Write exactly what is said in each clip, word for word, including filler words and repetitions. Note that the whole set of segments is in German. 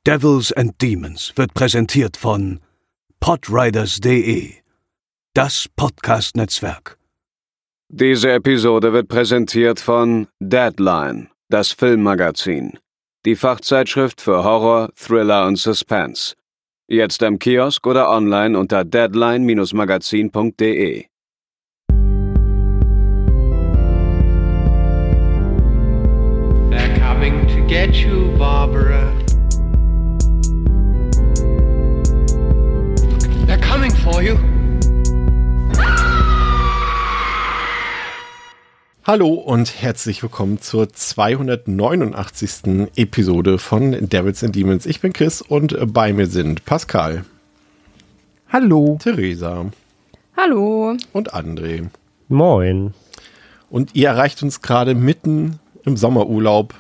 Devils and Demons wird präsentiert von podriders punkt de, das Podcast-Netzwerk. Diese Episode wird präsentiert von Deadline, das Filmmagazin, die Fachzeitschrift für Horror, Thriller und Suspense. Jetzt im Kiosk oder online unter deadline Bindestrich magazin punkt de. They're coming to get you, Barbara. They're coming for you. Hallo und herzlich willkommen zur zweihundertneunundachtzigsten Episode von Devils and Demons. Ich bin Chris und bei mir sind Pascal. Hallo. Theresa. Hallo. Und André. Moin. Und ihr erreicht uns gerade mitten im Sommerurlaub.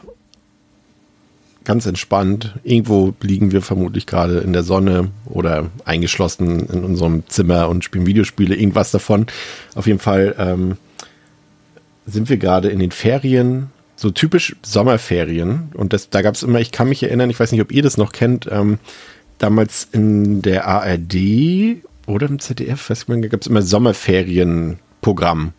Ganz entspannt. Irgendwo liegen wir vermutlich gerade in der Sonne oder eingeschlossen in unserem Zimmer und spielen Videospiele. Irgendwas davon. Auf jeden Fall ähm, sind wir gerade in den Ferien, so typisch Sommerferien. Und das, da gab es immer, ich kann mich erinnern, ich weiß nicht, ob ihr das noch kennt, ähm, damals in der A R D oder im Z D F, weiß ich nicht, gab es immer Sommerferienprogramm.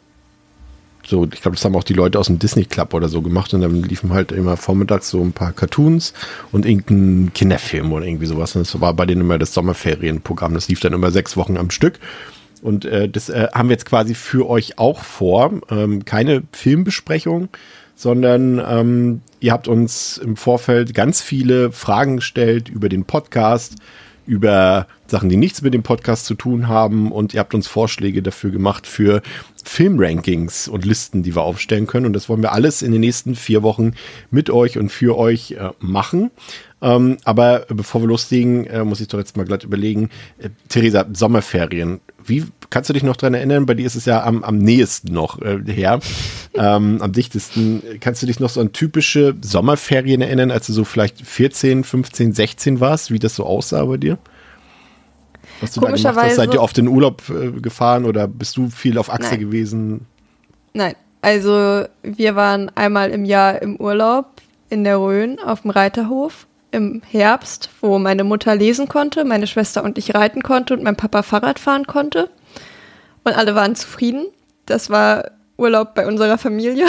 So, ich glaube, das haben auch die Leute aus dem Disney Club oder so gemacht und dann liefen halt immer vormittags so ein paar Cartoons und irgendein Kinderfilm oder irgendwie sowas. Und das war bei denen immer das Sommerferienprogramm. Das lief dann immer sechs Wochen am Stück. Und äh, das äh, haben wir jetzt quasi für euch auch vor. Ähm, keine Filmbesprechung, sondern ähm, ihr habt uns im Vorfeld ganz viele Fragen gestellt über den Podcast, über Sachen, die nichts mit dem Podcast zu tun haben. Und ihr habt uns Vorschläge dafür gemacht für Filmrankings und Listen, die wir aufstellen können. Und das wollen wir alles in den nächsten vier Wochen mit euch und für euch äh, machen. Ähm, aber bevor wir loslegen, äh, muss ich doch jetzt mal glatt überlegen. Äh, Theresa, Sommerferien. Wie kannst du dich noch dran erinnern? Bei dir ist es ja am, am nächsten noch äh, her, ähm, am dichtesten. Kannst du dich noch so an typische Sommerferien erinnern, als du so vielleicht vierzehn, fünfzehn, sechzehn warst, wie das so aussah bei dir? Was du da gemacht hast? Seid ihr oft in Urlaub äh, gefahren oder bist du viel auf Achse Nein. gewesen? Nein, also wir waren einmal im Jahr im Urlaub in der Rhön auf dem Reiterhof im Herbst, wo meine Mutter lesen konnte, meine Schwester und ich reiten konnte und mein Papa Fahrrad fahren konnte. Und alle waren zufrieden. Das war Urlaub bei unserer Familie.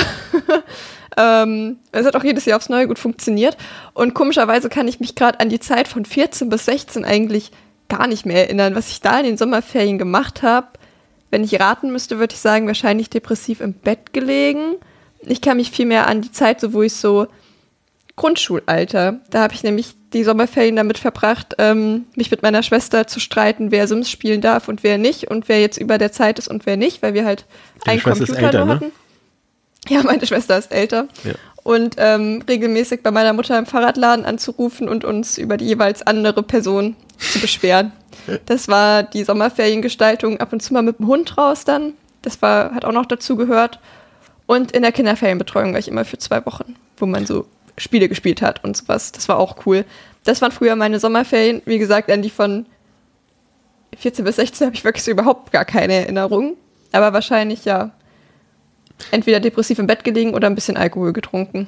ähm, es hat auch jedes Jahr aufs Neue gut funktioniert. Und komischerweise kann ich mich gerade an die Zeit von vierzehn bis sechzehn eigentlich gar nicht mehr erinnern, was ich da in den Sommerferien gemacht habe. Wenn ich raten müsste, würde ich sagen, wahrscheinlich depressiv im Bett gelegen. Ich kann mich viel mehr an die Zeit, so wo ich so Grundschulalter, da habe ich nämlich die Sommerferien damit verbracht, ähm, mich mit meiner Schwester zu streiten, wer Sims spielen darf und wer nicht und wer jetzt über der Zeit ist und wer nicht, weil wir halt einen Computer älter, nur hatten. Ne? Ja, meine Schwester ist älter. Ja. Und ähm, regelmäßig bei meiner Mutter im Fahrradladen anzurufen und uns über die jeweils andere Person zu beschweren. Das war die Sommerferiengestaltung, ab und zu mal mit dem Hund raus dann. Das war, hat auch noch dazu gehört. Und in der Kinderferienbetreuung war ich immer für zwei Wochen, wo man so Spiele gespielt hat und sowas. Das war auch cool. Das waren früher meine Sommerferien. Wie gesagt, an die von vierzehn bis sechzehn habe ich wirklich so überhaupt gar keine Erinnerung. Aber wahrscheinlich, ja, entweder depressiv im Bett gelegen oder ein bisschen Alkohol getrunken.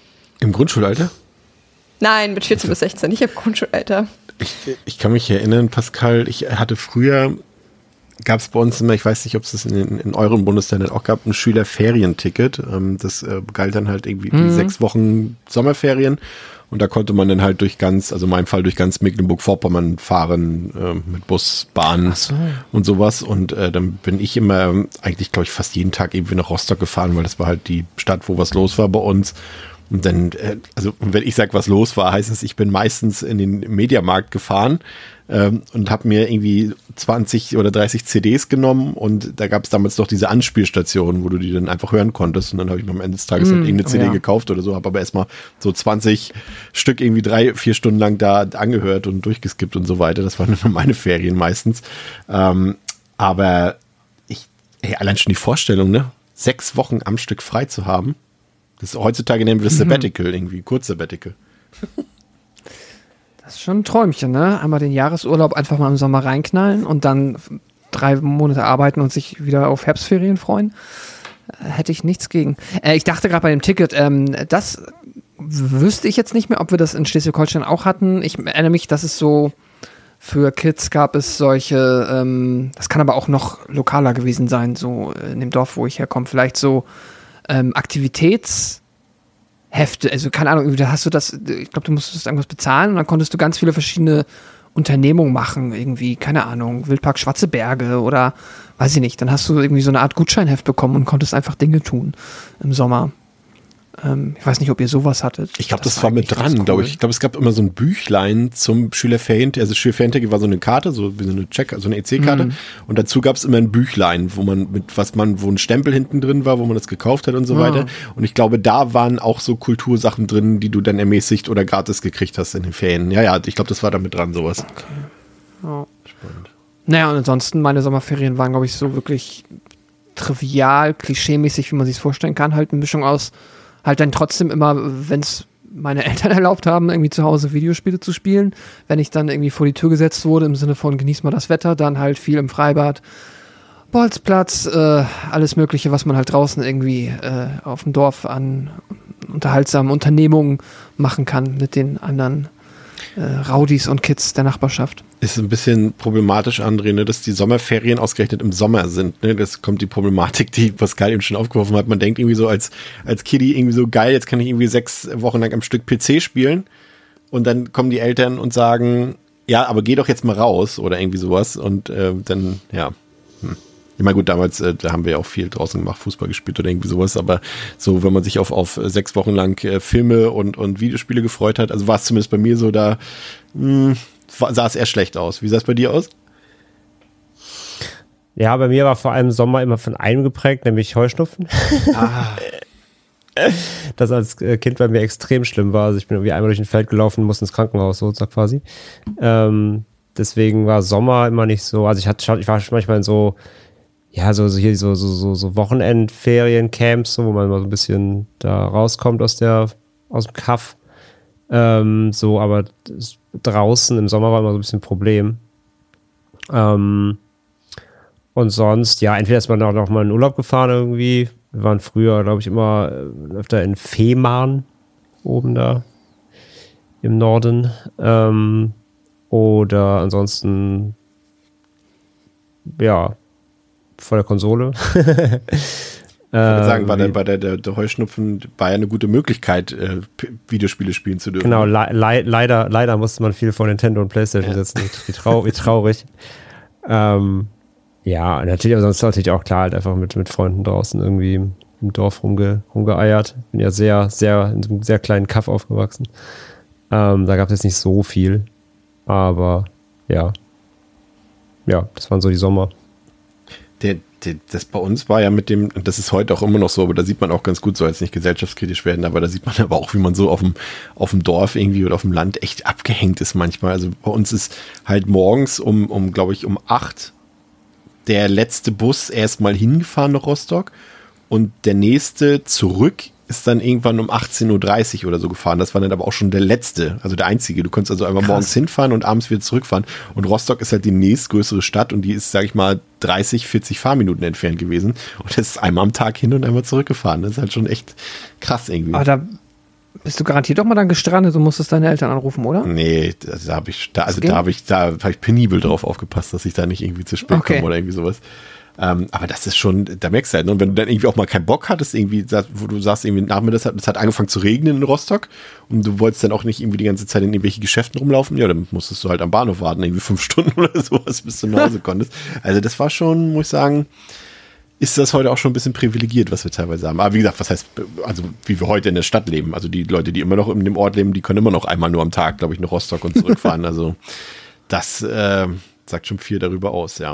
Im Grundschulalter? Nein, mit vierzehn bis sechzehn. Ich habe Grundschulalter. Ich, ich kann mich erinnern, Pascal, ich hatte früher, gab es bei uns immer, ich weiß nicht, ob es das in, in euren Bundesländern auch gab, ein Schülerferienticket. Ähm, das äh, galt dann halt irgendwie mhm. sechs Wochen Sommerferien. Und da konnte man dann halt durch ganz, also in meinem Fall durch ganz Mecklenburg-Vorpommern fahren, äh, mit Bus, Bahn so. und sowas. Und äh, dann bin ich immer eigentlich, glaube ich, fast jeden Tag irgendwie nach Rostock gefahren, weil das war halt die Stadt, wo was los war bei uns. Und dann, äh, also wenn ich sage, was los war, heißt es, ich bin meistens in den Mediamarkt gefahren ähm, und habe mir irgendwie zwanzig oder dreißig C Ds genommen und da gab es damals noch diese Anspielstationen, wo du die dann einfach hören konntest und dann habe ich mir am Ende des Tages mm, halt irgendeine oh C D ja. gekauft oder so, habe aber erstmal so zwanzig Stück irgendwie drei, vier Stunden lang da angehört und durchgeskippt und so weiter. Das waren dann meine Ferien meistens. Ähm, aber ich, ey, allein schon die Vorstellung, ne? Sechs Wochen am Stück frei zu haben. Das ist heutzutage nennen wir das Sabbatical, mhm. irgendwie, kurz Sabbatical. Das ist schon ein Träumchen, ne? Einmal den Jahresurlaub einfach mal im Sommer reinknallen und dann drei Monate arbeiten und sich wieder auf Herbstferien freuen. Hätte ich nichts gegen. Äh, ich dachte gerade bei dem Ticket, ähm, das wüsste ich jetzt nicht mehr, ob wir das in Schleswig-Holstein auch hatten. Ich erinnere mich, dass es so für Kids gab es solche, ähm, das kann aber auch noch lokaler gewesen sein, so in dem Dorf, wo ich herkomme, vielleicht so ähm, Aktivitätshefte, also keine Ahnung, da hast du das, ich glaube, du musstest irgendwas bezahlen und dann konntest du ganz viele verschiedene Unternehmungen machen, irgendwie, keine Ahnung, Wildpark Schwarze Berge oder weiß ich nicht, dann hast du irgendwie so eine Art Gutscheinheft bekommen und konntest einfach Dinge tun im Sommer. Ähm, ich weiß nicht, ob ihr sowas hattet. Ich glaube, das, das war mit dran, cool. glaube ich. Ich glaube, es gab immer so ein Büchlein zum Schülerferien, also Schülerferienticket war so eine Karte, so wie so eine Check, so eine E C-Karte. Mhm. Und dazu gab es immer ein Büchlein, wo man mit was man, wo ein Stempel hinten drin war, wo man das gekauft hat und so ah. weiter. Und ich glaube, da waren auch so Kultursachen drin, die du dann ermäßigt oder gratis gekriegt hast in den Ferien. Ja, ja, ich glaube, das war da mit dran, sowas. Okay. Oh. Spannend. Naja, und ansonsten, meine Sommerferien waren, glaube ich, so wirklich trivial, klischeemäßig, wie man sich es vorstellen kann. Halt eine Mischung aus halt dann trotzdem immer, wenn es meine Eltern erlaubt haben, irgendwie zu Hause Videospiele zu spielen. Wenn ich dann irgendwie vor die Tür gesetzt wurde, im Sinne von genieß mal das Wetter, dann halt viel im Freibad, Bolzplatz, äh, alles Mögliche, was man halt draußen irgendwie äh, auf dem Dorf an unterhaltsamen Unternehmungen machen kann mit den anderen äh, Raudis und Kids der Nachbarschaft. Ist ein bisschen problematisch, André, ne, dass die Sommerferien ausgerechnet im Sommer sind. Ne? Das kommt die Problematik, die Pascal eben schon aufgeworfen hat. Man denkt irgendwie so als, als Kiddie irgendwie so, geil, jetzt kann ich irgendwie sechs Wochen lang am Stück P C spielen. Und dann kommen die Eltern und sagen, ja, aber geh doch jetzt mal raus oder irgendwie sowas. Und äh, dann, ja. Hm. Ich meine, gut, damals, äh, da haben wir ja auch viel draußen gemacht, Fußball gespielt oder irgendwie sowas. Aber so, wenn man sich auf, auf sechs Wochen lang äh, Filme und, und Videospiele gefreut hat, also war es zumindest bei mir so, da mh, sah es eher schlecht aus. Wie sah es bei dir aus? Ja, bei mir war vor allem Sommer immer von einem geprägt, nämlich Heuschnupfen. Ah. Das als Kind bei mir extrem schlimm war. Also ich bin irgendwie einmal durch ein Feld gelaufen, musste ins Krankenhaus, so quasi. Ähm, deswegen war Sommer immer nicht so, also ich hatte, ich war manchmal in so, ja, so, so hier so, so, so, so Wochenendferiencamps, so, wo man mal so ein bisschen da rauskommt aus der, aus dem Kaff. Ähm, so, aber das, draußen im Sommer war immer so ein bisschen ein Problem. Ähm, und sonst, ja, entweder ist man auch noch mal in Urlaub gefahren irgendwie. Wir waren früher, glaube ich, immer öfter in Fehmarn, oben da im Norden. Ähm, oder ansonsten, ja, vor der Konsole. Ich würde sagen, war, der, bei der, der, der Heuschnupfen war ja eine gute Möglichkeit, äh, P- Videospiele spielen zu dürfen. Genau, le- le- leider, leider musste man viel vor Nintendo und PlayStation ja. setzen. Wie, trau- wie traurig. ähm, ja, natürlich, aber sonst natürlich auch klar, halt einfach mit, mit Freunden draußen irgendwie im, im Dorf rumge, rumgeeiert. Bin ja sehr, sehr, in so einem sehr kleinen Kaff aufgewachsen. Ähm, da gab es jetzt nicht so viel. Aber ja. Ja, das waren so die Sommer. Der, der, das bei uns war ja mit dem, und das ist heute auch immer noch so, aber da sieht man auch ganz gut, soll jetzt nicht gesellschaftskritisch werden, aber da sieht man aber auch, wie man so auf dem, auf dem Dorf irgendwie oder auf dem Land echt abgehängt ist manchmal. Also bei uns ist halt morgens um, um glaube ich, um acht der letzte Bus erstmal hingefahren nach Rostock und der nächste zurück ist dann irgendwann um achtzehn Uhr dreißig oder so gefahren. Das war dann aber auch schon der letzte, also der einzige. Du konntest also einfach Krass. morgens hinfahren und abends wieder zurückfahren. Und Rostock ist halt die nächstgrößere Stadt und die ist, sag ich mal, dreißig, vierzig Fahrminuten entfernt gewesen. Und das ist einmal am Tag hin und einmal zurückgefahren. Das ist halt schon echt krass irgendwie. Aber da bist du garantiert doch mal dann gestrandet und musstest deine Eltern anrufen, oder? Nee, also da habe ich, da, also da habe ich, da habe ich penibel drauf aufgepasst, dass ich da nicht irgendwie zu spät okay. komme oder irgendwie sowas. Ähm, aber das ist schon, da merkst du halt, ne? Und wenn du dann irgendwie auch mal keinen Bock hattest, irgendwie, wo du sagst, irgendwie nachmittags hat es hat angefangen zu regnen in Rostock und du wolltest dann auch nicht irgendwie die ganze Zeit in irgendwelche Geschäften rumlaufen, ja, dann musstest du halt am Bahnhof warten, irgendwie fünf Stunden oder sowas, bis du nach Hause konntest. Also das war schon, muss ich sagen, ist das heute auch schon ein bisschen privilegiert, was wir teilweise haben. Aber wie gesagt, was heißt, also wie wir heute in der Stadt leben, also die Leute, die immer noch in dem Ort leben, die können immer noch einmal nur am Tag, glaube ich, nach Rostock und zurückfahren. Also das äh, sagt schon viel darüber aus, ja.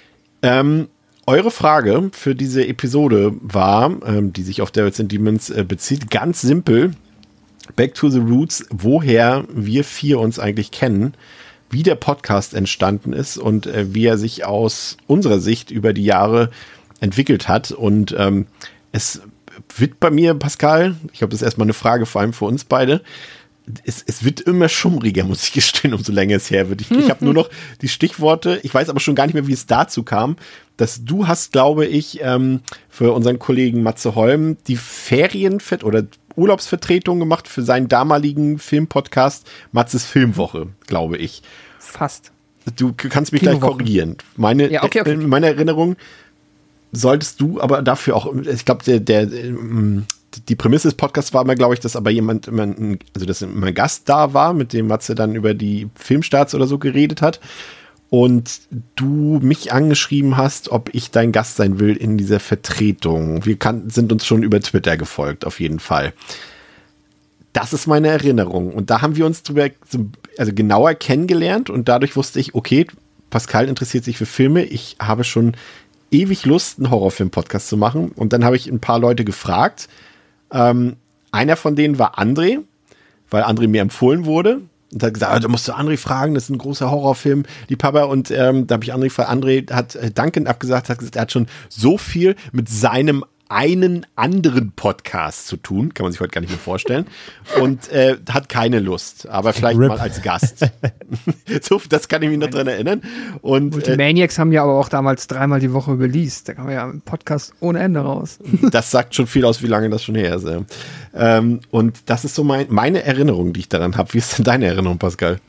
Ähm, Eure Frage für diese Episode war, ähm, die sich auf Devils and Demons äh, bezieht, ganz simpel. Back to the Roots, woher wir vier uns eigentlich kennen, wie der Podcast entstanden ist und äh, wie er sich aus unserer Sicht über die Jahre entwickelt hat. Und ähm, es wird bei mir, Pascal, ich glaube, das ist erstmal eine Frage vor allem für uns beide, Es, es wird immer schummriger, muss ich gestehen, umso länger es her wird. Ich, ich habe nur noch die Stichworte, ich weiß aber schon gar nicht mehr, wie es dazu kam, dass du hast, glaube ich, ähm, für unseren Kollegen Matze Holm die Ferienfett oder Urlaubsvertretung gemacht für seinen damaligen Filmpodcast Matzes Filmwoche, glaube ich. Fast. Du kannst mich Kinowoche. gleich korrigieren. Meine, Ja, okay, okay. In meiner Erinnerung solltest du aber dafür auch, ich glaube, der, der, die Prämisse des Podcasts war immer, glaube ich, dass aber jemand, immer ein, also dass immer ein Gast da war, mit dem Matze dann über die Filmstarts oder so geredet hat. Und du mich angeschrieben hast, ob ich dein Gast sein will in dieser Vertretung. Wir kann, sind uns schon über Twitter gefolgt, auf jeden Fall. Das ist meine Erinnerung. Und da haben wir uns drüber, also genauer kennengelernt und dadurch wusste ich, okay, Pascal interessiert sich für Filme. Ich habe schon ewig Lust, einen Horrorfilm-Podcast zu machen. Und dann habe ich ein paar Leute gefragt. Ähm, einer von denen war André, weil André mir empfohlen wurde. Und hat gesagt, da musst du André fragen, das ist ein großer Horrorfilm, die Papa. Und ähm, da habe ich André gefragt, André hat äh, dankend abgesagt, hat gesagt, er hat schon so viel mit seinem einen anderen Podcast zu tun, kann man sich heute gar nicht mehr vorstellen, und äh, hat keine Lust, aber vielleicht Rip. mal als Gast. So, das kann ich mich noch dran erinnern. Und äh, Multimaniacs haben ja aber auch damals dreimal die Woche released. Da kam ja ein Podcast ohne Ende raus. das sagt schon viel aus, wie lange das schon her ist. Ja. Ähm, und das ist so mein, meine Erinnerung, die ich daran habe. Wie ist denn deine Erinnerung, Pascal?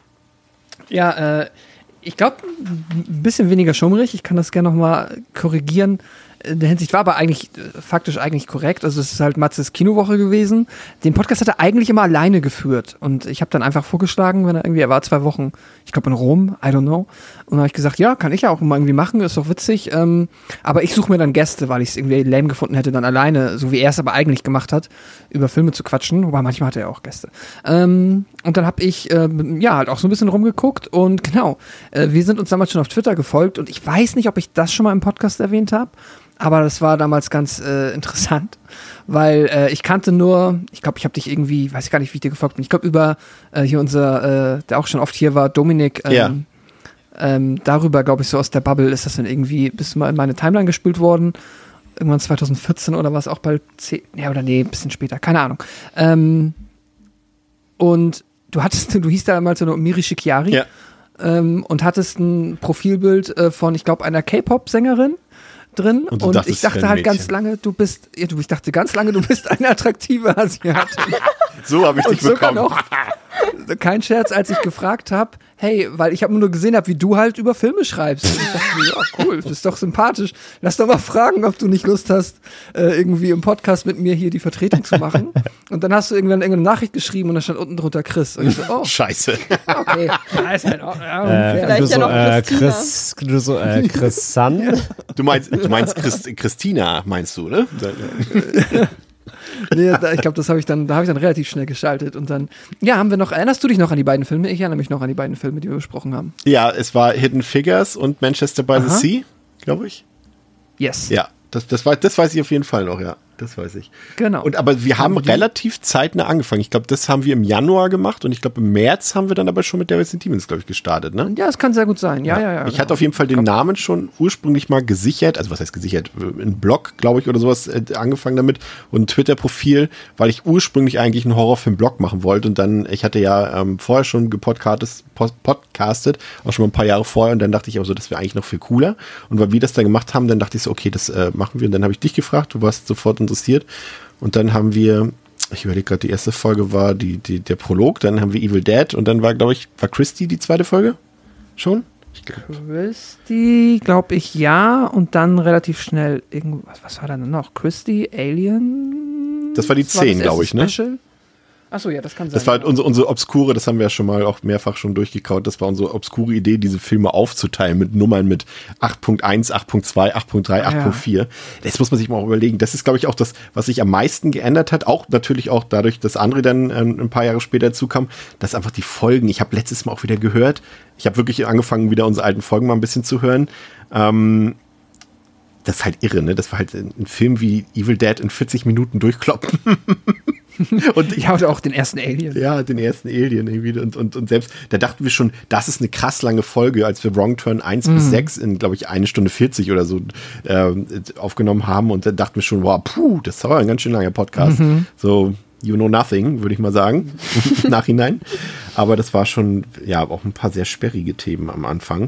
Ja, äh, ich glaube, ein bisschen weniger schummrig. Ich kann das gerne nochmal korrigieren. In der Hinsicht war aber eigentlich äh, faktisch eigentlich korrekt. Also es ist halt Matzes Kinowoche gewesen. Den Podcast hat er eigentlich immer alleine geführt. Und ich habe dann einfach vorgeschlagen, wenn er irgendwie, er war zwei Wochen, ich glaube in Rom, I don't know. Und dann habe ich gesagt, ja, kann ich ja auch mal irgendwie machen, ist doch witzig. Ähm, aber ich suche mir dann Gäste, weil ich es irgendwie lame gefunden hätte, dann alleine, so wie er es aber eigentlich gemacht hat, über Filme zu quatschen. Wobei manchmal hatte er auch Gäste. Ähm, und dann habe ich, äh, ja, halt auch so ein bisschen rumgeguckt. Und genau, äh, wir sind uns damals schon auf Twitter gefolgt. Und ich weiß nicht, ob ich das schon mal im Podcast erwähnt habe. Aber das war damals ganz äh, interessant, weil äh, ich kannte nur, ich glaube, ich habe dich irgendwie, weiß ich gar nicht, wie ich dir gefolgt bin. Ich glaube, über äh, hier unser, äh, der auch schon oft hier war, Dominik, ähm, Ja. ähm, darüber, glaube ich, so aus der Bubble ist das dann irgendwie, bist du mal in meine Timeline gespült worden. Irgendwann zwanzig vierzehn oder was, auch bald zehn, ja oder nee, ein bisschen später, keine Ahnung. Ähm, und du hattest, du hieß damals so eine Miri Shikiari Ja. ähm, und hattest ein Profilbild äh, von, ich glaube, einer K-Pop-Sängerin drin Und und, du dachtest, ich dachte es wäre ein halt ganz Mädchen. lange, du bist, ja, du, ich dachte ganz lange, du bist eine attraktive Asiatin. So habe ich dich Und sogar bekommen. noch, kein Scherz, als ich gefragt habe, hey, weil ich habe nur gesehen habe, wie du halt über Filme schreibst. Und ich dachte mir, ja, cool, das ist doch sympathisch. Lass doch mal fragen, ob du nicht Lust hast, äh, irgendwie im Podcast mit mir hier die Vertretung zu machen. Und dann hast du irgendwann irgendeine Nachricht geschrieben und da stand unten drunter Chris. Und ich so, oh, Scheiße. okay. Ja, ist halt auch, ja, Äh, ungefähr. Vielleicht du ja so, noch äh, Christina. Chris, du so, äh, Chris Sun. Du meinst, du meinst Christ, Christina, meinst du, ne? Nee, da, ich glaube, das habe ich dann, da habe ich dann relativ schnell geschaltet und dann, ja, haben wir noch, erinnerst du dich noch an die beiden Filme? Ich erinnere mich noch an die beiden Filme, die wir besprochen haben. Ja, es war Hidden Figures und Manchester by the Aha. Sea, glaube ich. Yes. Ja, das, das, war, das weiß ich auf jeden Fall noch, ja. Das weiß ich. Genau. Und aber wir haben Haben die- relativ zeitnah angefangen. Ich glaube, das haben wir im Januar gemacht und ich glaube, im März haben wir dann aber schon mit Devils and Demons, glaube ich, gestartet, ne? Ja, es kann sehr gut sein. Ja, ja, ja. Ich genau. hatte auf jeden Fall den Namen schon ursprünglich mal gesichert, also was heißt gesichert, ein Blog, glaube ich, oder sowas, äh, angefangen damit und ein Twitter-Profil, weil ich ursprünglich eigentlich einen Horrorfilm-Blog machen wollte und dann, ich hatte ja ähm, vorher schon gepodcastet, podcastet, auch schon mal ein paar Jahre vorher und dann dachte ich auch so, das wäre eigentlich noch viel cooler und weil wir das dann gemacht haben, dann dachte ich so, okay, das äh, machen wir und dann habe ich dich gefragt, du warst sofort interessiert und dann haben wir, ich überlege gerade, die erste Folge war die, die, der Prolog, dann haben wir Evil Dead und dann war, glaube ich, war Christy die zweite Folge schon? Ich glaub. Christy, glaube ich, ja. Und dann relativ schnell irgendwas. Was war da denn noch? Christy, Alien? Das war die das zehn, das glaube ich, ne? Special? Achso, ja, das kann sein. Das war halt unsere, unsere obskure, das haben wir ja schon mal auch mehrfach schon durchgekaut, das war unsere obskure Idee, diese Filme aufzuteilen mit Nummern mit acht Punkt eins, acht Punkt zwei, acht Punkt drei, acht Punkt vier. Das muss man sich mal auch überlegen. Das ist, glaube ich, auch das, was sich am meisten geändert hat. Auch natürlich auch dadurch, dass André dann ähm, ein paar Jahre später zukam, dass einfach die Folgen, ich habe letztes Mal auch wieder gehört, ich habe wirklich angefangen, wieder unsere alten Folgen mal ein bisschen zu hören. Ähm, das ist halt irre, ne? Das war halt ein Film wie Evil Dead in vierzig Minuten durchkloppen. Und Ich hatte auch den ersten Alien. ja, den ersten Alien irgendwie. Und, und, und selbst, da dachten wir schon, das ist eine krass lange Folge, als wir Wrong Turn eins bis sechs in, glaube ich, eine Stunde vierzig oder so äh, aufgenommen haben. Und dann dachten wir schon, wow, puh, das war ein ganz schön langer Podcast. So, you know nothing, würde ich mal sagen, im Nachhinein. Aber das war schon, ja, auch ein paar sehr sperrige Themen am Anfang.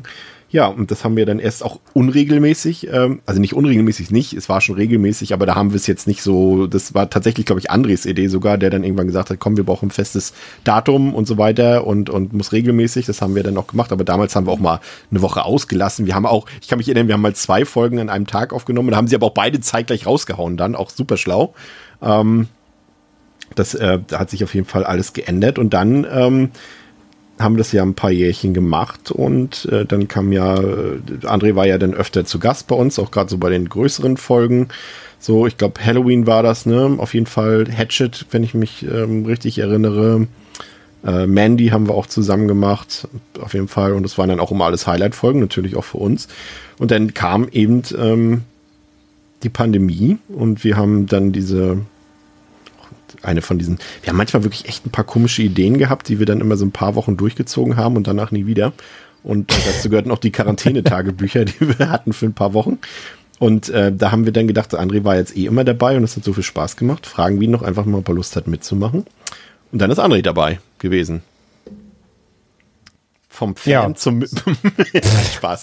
Ja, und das haben wir dann erst auch unregelmäßig, ähm, also nicht unregelmäßig nicht, es war schon regelmäßig, aber da haben wir es jetzt nicht so, das war tatsächlich, glaube ich, Andres Idee sogar, der dann irgendwann gesagt hat, komm, wir brauchen ein festes Datum und so weiter und, und muss regelmäßig, das haben wir dann auch gemacht, aber damals haben wir auch mal eine Woche ausgelassen. Wir haben auch, ich kann mich erinnern, wir haben mal zwei Folgen an einem Tag aufgenommen, da haben sie aber auch beide zeitgleich rausgehauen dann, auch super schlau. Ähm, das äh, da hat sich auf jeden Fall alles geändert und dann ähm, haben das ja ein paar Jährchen gemacht und äh, dann kam ja, äh, André war ja dann öfter zu Gast bei uns, auch gerade so bei den größeren Folgen. So, ich glaube Halloween war das, ne? Auf jeden Fall Hatchet, wenn ich mich ähm, richtig erinnere. Äh, Mandy haben wir auch zusammen gemacht, auf jeden Fall. Und das waren dann auch immer alles Highlight-Folgen, natürlich auch für uns. Und dann kam eben ähm, die Pandemie und wir haben dann diese eine von diesen, wir haben manchmal wirklich echt ein paar komische Ideen gehabt, die wir dann immer so ein paar Wochen durchgezogen haben und danach nie wieder. Und dazu gehörten auch die Quarantänetagebücher, die wir hatten für ein paar Wochen. Und äh, da haben wir dann gedacht, André war jetzt eh immer dabei und es hat so viel Spaß gemacht. Fragen wir ihn noch einfach mal, ob er Lust hat mitzumachen. Und dann ist André dabei gewesen. Vom Fan ja. zum Spaß.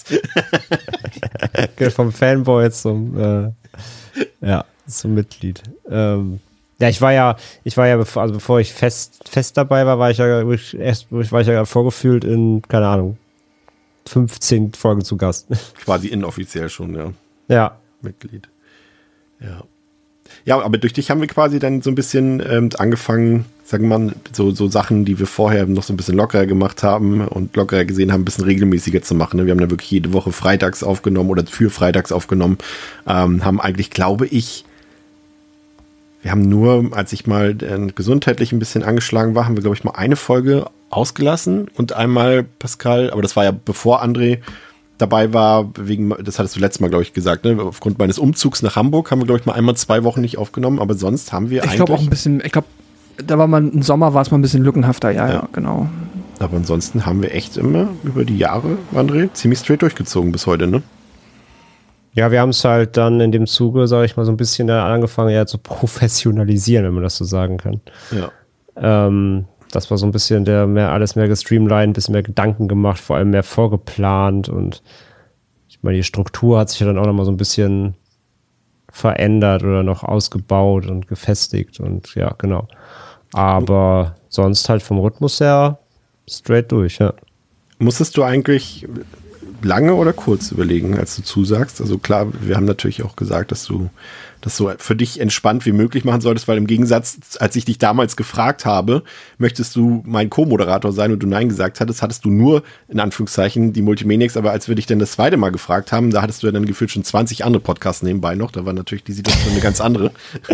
Vom Fanboy zum äh, ja, zum Mitglied. Ähm, Ja, ich war ja, ich war ja, bevor, also bevor ich fest, fest dabei war, war ich ja erst, war ich ja vorgefühlt in, keine Ahnung, fünfzehn Folgen zu Gast. Quasi inoffiziell schon, ja. Ja. Mitglied. Ja. Ja, aber durch dich haben wir quasi dann so ein bisschen ähm, angefangen, sagen wir mal, so, so Sachen, die wir vorher noch so ein bisschen lockerer gemacht haben und lockerer gesehen haben, ein bisschen regelmäßiger zu machen. Wir haben dann wirklich jede Woche freitags aufgenommen oder für freitags aufgenommen, ähm, haben eigentlich, glaube ich, wir haben nur, als ich mal äh, gesundheitlich ein bisschen angeschlagen war, haben wir, glaube ich, mal eine Folge ausgelassen und einmal Pascal, aber das war ja bevor André dabei war, wegen, das hattest du letztes Mal, glaube ich, gesagt, ne? Aufgrund meines Umzugs nach Hamburg haben wir, glaube ich, mal einmal zwei Wochen nicht aufgenommen, aber sonst haben wir ich eigentlich... Ich glaube auch ein bisschen, ich glaube, da war man, im Sommer war es mal ein bisschen lückenhafter, ja, ja, ja, genau. Aber ansonsten haben wir echt immer über die Jahre, André, ziemlich straight durchgezogen bis heute, ne? Ja, wir haben es halt dann in dem Zuge, sage ich mal, so ein bisschen angefangen, ja, zu professionalisieren, wenn man das so sagen kann. Ja. Ähm, das war so ein bisschen der mehr, alles mehr gestreamlined, ein bisschen mehr Gedanken gemacht, vor allem mehr vorgeplant und ich meine, die Struktur hat sich ja dann auch nochmal so ein bisschen verändert oder noch ausgebaut und gefestigt und ja, genau. Aber mhm. sonst halt vom Rhythmus her straight durch, ja. Musstest du eigentlich lange oder kurz überlegen, als du zusagst? Also klar, wir haben natürlich auch gesagt, dass du das so für dich entspannt wie möglich machen solltest, weil im Gegensatz, als ich dich damals gefragt habe, möchtest du mein Co-Moderator sein und du Nein gesagt hattest, hattest du nur, in Anführungszeichen, die Multimaniacs, aber als wir dich dann das zweite Mal gefragt haben, da hattest du ja dann gefühlt schon zwanzig andere Podcasts nebenbei noch, da war natürlich die Situation eine ganz andere.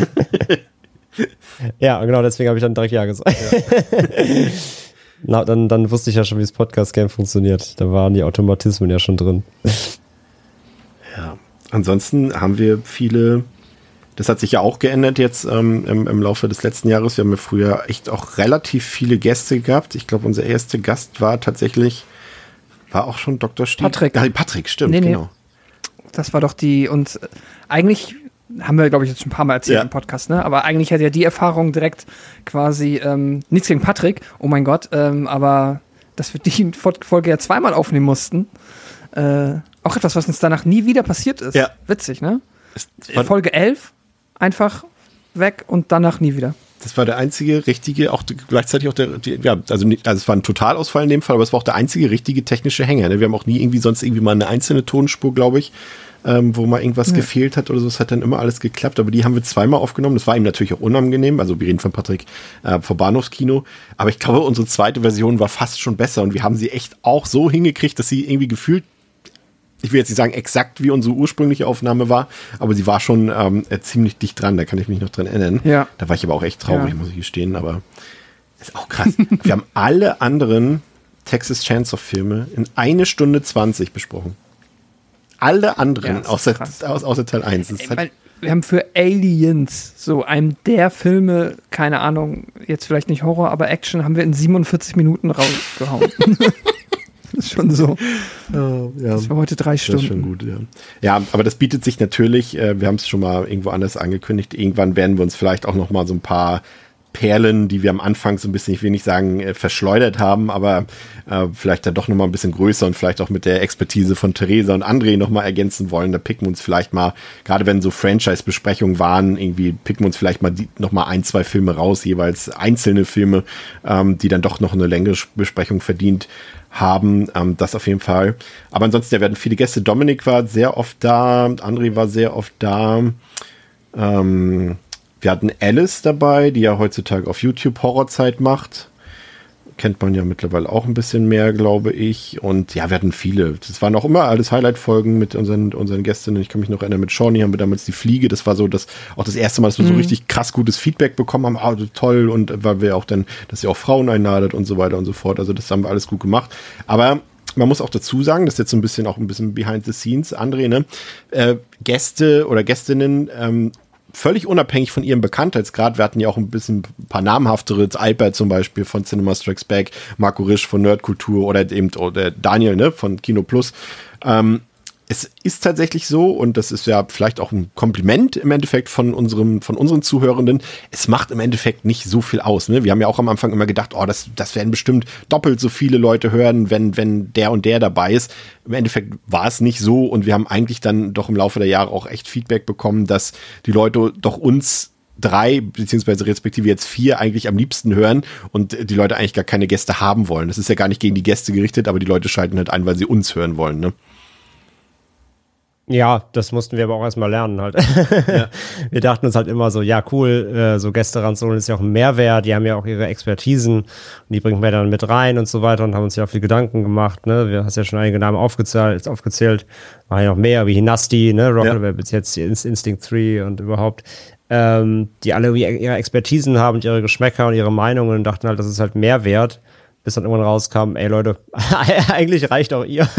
Ja, genau, deswegen habe ich dann direkt Ja gesagt. Ja. Na, dann, dann wusste ich ja schon, wie das Podcast-Game funktioniert. Da waren die Automatismen ja schon drin. Ja, ansonsten haben wir viele, das hat sich ja auch geändert jetzt ähm, im, im Laufe des letzten Jahres. Wir haben ja früher echt auch relativ viele Gäste gehabt. Ich glaube, unser erster Gast war tatsächlich, war auch schon Doktor Stieg. Patrick. Ja, Patrick, stimmt, nee, nee. genau. Das war doch die, und eigentlich haben wir, glaube ich, jetzt schon ein paar Mal erzählt ja. im Podcast, ne? Aber eigentlich hat ja die Erfahrung direkt quasi, ähm, nichts gegen Patrick, oh mein Gott, ähm, aber dass wir die Folge ja zweimal aufnehmen mussten, äh, auch etwas, was uns danach nie wieder passiert ist. Ja. Witzig, ne? Folge elf, einfach weg und danach nie wieder. Das war der einzige richtige, auch gleichzeitig auch der, die, ja, also, also es war ein Totalausfall in dem Fall, aber es war auch der einzige richtige technische Hänger. Ne? Wir haben auch nie irgendwie sonst irgendwie mal eine einzelne Tonspur, glaube ich, ähm, wo mal irgendwas ja. gefehlt hat oder so. Es hat dann immer alles geklappt, aber die haben wir zweimal aufgenommen. Das war ihm natürlich auch unangenehm. Also wir reden von Patrick äh, vom Bahnhofskino. Aber ich glaube, unsere zweite Version war fast schon besser und wir haben sie echt auch so hingekriegt, dass sie irgendwie gefühlt, ich will jetzt nicht sagen exakt, wie unsere ursprüngliche Aufnahme war, aber sie war schon ähm, ziemlich dicht dran, da kann ich mich noch dran erinnern. Ja. Da war ich aber auch echt traurig, ja. muss ich gestehen, aber ist auch krass. Wir haben alle anderen Texas Chainsaw Filme in eine Stunde zwanzig besprochen. Alle anderen, ja, außer, aus, außer Teil eins. Das ich halt mein, wir haben für Aliens, so einem der Filme, keine Ahnung, jetzt vielleicht nicht Horror, aber Action, haben wir in siebenundvierzig Minuten rausgehauen. Das ist schon so. Oh, ja. Das war heute drei Stunden. Das ist schon gut, ja. Ja, aber das bietet sich natürlich, äh, wir haben es schon mal irgendwo anders angekündigt, irgendwann werden wir uns vielleicht auch noch mal so ein paar Perlen, die wir am Anfang so ein bisschen, ich will nicht sagen, äh, verschleudert haben, aber äh, vielleicht dann doch nochmal ein bisschen größer und vielleicht auch mit der Expertise von Theresa und André nochmal ergänzen wollen. Da picken wir uns vielleicht mal, gerade wenn so Franchise-Besprechungen waren, irgendwie picken wir uns vielleicht mal die, nochmal ein, zwei Filme raus, jeweils einzelne Filme, ähm, die dann doch noch eine längere Besprechung verdient haben. Ähm, das auf jeden Fall. Aber ansonsten, da werden viele Gäste. Dominik war sehr oft da, André war sehr oft da. Ähm, Wir hatten Alice dabei, die ja heutzutage auf YouTube Horrorzeit macht. Kennt man ja mittlerweile auch ein bisschen mehr, glaube ich. Und ja, wir hatten viele. Das waren auch immer alles Highlight-Folgen mit unseren, unseren Gästinnen. Ich kann mich noch erinnern, mit Shawnee haben wir damals die Fliege. Das war so das, auch das erste Mal, dass wir mhm. so richtig krass gutes Feedback bekommen haben. Ah, toll. Und weil wir auch dann, dass ihr auch Frauen einladet und so weiter und so fort. Also das haben wir alles gut gemacht. Aber man muss auch dazu sagen, das ist jetzt so ein bisschen auch ein bisschen behind the scenes, André, ne? Äh, Gäste oder Gästinnen, ähm, völlig unabhängig von ihrem Bekanntheitsgrad, wir hatten ja auch ein bisschen ein paar namhaftere, Albert zum Beispiel von Cinema Strikes Back, Marco Risch von Nerdkultur oder eben oder Daniel, ne, von Kino Plus. Ähm, es ist tatsächlich so, und das ist ja vielleicht auch ein Kompliment im Endeffekt von unserem, von unseren Zuhörenden, es macht im Endeffekt nicht so viel aus. Ne? Wir haben ja auch am Anfang immer gedacht, oh, das, das werden bestimmt doppelt so viele Leute hören, wenn, wenn der und der dabei ist. Im Endeffekt war es nicht so, und wir haben eigentlich dann doch im Laufe der Jahre auch echt Feedback bekommen, dass die Leute doch uns drei, beziehungsweise respektive jetzt vier eigentlich am liebsten hören und die Leute eigentlich gar keine Gäste haben wollen. Das ist ja gar nicht gegen die Gäste gerichtet, aber die Leute schalten halt ein, weil sie uns hören wollen, ne? Ja, das mussten wir aber auch erstmal lernen halt. Ja. Wir dachten uns halt immer so, ja cool, äh, so Gäste ranzuholen ist ja auch ein Mehrwert, die haben ja auch ihre Expertisen und die bringen wir dann mit rein und so weiter und haben uns ja auch viel Gedanken gemacht, ne, wir hast ja schon einige Namen aufgezählt, aufgezählt, war ja noch mehr, wie Hinasti, ne, Rocket ja. bis jetzt Instinct drei und überhaupt, ähm, die alle ihre Expertisen haben und ihre Geschmäcker und ihre Meinungen und dachten halt, das ist halt Mehrwert, bis dann irgendwann rauskam, ey Leute, eigentlich reicht auch ihr.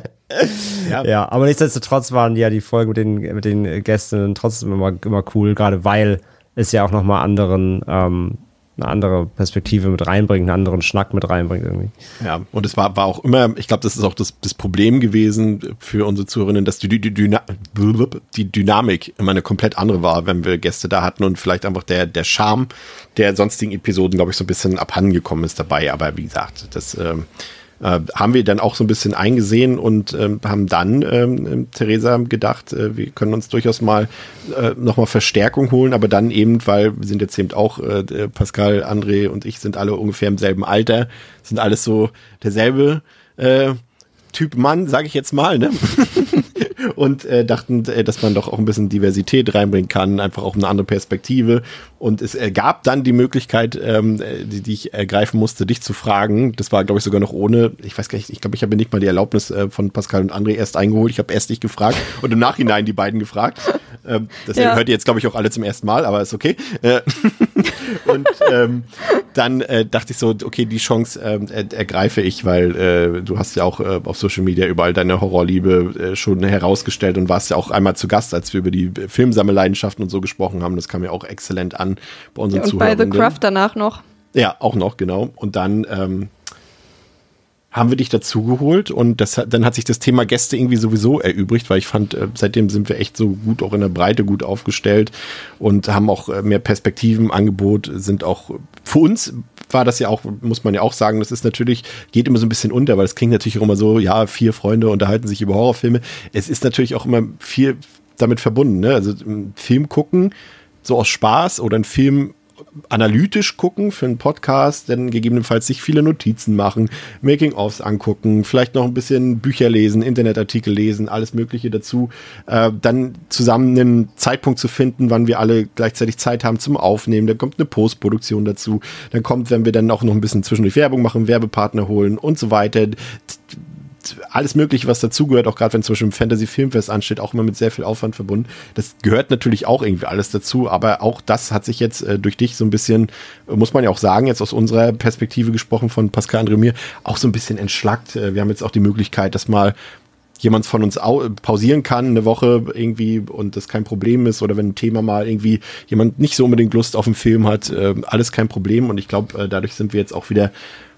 Ja. Ja, aber nichtsdestotrotz waren ja die Folgen mit den, mit den Gästen trotzdem immer, immer cool, gerade weil es ja auch nochmal anderen, ähm, eine andere Perspektive mit reinbringt, einen anderen Schnack mit reinbringt irgendwie. Ja, und es war, war auch immer, ich glaube, das ist auch das, das Problem gewesen für unsere Zuhörerinnen, dass die, die, die, Dyna- die Dynamik immer eine komplett andere war, wenn wir Gäste da hatten und vielleicht einfach der, der Charme der sonstigen Episoden, glaube ich, so ein bisschen abhandengekommen ist dabei. Aber wie gesagt, das ähm, äh, haben wir dann auch so ein bisschen eingesehen und ähm, haben dann, ähm, Theresa, gedacht, äh, wir können uns durchaus mal äh, nochmal Verstärkung holen, aber dann eben, weil wir sind jetzt eben auch, äh, Pascal, André und ich sind alle ungefähr im selben Alter, sind alles so derselbe äh, Typ Mann, sage ich jetzt mal, ne? Und äh, dachten, äh, dass man doch auch ein bisschen Diversität reinbringen kann, einfach auch eine andere Perspektive. Und es äh, gab dann die Möglichkeit, ähm, die, die ich ergreifen musste, dich zu fragen. Das war, glaube ich, sogar noch ohne, ich weiß gar nicht, ich glaube, ich habe nicht mal die Erlaubnis äh, von Pascal und André erst eingeholt. Ich habe erst dich gefragt und im Nachhinein die beiden gefragt. Ähm, das ja. hört ihr jetzt, glaube ich, auch alle zum ersten Mal, aber ist okay. Äh, und ähm, dann äh, dachte ich so, okay, die Chance äh, er, ergreife ich, weil äh, du hast ja auch äh, auf Social Media überall deine Horrorliebe äh, schon herausgestellt und warst ja auch einmal zu Gast, als wir über die Filmsammelleidenschaften und so gesprochen haben. Das kam ja auch exzellent an bei unseren ja, und Zuhörern. bei The Craft danach noch. Ja, auch noch, genau. Und dann ähm, haben wir dich dazugeholt und das, dann hat sich das Thema Gäste irgendwie sowieso erübrigt, weil ich fand, äh, seitdem sind wir echt so gut auch in der Breite gut aufgestellt und haben auch äh, mehr Perspektiven, Angebot, sind auch für uns war das ja auch, muss man ja auch sagen, das ist natürlich, geht immer so ein bisschen unter, weil es klingt natürlich auch immer so, ja, vier Freunde unterhalten sich über Horrorfilme. Es ist natürlich auch immer viel damit verbunden, ne? Also einen Film gucken, so aus Spaß oder einen Film analytisch gucken für einen Podcast, dann gegebenenfalls sich viele Notizen machen, Making-ofs angucken, vielleicht noch ein bisschen Bücher lesen, Internetartikel lesen, alles Mögliche dazu. Äh, dann zusammen einen Zeitpunkt zu finden, wann wir alle gleichzeitig Zeit haben zum Aufnehmen. Dann kommt eine Postproduktion dazu. Dann kommt, wenn wir dann auch noch ein bisschen zwischendurch Werbung machen, Werbepartner holen und so weiter. Alles Mögliche, was dazugehört, auch gerade wenn zum Beispiel ein Fantasy-Filmfest ansteht, auch immer mit sehr viel Aufwand verbunden. Das gehört natürlich auch irgendwie alles dazu, aber auch das hat sich jetzt äh, durch dich so ein bisschen, muss man ja auch sagen, jetzt aus unserer Perspektive gesprochen von Pascal, André und mir, auch so ein bisschen entschlackt. Äh, wir haben jetzt auch die Möglichkeit, dass mal jemand von uns au- pausieren kann, eine Woche irgendwie und das kein Problem ist oder wenn ein Thema mal irgendwie jemand nicht so unbedingt Lust auf einen Film hat, äh, alles kein Problem und ich glaube, äh, dadurch sind wir jetzt auch wieder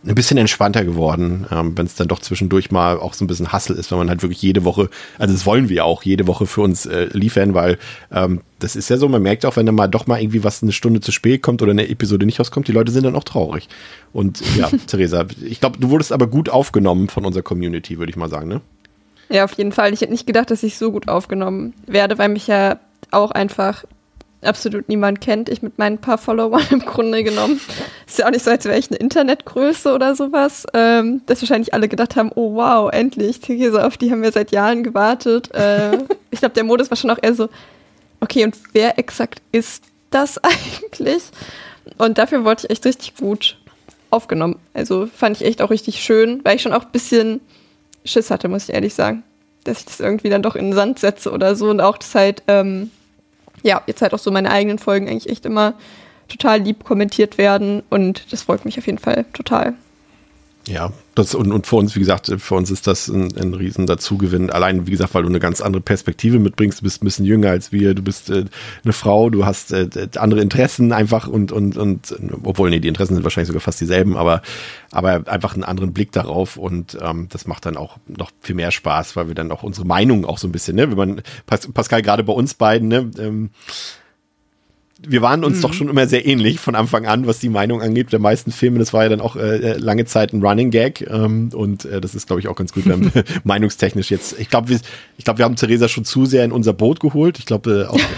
ein bisschen entspannter geworden, ähm, wenn es dann doch zwischendurch mal auch so ein bisschen Hustle ist, wenn man halt wirklich jede Woche, also das wollen wir auch, jede Woche für uns äh, liefern, weil ähm, das ist ja so, man merkt auch, wenn dann mal doch mal irgendwie was eine Stunde zu spät kommt oder eine Episode nicht rauskommt, die Leute sind dann auch traurig. Und ja, Theresa, ich glaube, du wurdest aber gut aufgenommen von unserer Community, würde ich mal sagen, ne? Ja, auf jeden Fall. Ich hätte nicht gedacht, dass ich so gut aufgenommen werde, weil mich ja auch einfach absolut niemand kennt. Ich mit meinen paar Followern im Grunde genommen. Ist ja auch nicht so, als wäre ich eine Internetgröße oder sowas. Ähm, dass wahrscheinlich alle gedacht haben, oh wow, endlich, Theresa, auf die haben wir seit Jahren gewartet. Äh, ich glaube, der Modus war schon auch eher so, okay, und wer exakt ist das eigentlich? Und dafür wollte ich echt richtig gut aufgenommen. Also fand ich echt auch richtig schön, weil ich schon auch ein bisschen Schiss hatte, muss ich ehrlich sagen. Dass ich das irgendwie dann doch in den Sand setze oder so und auch das halt, ähm, ja, jetzt halt auch so meine eigenen Folgen eigentlich echt immer total lieb kommentiert werden und das freut mich auf jeden Fall total. Ja, das und, und für uns, wie gesagt, für uns ist das ein, ein riesen Dazugewinn. Allein, wie gesagt, weil du eine ganz andere Perspektive mitbringst. Du bist ein bisschen jünger als wir, du bist äh, eine Frau, du hast äh, andere Interessen einfach und, und, und, obwohl, nee, die Interessen sind wahrscheinlich sogar fast dieselben, aber, aber einfach einen anderen Blick darauf und ähm, das macht dann auch noch viel mehr Spaß, weil wir dann auch unsere Meinung auch so ein bisschen, ne, wenn man, Pas- Pascal, gerade bei uns beiden, ne, ähm, wir waren uns mhm. doch schon immer sehr ähnlich von Anfang an, was die Meinung angeht. Der meisten Filme, das war ja dann auch äh, lange Zeit ein Running Gag ähm, und äh, das ist, glaube ich, auch ganz gut, wenn wir meinungstechnisch jetzt, ich glaube, wir, ich glaube, wir haben Theresa schon zu sehr in unser Boot geholt. Ich glaube, äh, auch,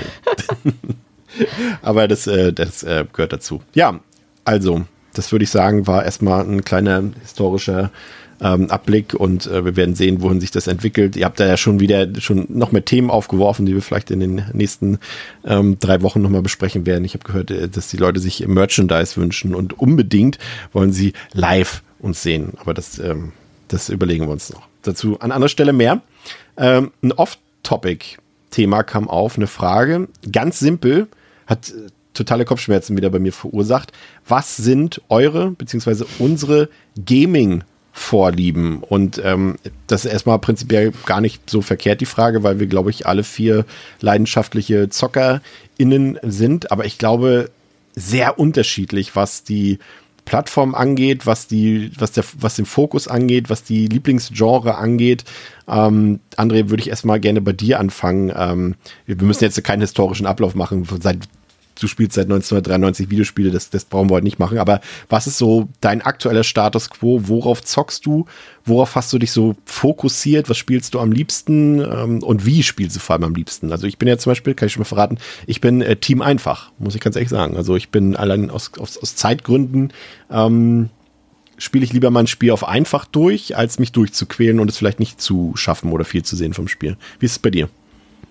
aber das, äh, das äh, gehört dazu. Ja, also, das würde ich sagen, war erstmal ein kleiner historischer Ähm, Abblick und äh, wir werden sehen, wohin sich das entwickelt. Ihr habt da ja schon wieder schon noch mehr Themen aufgeworfen, die wir vielleicht in den nächsten ähm, drei Wochen nochmal besprechen werden. Ich habe gehört, äh, dass die Leute sich Merchandise wünschen und unbedingt wollen sie live uns sehen. Aber das, ähm, das überlegen wir uns noch. Dazu an anderer Stelle mehr. Ähm, ein Off-Topic-Thema kam auf, eine Frage, ganz simpel, hat äh, totale Kopfschmerzen wieder bei mir verursacht. Was sind eure beziehungsweise unsere Gaming- Vorlieben? Und ähm, das ist erstmal prinzipiell gar nicht so verkehrt, die Frage, weil wir, glaube ich, alle vier leidenschaftliche ZockerInnen sind, aber ich glaube, sehr unterschiedlich, was die Plattform angeht, was die, was der, was den Fokus angeht, was die Lieblingsgenre angeht. Ähm, André, würde ich erstmal gerne bei dir anfangen. Ähm, wir müssen jetzt keinen historischen Ablauf machen, seit du spielst seit neunzehnhundertdreiundneunzig Videospiele, das, das brauchen wir heute nicht machen, aber was ist so dein aktueller Status quo? Worauf zockst du? Worauf hast du dich so fokussiert? Was spielst du am liebsten? Ähm, und wie spielst du vor allem am liebsten? Also ich bin ja zum Beispiel, kann ich schon mal verraten, ich bin äh, Team Einfach, muss ich ganz ehrlich sagen. Also ich bin allein aus, aus, aus Zeitgründen ähm, spiele ich lieber mal ein Spiel auf einfach durch, als mich durchzuquälen und es vielleicht nicht zu schaffen oder viel zu sehen vom Spiel. Wie ist es bei dir?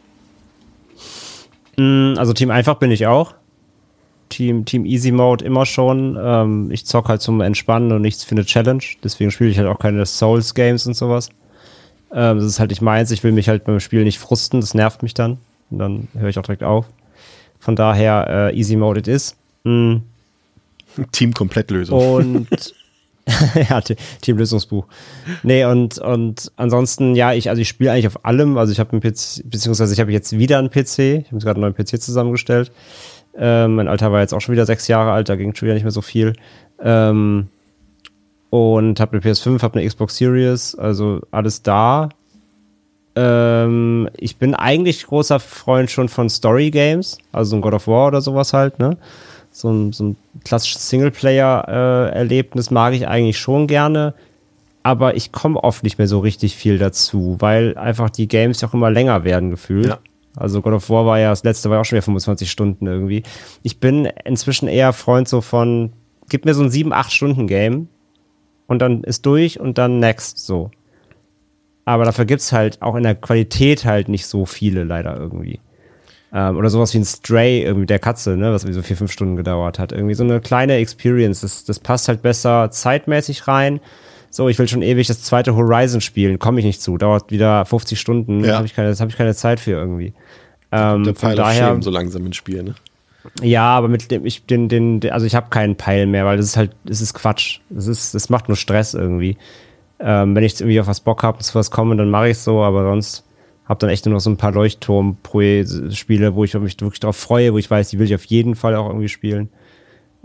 Also Team Einfach bin ich auch. Team, Team Easy Mode immer schon. Ähm, ich zock halt zum Entspannen und nichts für eine Challenge. Deswegen spiele ich halt auch keine Souls Games und sowas. Ähm, das ist halt nicht meins. Ich will mich halt beim Spiel nicht frusten. Das nervt mich dann. Und dann höre ich auch direkt auf. Von daher äh, Easy Mode it is. Mhm. Team-Komplettlösung. Und ja, Teamlösungsbuch. Nee, und, und ansonsten, ja, ich, also ich spiele eigentlich auf allem. Also ich habe einen P C, beziehungsweise ich habe jetzt wieder einen P C. Ich habe gerade einen neuen P C zusammengestellt. Ähm, mein Alter war jetzt auch schon wieder sechs Jahre alt, da ging schon wieder nicht mehr so viel. Ähm, und habe eine P S fünf, habe eine Xbox Series, also alles da. Ähm, ich bin eigentlich großer Freund schon von Story Games, also so ein God of War oder sowas halt, ne? So ein, so ein klassisches Singleplayer-Erlebnis mag ich eigentlich schon gerne, aber ich komme oft nicht mehr so richtig viel dazu, weil einfach die Games ja auch immer länger werden gefühlt. Ja. Also God of War war ja, das letzte war ja auch schon wieder fünfundzwanzig Stunden irgendwie. Ich bin inzwischen eher Freund so von, gib mir so ein sieben, acht Stunden Game und dann ist durch und dann next so. Aber dafür gibt's halt auch in der Qualität halt nicht so viele leider irgendwie. Ähm, oder sowas wie ein Stray irgendwie der Katze, ne, was so vier, fünf Stunden gedauert hat. Irgendwie so eine kleine Experience, das, das passt halt besser zeitmäßig rein. So, ich will schon ewig das zweite Horizon spielen, komme ich nicht zu, dauert wieder fünfzig Stunden, ja. habe ich keine, habe ich keine Zeit für irgendwie. Ähm, der Pfeil auf Schirm so langsam ins Spiel, ne? Ja, aber mit dem, ich, den, den, also ich habe keinen Peil mehr, weil das ist halt, das ist Quatsch. Das ist, das macht nur Stress irgendwie. Ähm, wenn ich irgendwie auf was Bock habe, zu was komme, dann mache ich es so, aber sonst habe dann echt nur noch so ein paar Leuchtturm-Spiele, wo ich mich wirklich darauf freue, wo ich weiß, die will ich auf jeden Fall auch irgendwie spielen.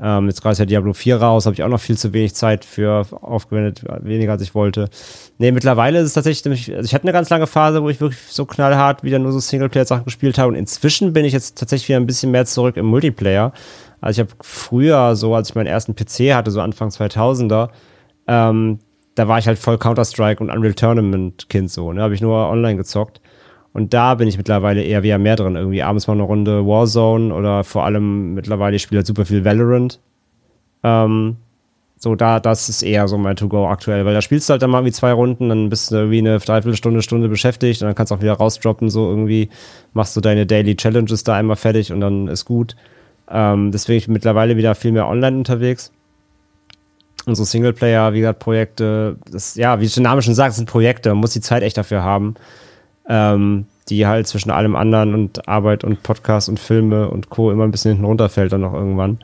Ähm, jetzt gerade ist ja Diablo vier raus, habe ich auch noch viel zu wenig Zeit für aufgewendet, weniger als ich wollte. Nee, mittlerweile ist es tatsächlich, also ich hatte eine ganz lange Phase, wo ich wirklich so knallhart wieder nur so Singleplayer-Sachen gespielt habe und inzwischen bin ich jetzt tatsächlich wieder ein bisschen mehr zurück im Multiplayer. Also ich habe früher, so als ich meinen ersten P C hatte, so Anfang zweitausender, ähm, da war ich halt voll Counter-Strike und Unreal Tournament-Kind so, ne, habe ich nur online gezockt. Und da bin ich mittlerweile eher wieder mehr drin. Irgendwie abends mal eine Runde Warzone oder vor allem mittlerweile, ich spiele halt super viel Valorant. Ähm, so, da, das ist eher so mein To-Go aktuell, weil da spielst du halt dann mal wie zwei Runden, dann bist du wie eine Dreiviertelstunde, Stunde beschäftigt und dann kannst du auch wieder rausdroppen, so irgendwie machst du deine Daily Challenges da einmal fertig und dann ist gut. Ähm, deswegen bin ich mittlerweile wieder viel mehr online unterwegs. Unsere Singleplayer, wie gesagt, Projekte, das, ja, wie der Name schon sagt, sind Projekte, man muss die Zeit echt dafür haben. Ähm, die halt zwischen allem anderen und Arbeit und Podcast und Filme und Co. immer ein bisschen hinten runterfällt dann noch irgendwann.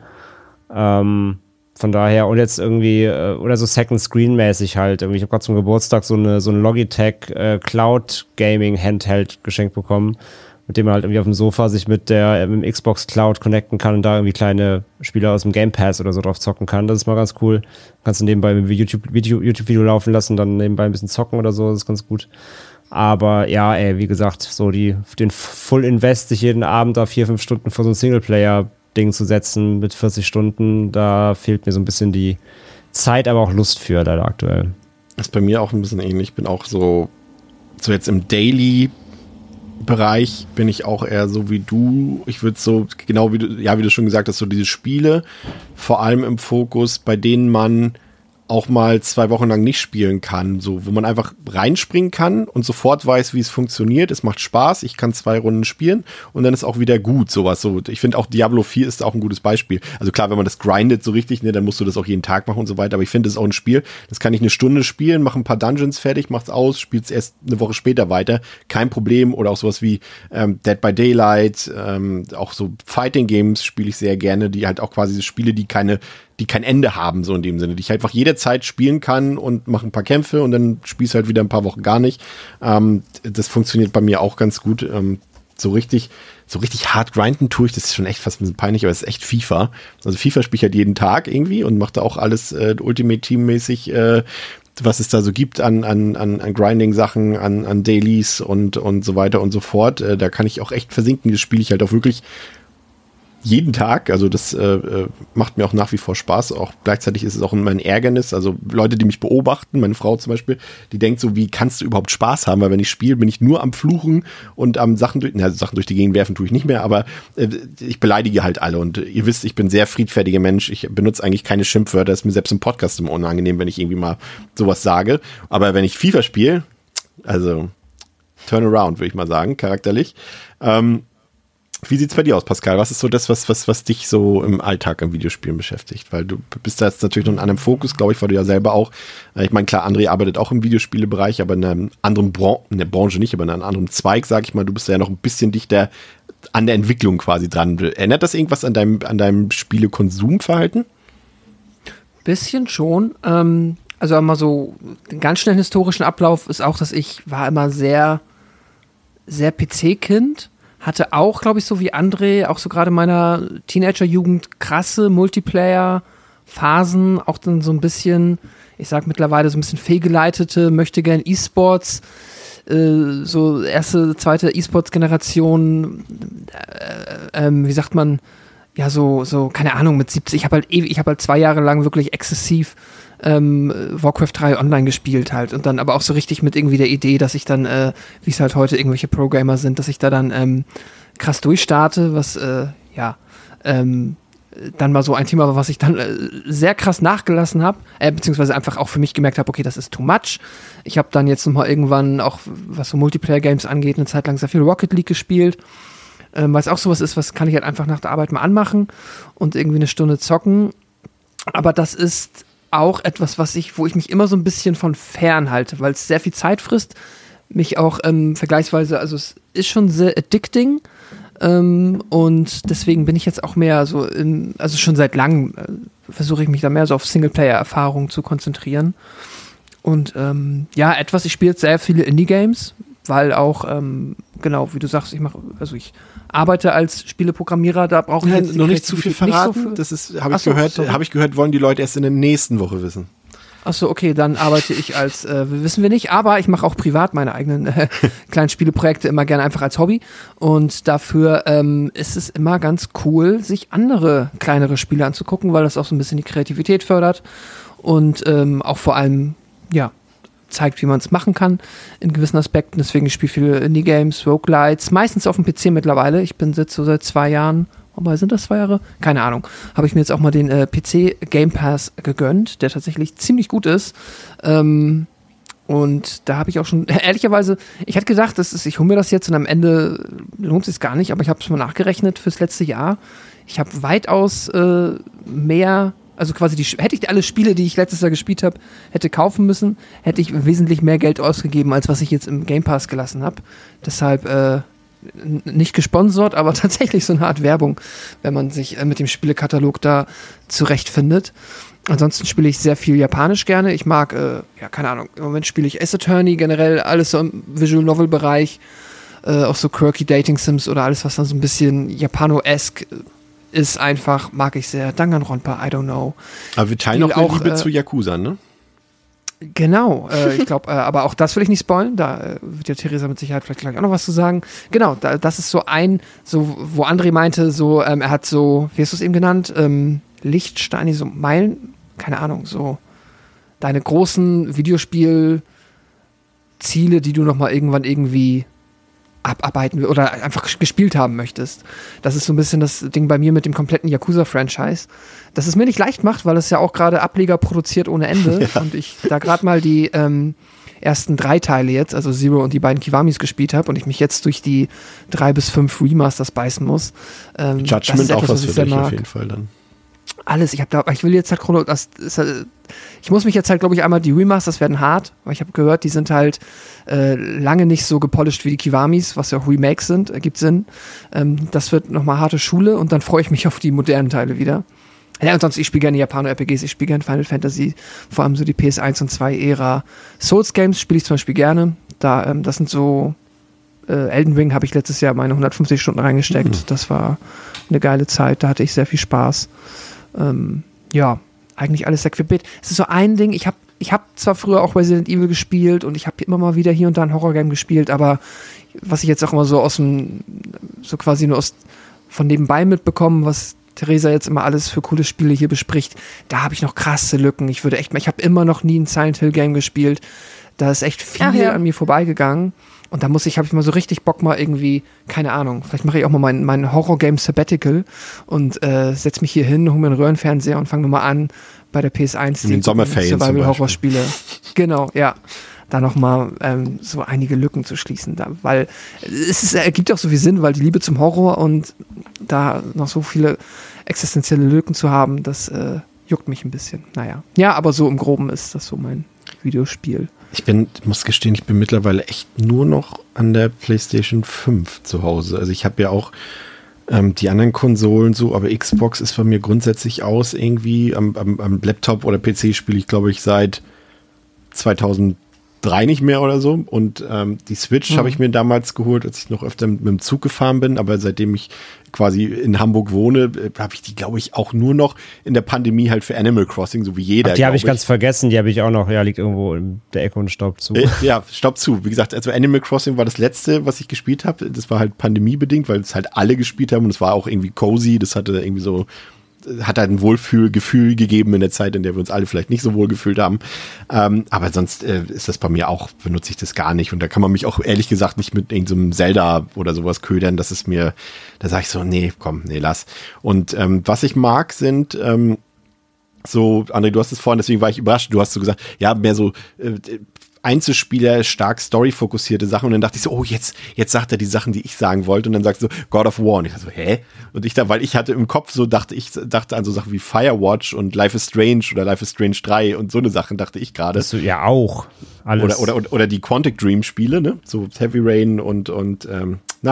Ähm, von daher, und jetzt irgendwie, äh, oder so Second Screen-mäßig halt, irgendwie, ich habe gerade zum Geburtstag so eine so ein Logitech äh, Cloud Gaming Handheld geschenkt bekommen, mit dem man halt irgendwie auf dem Sofa sich mit der mit dem Xbox Cloud connecten kann und da irgendwie kleine Spiele aus dem Game Pass oder so drauf zocken kann. Das ist mal ganz cool. Kannst du nebenbei ein YouTube-Video YouTube Video laufen lassen, dann nebenbei ein bisschen zocken oder so, das ist ganz gut. Aber ja, ey, wie gesagt, so die, den Full Invest, sich jeden Abend da vier, fünf Stunden vor so ein Singleplayer-Ding zu setzen mit vierzig Stunden, da fehlt mir so ein bisschen die Zeit, aber auch Lust für leider aktuell. Das ist bei mir auch ein bisschen ähnlich. Ich bin auch so, so jetzt im Daily-Bereich bin ich auch eher so wie du. Ich würde so, genau wie du, ja, wie du schon gesagt hast, so diese Spiele, vor allem im Fokus, bei denen man auch mal zwei Wochen lang nicht spielen kann, so, wo man einfach reinspringen kann und sofort weiß, wie es funktioniert. Es macht Spaß, ich kann zwei Runden spielen und dann ist auch wieder gut, sowas. So, ich finde auch Diablo vier ist auch ein gutes Beispiel. Also klar, wenn man das grindet so richtig, ne, dann musst du das auch jeden Tag machen und so weiter, aber ich finde, das ist auch ein Spiel, das kann ich eine Stunde spielen, mache ein paar Dungeons fertig, mach's aus, spiel's erst eine Woche später weiter, kein Problem. Oder auch sowas wie ähm, Dead by Daylight, ähm, auch so Fighting Games spiele ich sehr gerne, die halt auch quasi Spiele, die keine die kein Ende haben, so in dem Sinne, die ich einfach jederzeit spielen kann und mache ein paar Kämpfe und dann spielst du halt wieder ein paar Wochen gar nicht. Ähm, das funktioniert bei mir auch ganz gut. Ähm, so richtig, so richtig hart grinden tue ich, das ist schon echt fast ein bisschen peinlich, aber es ist echt FIFA. Also FIFA spiele ich halt jeden Tag irgendwie und mache da auch alles äh, Ultimate Team-mäßig, äh, was es da so gibt an, an, an, an Grinding-Sachen, an, an Dailies und, und so weiter und so fort. Äh, da kann ich auch echt versinken. Das spiele ich halt auch wirklich jeden Tag, also das äh, macht mir auch nach wie vor Spaß, auch gleichzeitig ist es auch mein Ärgernis, also Leute, die mich beobachten, meine Frau zum Beispiel, die denkt so, wie kannst du überhaupt Spaß haben, weil wenn ich spiele, bin ich nur am Fluchen und am Sachen durch, na, Sachen durch die Gegend werfen tue ich nicht mehr, aber äh, ich beleidige halt alle und ihr wisst, ich bin ein sehr friedfertiger Mensch, ich benutze eigentlich keine Schimpfwörter, ist mir selbst im Podcast immer unangenehm, wenn ich irgendwie mal sowas sage, aber wenn ich FIFA spiele, also Turnaround, würde ich mal sagen, charakterlich, ähm, wie sieht's bei dir aus, Pascal? Was ist so das, was, was, was dich so im Alltag im Videospielen beschäftigt? Weil du bist da jetzt natürlich noch in einem Fokus, glaube ich, weil du ja selber auch, ich meine, klar, André arbeitet auch im Videospielebereich, aber in einem anderen Branche, in der Branche nicht, aber in einem anderen Zweig, sag ich mal, du bist ja noch ein bisschen dichter an der Entwicklung quasi dran. Erinnert das irgendwas an deinem, an deinem Spielekonsumverhalten? Bisschen schon. Ähm, also einmal so, den ganz schnellen historischen Ablauf ist auch, dass ich war immer sehr, sehr P C-Kind. Hatte auch, glaube ich, so wie André, auch so gerade in meiner Teenager-Jugend krasse Multiplayer-Phasen, auch dann so ein bisschen, ich sag mittlerweile so ein bisschen fehlgeleitete, möchte gern E-Sports, äh, so erste, zweite E-Sports-Generation, äh, äh, wie sagt man, ja so, so, keine Ahnung, mit siebzig, ich habe halt ewig, ich habe halt zwei Jahre lang wirklich exzessiv Ähm, Warcraft drei online gespielt halt und dann aber auch so richtig mit irgendwie der Idee, dass ich dann, äh, wie es halt heute irgendwelche Pro-Gamer sind, dass ich da dann ähm, krass durchstarte, was äh, ja ähm, dann mal so ein Thema war, was ich dann äh, sehr krass nachgelassen habe, äh, beziehungsweise einfach auch für mich gemerkt habe, okay, das ist too much. Ich habe dann jetzt nochmal irgendwann auch, was so Multiplayer-Games angeht, eine Zeit lang sehr viel Rocket League gespielt, ähm, weil es auch sowas ist, was kann ich halt einfach nach der Arbeit mal anmachen und irgendwie eine Stunde zocken, aber das ist auch etwas, was ich, wo ich mich immer so ein bisschen von fern halte, weil es sehr viel Zeit frisst, mich auch ähm, vergleichsweise, also es ist schon sehr addicting ähm, und deswegen bin ich jetzt auch mehr so, in, also schon seit langem äh, versuche ich mich da mehr so auf Singleplayer-Erfahrungen zu konzentrieren und ähm, ja, etwas, ich spiele jetzt sehr viele Indie-Games, weil auch ähm, genau, wie du sagst, ich mache, also ich arbeite als Spieleprogrammierer, da brauche ich Ja, jetzt noch nicht zu viel verraten. So viel. Das ist, habe ich so, gehört, habe ich gehört, wollen die Leute erst in der nächsten Woche wissen. Achso, okay, dann arbeite ich als, äh, wissen wir nicht, aber ich mache auch privat meine eigenen äh, kleinen Spieleprojekte immer gerne einfach als Hobby und dafür ähm, ist es immer ganz cool, sich andere kleinere Spiele anzugucken, weil das auch so ein bisschen die Kreativität fördert und ähm, auch vor allem, ja, zeigt, wie man es machen kann in gewissen Aspekten. Deswegen ich spiele viele Indie-Games, Roguelites, meistens auf dem P C mittlerweile. Ich bin jetzt so seit zwei Jahren, wobei sind das zwei Jahre? Keine Ahnung. Habe ich mir jetzt auch mal den äh, P C Game Pass gegönnt, der tatsächlich ziemlich gut ist. Ähm, und da habe ich auch schon, ehrlicherweise, ich hatte gedacht, das ist, ich hole mir das jetzt und am Ende lohnt es sich gar nicht, aber ich habe es mal nachgerechnet fürs letzte Jahr. Ich habe weitaus äh, mehr, also quasi die, hätte ich alle Spiele, die ich letztes Jahr gespielt habe, hätte kaufen müssen, hätte ich wesentlich mehr Geld ausgegeben, als was ich jetzt im Game Pass gelassen habe. Deshalb äh, nicht gesponsert, aber tatsächlich so eine Art Werbung, wenn man sich äh, mit dem Spielekatalog da zurechtfindet. Ansonsten spiele ich sehr viel Japanisch gerne. Ich mag, äh, ja, keine Ahnung, im Moment spiele ich Ace Attorney, generell alles so im Visual Novel Bereich, äh, auch so quirky Dating Sims oder alles, was dann so ein bisschen Japano-esque ist einfach, mag ich sehr. Danganronpa, I don't know. Aber wir teilen auch eine Liebe äh, zu Yakuza, ne? Genau, äh, ich glaube, äh, aber auch das will ich nicht spoilen, da äh, wird ja Theresa mit Sicherheit vielleicht gleich auch noch was zu sagen. Genau, da, das ist so ein, so wo André meinte, so, ähm, er hat so, wie hast du es eben genannt, ähm, Lichtsteine, so Meilen, keine Ahnung, so deine großen Videospielziele, die du nochmal irgendwann irgendwie abarbeiten oder einfach gespielt haben möchtest. Das ist so ein bisschen das Ding bei mir mit dem kompletten Yakuza-Franchise, das es mir nicht leicht macht, weil es ja auch gerade Ableger produziert ohne Ende ja. Und ich da gerade mal die ähm, ersten drei Teile jetzt, also Zero und die beiden Kiwamis gespielt habe und ich mich jetzt durch die drei bis fünf Remasters beißen muss. Ähm, Judgment auch was für dich auf jeden Fall dann. Alles, ich habe da, ich will jetzt halt chrono, das ist halt, ich muss mich jetzt halt, glaube ich, einmal die Remasters werden hart, weil ich habe gehört, die sind halt äh, lange nicht so gepolished wie die Kiwamis, was ja auch Remakes sind, ergibt Sinn. Ähm, das wird nochmal harte Schule und dann freue ich mich auf die modernen Teile wieder. Ja, und sonst, ich spiele gerne Japano-R P Gs, ich spiele gerne Final Fantasy, vor allem so die P S eins und zwei Ära. Souls-Games spiele ich zum Beispiel gerne, da, ähm, das sind so, äh, Elden Ring habe ich letztes Jahr meine hundertfünfzig Stunden reingesteckt, mhm. Das war eine geile Zeit, da hatte ich sehr viel Spaß. Ähm, ja, eigentlich alles sehr querbeet. Es ist so ein Ding, ich habe ich hab zwar früher auch Resident Evil gespielt und ich habe immer mal wieder hier und da ein Horrorgame gespielt, aber was ich jetzt auch immer so aus dem, so quasi nur aus, von nebenbei mitbekommen, was Theresa jetzt immer alles für coole Spiele hier bespricht, da habe ich noch krasse Lücken. Ich würde echt, ich habe immer noch nie ein Silent Hill Game gespielt. Da ist echt viel ja. an mir vorbeigegangen. Und da muss ich, habe ich mal so richtig Bock mal irgendwie, keine Ahnung, vielleicht mache ich auch mal mein, mein Horror-Game Sabbatical und äh, setze mich hier hin, hole mir einen Röhrenfernseher und fange nochmal an bei der P S eins die Survival-Horror-Spiele. Genau, ja. Da nochmal ähm, so einige Lücken zu schließen. Da, weil es ist, ergibt auch so viel Sinn, weil die Liebe zum Horror und da noch so viele existenzielle Lücken zu haben, das äh, juckt mich ein bisschen. Naja. Ja, aber so im Groben ist das so mein Videospiel. Ich bin, muss gestehen, ich bin mittlerweile echt nur noch an der PlayStation fünf zu Hause. Also ich habe ja auch ähm, die anderen Konsolen so, aber Xbox ist bei mir grundsätzlich aus irgendwie. Am, am, am Laptop oder P C spiele ich, glaube ich, seit zweitausenddrei nicht mehr oder so. Und ähm, die Switch mhm. habe ich mir damals geholt, als ich noch öfter mit, mit dem Zug gefahren bin. Aber seitdem ich quasi in Hamburg wohne, habe ich die, glaube ich, auch nur noch in der Pandemie halt für Animal Crossing, so wie jeder. Ach, die habe ich, ich ganz vergessen, die habe ich auch noch, ja, liegt irgendwo in der Ecke und staubt zu. Äh, ja, staubt zu. Wie gesagt, also Animal Crossing war das letzte, was ich gespielt habe. Das war halt pandemiebedingt, weil es halt alle gespielt haben und es war auch irgendwie cozy, das hatte irgendwie so, hat halt ein Wohlfühlgefühl gegeben in der Zeit, in der wir uns alle vielleicht nicht so wohl gefühlt haben. Ähm, aber sonst äh, ist das bei mir auch, benutze ich das gar nicht. Und da kann man mich auch ehrlich gesagt nicht mit irgendeinem Zelda oder sowas ködern. Das ist mir, da sage ich so, nee, komm, nee, lass. Und ähm, was ich mag, sind ähm, so, André, du hast es vorhin, deswegen war ich überrascht. Du hast so gesagt, ja, mehr so äh, Einzelspieler, stark story-fokussierte Sachen. Und dann dachte ich so, oh, jetzt, jetzt sagt er die Sachen, die ich sagen wollte. Und dann sagst du God of War. Und ich dachte so, hä? Und ich da, weil ich hatte im Kopf so, dachte ich, dachte an so Sachen wie Firewatch und Life is Strange oder Life is Strange drei und so eine Sachen, dachte ich gerade. Das du ja auch. Alles. Oder, oder, oder die Quantic Dream Spiele, ne? So Heavy Rain und, und, ähm, na,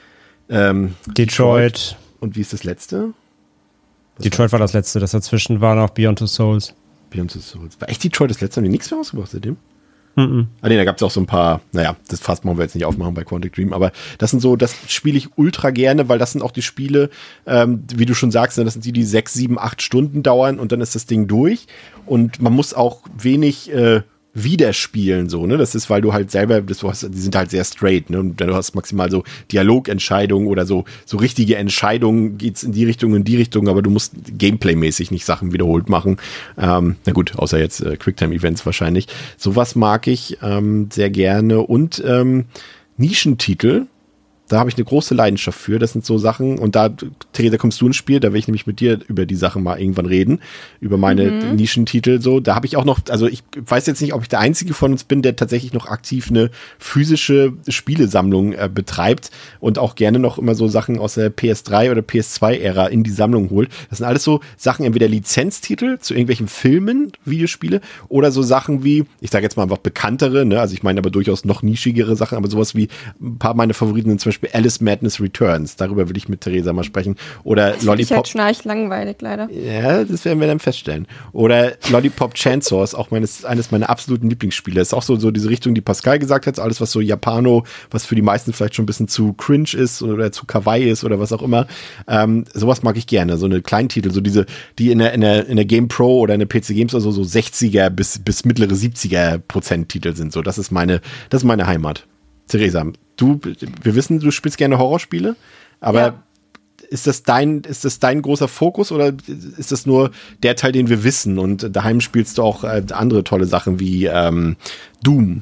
ähm, Detroit. Detroit. Und wie ist das letzte? Das Detroit war das letzte. Das dazwischen war noch Beyond Two Souls. Beyond Two Souls. War echt Detroit das letzte? Haben die nichts mehr rausgebracht seitdem? Mhm. Ah, nee, da gab es auch so ein paar, naja, das Fass wollen wir jetzt nicht aufmachen bei Quantic Dream, aber das sind so, das spiele ich ultra gerne, weil das sind auch die Spiele, ähm, wie du schon sagst, das sind die, die sechs, sieben, acht Stunden dauern und dann ist das Ding durch und man muss auch wenig äh, widerspielen, so, ne, das ist, weil du halt selber, das, du hast, die sind halt sehr straight, ne, und du hast maximal so Dialogentscheidungen oder so, so richtige Entscheidungen, geht's in die Richtung, in die Richtung, aber du musst Gameplay-mäßig nicht Sachen wiederholt machen, ähm, na gut, außer jetzt äh, Quicktime-Events wahrscheinlich, sowas mag ich ähm, sehr gerne und ähm, Nischentitel, da habe ich eine große Leidenschaft für. Das sind so Sachen, und da, Theresa, kommst du ins Spiel, da will ich nämlich mit dir über die Sachen mal irgendwann reden, über meine mhm. Nischentitel so. Da habe ich auch noch, also ich weiß jetzt nicht, ob ich der Einzige von uns bin, der tatsächlich noch aktiv eine physische Spielesammlung äh, betreibt und auch gerne noch immer so Sachen aus der P S drei oder P S zwei Ära in die Sammlung holt. Das sind alles so Sachen, entweder Lizenztitel zu irgendwelchen Filmen, Videospiele, oder so Sachen wie, ich sage jetzt mal einfach bekanntere, ne, also ich meine aber durchaus noch nischigere Sachen, aber sowas wie ein paar meiner Favoriten sind zum Beispiel Alice Madness Returns. Darüber will ich mit Theresa mal sprechen. Oder das Lollipop. Ich halt schnarch langweilig, leider. Ja, das werden wir dann feststellen. Oder Lollipop Chainsaw ist auch meines, eines meiner absoluten Lieblingsspiele. Ist auch so, so diese Richtung, die Pascal gesagt hat, alles was so Japano, was für die meisten vielleicht schon ein bisschen zu cringe ist oder zu kawaii ist oder was auch immer. Ähm, sowas mag ich gerne. So eine Kleintitel, so diese, die in der, in der, in der Game Pro oder in der P C Games oder so, so sechziger bis, bis mittlere siebziger Prozent Titel sind. So, das ist meine, das ist meine Heimat. Theresa, du, wir wissen, du spielst gerne Horrorspiele, aber ja. ist das dein, ist das dein großer Fokus oder ist das nur der Teil, den wir wissen und daheim spielst du auch äh, andere tolle Sachen wie ähm, Doom?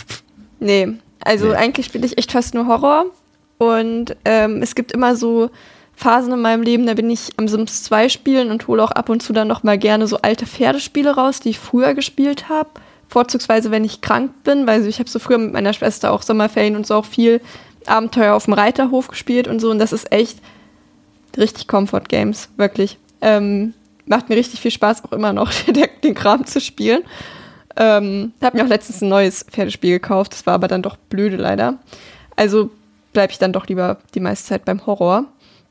Nee, also nee. Eigentlich spiele ich echt fast nur Horror und ähm, es gibt immer so Phasen in meinem Leben, da bin ich am Sims zwei spielen und hole auch ab und zu dann noch mal gerne so alte Pferdespiele raus, die ich früher gespielt habe. Vorzugsweise, wenn ich krank bin, weil ich habe so früher mit meiner Schwester auch Sommerferien und so auch viel Abenteuer auf dem Reiterhof gespielt und so. Und das ist echt richtig Comfort Games, wirklich. Ähm, macht mir richtig viel Spaß, auch immer noch den Kram zu spielen. Ähm, habe mir auch letztens ein neues Pferdespiel gekauft, das war aber dann doch blöde leider. Also bleibe ich dann doch lieber die meiste Zeit beim Horror.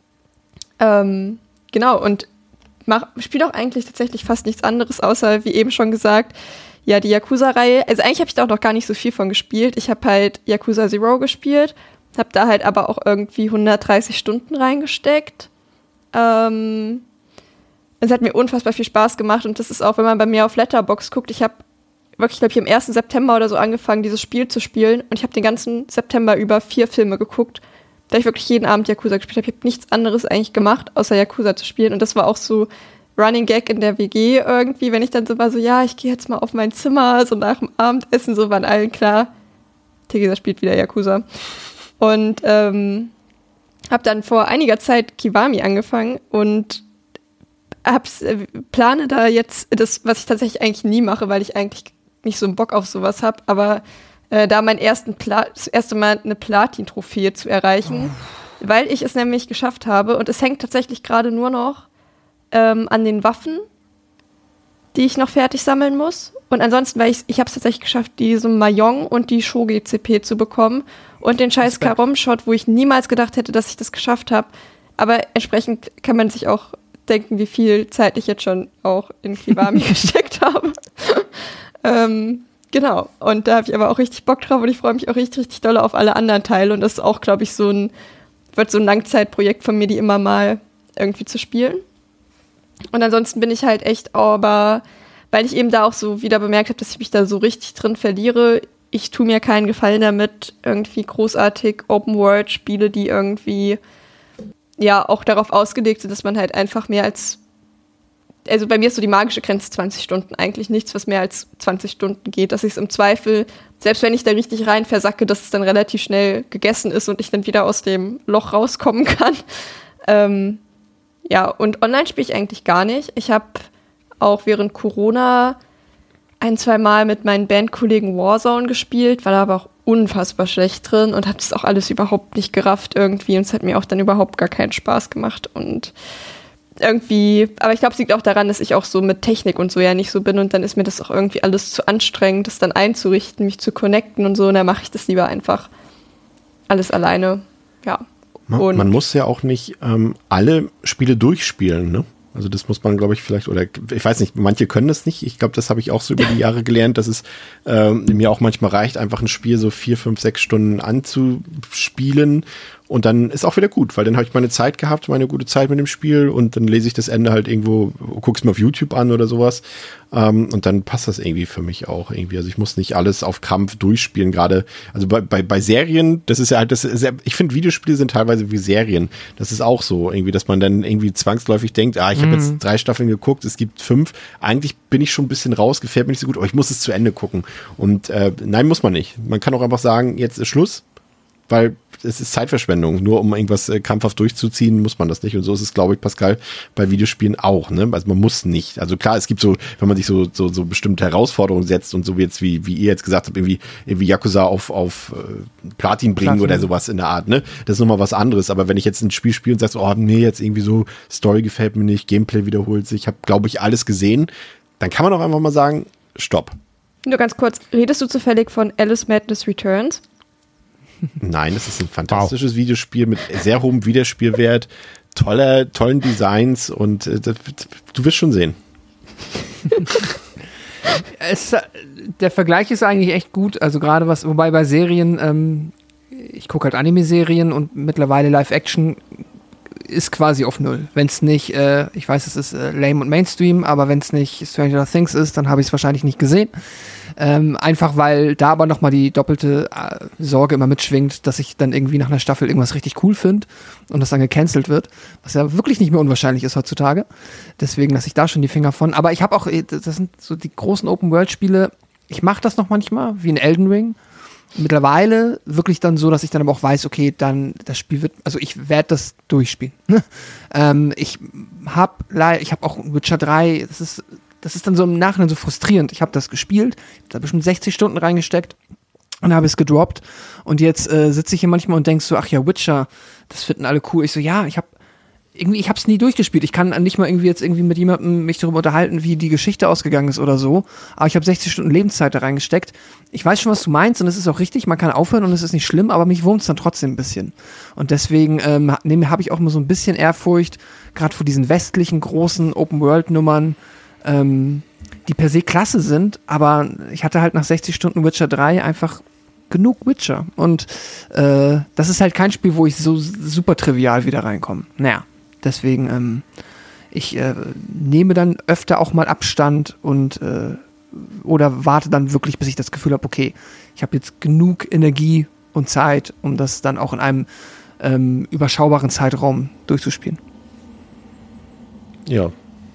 Ähm, genau, und spiele auch eigentlich tatsächlich fast nichts anderes, außer, wie eben schon gesagt, ja, die Yakuza-Reihe, also eigentlich habe ich da auch noch gar nicht so viel von gespielt. Ich habe halt Yakuza Zero gespielt, habe da halt aber auch irgendwie hundertdreißig Stunden reingesteckt. Ähm, es hat mir unfassbar viel Spaß gemacht und das ist auch, wenn man bei mir auf Letterboxd guckt, ich habe wirklich, glaube ich, am ersten September oder so angefangen, dieses Spiel zu spielen und ich habe den ganzen September über vier Filme geguckt, da ich wirklich jeden Abend Yakuza gespielt habe. Ich habe nichts anderes eigentlich gemacht, außer Yakuza zu spielen und das war auch so Running Gag in der W G irgendwie, wenn ich dann so war, so, ja, ich gehe jetzt mal auf mein Zimmer, so nach dem Abendessen, so waren allen klar, Theresa spielt wieder Yakuza. Und ähm, habe dann vor einiger Zeit Kiwami angefangen und hab's, äh, plane da jetzt, das, was ich tatsächlich eigentlich nie mache, weil ich eigentlich nicht so einen Bock auf sowas habe, aber äh, da meinen ersten Pla- das erste Mal eine Platin-Trophäe zu erreichen, oh. weil ich es nämlich geschafft habe und es hängt tatsächlich gerade nur noch Ähm, an den Waffen, die ich noch fertig sammeln muss. Und ansonsten, weil ich, ich habe es tatsächlich geschafft, diese Mahjong und die Shogi-C P zu bekommen und den scheiß Karom-Shot, wo ich niemals gedacht hätte, dass ich das geschafft habe. Aber entsprechend kann man sich auch denken, wie viel Zeit ich jetzt schon auch in Kiwami gesteckt habe. ähm, genau. Und da habe ich aber auch richtig Bock drauf und ich freue mich auch richtig, richtig doll auf alle anderen Teile. Und das ist auch, glaube ich, so ein, wird so ein Langzeitprojekt von mir, die immer mal irgendwie zu spielen. Und ansonsten bin ich halt echt, aber weil ich eben da auch so wieder bemerkt habe, dass ich mich da so richtig drin verliere, ich tue mir keinen Gefallen damit, irgendwie großartig Open-World-Spiele, die irgendwie ja auch darauf ausgelegt sind, dass man halt einfach mehr als, also bei mir ist so die magische Grenze zwanzig Stunden, eigentlich nichts, was mehr als zwanzig Stunden geht, dass ich es im Zweifel, selbst wenn ich da richtig rein versacke, dass es dann relativ schnell gegessen ist und ich dann wieder aus dem Loch rauskommen kann. Ähm, Ja, und online spiele ich eigentlich gar nicht. Ich habe auch während Corona ein, zwei Mal mit meinen Bandkollegen Warzone gespielt, war da aber auch unfassbar schlecht drin und habe das auch alles überhaupt nicht gerafft irgendwie und es hat mir auch dann überhaupt gar keinen Spaß gemacht und irgendwie, aber ich glaube, es liegt auch daran, dass ich auch so mit Technik und so ja nicht so bin und dann ist mir das auch irgendwie alles zu anstrengend, das dann einzurichten, mich zu connecten und so und dann mache ich das lieber einfach alles alleine, ja. Man, man muss ja auch nicht ähm, alle Spiele durchspielen, ne? Also das muss man, glaube ich, vielleicht, oder ich weiß nicht, manche können das nicht. Ich glaube, das habe ich auch so über die Jahre gelernt, dass es äh, mir auch manchmal reicht, einfach ein Spiel so vier, fünf, sechs Stunden anzuspielen und dann ist auch wieder gut, weil dann habe ich meine Zeit gehabt, meine gute Zeit mit dem Spiel und dann lese ich das Ende halt irgendwo, guck's mir auf YouTube an oder sowas ähm, und dann passt das irgendwie für mich auch irgendwie. Also ich muss nicht alles auf Krampf durchspielen, gerade, also bei, bei, bei Serien, das ist ja halt, das ist ja, ich finde Videospiele sind teilweise wie Serien. Das ist auch so irgendwie, dass man dann irgendwie zwangsläufig denkt, ah, ich habe jetzt drei Staffeln geguckt, es gibt fünf. Eigentlich bin ich schon ein bisschen raus, gefällt mir nicht so gut, aber ich muss es zu Ende gucken. Und äh, nein, muss man nicht. Man kann auch einfach sagen, jetzt ist Schluss, weil es ist Zeitverschwendung. Nur um irgendwas äh, krampfhaft durchzuziehen, muss man das nicht. Und so ist es, glaube ich, Pascal, bei Videospielen auch. Ne? Also man muss nicht. Also klar, es gibt so, wenn man sich so so, so bestimmte Herausforderungen setzt und so wie jetzt, wie, wie ihr jetzt gesagt habt, irgendwie, irgendwie Yakuza auf, auf äh, Platin bringen Platin. Oder sowas in der Art. Ne? Das ist nochmal was anderes. Aber wenn ich jetzt ein Spiel spiele und sage, oh nee, jetzt irgendwie so, Story gefällt mir nicht, Gameplay wiederholt sich, ich habe, glaube ich, alles gesehen, dann kann man auch einfach mal sagen, stopp. Nur ganz kurz, redest du zufällig von Alice Madness Returns? Nein, das ist ein fantastisches wow. Videospiel mit sehr hohem Wiederspielwert, toller, tollen Designs und äh, das, du wirst schon sehen. es, der Vergleich ist eigentlich echt gut, also gerade was, wobei bei Serien, ähm, ich gucke halt Anime-Serien und mittlerweile Live-Action ist quasi auf Null. Wenn es nicht, äh, ich weiß, es ist äh, lame und Mainstream, aber wenn es nicht Stranger Things ist, dann habe ich es wahrscheinlich nicht gesehen. Ähm, einfach weil da aber nochmal die doppelte äh, Sorge immer mitschwingt, dass ich dann irgendwie nach einer Staffel irgendwas richtig cool finde und das dann gecancelt wird, was ja wirklich nicht mehr unwahrscheinlich ist heutzutage. Deswegen lasse ich da schon die Finger von. Aber ich habe auch, das sind so die großen Open-World-Spiele, ich mache das noch manchmal, wie in Elden Ring. Mittlerweile wirklich dann so, dass ich dann aber auch weiß, okay, dann das Spiel wird, also ich werde das durchspielen. ähm, ich habe ich hab auch Witcher drei, das ist Das ist dann so im Nachhinein so frustrierend. Ich habe das gespielt, hab da bestimmt sechzig Stunden reingesteckt und habe es gedroppt. Und jetzt äh, sitze ich hier manchmal und denk so, ach ja, Witcher, das finden alle cool. Ich so, ja, ich habe irgendwie, ich habe es nie durchgespielt. Ich kann nicht mal irgendwie jetzt irgendwie mit jemandem mich darüber unterhalten, wie die Geschichte ausgegangen ist oder so. Aber ich habe sechzig Stunden Lebenszeit da reingesteckt. Ich weiß schon, was du meinst und es ist auch richtig. Man kann aufhören und es ist nicht schlimm, aber mich wurmt es dann trotzdem ein bisschen. Und deswegen ähm, habe ich auch immer so ein bisschen Ehrfurcht, gerade vor diesen westlichen großen Open-World-Nummern, Ähm, die per se klasse sind, aber ich hatte halt nach sechzig Stunden Witcher drei einfach genug Witcher und äh, das ist halt kein Spiel, wo ich so super trivial wieder reinkomme. Naja, deswegen ähm, ich äh, nehme dann öfter auch mal Abstand und äh, oder warte dann wirklich, bis ich das Gefühl habe, okay, ich habe jetzt genug Energie und Zeit, um das dann auch in einem ähm, überschaubaren Zeitraum durchzuspielen. Ja.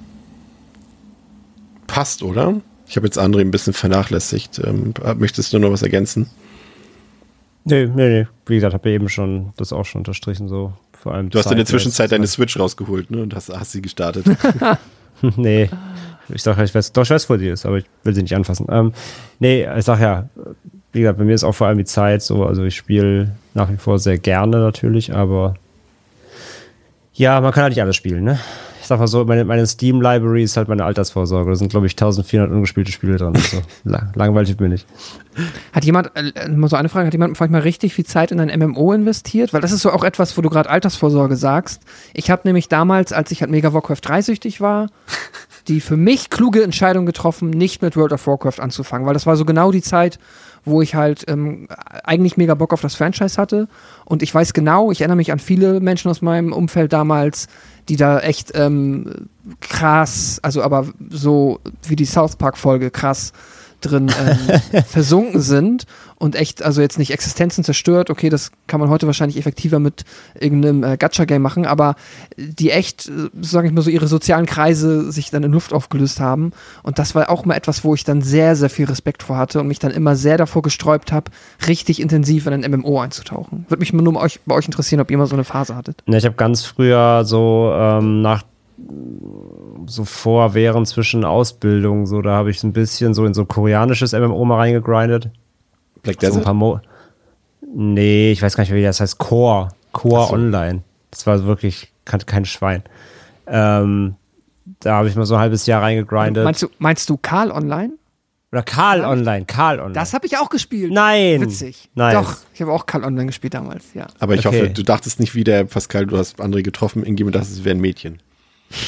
Passt, oder? Ich habe jetzt André ein bisschen vernachlässigt. Ähm, möchtest du noch was ergänzen? Nee, nee, nee. Wie gesagt, habe ich eben schon das auch schon unterstrichen. So. Vor allem du hast in der Zwischenzeit deine Switch rausgeholt, ne? Und hast, hast sie gestartet. Nee. Ich sage, ich weiß, doch, ich weiß, wo die ist, aber ich will sie nicht anfassen. Ähm, nee, ich sag ja, wie gesagt, bei mir ist auch vor allem die Zeit so, also ich spiele nach wie vor sehr gerne natürlich, aber ja, man kann halt nicht alles spielen, ne? Ich sag mal so, meine, meine Steam-Library ist halt meine Altersvorsorge. Da sind, glaube ich, eintausendvierhundert ungespielte Spiele dran. Also, lang, langweilig bin ich. Hat jemand, äh, mal so eine Frage, hat jemand vielleicht mal richtig viel Zeit in ein M M O investiert? Weil das ist so auch etwas, wo du gerade Altersvorsorge sagst. Ich habe nämlich damals, als ich halt mega Warcraft drei süchtig war, die für mich kluge Entscheidung getroffen, nicht mit World of Warcraft anzufangen. Weil das war so genau die Zeit, wo ich halt ähm, eigentlich mega Bock auf das Franchise hatte. Und ich weiß genau, ich erinnere mich an viele Menschen aus meinem Umfeld damals, die da echt ähm, krass, also aber so wie die South Park-Folge krass drin ähm, versunken sind und echt, also jetzt nicht Existenzen zerstört, okay, das kann man heute wahrscheinlich effektiver mit irgendeinem äh, Gacha-Game machen, aber die echt, äh, sage ich mal so, ihre sozialen Kreise sich dann in Luft aufgelöst haben und das war auch mal etwas, wo ich dann sehr, sehr viel Respekt vor hatte und mich dann immer sehr davor gesträubt habe, richtig intensiv in ein M M O einzutauchen. Würde mich nur bei euch, bei euch interessieren, ob ihr mal so eine Phase hattet. Ja, ich habe ganz früher so ähm, nach so vor, während zwischen Ausbildung, so, da habe ich ein bisschen so in so koreanisches M M O mal reingegrindet. Black Desert? So ein paar Mo- nee, ich weiß gar nicht mehr, wie das heißt. Core. Core so. Online. Das war wirklich, kannte kein Schwein. Ähm, da habe ich mal so ein halbes Jahr reingegrindet. Meinst du, meinst du Karl Online? Oder Karl ja. Online, Karl Online. Das habe ich auch gespielt. Nein. Witzig. Nein. Doch, ich habe auch Karl Online gespielt damals, ja. Aber ich okay. hoffe, du dachtest nicht wie der Pascal, du hast André getroffen, irgendjemand dachte, es wäre ein Mädchen.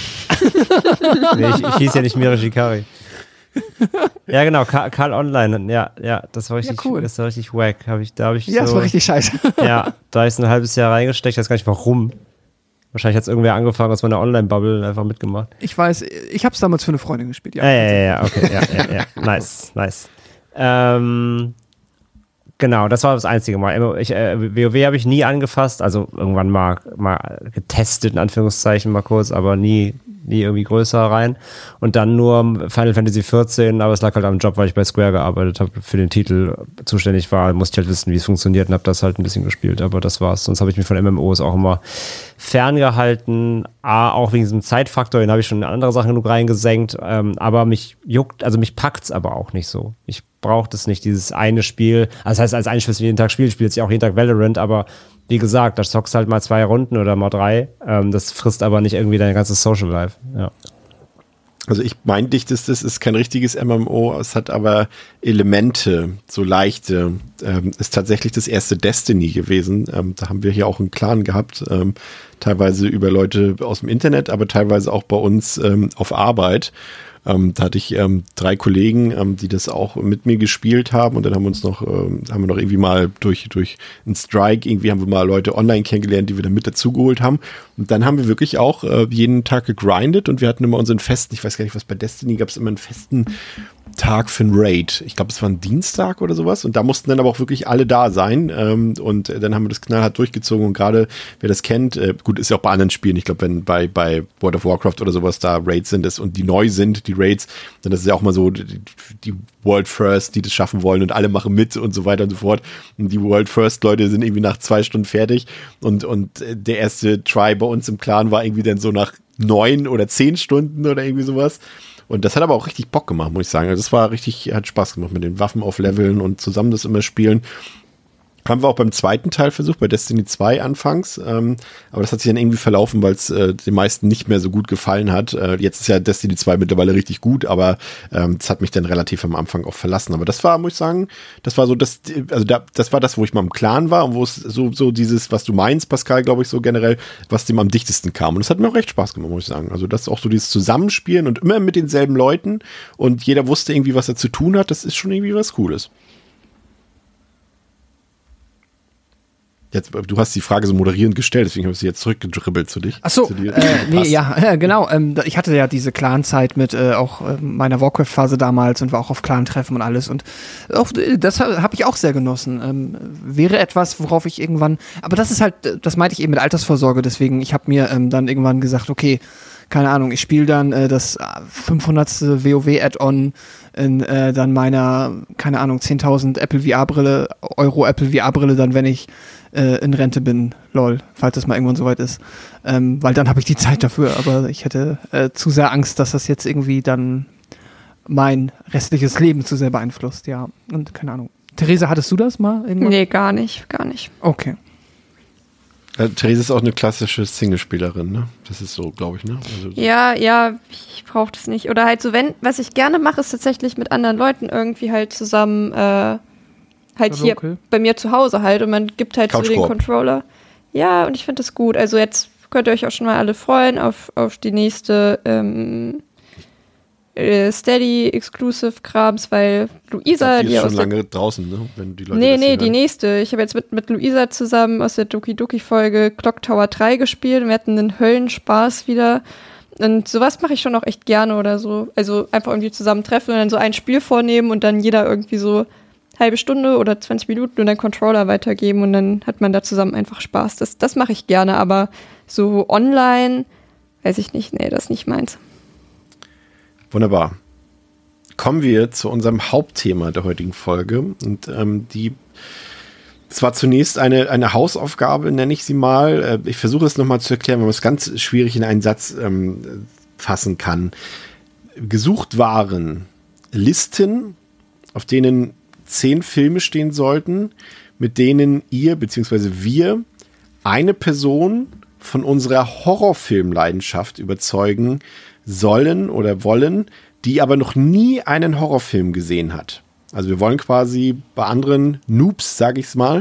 nee, ich, ich hieß ja nicht Mira Shikari. Ja, genau, Karl, Karl Online. Ja, ja, das war richtig, ja, cool. das war richtig wack. Hab ich, da hab ich ja, so, das war richtig scheiße. Ja, da habe ich so ein halbes Jahr reingesteckt, ich weiß gar nicht warum. Wahrscheinlich hat es irgendwer angefangen aus meiner Online-Bubble einfach mitgemacht. Ich weiß, ich habe es damals für eine Freundin gespielt, ja. Ja, ja, ja, ja, okay, ja, ja, ja. Nice, nice. Ähm, genau, das war das einzige Mal. Ich, äh, WoW habe ich nie angefasst, also irgendwann mal, mal getestet, in Anführungszeichen mal kurz, aber nie, nie irgendwie größer rein. Und dann nur Final Fantasy vierzehn, aber es lag halt am Job, weil ich bei Square gearbeitet habe, für den Titel zuständig war, musste ich halt wissen, wie es funktioniert und habe das halt ein bisschen gespielt, aber das war's. Sonst habe ich mich von M M Os auch immer ferngehalten, A, auch wegen diesem Zeitfaktor, den habe ich schon in andere Sachen genug reingesenkt, ähm, aber mich juckt, also mich packt's aber auch nicht so. Ich brauche das nicht, dieses eine Spiel, also das heißt, als ein Spiel, das jeden Tag spiele, spiele ich auch jeden Tag Valorant, aber wie gesagt, da zockst halt mal zwei Runden oder mal drei, ähm, das frisst aber nicht irgendwie dein ganzes Social Life, ja. Also ich mein dichtestes ist kein richtiges M M O, es hat aber Elemente, so leichte. Ähm, ist tatsächlich das erste Destiny gewesen. Ähm, da haben wir hier auch einen Clan gehabt, ähm, teilweise über Leute aus dem Internet, aber teilweise auch bei uns ähm, auf Arbeit. Ähm, da hatte ich ähm, drei Kollegen, ähm, die das auch mit mir gespielt haben und dann haben wir uns noch, ähm, haben wir noch irgendwie mal durch, durch einen Strike, irgendwie haben wir mal Leute online kennengelernt, die wir dann mit dazugeholt haben und dann haben wir wirklich auch äh, jeden Tag gegrindet und wir hatten immer unseren festen, ich weiß gar nicht, was bei Destiny gab es immer einen festen Tag für ein Raid. Ich glaube, es war ein Dienstag oder sowas und da mussten dann aber auch wirklich alle da sein ähm, und dann haben wir das knallhart durchgezogen und gerade, wer das kennt, äh, gut, ist ja auch bei anderen Spielen, ich glaube, wenn bei, bei World of Warcraft oder sowas da Raids sind das, und die neu sind, die Raids, dann ist es ja auch mal so, die, die World First, die das schaffen wollen und alle machen mit und so weiter und so fort und die World First Leute sind irgendwie nach zwei Stunden fertig und, und der erste Try bei uns im Clan war irgendwie dann so nach neun oder zehn Stunden oder irgendwie sowas. Und das hat aber auch richtig Bock gemacht, muss ich sagen. Also das war richtig, hat Spaß gemacht mit den Waffen aufleveln und zusammen das immer spielen. Haben wir auch beim zweiten Teil versucht, bei Destiny zwei anfangs. Ähm, aber das hat sich dann irgendwie verlaufen, weil es äh, den meisten nicht mehr so gut gefallen hat. Äh, jetzt ist ja Destiny zwei mittlerweile richtig gut, aber ähm, das hat mich dann relativ am Anfang auch verlassen. Aber das war, muss ich sagen, das war so das, also da, das war das, wo ich mal im Clan war und wo es so, so dieses, was du meinst, Pascal, glaube ich, so generell, was dem am dichtesten kam. Und das hat mir auch recht Spaß gemacht, muss ich sagen. Also das ist auch so dieses Zusammenspielen und immer mit denselben Leuten und jeder wusste irgendwie, was er zu tun hat. Das ist schon irgendwie was Cooles. Jetzt, du hast die Frage so moderierend gestellt, deswegen habe ich sie jetzt zurückgedribbelt zu dich. Ach so, zu dir. äh, nee, ja, äh, genau. Ähm, ich hatte ja diese Clan-Zeit mit äh, auch äh, meiner Warcraft-Phase damals und war auch auf Clan-Treffen und alles. Und auch, das habe ich auch sehr genossen. Ähm, wäre etwas, worauf ich irgendwann, aber das ist halt, das meinte ich eben mit Altersvorsorge, deswegen, ich habe mir ähm, dann irgendwann gesagt, okay, keine Ahnung, ich spiele dann äh, das fünfhundertste WoW-Add-on in äh, dann meiner, keine Ahnung, zehntausend Apple V R-Brille, Euro Apple V R-Brille dann, wenn ich äh, in Rente bin, lol, falls das mal irgendwann soweit ist. Ähm, weil dann habe ich die Zeit dafür, aber ich hätte äh, zu sehr Angst, dass das jetzt irgendwie dann mein restliches Leben zu sehr beeinflusst, ja. Und keine Ahnung. Theresa, hattest du das mal irgendwann? Nee, gar nicht, gar nicht. Okay. Ja, Theresa ist auch eine klassische Singlespielerin, ne? Das ist so, glaube ich, ne? Also so. Ja, ja, ich brauche das nicht. Oder halt so, wenn, was ich gerne mache, ist tatsächlich mit anderen Leuten irgendwie halt zusammen, äh, halt Also hier okay. bei mir zu Hause halt und man gibt halt so den Couch-Koop. Controller. Ja, und ich finde das gut. Also jetzt könnt ihr euch auch schon mal alle freuen auf, auf die nächste ähm, äh, Steady-Exclusive-Krams, weil Luisa, die die ist aus schon der lange draußen, ne? Wenn die Leute Nee, das nee, hier die hören. nächste. Ich habe jetzt mit, mit Luisa zusammen aus der Doki Doki Folge Clock Tower drei gespielt und wir hatten einen Höllenspaß wieder. Und sowas mache ich schon auch echt gerne oder so. Also einfach irgendwie zusammentreffen und dann so ein Spiel vornehmen und dann jeder irgendwie so halbe Stunde oder zwanzig Minuten und dann Controller weitergeben und dann hat man da zusammen einfach Spaß. Das, das mache ich gerne, aber so online, weiß ich nicht, nee, das ist nicht meins. Wunderbar. Kommen wir zu unserem Hauptthema der heutigen Folge. Und ähm, die, es war zunächst eine, eine Hausaufgabe, nenne ich sie mal. Äh, ich versuche es nochmal zu erklären, wenn man es ganz schwierig in einen Satz ähm, fassen kann. Gesucht waren Listen, auf denen zehn Filme stehen sollten, mit denen ihr bzw. wir eine Person von unserer Horrorfilmleidenschaft überzeugen sollen oder wollen, die aber noch nie einen Horrorfilm gesehen hat. Also wir wollen quasi bei anderen Noobs, sage ich es mal,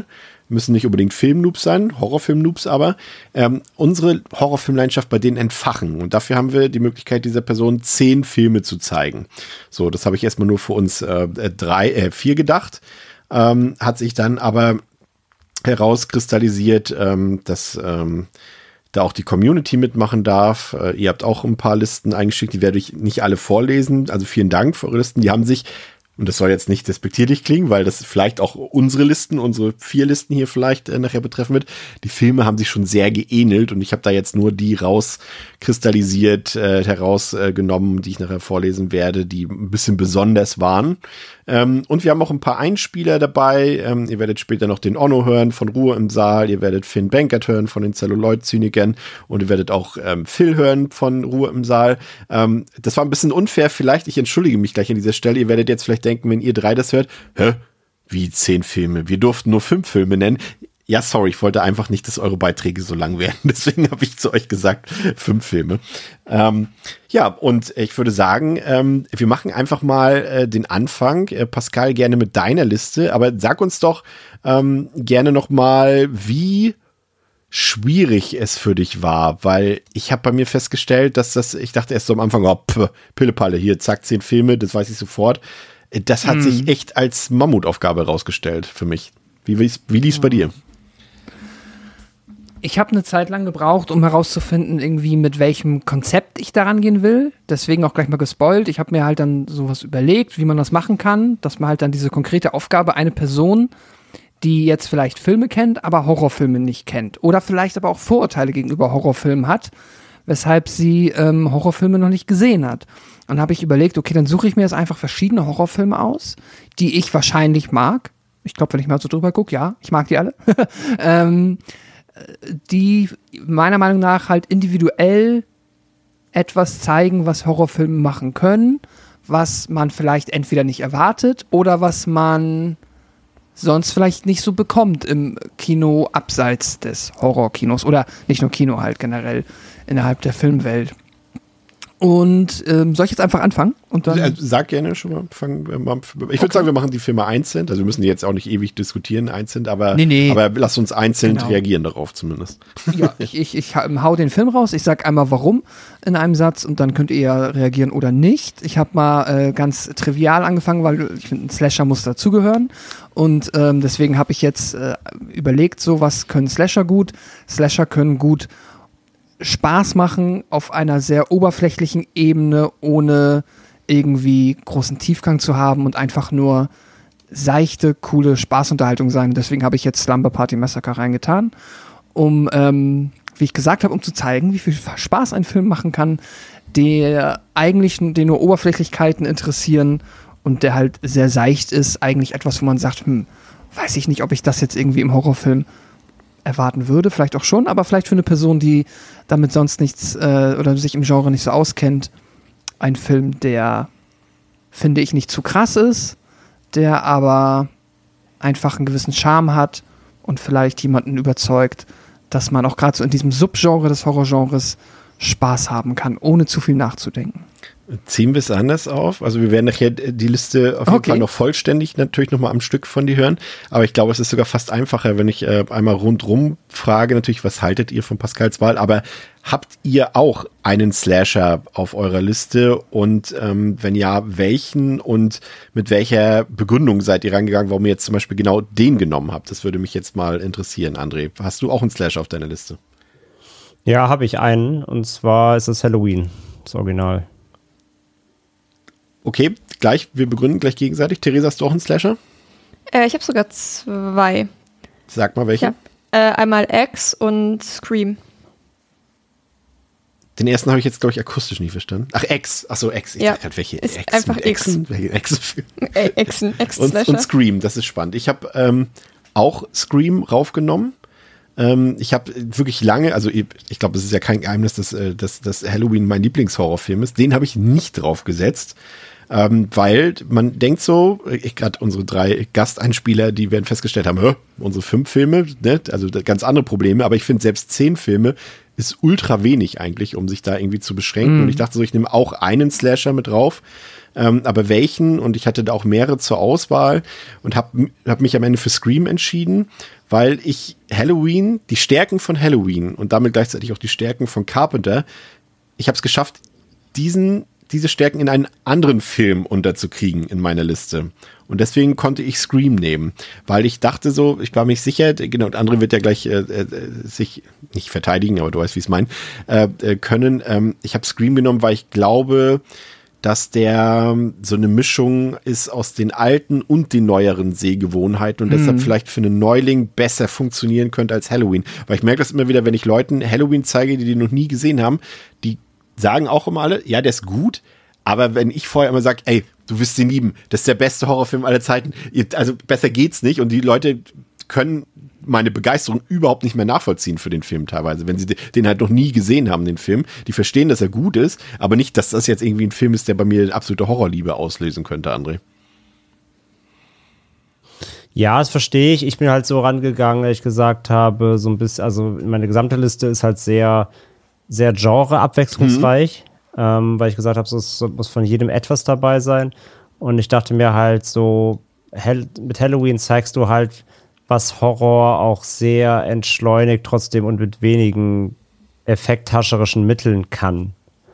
müssen nicht unbedingt Filmnoobs sein, Horrorfilm-Noobs aber, ähm, unsere Horrorfilmleidenschaft bei denen entfachen. Und dafür haben wir die Möglichkeit, dieser Person zehn Filme zu zeigen. So, das habe ich erstmal nur für uns äh, drei, äh, vier gedacht. Ähm, hat sich dann aber herauskristallisiert, ähm, dass ähm, da auch die Community mitmachen darf. Äh, ihr habt auch ein paar Listen eingeschickt, die werde ich nicht alle vorlesen. Also vielen Dank für eure Listen. Die haben sich, und das soll jetzt nicht despektierlich klingen, weil das vielleicht auch unsere Listen, unsere vier Listen hier vielleicht äh, nachher betreffen wird. Die Filme haben sich schon sehr geähnelt und ich habe da jetzt nur die rauskristallisiert, äh, herausgenommen, äh, die ich nachher vorlesen werde, die ein bisschen besonders waren. Ähm, und wir haben auch ein paar Einspieler dabei. Ähm, ihr werdet später noch den Onno hören von Ruhe im Saal. Ihr werdet Finn Bankert hören von den Celluloid-Zynikern. Und ihr werdet auch ähm, Phil hören von Ruhe im Saal. Ähm, das war ein bisschen unfair vielleicht. Ich entschuldige mich gleich an dieser Stelle. Ihr werdet jetzt vielleicht denken, wenn ihr drei das hört, hä? Wie zehn Filme? Wir durften nur fünf Filme nennen. Ja, sorry, ich wollte einfach nicht, dass eure Beiträge so lang werden. Deswegen habe ich zu euch gesagt, fünf Filme. Ähm, ja, und ich würde sagen, ähm, wir machen einfach mal äh, den Anfang. Äh, Pascal, gerne mit deiner Liste. Aber sag uns doch ähm, gerne noch mal, wie schwierig es für dich war. Weil ich habe bei mir festgestellt, dass das, ich dachte erst so am Anfang, oh, pff, Pillepalle, hier, zack, zehn Filme, das weiß ich sofort. Das hat hm. sich echt als Mammutaufgabe rausgestellt für mich. Wie, wie, wie lief es bei dir? Ich habe eine Zeit lang gebraucht, um herauszufinden, irgendwie mit welchem Konzept ich daran gehen will. Deswegen auch gleich mal gespoilt. Ich habe mir halt dann sowas überlegt, wie man das machen kann, dass man halt dann diese konkrete Aufgabe, eine Person, die jetzt vielleicht Filme kennt, aber Horrorfilme nicht kennt oder vielleicht aber auch Vorurteile gegenüber Horrorfilmen hat, weshalb sie ähm, Horrorfilme noch nicht gesehen hat. Und habe ich überlegt, okay, dann suche ich mir jetzt einfach verschiedene Horrorfilme aus, die ich wahrscheinlich mag. Ich glaube, wenn ich mal so drüber gucke, ja, ich mag die alle. ähm, die meiner Meinung nach halt individuell etwas zeigen, was Horrorfilme machen können, was man vielleicht entweder nicht erwartet oder was man sonst vielleicht nicht so bekommt im Kino abseits des Horrorkinos oder nicht nur Kino halt generell innerhalb der Filmwelt. Und ähm, soll ich jetzt einfach anfangen? Und dann Sag gerne schon mal. Fang, äh, mal ich würde okay. sagen, wir machen die Filme einzeln. Also wir müssen die jetzt auch nicht ewig diskutieren, einzeln, aber, nee, nee. aber lass uns einzeln genau. reagieren darauf zumindest. Ja, ich, ich, ich hau den Film raus. Ich sag einmal warum in einem Satz und dann könnt ihr ja reagieren oder nicht. Ich habe mal äh, ganz trivial angefangen, weil ich finde, ein Slasher muss dazugehören. Und ähm, deswegen habe ich jetzt äh, überlegt, so was können Slasher gut? Slasher können gut Spaß machen auf einer sehr oberflächlichen Ebene, ohne irgendwie großen Tiefgang zu haben und einfach nur seichte, coole Spaßunterhaltung sein. Deswegen habe ich jetzt Slumber Party Massacre reingetan, um, ähm, wie ich gesagt habe, um zu zeigen, wie viel Spaß ein Film machen kann, der eigentlich den nur Oberflächlichkeiten interessieren und der halt sehr seicht ist. Eigentlich etwas, wo man sagt, hm, weiß ich nicht, ob ich das jetzt irgendwie im Horrorfilm erwarten würde, vielleicht auch schon, aber vielleicht für eine Person, die damit sonst nichts äh, oder sich im Genre nicht so auskennt, ein Film, der, finde ich, nicht zu krass ist, der aber einfach einen gewissen Charme hat und vielleicht jemanden überzeugt, dass man auch gerade so in diesem Subgenre des Horrorgenres Spaß haben kann, ohne zu viel nachzudenken. Ziehen wir es anders auf. Also wir werden nachher die Liste auf jeden okay. Fall noch vollständig natürlich nochmal am Stück von dir hören. Aber ich glaube, es ist sogar fast einfacher, wenn ich äh, einmal rundrum frage, natürlich, was haltet ihr von Pascals Wahl? Aber habt ihr auch einen Slasher auf eurer Liste? Und ähm, wenn ja, welchen und mit welcher Begründung seid ihr rangegangen, warum ihr jetzt zum Beispiel genau den genommen habt? Das würde mich jetzt mal interessieren, André. Hast du auch einen Slasher auf deiner Liste? Ja, habe ich einen. Und zwar ist es Halloween, das Original. Okay, gleich, wir begründen gleich gegenseitig. Theresa, hast du auch einen Slasher? Äh, ich habe sogar zwei. Sag mal, welche? Ja. Äh, einmal X und Scream. Den ersten habe ich jetzt, glaube ich, akustisch nie verstanden. Ach, X. Achso, X. Ich ja. dachte gerade, welche ist X? Einfach X. Exen? Welche X? Äh, Exen, X und, und Scream, das ist spannend. Ich habe ähm, auch Scream raufgenommen. Ähm, ich habe wirklich lange, also ich, ich glaube, es ist ja kein Geheimnis, dass, dass, dass Halloween mein Lieblingshorrorfilm ist. Den habe ich nicht draufgesetzt. Ähm, weil man denkt so, ich gerade unsere drei Gasteinspieler, die werden festgestellt haben, hä, unsere fünf Filme, ne, also ganz andere Probleme, aber ich finde selbst zehn Filme ist ultra wenig eigentlich, um sich da irgendwie zu beschränken. Mm. Und ich dachte so, ich nehme auch einen Slasher mit drauf, ähm, aber welchen? Und ich hatte da auch mehrere zur Auswahl und habe hab mich am Ende für Scream entschieden, weil ich Halloween, die Stärken von Halloween und damit gleichzeitig auch die Stärken von Carpenter, ich habe es geschafft, diesen diese Stärken in einen anderen Film unterzukriegen in meiner Liste. Und deswegen konnte ich Scream nehmen, weil ich dachte so, ich war mir sicher, genau, und André wird ja gleich äh, äh, sich nicht verteidigen, aber du weißt, wie ich es meine, äh, äh, können. Ähm, ich habe Scream genommen, weil ich glaube, dass der so eine Mischung ist aus den alten und den neueren Sehgewohnheiten und mhm. deshalb vielleicht für einen Neuling besser funktionieren könnte als Halloween. Weil ich merke das immer wieder, wenn ich Leuten Halloween zeige, die den noch nie gesehen haben, die sagen auch immer alle, ja, der ist gut, aber wenn ich vorher immer sage, ey, du wirst ihn lieben, das ist der beste Horrorfilm aller Zeiten, also besser geht's nicht und die Leute können meine Begeisterung überhaupt nicht mehr nachvollziehen für den Film teilweise, wenn sie den halt noch nie gesehen haben, den Film. Die verstehen, dass er gut ist, aber nicht, dass das jetzt irgendwie ein Film ist, der bei mir eine absolute Horrorliebe auslösen könnte, André. Ja, das verstehe ich. Ich bin halt so rangegangen, dass ich gesagt habe, so ein bisschen, also meine gesamte Liste ist halt sehr sehr genre-abwechslungsreich, mhm. ähm, weil ich gesagt habe, es muss von jedem etwas dabei sein. Und ich dachte mir halt so, Hell- mit Halloween zeigst du halt, was Horror auch sehr entschleunigt trotzdem und mit wenigen effekthascherischen Mitteln kann.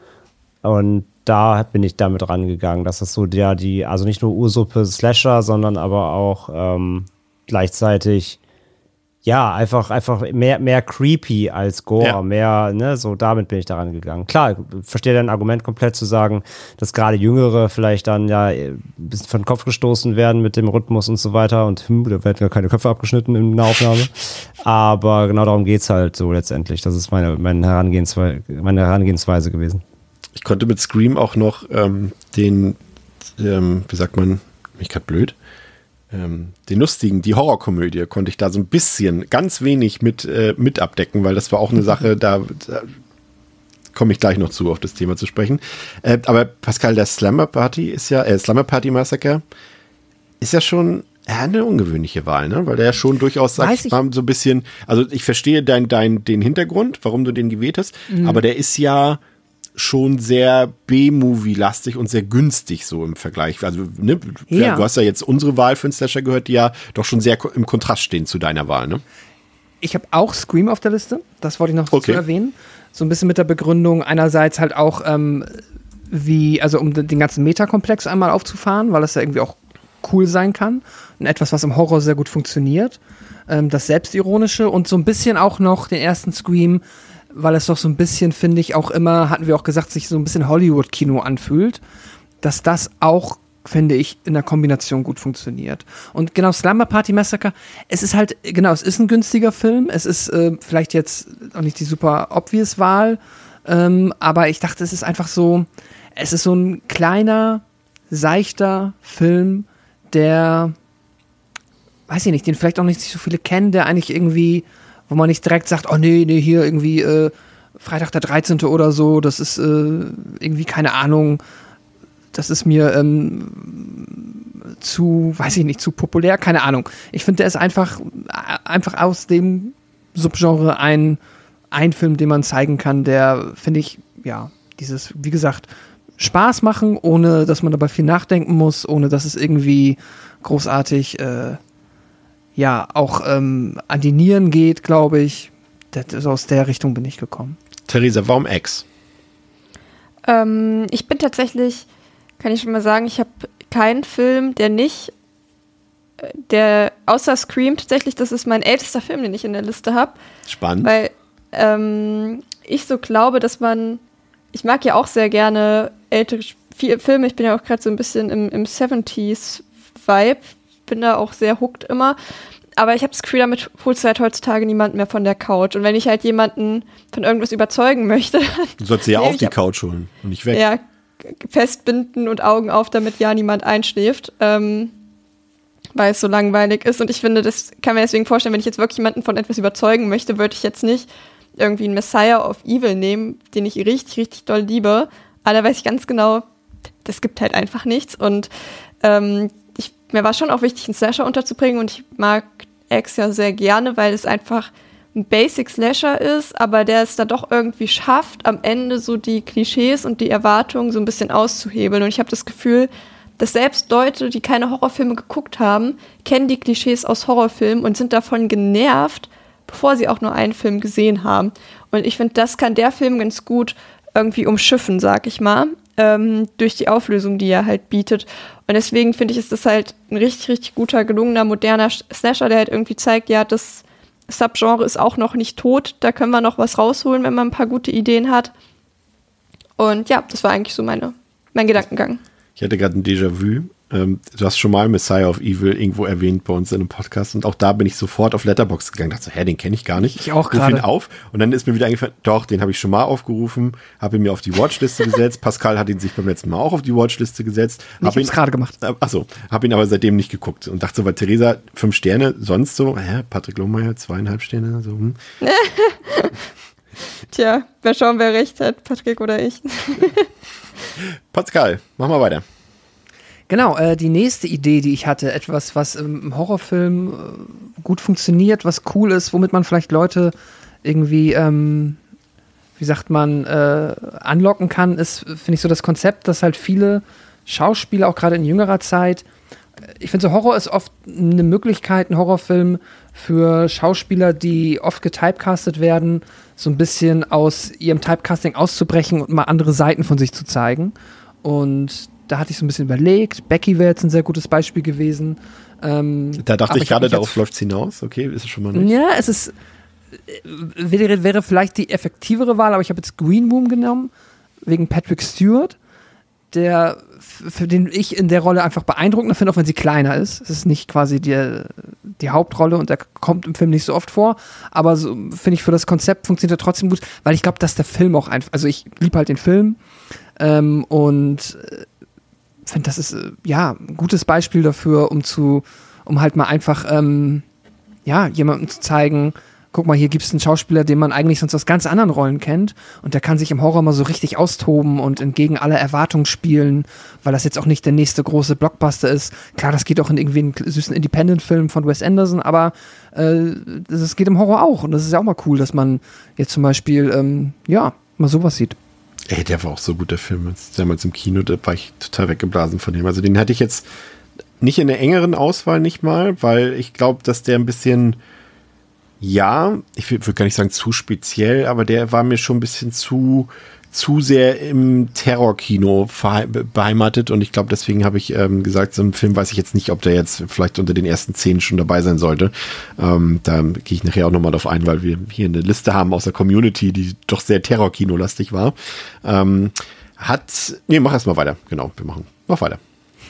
Und da bin ich damit rangegangen, dass das so ja die, also nicht nur Ursuppe Slasher, sondern aber auch ähm, gleichzeitig ja, einfach, einfach mehr, mehr creepy als Gore, ja. mehr, ne, so damit bin ich da rangegangen. Klar, ich verstehe dein Argument komplett zu sagen, dass gerade Jüngere vielleicht dann ja ein bisschen von den Kopf gestoßen werden mit dem Rhythmus und so weiter und hm, da werden ja keine Köpfe abgeschnitten in einer Aufnahme. Aber genau darum geht's halt so letztendlich. Das ist meine, meine, Herangehensweise, meine Herangehensweise gewesen. Ich konnte mit Scream auch noch ähm, den, ähm, wie sagt man, mich grad blöd, Ähm, den lustigen, die Horrorkomödie konnte ich da so ein bisschen, ganz wenig mit, äh, mit abdecken, weil das war auch eine Sache, da, da komme ich gleich noch zu, auf das Thema zu sprechen. Äh, aber Pascal, der Slumber Party ist ja, äh, Slumber Party Massacre ist ja schon äh, eine ungewöhnliche Wahl, ne? Weil der ja schon durchaus sagt, so ein bisschen, also ich verstehe dein, dein, den Hintergrund, warum du den gewählt hast, mhm. aber der ist ja schon sehr B-Movie-lastig und sehr günstig so im Vergleich. Also, ne, ja. Du hast ja jetzt unsere Wahl für einen Slasher gehört, die ja doch schon sehr im Kontrast stehen zu deiner Wahl, ne? Ich habe auch Scream auf der Liste, das wollte ich noch okay. dazu erwähnen. So ein bisschen mit der Begründung einerseits halt auch, ähm, wie, also um den ganzen Metakomplex einmal aufzufahren, weil das ja irgendwie auch cool sein kann. Und etwas, was im Horror sehr gut funktioniert. Ähm, das Selbstironische und so ein bisschen auch noch den ersten Scream, weil es doch so ein bisschen, finde ich, auch immer, hatten wir auch gesagt, sich so ein bisschen Hollywood-Kino anfühlt, dass das auch, finde ich, in der Kombination gut funktioniert. Und genau, Slumber Party Massacre, es ist halt, genau, es ist ein günstiger Film, es ist äh, vielleicht jetzt auch nicht die super obvious Wahl, ähm, aber ich dachte, es ist einfach so, es ist so ein kleiner, seichter Film, der, weiß ich nicht, den vielleicht auch nicht so viele kennen, der eigentlich irgendwie, wo man nicht direkt sagt, oh nee, nee, hier irgendwie äh, Freitag der dreizehnte oder so, das ist äh, irgendwie, keine Ahnung, das ist mir ähm, zu, weiß ich nicht, zu populär, keine Ahnung. Ich finde, der ist einfach, einfach aus dem Subgenre ein, ein Film, den man zeigen kann, der, finde ich, ja, dieses, wie gesagt, Spaß machen, ohne dass man dabei viel nachdenken muss, ohne dass es irgendwie großartig äh, ja, auch ähm, an die Nieren geht, glaube ich. Das, aus der Richtung bin ich gekommen. Theresa, warum X? Ähm, ich bin tatsächlich, kann ich schon mal sagen, ich habe keinen Film, der nicht, der außer Scream tatsächlich, das ist mein ältester Film, den ich in der Liste habe. Spannend. Weil ähm, ich so glaube, dass man, ich mag ja auch sehr gerne ältere Filme, ich bin ja auch gerade so ein bisschen im, im siebziger-Vibe, bin da auch sehr hooked immer. Aber ich habe das Gefühl, damit holst du halt heutzutage niemand mehr von der Couch. Und wenn ich halt jemanden von irgendwas überzeugen möchte, du sollst sie ja auf die Couch holen und nicht weg. Ja, festbinden und Augen auf, damit ja niemand einschläft, ähm, weil es so langweilig ist. Und ich finde, das kann man deswegen vorstellen, wenn ich jetzt wirklich jemanden von etwas überzeugen möchte, würde ich jetzt nicht irgendwie einen Messiah of Evil nehmen, den ich richtig, richtig doll liebe. Aber da weiß ich ganz genau, das gibt halt einfach nichts. Und ähm, ich, mir war schon auch wichtig, einen Slasher unterzubringen und ich mag X ja sehr gerne, weil es einfach ein Basic-Slasher ist, aber der es da doch irgendwie schafft, am Ende so die Klischees und die Erwartungen so ein bisschen auszuhebeln. Und ich habe das Gefühl, dass selbst Leute, die keine Horrorfilme geguckt haben, kennen die Klischees aus Horrorfilmen und sind davon genervt, bevor sie auch nur einen Film gesehen haben. Und ich finde, das kann der Film ganz gut irgendwie umschiffen, sag ich mal, ähm, durch die Auflösung, die er halt bietet. Und deswegen finde ich, ist das halt ein richtig, richtig guter, gelungener, moderner Slasher, der halt irgendwie zeigt, ja, das Subgenre ist auch noch nicht tot, da können wir noch was rausholen, wenn man ein paar gute Ideen hat. Und ja, das war eigentlich so meine, mein Gedankengang. Ich hatte gerade ein Déjà-vu. Ähm, du hast schon mal Messiah of Evil irgendwo erwähnt bei uns in einem Podcast und auch da bin ich sofort auf Letterboxd gegangen. Dachte so, hä, den kenne ich gar nicht. Ich auch Ruf ihn gerade. auf und dann ist mir wieder eingefallen, doch, den habe ich schon mal aufgerufen, habe ihn mir auf die Watchliste gesetzt. Pascal hat ihn sich beim letzten Mal auch auf die Watchliste gesetzt. Ich habe es gerade gemacht. Achso, habe ihn aber seitdem nicht geguckt und dachte so, weil Theresa fünf Sterne, sonst so, hä, Patrick Lohmeier zweieinhalb Sterne, so. Hm. Tja, wer schauen, wer recht hat, Patrick oder ich. Pascal, mach mal weiter. Genau, äh, die nächste Idee, die ich hatte, etwas, was im Horrorfilm äh, gut funktioniert, was cool ist, womit man vielleicht Leute irgendwie, ähm, wie sagt man, äh, anlocken kann, ist, finde ich, so das Konzept, dass halt viele Schauspieler, auch gerade in jüngerer Zeit, ich finde so Horror ist oft eine Möglichkeit, ein Horrorfilm für Schauspieler, die oft getypecastet werden, so ein bisschen aus ihrem Typecasting auszubrechen und mal andere Seiten von sich zu zeigen. Und da hatte ich so ein bisschen überlegt. Becky wäre jetzt ein sehr gutes Beispiel gewesen. Ähm, da dachte ich, ich gerade, darauf jetzt, läuft es hinaus. Okay, ist es schon mal nicht. Ja, es ist wäre, wäre vielleicht die effektivere Wahl, aber ich habe jetzt Green Room genommen, wegen Patrick Stewart, der, für den ich in der Rolle einfach beeindruckender finde, auch wenn sie kleiner ist. Es ist nicht quasi die, die Hauptrolle und der kommt im Film nicht so oft vor, aber so, finde ich, für das Konzept funktioniert er trotzdem gut, weil ich glaube, dass der Film auch einfach, also ich liebe halt den Film ähm, und finde, das ist äh, ja ein gutes Beispiel dafür, um zu, um halt mal einfach ähm, ja, jemandem zu zeigen, guck mal, hier gibt es einen Schauspieler, den man eigentlich sonst aus ganz anderen Rollen kennt und der kann sich im Horror mal so richtig austoben und entgegen aller Erwartungen spielen, weil das jetzt auch nicht der nächste große Blockbuster ist. Klar, das geht auch in irgendwie einen süßen Independent-Film von Wes Anderson, aber äh, das geht im Horror auch und das ist ja auch mal cool, dass man jetzt zum Beispiel ähm, ja, mal sowas sieht. Ey, der war auch so gut, der Film. Damals im Kino, da war ich total weggeblasen von dem. Also den hatte ich jetzt nicht in der engeren Auswahl nicht mal, weil ich glaube, dass der ein bisschen, ja, ich würde gar nicht sagen zu speziell, aber der war mir schon ein bisschen zu, zu sehr im Terrorkino beheimatet und ich glaube, deswegen habe ich ähm, gesagt, so ein Film weiß ich jetzt nicht, ob der jetzt vielleicht unter den ersten zehn schon dabei sein sollte. Ähm, da gehe ich nachher auch nochmal drauf ein, weil wir hier eine Liste haben aus der Community, die doch sehr Terrorkino-lastig war. Ähm, hat, nee, mach erst mal weiter. Genau, wir machen, mach weiter.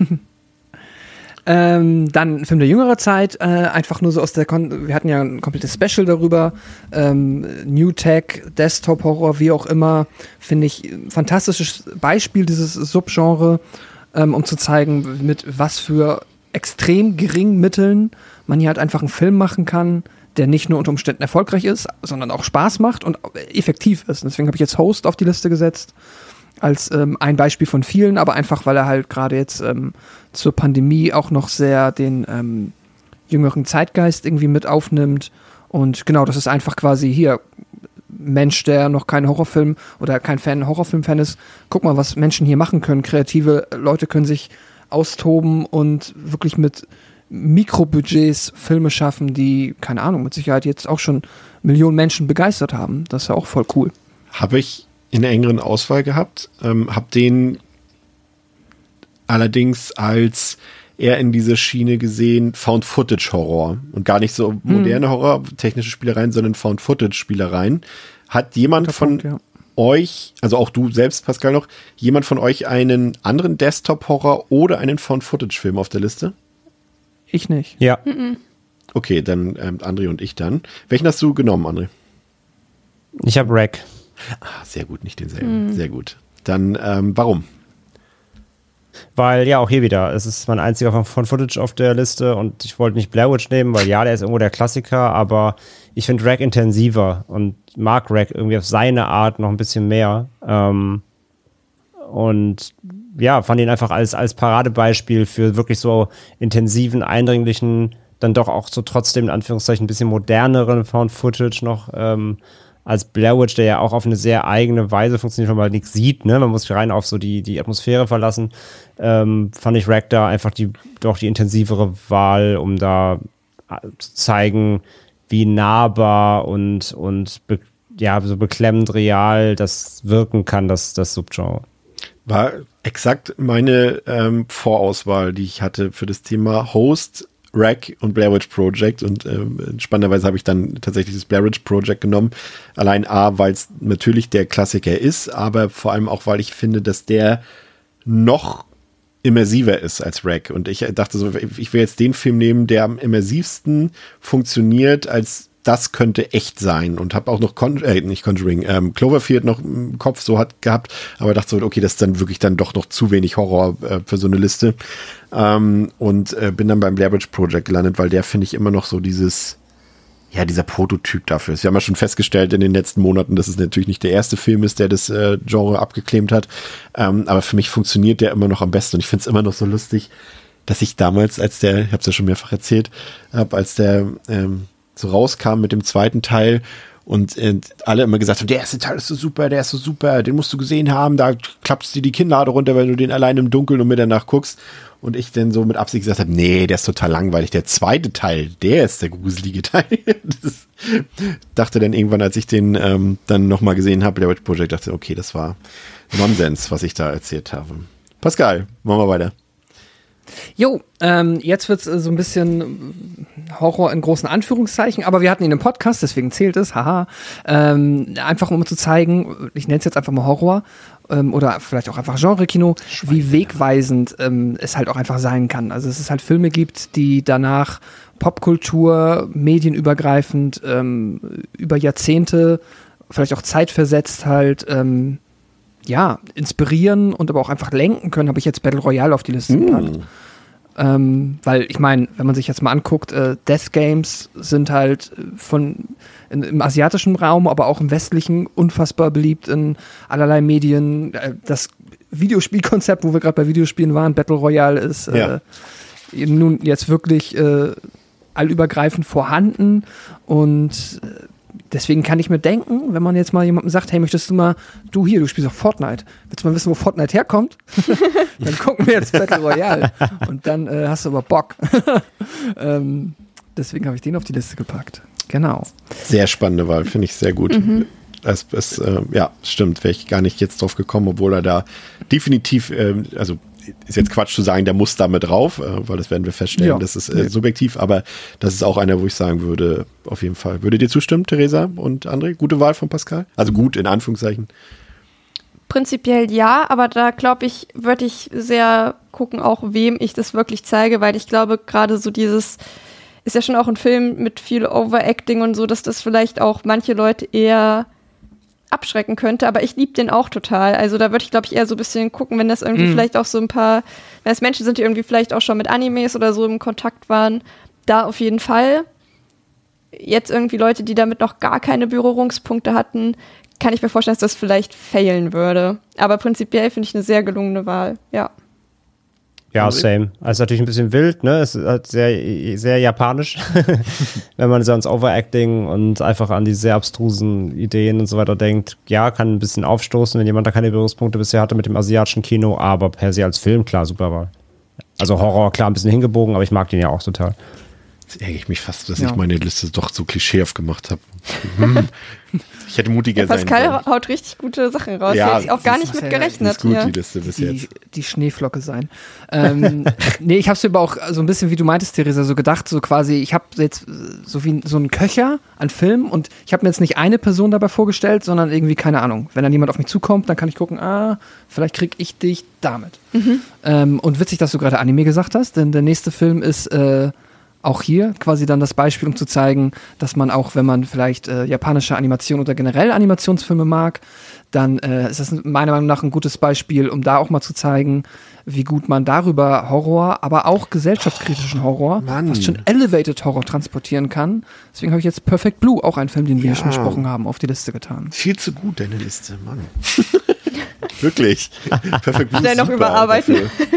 Ähm, dann ein Film der jüngerer Zeit, äh, einfach nur so aus der, Kon- wir hatten ja ein komplettes Special darüber, ähm, New Tech, Desktop Horror, wie auch immer, finde ich ein fantastisches Beispiel dieses Subgenre, ähm, um zu zeigen, mit was für extrem geringen Mitteln man hier halt einfach einen Film machen kann, der nicht nur unter Umständen erfolgreich ist, sondern auch Spaß macht und effektiv ist. Und deswegen habe ich jetzt Host auf die Liste gesetzt, als ähm, ein Beispiel von vielen, aber einfach, weil er halt gerade jetzt ähm, zur Pandemie auch noch sehr den ähm, jüngeren Zeitgeist irgendwie mit aufnimmt. Und genau, das ist einfach quasi hier Mensch, der noch kein Horrorfilm oder kein Fan, Horrorfilm-Fan ist. Guck mal, was Menschen hier machen können. Kreative Leute können sich austoben und wirklich mit Mikrobudgets Filme schaffen, die, keine Ahnung, mit Sicherheit jetzt auch schon Millionen Menschen begeistert haben. Das ist ja auch voll cool. Habe ich in der engeren Auswahl gehabt, ähm, habe den allerdings als eher in diese Schiene gesehen, Found-Footage-Horror und gar nicht so moderne hm. Horror, technische Spielereien, sondern Found-Footage-Spielereien. Hat jemand Guter von Punkt, ja. euch, also auch du selbst, Pascal, noch, jemand von euch einen anderen Desktop-Horror oder einen Found-Footage-Film auf der Liste? Ich nicht. Ja. Okay, dann ähm, André und ich dann. Welchen hast du genommen, André? Ich habe Rack. Ah, sehr gut, nicht denselben. Mhm. Sehr gut. Dann, ähm, warum? Weil, ja, auch hier wieder, es ist mein einziger von, von Footage auf der Liste und ich wollte nicht Blair Witch nehmen, weil ja, der ist irgendwo der Klassiker, aber ich finde Rack intensiver und mag Rack irgendwie auf seine Art noch ein bisschen mehr. Ähm, und ja, fand ihn einfach als, als Paradebeispiel für wirklich so intensiven, eindringlichen, dann doch auch so trotzdem in Anführungszeichen ein bisschen moderneren Found-Footage noch ähm, als Blair Witch, der ja auch auf eine sehr eigene Weise funktioniert, wenn man halt nichts sieht, ne? Man muss sich rein auf so die, die Atmosphäre verlassen. Ähm, fand ich Wreck da einfach die, doch die intensivere Wahl, um da zu zeigen, wie nahbar und, und be, ja, so beklemmend real das wirken kann, das, das Subgenre. War exakt meine ähm, Vorauswahl, die ich hatte für das Thema Host, Wreck und Blair Witch Project, und ähm, spannenderweise habe ich dann tatsächlich das Blair Witch Project genommen. Allein A, weil es natürlich der Klassiker ist, aber vor allem auch, weil ich finde, dass der noch immersiver ist als Wreck. Und ich dachte so, ich will jetzt den Film nehmen, der am immersivsten funktioniert, als das könnte echt sein, und habe auch noch Con- äh, nicht Conjuring, ähm, Cloverfield noch im Kopf so hat gehabt, aber dachte so, okay, das ist dann wirklich dann doch noch zu wenig Horror äh, für so eine Liste, ähm, und äh, bin dann beim Blair Witch Project gelandet, weil der, finde ich, immer noch so dieses, ja, dieser Prototyp dafür ist. Wir haben ja schon festgestellt in den letzten Monaten, dass es natürlich nicht der erste Film ist, der das äh, Genre abgeklebt hat, ähm, aber für mich funktioniert der immer noch am besten, und ich finde es immer noch so lustig, dass ich damals, als der, ich habe es ja schon mehrfach erzählt, hab, als der ähm, so rauskam mit dem zweiten Teil und äh, alle immer gesagt haben, der erste Teil ist so super, der ist so super, den musst du gesehen haben, da klappst dir die Kinnlade runter, wenn du den allein im Dunkeln um Mitternacht guckst, und ich dann so mit Absicht gesagt habe, nee, der ist total langweilig, der zweite Teil, der ist der gruselige Teil. Das dachte dann irgendwann, als ich den ähm, dann nochmal gesehen habe, der Witch Project, dachte, okay, das war Nonsens, was ich da erzählt habe. Pascal, machen wir weiter. Jo, ähm, jetzt wird es äh, so ein bisschen Horror in großen Anführungszeichen, aber wir hatten ihn im Podcast, deswegen zählt es, haha. Ähm, einfach um zu zeigen, ich nenne es jetzt einfach mal Horror ähm, oder vielleicht auch einfach Genre-Kino, wie wegweisend ähm, es halt auch einfach sein kann. Also dass es halt Filme gibt, die danach Popkultur, medienübergreifend, ähm, über Jahrzehnte, vielleicht auch zeitversetzt halt, ähm, ja, inspirieren und aber auch einfach lenken können, habe ich jetzt Battle Royale auf die Liste mm. gepackt. Ähm, weil ich meine, wenn man sich jetzt mal anguckt, äh, Death Games sind halt von in, im asiatischen Raum, aber auch im westlichen unfassbar beliebt in allerlei Medien. Äh, das Videospielkonzept, wo wir gerade bei Videospielen waren, Battle Royale ist äh, ja. nun jetzt wirklich äh, allübergreifend vorhanden, und äh, deswegen kann ich mir denken, wenn man jetzt mal jemandem sagt, hey, möchtest du mal, du hier, du spielst auch Fortnite, willst du mal wissen, wo Fortnite herkommt? Dann gucken wir jetzt Battle Royale und dann äh, hast du aber Bock. ähm, deswegen habe ich den auf die Liste gepackt. Genau. Sehr spannende Wahl, finde ich sehr gut. Mhm. Es, es, äh, ja, stimmt, wäre ich gar nicht jetzt drauf gekommen, obwohl er da definitiv, äh, also ist jetzt Quatsch zu sagen, der muss da mit drauf, äh, weil das werden wir feststellen, ja. das ist äh, subjektiv, aber das ist auch einer, wo ich sagen würde, auf jeden Fall. Würde dir zustimmen, Theresa und André? Gute Wahl von Pascal? Also gut, in Anführungszeichen. Prinzipiell ja, aber da glaube ich, würde ich sehr gucken, auch wem ich das wirklich zeige, weil ich glaube, gerade so dieses, ist ja schon auch ein Film mit viel Overacting und so, dass das vielleicht auch manche Leute eher abschrecken könnte, aber ich liebe den auch total. Also da würde ich, glaube ich, eher so ein bisschen gucken, wenn das irgendwie mm. vielleicht auch so ein paar, wenn es Menschen sind, die irgendwie vielleicht auch schon mit Animes oder so im Kontakt waren, da auf jeden Fall. Jetzt irgendwie Leute, die damit noch gar keine Berührungspunkte hatten, kann ich mir vorstellen, dass das vielleicht failen würde. Aber prinzipiell finde ich eine sehr gelungene Wahl, ja. Ja, same. Also natürlich ein bisschen wild, ne? Es ist halt sehr, sehr japanisch, wenn man so ans Overacting und einfach an die sehr abstrusen Ideen und so weiter denkt. Ja, kann ein bisschen aufstoßen, wenn jemand da keine Berührungspunkte bisher hatte mit dem asiatischen Kino, aber per se als Film, klar, super Wahl. Also Horror, klar, ein bisschen hingebogen, aber ich mag den ja auch total. Jetzt ärgere ich mich fast, dass ja. ich meine Liste doch so klischeehaft gemacht habe. Hm. Ich hätte mutiger sein Pascal sollen. haut richtig gute Sachen raus. Ja, hätte ich auch gar nicht mit gerechnet. Ist gut, ja. die Liste bis die, jetzt. Die Schneeflocke sein. ähm, nee, ich habe es mir aber auch so ein bisschen, wie du meintest, Theresa, so gedacht, so quasi, ich habe jetzt so wie so einen Köcher an Filmen, und ich habe mir jetzt nicht eine Person dabei vorgestellt, sondern irgendwie, keine Ahnung, wenn dann jemand auf mich zukommt, dann kann ich gucken, ah, vielleicht krieg ich dich damit. Mhm. Ähm, und witzig, dass du gerade Anime gesagt hast, denn der nächste Film ist äh, auch hier quasi dann das Beispiel, um zu zeigen, dass man auch, wenn man vielleicht äh, japanische Animation oder generell Animationsfilme mag, dann äh, ist das meiner Meinung nach ein gutes Beispiel, um da auch mal zu zeigen, wie gut man darüber Horror, aber auch gesellschaftskritischen Horror, Mann. fast schon Elevated Horror transportieren kann. Deswegen habe ich jetzt Perfect Blue, auch einen Film, den wir ja. schon besprochen haben, auf die Liste getan. Viel zu gut, deine Liste, Mann. Wirklich. Perfect Blue. Schnell noch überarbeiten.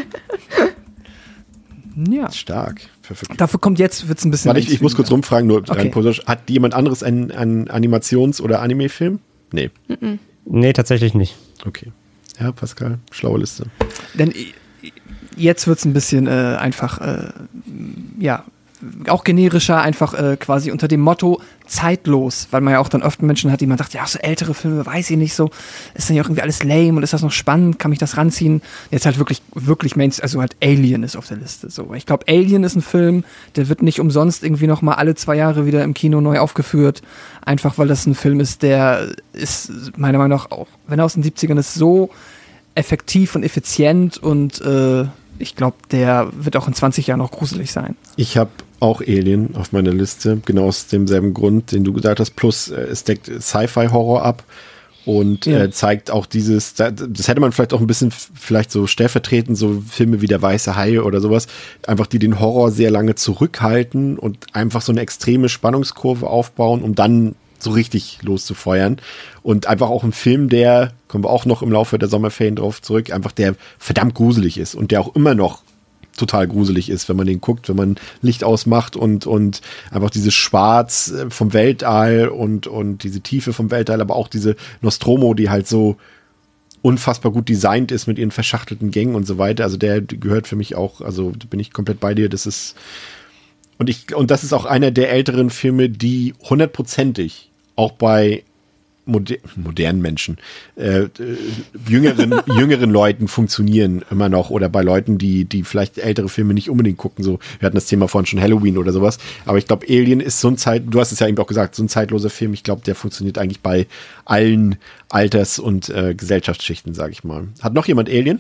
Ja. Stark. Perfekt. Dafür kommt jetzt, wird es ein bisschen. Warte, ich, ich muss kurz rumfragen, nur okay. rein politisch. Hat jemand anderes einen, einen Animations- oder Anime-Film? Nee. Mhm. Nee, tatsächlich nicht. Okay. Ja, Pascal, schlaue Liste. Denn jetzt wird es ein bisschen äh, einfach, äh, ja, auch generischer, einfach äh, quasi unter dem Motto zeitlos, weil man ja auch dann öfter Menschen hat, die man sagt, ja, so ältere Filme, weiß ich nicht so, ist dann ja auch irgendwie alles lame und ist das noch spannend, kann mich das ranziehen? Jetzt halt wirklich, wirklich Mainstream, also halt Alien ist auf der Liste. So. Ich glaube, Alien ist ein Film, der wird nicht umsonst irgendwie noch mal alle zwei Jahre wieder im Kino neu aufgeführt, einfach weil das ein Film ist, der ist meiner Meinung nach auch, wenn er aus den siebzigern ist, so effektiv und effizient und äh, ich glaube, der wird auch in zwanzig Jahren noch gruselig sein. Ich habe auch Alien auf meiner Liste, genau aus demselben Grund, den du gesagt hast, plus äh, es deckt Sci-Fi-Horror ab und ja. äh, zeigt auch dieses, das hätte man vielleicht auch ein bisschen vielleicht so stellvertretend, so Filme wie Der Weiße Hai oder sowas, einfach die den Horror sehr lange zurückhalten und einfach so eine extreme Spannungskurve aufbauen, um dann so richtig loszufeuern. Und einfach auch ein Film, der, kommen wir auch noch im Laufe der Sommerferien drauf zurück, einfach der verdammt gruselig ist und der auch immer noch total gruselig ist, wenn man den guckt, wenn man Licht ausmacht und, und einfach dieses Schwarz vom Weltall und, und diese Tiefe vom Weltall, aber auch diese Nostromo, die halt so unfassbar gut designt ist mit ihren verschachtelten Gängen und so weiter. Also der gehört für mich auch, also da bin ich komplett bei dir, das ist und ich, und das ist auch einer der älteren Filme, die hundertprozentig auch bei moder- modernen Menschen, äh, jüngeren, jüngeren Leuten funktionieren immer noch oder bei Leuten, die, die vielleicht ältere Filme nicht unbedingt gucken. So, wir hatten das Thema vorhin schon Halloween oder sowas. Aber ich glaube, Alien ist so ein Zeit, du hast es ja eben auch gesagt, so ein zeitloser Film. Ich glaube, der funktioniert eigentlich bei allen Alters- und äh, Gesellschaftsschichten, sage ich mal. Hat noch jemand Alien?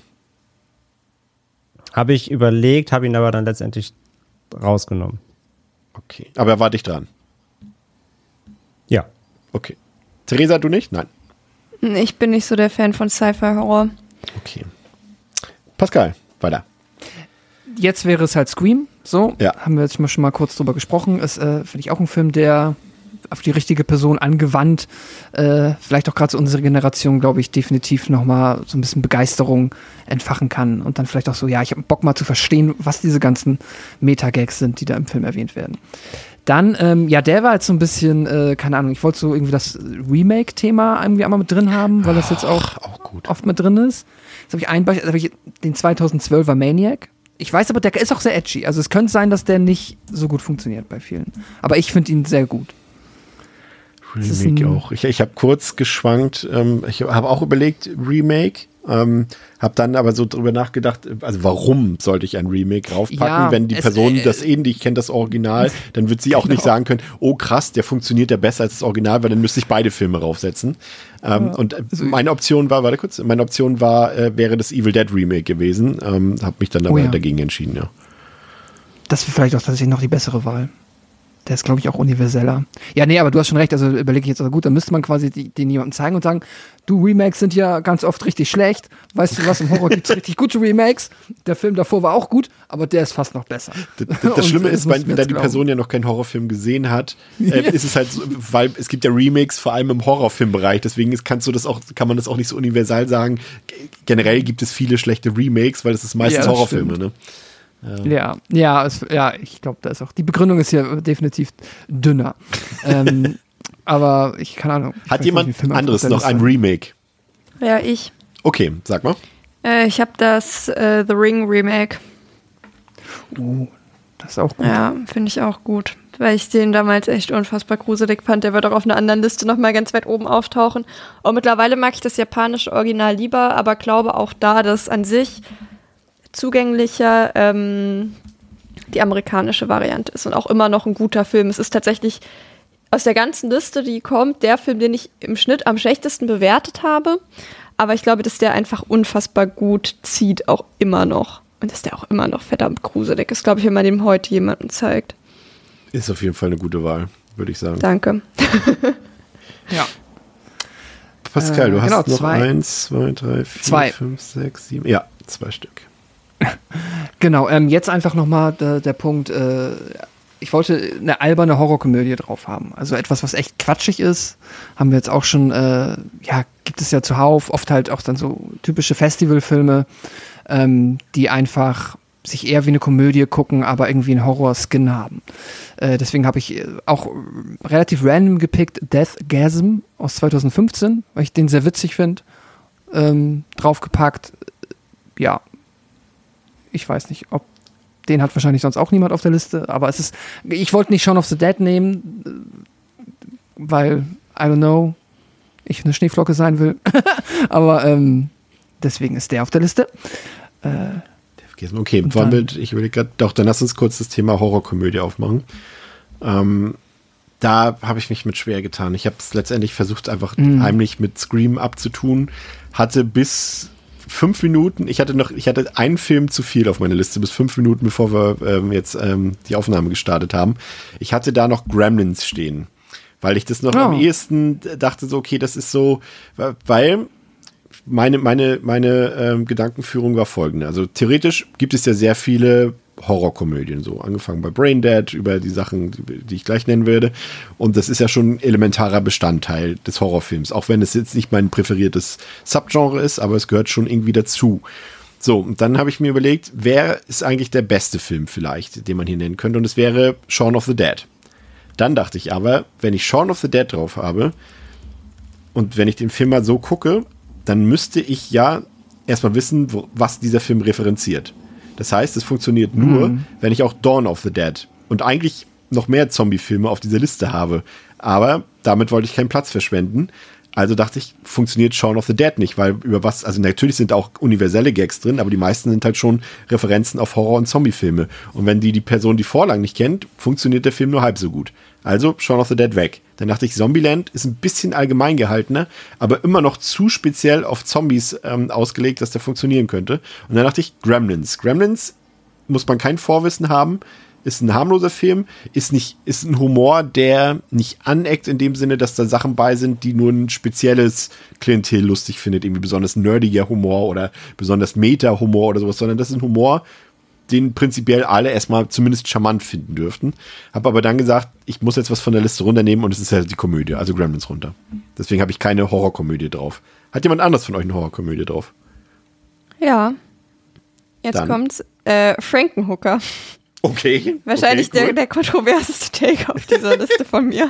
Habe ich überlegt, habe ihn aber dann letztendlich rausgenommen. Okay, aber er war dicht dran. Ja. Okay. Theresa, du nicht? Nein. Ich bin nicht so der Fan von Sci-Fi-Horror. Okay. Pascal, weiter. Jetzt wäre es halt Scream, so. Ja. Haben wir jetzt schon mal kurz drüber gesprochen. Ist, äh, finde ich, auch ein Film, der auf die richtige Person angewandt, äh, vielleicht auch gerade zu unserer Generation, glaube ich, definitiv nochmal so ein bisschen Begeisterung entfachen kann. Und dann vielleicht auch so, ja, ich habe Bock mal zu verstehen, was diese ganzen Meta-Gags sind, die da im Film erwähnt werden. Dann, ähm, ja, der war jetzt so ein bisschen, äh, keine Ahnung, ich wollte so irgendwie das Remake-Thema irgendwie einmal mit drin haben, weil das jetzt auch, auch gut. oft mit drin ist. Jetzt habe ich ein Beispiel, also hab ich den zweitausendzwölfer Maniac. Ich weiß aber, der ist auch sehr edgy. Also es könnte sein, dass der nicht so gut funktioniert bei vielen. Aber ich finde ihn sehr gut. Remake auch. Ich, ich habe kurz geschwankt. Ähm, ich habe auch überlegt, Remake. Ähm, habe dann aber so drüber nachgedacht, also warum sollte ich ein Remake raufpacken, Ja, wenn die es, Person äh, das ähnlich kennt, das Original, dann wird sie auch genau. nicht sagen können, oh krass, der funktioniert ja besser als das Original, weil dann müsste ich beide Filme raufsetzen. Ähm, Ja. Und äh, meine Option war, warte kurz, meine Option war, äh, wäre das Evil Dead Remake gewesen. Ähm, habe mich dann aber Oh ja. dagegen entschieden, ja. Das wäre vielleicht auch tatsächlich noch die bessere Wahl. Der ist, glaube ich, auch universeller. Ja, nee, aber du hast schon recht. Also überlege ich jetzt, also gut, dann müsste man quasi die, den jemandem zeigen und sagen, du, Remakes sind ja ganz oft richtig schlecht. Weißt du was, im Horror gibt es richtig gute Remakes. Der Film davor war auch gut, aber der ist fast noch besser. Das, das, das Schlimme Und, ist, äh, wenn, wenn da die glauben. Person ja noch keinen Horrorfilm gesehen hat, äh, ist es halt so, weil es gibt ja Remakes, vor allem im Horrorfilmbereich, deswegen ist, kannst du das auch, kann man das auch nicht so universal sagen. G- Generell gibt es viele schlechte Remakes, weil es ist meistens Ja, das Horrorfilme, stimmt. ne? Ja, ja, es, ja, ich glaube, da ist auch, die Begründung ist hier definitiv dünner. ähm, aber ich keine Ahnung. Ich Hat weiß jemand nicht, wie Filme anderes auf der noch ein Liste- Remake? Ja, ich. Okay, sag mal. Äh, ich habe das äh, The Ring Remake. Oh, das ist auch gut. Ja, finde ich auch gut. Weil ich den damals echt unfassbar gruselig fand. Der wird auch auf einer anderen Liste nochmal ganz weit oben auftauchen. Und mittlerweile mag ich das japanische Original lieber, aber glaube auch da, dass an sich zugänglicher ähm, die amerikanische Variante ist und auch immer noch ein guter Film. Es ist tatsächlich aus der ganzen Liste, die kommt, der Film, den ich im Schnitt am schlechtesten bewertet habe. Aber ich glaube, dass der einfach unfassbar gut zieht, auch immer noch. Und dass der auch immer noch verdammt gruselig ist, glaube ich, wenn man dem heute jemanden zeigt. Ist auf jeden Fall eine gute Wahl, würde ich sagen. Danke. Ja. Pascal, du Äh, hast genau, noch zwei. eins, zwei, drei, vier, Zwei. fünf, sechs, sieben. Ja, zwei Stück. Genau, ähm, jetzt einfach nochmal der, der Punkt, äh, ich wollte eine alberne Horrorkomödie drauf haben. Also etwas, was echt quatschig ist. Haben wir jetzt auch schon, äh, ja, gibt es ja zuhauf, oft halt auch dann so typische Festivalfilme, ähm, die einfach sich eher wie eine Komödie gucken, aber irgendwie einen Horror-Skin haben. Äh, deswegen habe ich auch relativ random gepickt Deathgasm aus zwanzig fünfzehn, weil ich den sehr witzig finde, ähm, draufgepackt. Ja, ich weiß nicht, ob den hat wahrscheinlich sonst auch niemand auf der Liste, aber es ist, ich wollte nicht Shaun of the Dead nehmen, weil, I don't know, ich eine Schneeflocke sein will, aber ähm, deswegen ist der auf der Liste. Äh, Okay, wollen wir, ich überlege gerade, doch, dann lass uns kurz das Thema Horrorkomödie aufmachen. Ähm, da habe ich mich mit schwer getan. Ich habe es letztendlich versucht, einfach mm. heimlich mit Scream abzutun. Hatte bis fünf Minuten, ich hatte noch, ich hatte einen Film zu viel auf meiner Liste, bis fünf Minuten, bevor wir ähm, jetzt ähm, die Aufnahme gestartet haben. Ich hatte da noch Gremlins stehen, weil ich das noch oh. am ehesten dachte, so, okay, das ist so, weil Meine, meine, meine ähm, Gedankenführung war folgende. Also theoretisch gibt es ja sehr viele Horrorkomödien, so angefangen bei Braindead, über die Sachen, die, die ich gleich nennen werde. Und das ist ja schon ein elementarer Bestandteil des Horrorfilms, auch wenn es jetzt nicht mein präferiertes Subgenre ist, aber es gehört schon irgendwie dazu. So, und dann habe ich mir überlegt, wer ist eigentlich der beste Film vielleicht, den man hier nennen könnte? Und es wäre Shaun of the Dead. Dann dachte ich aber, wenn ich Shaun of the Dead drauf habe und wenn ich den Film mal so gucke, dann müsste ich ja erstmal wissen, wo, was dieser Film referenziert. Das heißt, es funktioniert nur, mhm. wenn ich auch Dawn of the Dead und eigentlich noch mehr Zombie-Filme auf dieser Liste habe. Aber damit wollte ich keinen Platz verschwenden. Also dachte ich, funktioniert Shaun of the Dead nicht, weil über was, also natürlich sind auch universelle Gags drin, aber die meisten sind halt schon Referenzen auf Horror- und Zombie-Filme. Und wenn die die Person die Vorlagen nicht kennt, funktioniert der Film nur halb so gut. Also Shaun of the Dead weg. Dann dachte ich, Zombieland ist ein bisschen allgemein gehaltener, aber immer noch zu speziell auf Zombies ähm, ausgelegt, dass der funktionieren könnte. Und dann dachte ich, Gremlins. Gremlins muss man kein Vorwissen haben, ist ein harmloser Film, ist nicht, ist ein Humor, der nicht aneckt in dem Sinne, dass da Sachen bei sind, die nur ein spezielles Klientel lustig findet, irgendwie besonders nerdiger Humor oder besonders Meta-Humor oder sowas, sondern das ist ein Humor, den prinzipiell alle erstmal zumindest charmant finden dürften. Habe aber dann gesagt, ich muss jetzt was von der Liste runternehmen und es ist halt die Komödie, also Gremlins runter. Deswegen habe ich keine Horrorkomödie drauf. Hat jemand anders von euch eine Horrorkomödie drauf? Ja. Jetzt Dann. kommt's. Äh, Frankenhooker. Okay. Wahrscheinlich okay, cool. der, der kontroverseste Take auf dieser Liste von mir.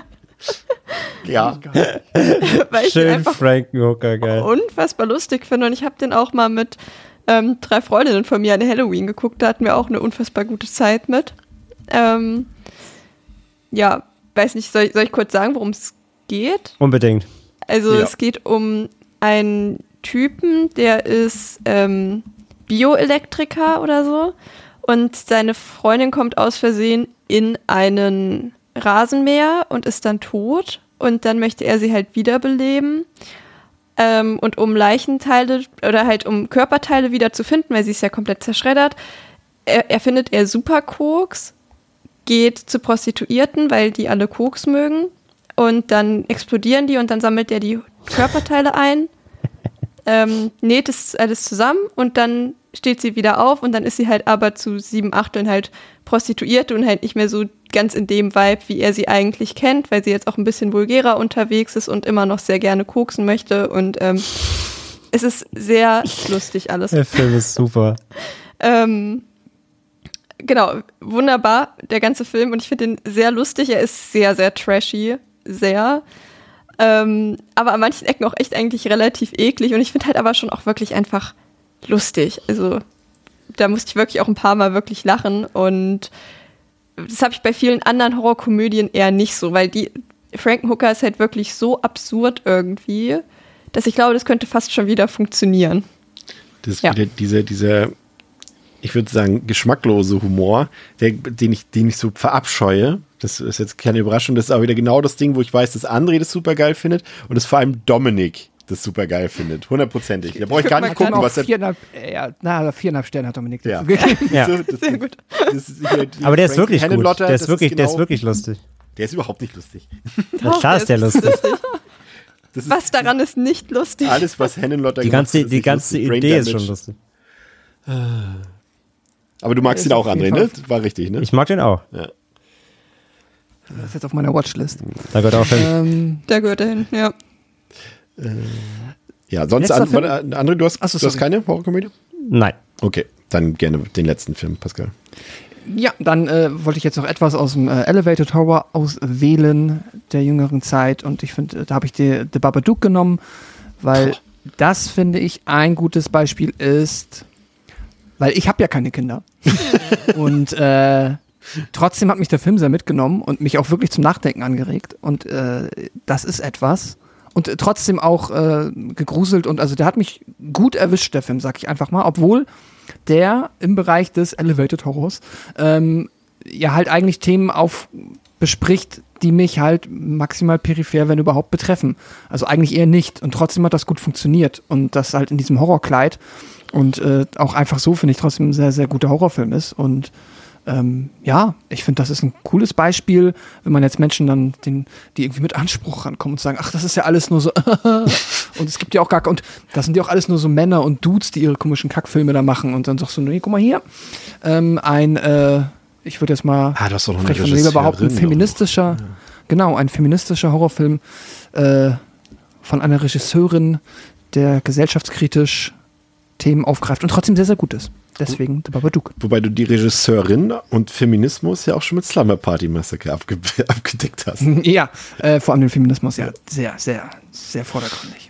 Ja. Weil ich Schön den einfach Frankenhooker, geil. unfassbar lustig finde und ich habe den auch mal mit Ähm, drei Freundinnen von mir an Halloween geguckt, da hatten wir auch eine unfassbar gute Zeit mit. Ähm, ja, weiß nicht, soll, soll ich kurz sagen, worum es geht? Unbedingt. Also Ja. es geht um einen Typen, der ist ähm, Bioelektriker oder so und seine Freundin kommt aus Versehen in einen Rasenmäher und ist dann tot und dann möchte er sie halt wiederbeleben. Ähm, und um Leichenteile oder halt um Körperteile wieder zu finden, weil sie ist ja komplett zerschreddert, er, erfindet er Superkoks, geht zu Prostituierten, weil die alle Koks mögen und dann explodieren die und dann sammelt er die Körperteile ein, ähm, näht es alles zusammen und dann steht sie wieder auf und dann ist sie halt aber zu sieben Achteln halt Prostituierte und halt nicht mehr so ganz in dem Vibe, wie er sie eigentlich kennt, weil sie jetzt auch ein bisschen vulgärer unterwegs ist und immer noch sehr gerne koksen möchte und ähm, es ist sehr lustig alles. Der Film ist super. ähm, genau, wunderbar, der ganze Film und ich finde ihn sehr lustig, er ist sehr, sehr trashy, sehr, ähm, aber an manchen Ecken auch echt eigentlich relativ eklig und ich finde halt aber schon auch wirklich einfach lustig, also da musste ich wirklich auch ein paar Mal wirklich lachen und das habe ich bei vielen anderen Horrorkomödien eher nicht so, weil die Frankenhooker ist halt wirklich so absurd irgendwie, dass ich glaube, das könnte fast schon wieder funktionieren. Das ist Ja. wieder dieser, dieser, ich würde sagen, geschmacklose Humor, der, den ich, den ich so verabscheue. Das ist jetzt keine Überraschung, das ist auch wieder genau das Ding, wo ich weiß, dass André das super geil findet und das vor allem Dominik das super geil findet. Hundertprozentig. Da brauche ich gar nicht gucken, was er... viereinhalb, äh, ja, na, viereinhalb Sterne hat Dominik Ja. dazu gegeben. Ja. So, das, Sehr gut. Das ist hier die Aber der ist Frank wirklich gut. Hennenlotter, Der das ist wirklich, der ist genau- wirklich lustig. Der ist überhaupt nicht lustig. Na klar ist der lustig. Das ist Was daran ist nicht lustig? alles, was Hennenlotter Die gemacht ganze, hat, ist die nicht ganze lustig. Brain Idee ist Damage. schon lustig. Aber du magst Der ihn ist auch, auf jeden André, ne? Fall- War richtig, ne? Ich mag den auch. Das ist jetzt auf meiner Watchlist. Da gehört auch hin. Ähm, Da gehört er hin, ja. Äh, ja, sonst Letzter an, Film? warte, andere, du hast, Ach so, du hast sorry. keine Horrorkomödie? Nein. Okay, dann gerne den letzten Film, Pascal. Ja, dann äh, wollte ich jetzt noch etwas aus dem äh, Elevated Horror auswählen der jüngeren Zeit und ich finde, äh, da habe ich die, The Babadook genommen, weil Boah. das, finde ich, ein gutes Beispiel ist, weil ich habe ja keine Kinder und äh, trotzdem hat mich der Film sehr mitgenommen und mich auch wirklich zum Nachdenken angeregt und äh, das ist etwas und äh, trotzdem auch äh, gegruselt und also der hat mich gut erwischt, der Film, sag ich einfach mal, obwohl der im Bereich des Elevated Horrors ähm, ja halt eigentlich Themen auf bespricht, die mich halt maximal peripher, wenn überhaupt, betreffen. Also eigentlich eher nicht. Und trotzdem hat das gut funktioniert. Und das halt in diesem Horrorkleid und äh, auch einfach so, finde ich, trotzdem ein sehr, sehr guter Horrorfilm ist. Und ähm, ja, ich finde, das ist ein cooles Beispiel, wenn man jetzt Menschen dann, den, die irgendwie mit Anspruch rankommen und sagen, ach, das ist ja alles nur so und es gibt ja auch gar, und das sind ja auch alles nur so Männer und Dudes, die ihre komischen Kackfilme da machen und dann sagst du, nee, guck mal hier, ähm, ein, äh, ich würde jetzt mal Ah, du hast doch noch eine frech von Leber behaupten, Regisseurin feministischer, noch. Ja. genau, ein feministischer Horrorfilm äh, von einer Regisseurin, der gesellschaftskritisch Themen aufgreift und trotzdem sehr, sehr gut ist. Deswegen The Babadook. Wobei du die Regisseurin und Feminismus ja auch schon mit Slumber Party Massacre abge abgedeckt hast. Ja, äh, vor allem den Feminismus, ja, sehr, sehr, sehr vordergründig.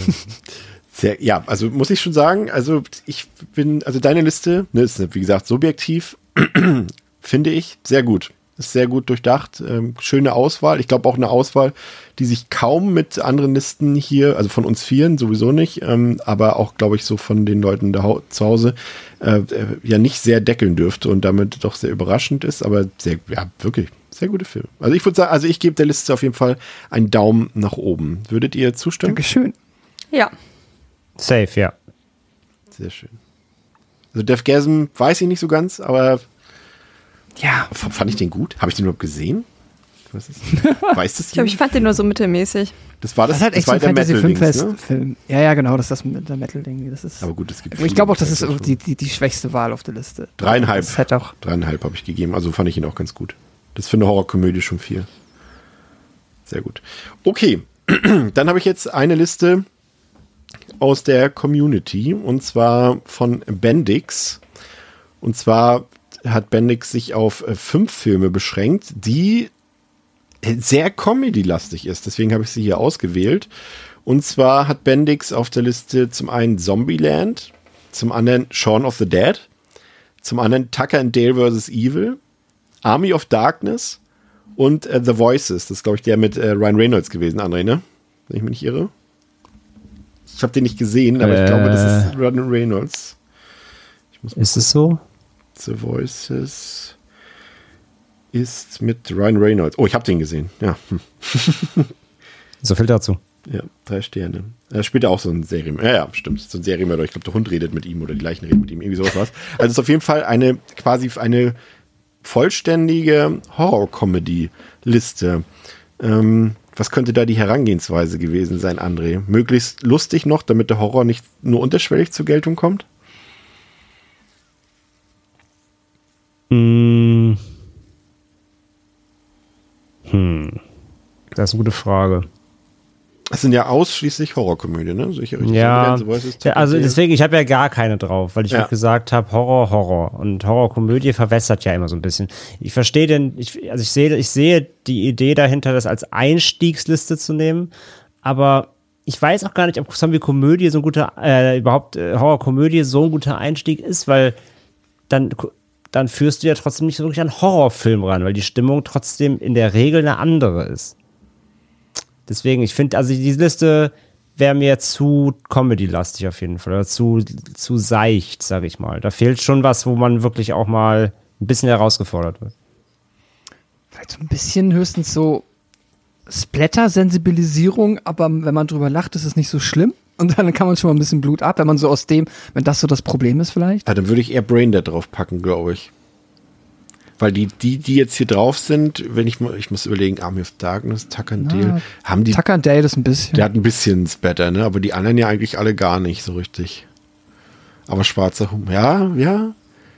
Sehr, ja, also muss ich schon sagen, also ich bin, also deine Liste, ne, ist wie gesagt subjektiv, finde ich sehr gut. Ist sehr gut durchdacht, ähm, schöne Auswahl. Ich glaube auch eine Auswahl, die sich kaum mit anderen Listen hier, also von uns Vieren sowieso nicht, ähm, aber auch, glaube ich, so von den Leuten da zu Hause äh, äh, ja nicht sehr deckeln dürfte und damit doch sehr überraschend ist, aber sehr, ja, wirklich sehr gute Filme. Also ich würde sagen, also ich gebe der Liste auf jeden Fall einen Daumen nach oben. Würdet ihr zustimmen? Dankeschön. Ja. Safe, ja. Sehr schön. Also Deathgasm weiß ich nicht so ganz, aber Ja, f- fand ich den gut? Habe ich den überhaupt gesehen? Was ist? Weiß das Ich glaube, ich fand den nur so mittelmäßig. Das war das, das ist halt echt so war ein der Metal-Dings, ne? Fantasy-Filmfest-Film. Ja, ja, genau, das ist das mit der Metal-Ding. Das ist. Aber gut, es gibt Ich glaube auch, das ist die, die, die schwächste Wahl auf der Liste. Dreieinhalb. Das hätte auch. Dreieinhalb habe ich gegeben, also fand ich ihn auch ganz gut. Das ist für eine Horrorkomödie schon viel. Sehr gut. Okay, dann habe ich jetzt eine Liste aus der Community und zwar von Bendix. Und zwar hat Bendix sich auf äh, fünf Filme beschränkt, die sehr Comedy-lastig ist. Deswegen habe ich sie hier ausgewählt. Und zwar hat Bendix auf der Liste zum einen Zombieland, zum anderen Shaun of the Dead, zum anderen Tucker and Dale versus. Evil, Army of Darkness und äh, The Voices. Das ist, glaube ich, der mit äh, Ryan Reynolds gewesen, André, ne? Wenn ich mich nicht irre. Ich habe den nicht gesehen, aber Äh. ich glaube, das ist Ryan Reynolds. Ich muss mal Ist es so? The Voices ist mit Ryan Reynolds. Oh, ich habe den gesehen. Ja. Hm. So viel dazu. Ja, drei Sterne. Er spielt auch so ein Serienmörder. Ja, ja, stimmt. So ein Serienmörder. Ich glaube, der Hund redet mit ihm oder die Leichen reden mit ihm. Irgendwie sowas was. Also es ist auf jeden Fall eine quasi eine vollständige Horror-Comedy-Liste. Ähm, was könnte da die Herangehensweise gewesen sein, André? Möglichst lustig noch, damit der Horror nicht nur unterschwellig zur Geltung kommt? Hm. Hm. Das ist eine gute Frage. Es sind ja ausschließlich Horrorkomödien, ne? Solche richtig Ja, so Voices, ja, also Tucker and Dale. deswegen, ich habe ja gar keine drauf, weil ich Ja. auch gesagt habe, Horror, Horror. Und Horrorkomödie verwässert ja immer so ein bisschen. Ich verstehe den, ich, also ich sehe, ich sehe die Idee dahinter, das als Einstiegsliste zu nehmen, aber ich weiß auch gar nicht, ob Zombie-Komödie so ein guter, äh, überhaupt äh, Horrorkomödie so ein guter Einstieg ist, weil dann, dann führst du ja trotzdem nicht so wirklich an Horrorfilm ran, weil die Stimmung trotzdem in der Regel eine andere ist. Deswegen, ich finde, also diese Liste wäre mir zu Comedy-lastig auf jeden Fall, oder zu, zu seicht, sag ich mal. Da fehlt schon was, wo man wirklich auch mal ein bisschen herausgefordert wird. Vielleicht so ein bisschen höchstens so Splatter-Sensibilisierung, aber wenn man drüber lacht, ist es nicht so schlimm. Und dann kann man schon mal ein bisschen Blut ab, wenn man so aus dem, wenn das so das Problem ist vielleicht. Ja, dann würde ich eher Braindead drauf packen, glaube ich. Weil die, die, die jetzt hier drauf sind, wenn ich mal, ich muss überlegen, Army of Darkness, Tucker and Na, Dale, haben die, Tucker and Dale ist ein bisschen. der hat ein bisschen Spatter, ne? Aber die anderen ja eigentlich alle gar nicht so richtig. Aber schwarzer Humor, ja, ja.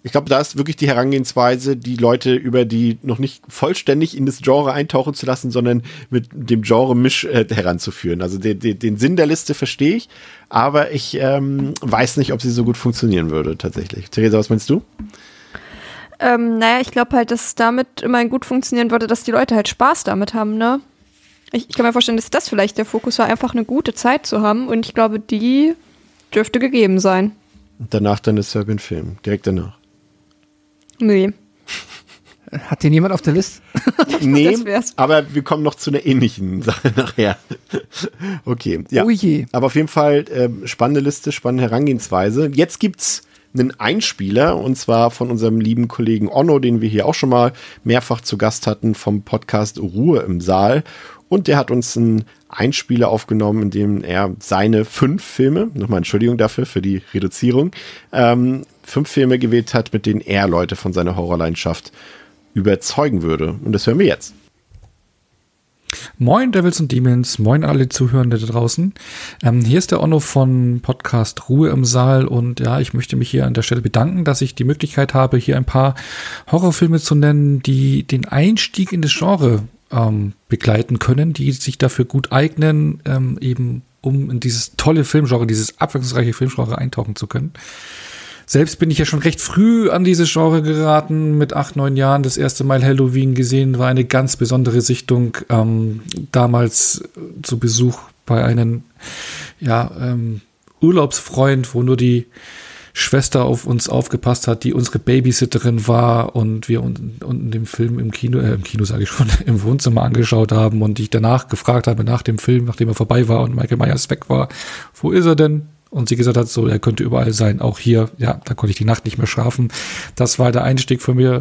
Ich glaube, da ist wirklich die Herangehensweise, die Leute über die noch nicht vollständig in das Genre eintauchen zu lassen, sondern mit dem Genre-Misch äh, heranzuführen. Also de, de, den Sinn der Liste verstehe ich, aber ich ähm, weiß nicht, ob sie so gut funktionieren würde tatsächlich. Theresa, was meinst du? Ähm, naja, ich glaube halt, dass es damit immerhin gut funktionieren würde, dass die Leute halt Spaß damit haben, ne? Ich, ich kann mir vorstellen, dass das vielleicht der Fokus war, einfach eine gute Zeit zu haben und ich glaube, die dürfte gegeben sein. Und danach dann der Serbian-Film, direkt danach. Nee. Hat den jemand auf der Liste? Nee, Das wär's. aber wir kommen noch zu einer ähnlichen Sache nachher. Okay, ja. Oh je. Aber auf jeden Fall ähm, spannende Liste, spannende Herangehensweise. Jetzt gibt's einen Einspieler und zwar von unserem lieben Kollegen Onno, den wir hier auch schon mal mehrfach zu Gast hatten vom Podcast Ruhe im Saal. Und der hat uns einen Einspieler aufgenommen, in dem er seine fünf Filme, nochmal Entschuldigung dafür, für die Reduzierung, ähm, fünf Filme gewählt hat, mit denen er Leute von seiner Horrorleidenschaft überzeugen würde. Und das hören wir jetzt. Moin Devils und Demons, moin alle Zuhörende da draußen. Ähm, hier ist der Onno von Podcast Ruhe im Saal und ja, ich möchte mich hier an der Stelle bedanken, dass ich die Möglichkeit habe, hier ein paar Horrorfilme zu nennen, die den Einstieg in das Genre ähm, begleiten können, die sich dafür gut eignen, ähm, eben um in dieses tolle Filmgenre, dieses abwechslungsreiche Filmgenre eintauchen zu können. Selbst bin ich ja schon recht früh an dieses Genre geraten, mit acht, neun Jahren das erste Mal Halloween gesehen, war eine ganz besondere Sichtung, ähm, damals zu Besuch bei einem ja, ähm, Urlaubsfreund, wo nur die Schwester auf uns aufgepasst hat, die unsere Babysitterin war und wir unten, unten den Film im Kino, äh, im Kino sage ich schon, im Wohnzimmer angeschaut haben und ich danach gefragt habe, nach dem Film, nachdem er vorbei war und Michael Myers weg war, wo ist er denn? Und sie gesagt hat, so, er könnte überall sein, auch hier. Ja, da konnte ich die Nacht nicht mehr schlafen. Das war der Einstieg für mich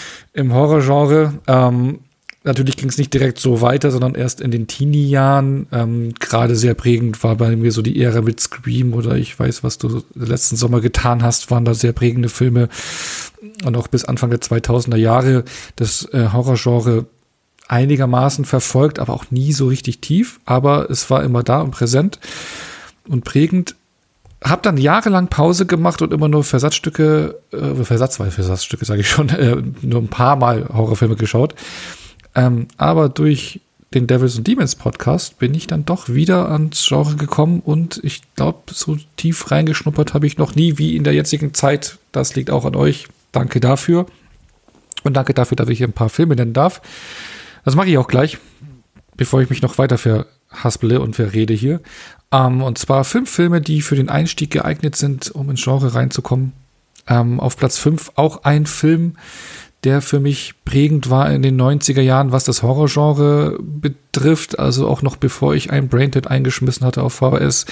im Horrorgenre. Ähm, natürlich ging es nicht direkt so weiter, sondern erst in den Teenie-Jahren. Ähm, gerade sehr prägend war bei mir so die Ära mit Scream oder Ich weiß, was du letzten Sommer getan hast, waren da sehr prägende Filme. Und auch bis Anfang der zweitausender Jahre das äh, Horrorgenre einigermaßen verfolgt, aber auch nie so richtig tief. Aber es war immer da und präsent und prägend. Hab dann jahrelang Pause gemacht und immer nur Versatzstücke, äh, Versatz, weil Versatzstücke sage ich schon, äh, nur ein paar Mal Horrorfilme geschaut. Ähm, aber durch den Devils and Demons Podcast bin ich dann doch wieder ans Genre gekommen und ich glaube, so tief reingeschnuppert habe ich noch nie wie in der jetzigen Zeit. Das liegt auch an euch. Danke dafür. Und danke dafür, dass ich hier ein paar Filme nennen darf. Das mache ich auch gleich, bevor ich mich noch weiter verhaspele und verrede hier. Um, und zwar fünf Filme, die für den Einstieg geeignet sind, um ins Genre reinzukommen. Um, auf Platz fünf auch ein Film, der für mich prägend war in den neunziger Jahren, was das Horrorgenre betrifft. Also auch noch bevor ich ein Braindead eingeschmissen hatte auf V H S,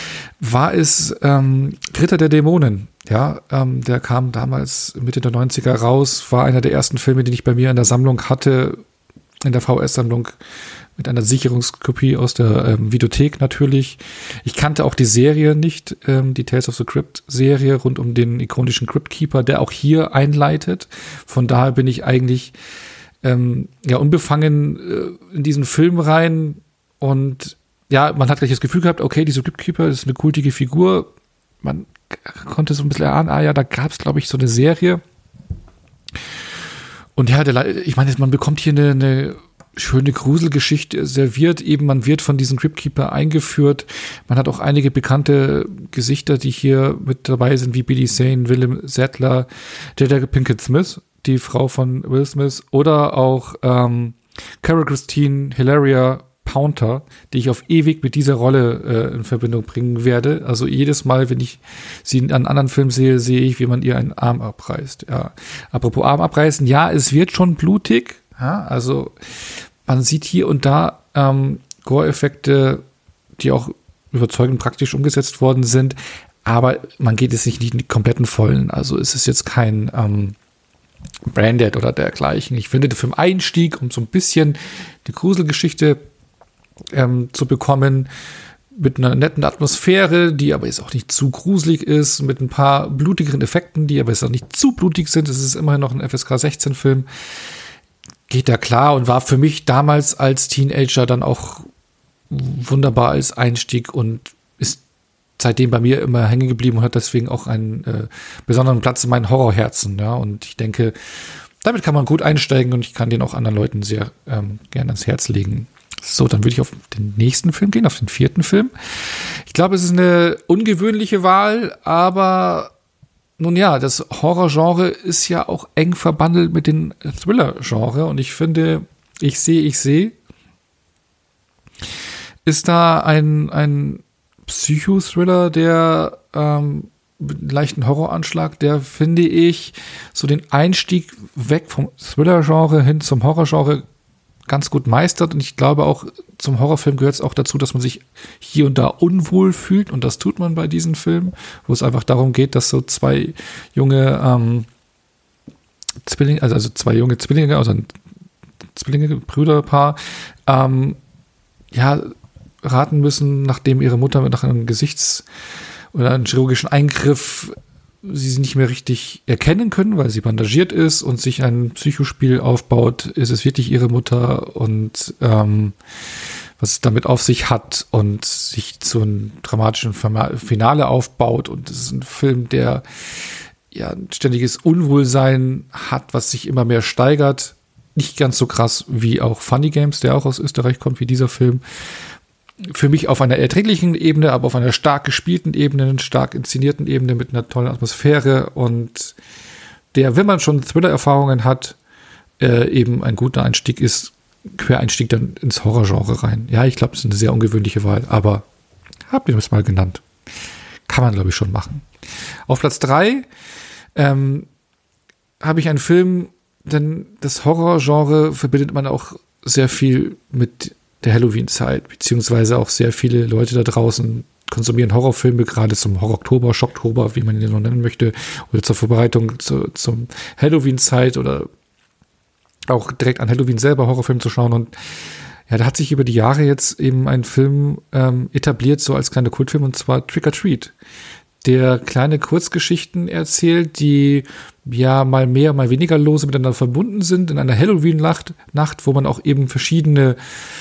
war es ähm, Ritter der Dämonen. Ja, ähm, der kam damals Mitte der neunziger raus, war einer der ersten Filme, den ich bei mir in der Sammlung hatte, in der V H S-Sammlung, mit einer Sicherungskopie aus der ähm, Videothek natürlich. Ich kannte auch die Serie nicht, ähm, die Tales of the Crypt-Serie rund um den ikonischen Crypt-Keeper, der auch hier einleitet. Von daher bin ich eigentlich ähm, ja unbefangen äh, in diesen Film rein und ja, man hat gleich das Gefühl gehabt, okay, dieser Crypt-Keeper ist eine kultige Figur. Man konnte so ein bisschen erahnen, ah ja, da gab es, glaube ich, so eine Serie. Und ja, der, ich meine, man bekommt hier eine, eine schöne Gruselgeschichte serviert. Eben, man wird von diesem Crypt-Keeper eingeführt. Man hat auch einige bekannte Gesichter, die hier mit dabei sind, wie Billy Zane, Willem Sattler, Jada Pinkett Smith, die Frau von Will Smith, oder auch ähm, Cara Christine Hilaria Pounter, die ich auf ewig mit dieser Rolle äh, in Verbindung bringen werde. Also jedes Mal, wenn ich sie in einem anderen Film sehe, sehe ich, wie man ihr einen Arm abreißt. Ja. Apropos Arm abreißen, ja, es wird schon blutig. Ja, also man sieht hier und da ähm, Gore-Effekte, die auch überzeugend praktisch umgesetzt worden sind, aber man geht jetzt nicht in die kompletten Vollen. Also es ist jetzt kein ähm, Braindead oder dergleichen. Ich finde, für den Einstieg, um so ein bisschen die Gruselgeschichte ähm, zu bekommen, mit einer netten Atmosphäre, die aber jetzt auch nicht zu gruselig ist, mit ein paar blutigeren Effekten, die aber jetzt auch nicht zu blutig sind. Es ist immerhin noch ein F S K sechzehn Film. Geht da klar und war für mich damals als Teenager dann auch wunderbar als Einstieg und ist seitdem bei mir immer hängen geblieben und hat deswegen auch einen äh, besonderen Platz in meinem Horrorherzen. Ja? Und ich denke, damit kann man gut einsteigen und ich kann den auch anderen Leuten sehr ähm, gerne ans Herz legen. So, dann würde ich auf den nächsten Film gehen, auf den vierten Film. Ich glaube, es ist eine ungewöhnliche Wahl, aber nun ja, das Horrorgenre ist ja auch eng verbandelt mit dem Thriller-Genre und ich finde, ich sehe, ich sehe, ist da ein, ein Psychothriller, der ähm, mit einem leichten Horroranschlag, der, finde ich, so den Einstieg weg vom Thriller-Genre hin zum Horrorgenre ganz gut meistert. Und ich glaube auch, zum Horrorfilm gehört es auch dazu, dass man sich hier und da unwohl fühlt. Und das tut man bei diesen Filmen, wo es einfach darum geht, dass so zwei junge ähm, Zwillinge, also, also zwei junge Zwillinge, also ein Zwillinge, Brüderpaar, ähm, ja, raten müssen, nachdem ihre Mutter nach einem Gesichts- oder einem chirurgischen Eingriff sie sie nicht mehr richtig erkennen können, weil sie bandagiert ist und sich ein Psychospiel aufbaut. Ist es wirklich ihre Mutter und ähm, was es damit auf sich hat und sich zu einem dramatischen Finale aufbaut. Und es ist ein Film, der ja ein ständiges Unwohlsein hat, was sich immer mehr steigert. Nicht ganz so krass wie auch Funny Games, der auch aus Österreich kommt, wie dieser Film. Für mich auf einer erträglichen Ebene, aber auf einer stark gespielten Ebene, einer stark inszenierten Ebene mit einer tollen Atmosphäre und der, wenn man schon Thriller-Erfahrungen hat, äh, eben ein guter Einstieg ist, Quereinstieg dann ins Horrorgenre rein. Ja, ich glaube, das ist eine sehr ungewöhnliche Wahl, aber habt ihr das mal genannt. Kann man, glaube ich, schon machen. Auf Platz drei ähm, habe ich einen Film, denn das Horrorgenre verbindet man auch sehr viel mit der Halloween-Zeit, beziehungsweise auch sehr viele Leute da draußen konsumieren Horrorfilme, gerade zum Horror-Oktober, Schocktober, wie man ihn noch nennen möchte, oder zur Vorbereitung zu, zum Halloween-Zeit oder auch direkt an Halloween selber Horrorfilme zu schauen. Und ja, da hat sich über die Jahre jetzt eben ein Film ähm, etabliert, so als kleiner Kultfilm, und zwar Trick or Treat, der kleine Kurzgeschichten erzählt, die ja mal mehr, mal weniger lose miteinander verbunden sind in einer Halloween-Nacht, Nacht, wo man auch eben verschiedene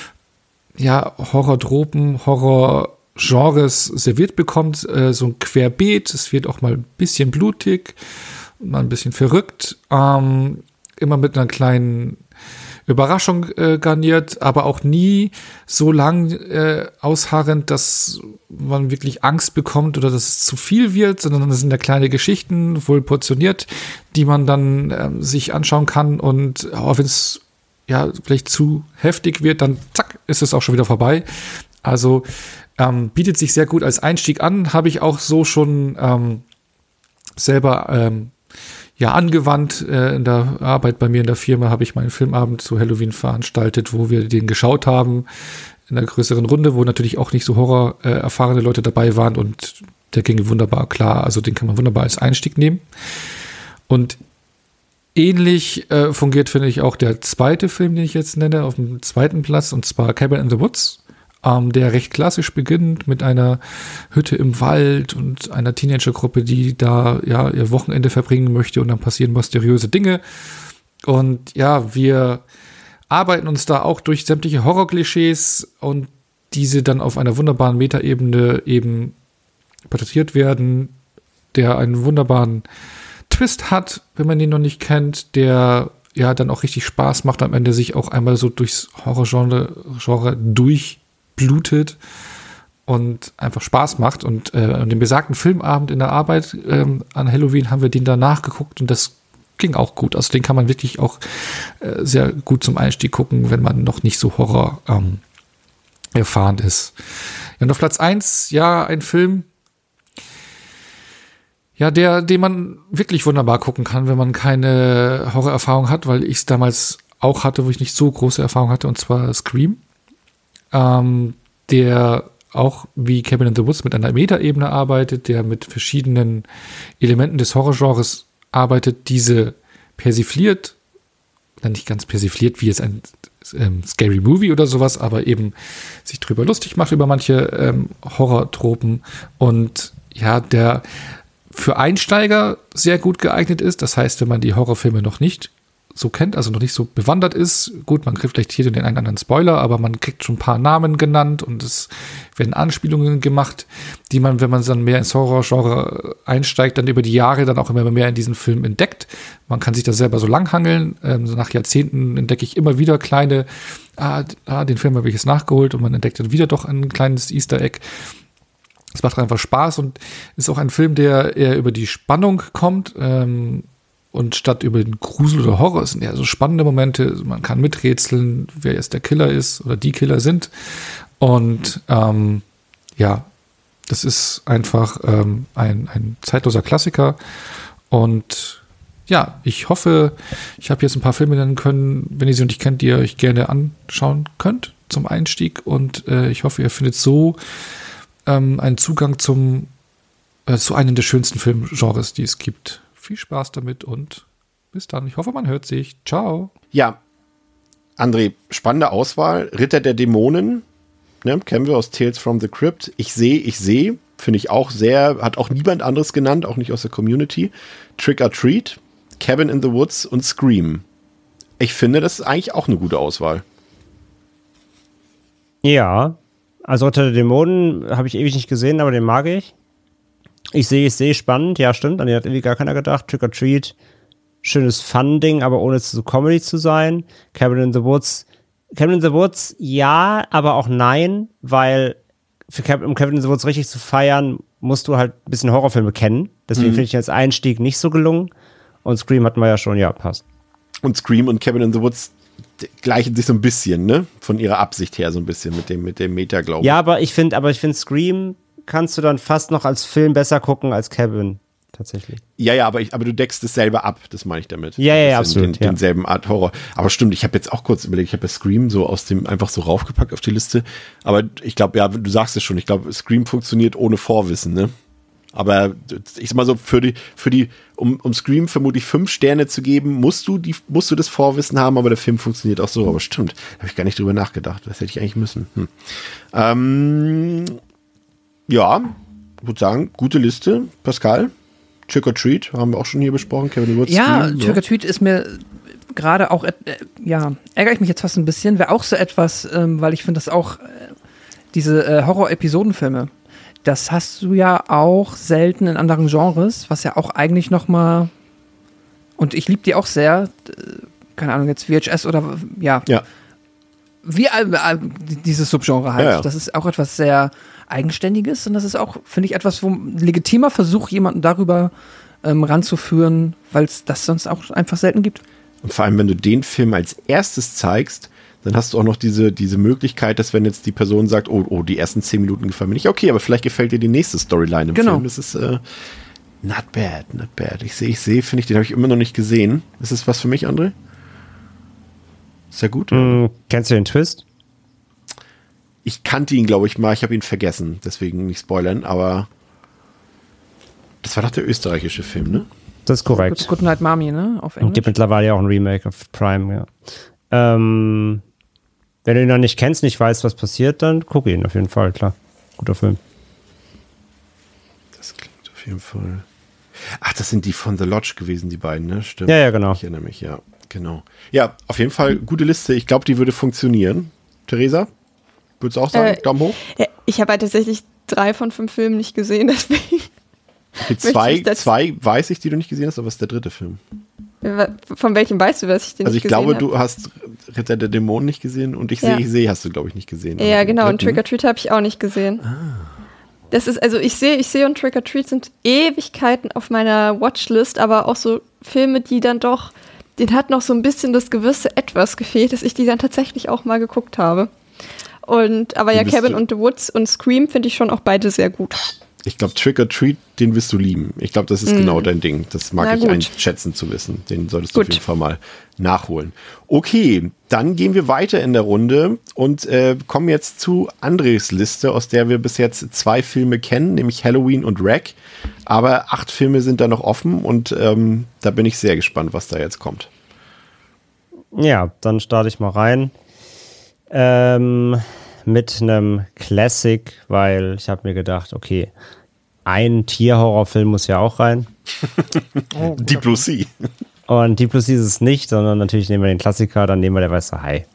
ja, Horror-Tropen, Horror-Genres serviert bekommt, äh, so ein Querbeet. Es wird auch mal ein bisschen blutig, mal ein bisschen verrückt, ähm, immer mit einer kleinen Überraschung äh, garniert, aber auch nie so lang äh, ausharrend, dass man wirklich Angst bekommt oder dass es zu viel wird, sondern das sind ja kleine Geschichten, wohl portioniert, die man dann äh, sich anschauen kann und auch wenn es ja vielleicht zu heftig wird, dann zack, ist es auch schon wieder vorbei. Also ähm, bietet sich sehr gut als Einstieg an, habe ich auch so schon ähm, selber ähm, ja angewandt. Äh, in der Arbeit bei mir in der Firma habe ich meinen Filmabend zu Halloween veranstaltet, wo wir den geschaut haben in einer größeren Runde, wo natürlich auch nicht so horror äh, erfahrene Leute dabei waren und der ging wunderbar klar. Also den kann man wunderbar als Einstieg nehmen. Und ähnlich äh, fungiert, finde ich, auch der zweite Film, den ich jetzt nenne, auf dem zweiten Platz, und zwar Cabin in the Woods, ähm, der recht klassisch beginnt mit einer Hütte im Wald und einer Teenagergruppe, die da ja ihr Wochenende verbringen möchte und dann passieren mysteriöse Dinge. Und ja, wir arbeiten uns da auch durch sämtliche Horrorklischees und diese dann auf einer wunderbaren Metaebene eben porträtiert werden, der einen wunderbaren Twist hat, wenn man ihn noch nicht kennt, der ja dann auch richtig Spaß macht, am Ende sich auch einmal so durchs Horrorgenre Genre durchblutet und einfach Spaß macht. Und äh, an dem besagten Filmabend in der Arbeit ähm, an Halloween haben wir den danach geguckt und das ging auch gut. Also den kann man wirklich auch äh, sehr gut zum Einstieg gucken, wenn man noch nicht so Horror ähm, erfahren ist. Ja, und auf Platz eins, ja, ein Film, ja, der, den man wirklich wunderbar gucken kann, wenn man keine Horrorerfahrung hat, weil ich es damals auch hatte, wo ich nicht so große Erfahrung hatte, und zwar Scream, ähm, der auch wie Cabin in the Woods mit einer Metaebene arbeitet, der mit verschiedenen Elementen des Horrorgenres arbeitet, diese persifliert, dann nicht ganz persifliert wie jetzt ein ähm, Scary Movie oder sowas, aber eben sich drüber lustig macht über manche ähm, Horrortropen und ja, der für Einsteiger sehr gut geeignet ist. Das heißt, wenn man die Horrorfilme noch nicht so kennt, also noch nicht so bewandert ist. Gut, man kriegt vielleicht hier den einen oder anderen Spoiler, aber man kriegt schon ein paar Namen genannt und es werden Anspielungen gemacht, die man, wenn man dann mehr ins Horrorgenre einsteigt, dann über die Jahre dann auch immer mehr in diesen Film entdeckt. Man kann sich da selber so langhangeln. Ähm, so nach Jahrzehnten entdecke ich immer wieder kleine, ah, ah, den Film habe ich jetzt nachgeholt und man entdeckt dann wieder doch ein kleines Easter Egg. Es macht einfach Spaß und ist auch ein Film, der eher über die Spannung kommt, ähm, und statt über den Grusel oder Horror sind eher so spannende Momente. Man kann miträtseln, wer jetzt der Killer ist oder die Killer sind. Und ähm, ja, das ist einfach ähm, ein, ein zeitloser Klassiker. Und ja, ich hoffe, ich habe jetzt ein paar Filme nennen können, wenn ihr sie noch nicht kennt, die ihr euch gerne anschauen könnt zum Einstieg. Und äh, ich hoffe, ihr findet so ähm, einen Zugang zum äh, zu einem der schönsten Filmgenres, die es gibt. Viel Spaß damit und bis dann. Ich hoffe, man hört sich. Ciao. Ja, André, spannende Auswahl. Ritter der Dämonen, ne, kennen wir aus Tales from the Crypt. Ich sehe, ich sehe, finde ich auch sehr, hat auch niemand anderes genannt, auch nicht aus der Community. Trick or Treat, Cabin in the Woods und Scream. Ich finde, das ist eigentlich auch eine gute Auswahl. Ja, also Ritter der Dämonen habe ich ewig nicht gesehen, aber den mag ich. Ich sehe, ich sehe, spannend, ja stimmt, an den hat irgendwie gar keiner gedacht. Trick or Treat, schönes Fun-Ding, aber ohne zu Comedy zu sein. Cabin in the Woods, Cabin in the Woods, ja, aber auch nein, weil für Cabin, um Cabin in the Woods richtig zu feiern, musst du halt ein bisschen Horrorfilme kennen. Deswegen mhm. finde ich den als Einstieg nicht so gelungen. Und Scream hatten wir ja schon, ja, passt. Und Scream und Cabin in the Woods gleichen sich so ein bisschen, ne? Von ihrer Absicht her so ein bisschen mit dem, mit dem Meta-Glauben. Ja, aber ich finde, aber ich finde Scream kannst du dann fast noch als Film besser gucken als Cabin, tatsächlich. Ja, ja, aber, ich, aber du deckst es selber ab, das meine ich damit. Ja, ja, ja, absolut. Den, den, ja. Denselben Art Horror. Aber stimmt, ich habe jetzt auch kurz überlegt, ich habe ja Scream so aus dem, einfach so raufgepackt auf die Liste. Aber ich glaube, ja, du sagst es schon, ich glaube, Scream funktioniert ohne Vorwissen, ne? Aber ich sag mal so, für die, für die, um, um Scream vermutlich fünf Sterne zu geben, musst du die, musst du das Vorwissen haben, aber der Film funktioniert auch so. Aber stimmt, habe ich gar nicht drüber nachgedacht. Das hätte ich eigentlich müssen. Hm. Ähm, ja. Ich würde sagen, gute Liste. Pascal, Trick or Treat, haben wir auch schon hier besprochen. Kevin Woods. Ja, Scream, Trick or Treat ist mir gerade auch, äh, ja, ärgere ich mich jetzt fast ein bisschen. Wäre auch so etwas, ähm, weil ich finde das auch, äh, diese äh, Horror-Episodenfilme, das hast du ja auch selten in anderen Genres, was ja auch eigentlich nochmal, und ich liebe die auch sehr, äh, keine Ahnung, jetzt V H S oder, ja, ja. wie äh, dieses Subgenre halt. Ja, ja. Das ist auch etwas sehr Eigenständiges und das ist auch, finde ich, etwas, wo ein legitimer Versuch, jemanden darüber ähm, ranzuführen, weil es das sonst auch einfach selten gibt. Und vor allem, wenn du den Film als erstes zeigst, dann hast du auch noch diese, diese Möglichkeit, dass wenn jetzt die Person sagt, oh, oh, die ersten zehn Minuten gefallen mir nicht, okay, aber vielleicht gefällt dir die nächste Storyline im genau. Film. Das ist äh, not bad, not bad. Ich sehe, ich sehe, finde ich, den habe ich immer noch nicht gesehen. Ist das was für mich, André? Sehr gut. Mm, kennst du den Twist? Ich kannte ihn, glaube ich, mal. Ich habe ihn vergessen. Deswegen nicht spoilern, aber das war doch der österreichische Film, ne? Das ist korrekt. Good, Good Night Mommy, ne? Auf Englisch. Und gibt mittlerweile ja auch ein Remake auf Prime, ja. Ähm, wenn du ihn noch nicht kennst, nicht weißt, was passiert, dann guck ihn auf jeden Fall, klar. Guter Film. Das klingt auf jeden Fall. Ach, das sind die von The Lodge gewesen, die beiden, ne? Stimmt. Ja, ja, genau. Ich erinnere mich, ja. Genau. Ja, auf jeden Fall gute Liste. Ich glaube, die würde funktionieren. Theresa, würdest du auch sagen? Äh, Daumen hoch? Ja, ich habe halt tatsächlich drei von fünf Filmen nicht gesehen, deswegen. Okay, zwei, zwei weiß ich, die du nicht gesehen hast, aber was ist der dritte Film? Von welchem weißt du, was ich den Also nicht ich gesehen glaube, habe? Du hast Ritter der Dämonen nicht gesehen und ich sehe, Ja. ich sehe, hast du, glaube ich, nicht gesehen. Ja, Aber genau, den und Trick or Treat habe ich auch nicht gesehen. Ah. Das ist, also ich sehe, ich sehe und Trick or Treat sind Ewigkeiten auf meiner Watchlist, aber auch so Filme, die dann doch, denen hat noch so ein bisschen das gewisse Etwas gefehlt, dass ich die dann tatsächlich auch mal geguckt habe. Und, aber Wie ja, bist Cabin du- in the Woods und Scream finde ich schon auch beide sehr gut. Ich glaube, Trick or Treat, den wirst du lieben. Ich glaube, das ist Mm. genau dein Ding. Das mag Na ich gut. einschätzen zu wissen. Den solltest du Gut. auf jeden Fall mal nachholen. Okay, dann gehen wir weiter in der Runde und äh, kommen jetzt zu Andres Liste, aus der wir bis jetzt zwei Filme kennen, nämlich Halloween und Wreck. Aber acht Filme sind da noch offen und ähm, da bin ich sehr gespannt, was da jetzt kommt. Ja, dann starte ich mal rein. Ähm, mit einem Classic, weil ich habe mir gedacht, okay, ein Tierhorrorfilm muss ja auch rein. Deep Blue Sea. Und die plus ist es nicht, sondern natürlich nehmen wir den Klassiker, dann nehmen wir der weiße Hai.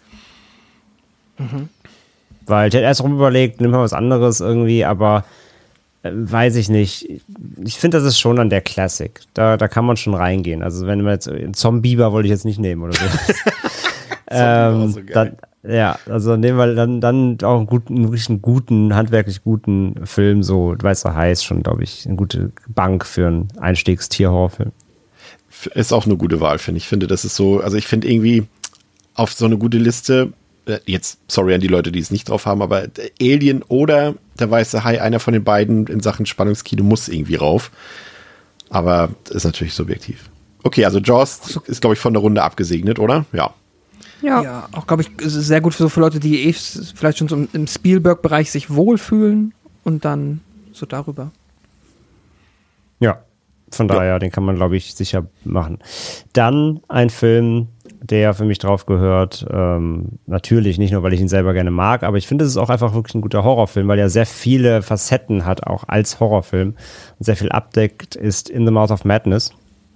Mhm. Weil ich hätte erst rum überlegt, nimm mal was anderes irgendwie, aber äh, weiß ich nicht. Ich finde, das ist schon dann der Classic. Da, da kann man schon reingehen. Also wenn wir jetzt Zombieber wollte ich jetzt nicht nehmen oder so. ähm, so dann, ja, also nehmen wir dann, dann auch einen guten, einen richtig guten, handwerklich guten Film. So Weißer Hai ist schon, glaube ich, eine gute Bank für einen Einstiegstierhorrorfilm. Ist auch eine gute Wahl, finde ich. Ich finde, das ist so, also ich finde irgendwie auf so eine gute Liste, jetzt, sorry an die Leute, die es nicht drauf haben, aber Alien oder der weiße Hai, einer von den beiden in Sachen Spannungskino muss irgendwie rauf. Aber ist natürlich subjektiv. Okay, also Jaws ist, glaube ich, von der Runde abgesegnet, oder? Ja. Ja. Ja, auch, glaube ich, sehr gut für so für Leute, die eh vielleicht schon so im Spielberg-Bereich sich wohlfühlen und dann so darüber. Ja, von daher, ja. Den kann man, glaube ich, sicher machen. Dann ein Film, der für mich drauf gehört. Ähm, natürlich nicht nur, weil ich ihn selber gerne mag, aber ich finde, es ist auch einfach wirklich ein guter Horrorfilm, weil er sehr viele Facetten hat, auch als Horrorfilm und sehr viel abdeckt, ist In the Mouth of Madness.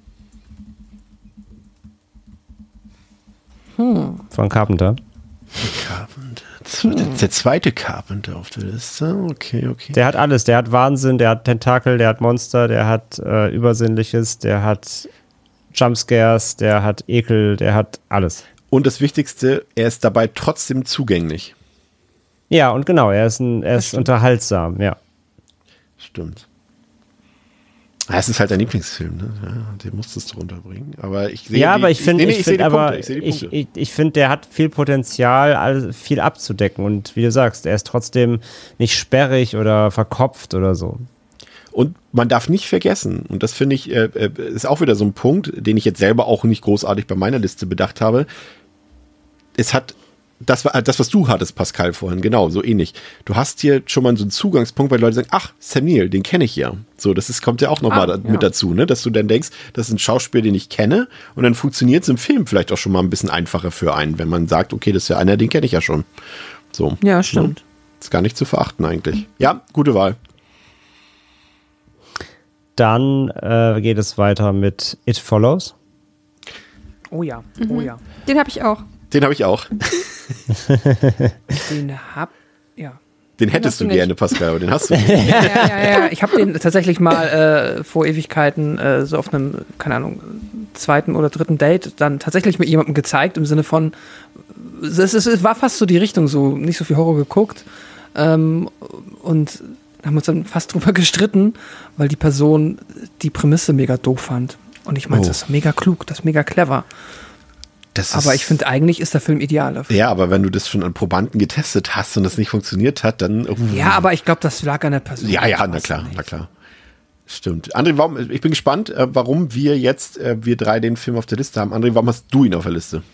Hm. Von Carpenter. Carpenter. Der, der zweite Carpenter auf der Liste. Okay, okay. Der hat alles. Der hat Wahnsinn, der hat Tentakel, der hat Monster, der hat äh, Übersinnliches, der hat Jumpscares, der hat Ekel, der hat alles. Und das Wichtigste, er ist dabei trotzdem zugänglich. Ja, und genau, er ist, ein, er ist unterhaltsam, ja. Stimmt. Ja, es ist halt dein Lieblingsfilm, ne? Ja, den musstest du runterbringen. Aber ich sehe Ja, die, aber ich finde, ich, ich, find, ich, aber ich, ich, ich, ich finde, der hat viel Potenzial, all, viel abzudecken. Und wie du sagst, er ist trotzdem nicht sperrig oder verkopft oder so. Und man darf nicht vergessen, und das finde ich, äh, ist auch wieder so ein Punkt, den ich jetzt selber auch nicht großartig bei meiner Liste bedacht habe. Es hat, das war das, was du hattest, Pascal, vorhin, genau, so ähnlich. Du hast hier schon mal so einen Zugangspunkt, weil Leute sagen, ach, Sam Neill, den kenne ich ja. So, das ist, kommt ja auch nochmal ah, da, ja. mit dazu, ne? Dass du dann denkst, das ist ein Schauspieler, den ich kenne, und dann funktioniert es im Film vielleicht auch schon mal ein bisschen einfacher für einen, wenn man sagt, okay, das ist ja einer, den kenne ich ja schon. So. Ja, stimmt. Ne? Ist gar nicht zu verachten eigentlich. Ja, gute Wahl. Dann äh, geht es weiter mit It Follows. Oh ja, Mhm. oh ja. Den habe ich auch. Den habe ich auch. Den hab, ja. Den hättest Den du hast du gerne, Pascal, aber den hast du nicht. Ja, ja, ja, ja. Ich habe den tatsächlich mal äh, vor Ewigkeiten äh, so auf einem, keine Ahnung, zweiten oder dritten Date dann tatsächlich mit jemandem gezeigt, im Sinne von, es, es, es war fast so die Richtung, so nicht so viel Horror geguckt ähm, und haben uns dann fast drüber gestritten, weil die Person die Prämisse mega doof fand. Und ich meinte, Oh. das ist mega klug, das ist mega clever. Das Aber ist- ich finde, eigentlich ist der Film ideal dafür. Ja, aber wenn du das schon an Probanden getestet hast und das nicht funktioniert hat, dann. uh. Ja, aber ich glaube, das lag an der Person. Ja, ja, Ich na weiß klar, nicht. na klar. Stimmt. André, warum, ich bin gespannt, äh, warum wir jetzt, äh, wir drei den Film auf der Liste haben. André, warum hast du ihn auf der Liste?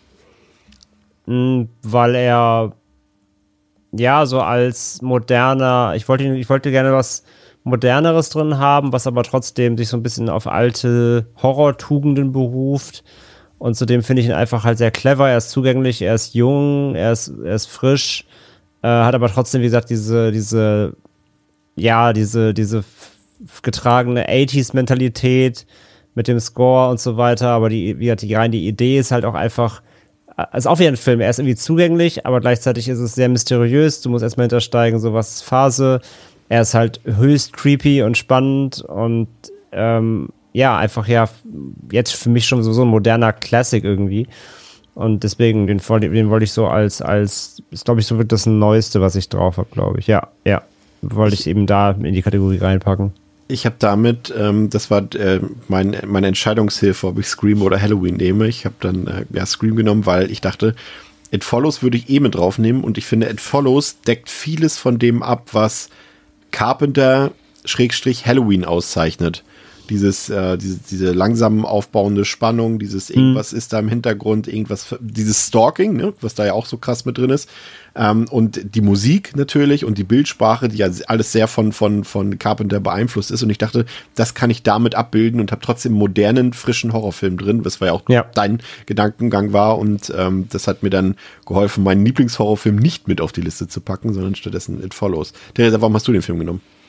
Mm, Weil er ja so als moderner, ich wollte, ihn- ich wollte gerne was Moderneres drin haben, was aber trotzdem sich so ein bisschen auf alte Horrortugenden beruft. Und zudem finde ich ihn einfach halt sehr clever. Er ist zugänglich, er ist jung, er ist, er ist frisch, äh, hat aber trotzdem, wie gesagt, diese, diese, ja, diese, diese f- getragene achtziger-Mentalität mit dem Score und so weiter. Aber die, wie gesagt, die rein die Idee ist halt auch einfach, ist auch wie ein Film. Er ist irgendwie zugänglich, aber gleichzeitig ist es sehr mysteriös. Du musst erstmal hintersteigen, so was ist Phase. Er ist halt höchst creepy und spannend und ähm, ja, einfach ja, jetzt für mich schon so, so ein moderner Classic irgendwie. Und deswegen, den, den wollte ich so als, als ist glaube ich so wird das Neueste, was ich drauf habe, glaube ich. Ja, ja, wollte ich eben da in die Kategorie reinpacken. Ich habe damit, ähm, das war äh, mein, meine Entscheidungshilfe, ob ich Scream oder Halloween nehme. Ich habe dann äh, ja, Scream genommen, weil ich dachte, It Follows würde ich eh mit draufnehmen und ich finde, It Follows deckt vieles von dem ab, was Carpenter Schrägstrich Halloween auszeichnet. Dieses, äh, diese, diese langsam aufbauende Spannung, dieses irgendwas ist da im Hintergrund, irgendwas, dieses Stalking, ne, was da ja auch so krass mit drin ist. Ähm, und die Musik natürlich und die Bildsprache, die ja alles sehr von, von, von Carpenter beeinflusst ist. Und ich dachte, das kann ich damit abbilden und habe trotzdem einen modernen, frischen Horrorfilm drin, was ja auch Ja. dein Gedankengang war. Und ähm, das hat mir dann geholfen, meinen Lieblingshorrorfilm nicht mit auf die Liste zu packen, sondern stattdessen It Follows. Theresa, warum hast du den Film genommen?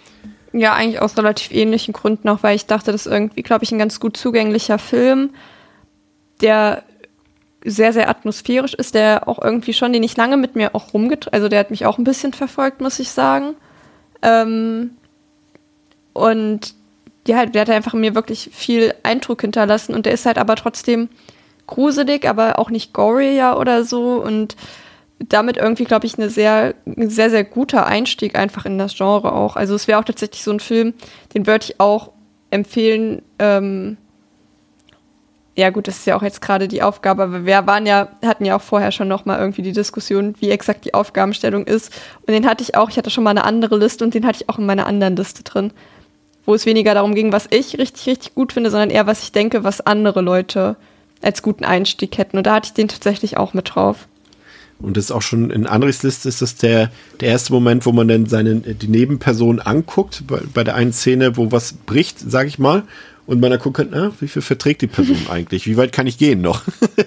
Ja, eigentlich aus relativ ähnlichen Gründen, auch weil ich dachte, das ist irgendwie, glaube ich, ein ganz gut zugänglicher Film, der sehr, sehr atmosphärisch ist, der auch irgendwie schon, den ich lange mit mir auch rumgetragen, also der hat mich auch ein bisschen verfolgt, muss ich sagen. Ähm, und ja, der hat einfach mir wirklich viel Eindruck hinterlassen und der ist halt aber trotzdem gruselig, aber auch nicht gory ja oder so und damit irgendwie, glaube ich, eine sehr, ein sehr, sehr guter Einstieg einfach in das Genre auch. Also es wäre auch tatsächlich so ein Film, den würde ich auch empfehlen. Ähm, ja gut, das ist ja auch jetzt gerade die Aufgabe, aber wir waren ja, hatten ja auch vorher schon noch mal irgendwie die Diskussion, wie exakt die Aufgabenstellung ist. Und den hatte ich auch, ich hatte schon mal eine andere Liste und den hatte ich auch in meiner anderen Liste drin, wo es weniger darum ging, was ich richtig, richtig gut finde, sondern eher, was ich denke, was andere Leute als guten Einstieg hätten. Und da hatte ich den tatsächlich auch mit drauf. Und das ist auch schon in Andres Liste ist das der, der erste Moment, wo man dann seine, die Nebenperson anguckt, bei, bei der einen Szene, wo was bricht, sag ich mal, und man dann guckt, na, wie viel verträgt die Person eigentlich? Wie weit kann ich gehen noch?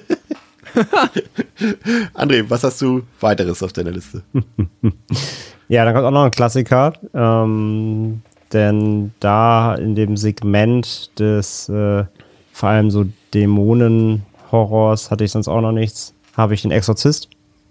André, was hast du weiteres auf deiner Liste? Ja, dann kommt auch noch ein Klassiker, ähm, denn da in dem Segment des äh, vor allem so Dämonen-Horrors hatte ich sonst auch noch nichts, habe ich den Exorzist.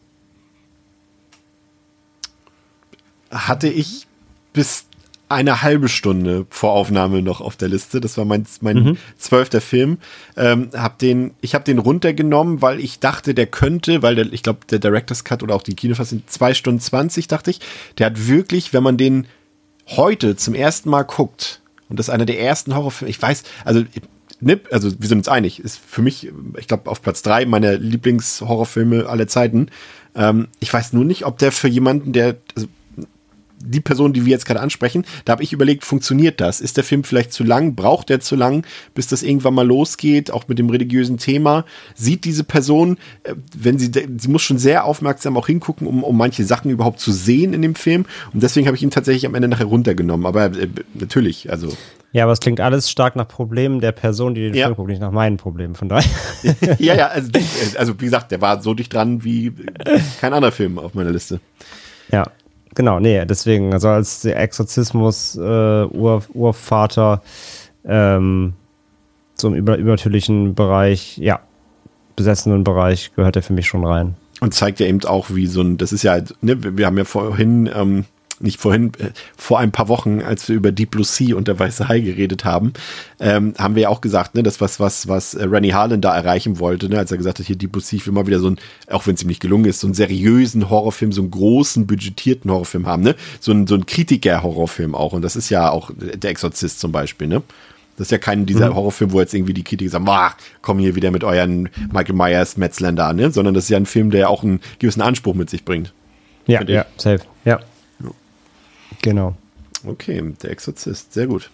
Hatte ich bis eine halbe Stunde vor Aufnahme noch auf der Liste. Das war mein, mein mhm. zwölfter Film. Ähm, hab den, ich habe den runtergenommen, weil ich dachte, der könnte, weil der, ich glaube, der Director's Cut oder auch die Kinofassung sind zwei Stunden zwanzig, dachte ich. Der hat wirklich, wenn man den heute zum ersten Mal guckt, und das ist einer der ersten Horrorfilme, ich weiß, also, ne, also wir sind uns einig, ist für mich, ich glaube, auf Platz drei meiner Lieblingshorrorfilme aller Zeiten. Ähm, ich weiß nur nicht, ob der für jemanden, der, also, die Person, die wir jetzt gerade ansprechen, da habe ich überlegt, funktioniert das? Ist der Film vielleicht zu lang? Braucht der zu lang, bis das irgendwann mal losgeht, auch mit dem religiösen Thema? Sieht diese Person, wenn sie, sie muss schon sehr aufmerksam auch hingucken, um, um manche Sachen überhaupt zu sehen in dem Film. Und deswegen habe ich ihn tatsächlich am Ende nachher runtergenommen. Aber äh, natürlich, also. Ja, aber es klingt alles stark nach Problemen der Person, die den ja. Film guckt, nicht nach meinen Problemen, von daher. ja, ja, also, also wie gesagt, der war so dicht dran wie kein anderer Film auf meiner Liste. Ja. Genau, nee, deswegen, also als der Exorzismus, äh, Ur, Urvater, ähm, zum über, übernatürlichen Bereich, ja, besessenen Bereich gehört er für mich schon rein. Und zeigt ja eben auch, wie so ein, das ist ja, ne, wir haben ja vorhin, ähm, nicht vorhin, äh, vor ein paar Wochen, als wir über Deep Blue Sea und der Weiße Hai geredet haben, ähm, haben wir ja auch gesagt, ne, das was, was, was Rennie Harlan da erreichen wollte, ne, als er gesagt hat, hier Deep Blue Sea, ich will mal wieder so ein, auch wenn es ihm nicht gelungen ist, so einen seriösen Horrorfilm, so einen großen, budgetierten Horrorfilm haben, ne, so ein, so ein Kritiker-Horrorfilm auch, und das ist ja auch der Exorzist zum Beispiel, ne. Das ist ja kein dieser mhm. Horrorfilm, wo jetzt irgendwie die Kritiker sagen, ah, komm hier wieder mit euren Michael Myers, Metzländer an, ne, sondern das ist ja ein Film, der auch einen gewissen Anspruch mit sich bringt. Ja, ja, safe, ja. Genau. Okay, der Exorzist, sehr gut.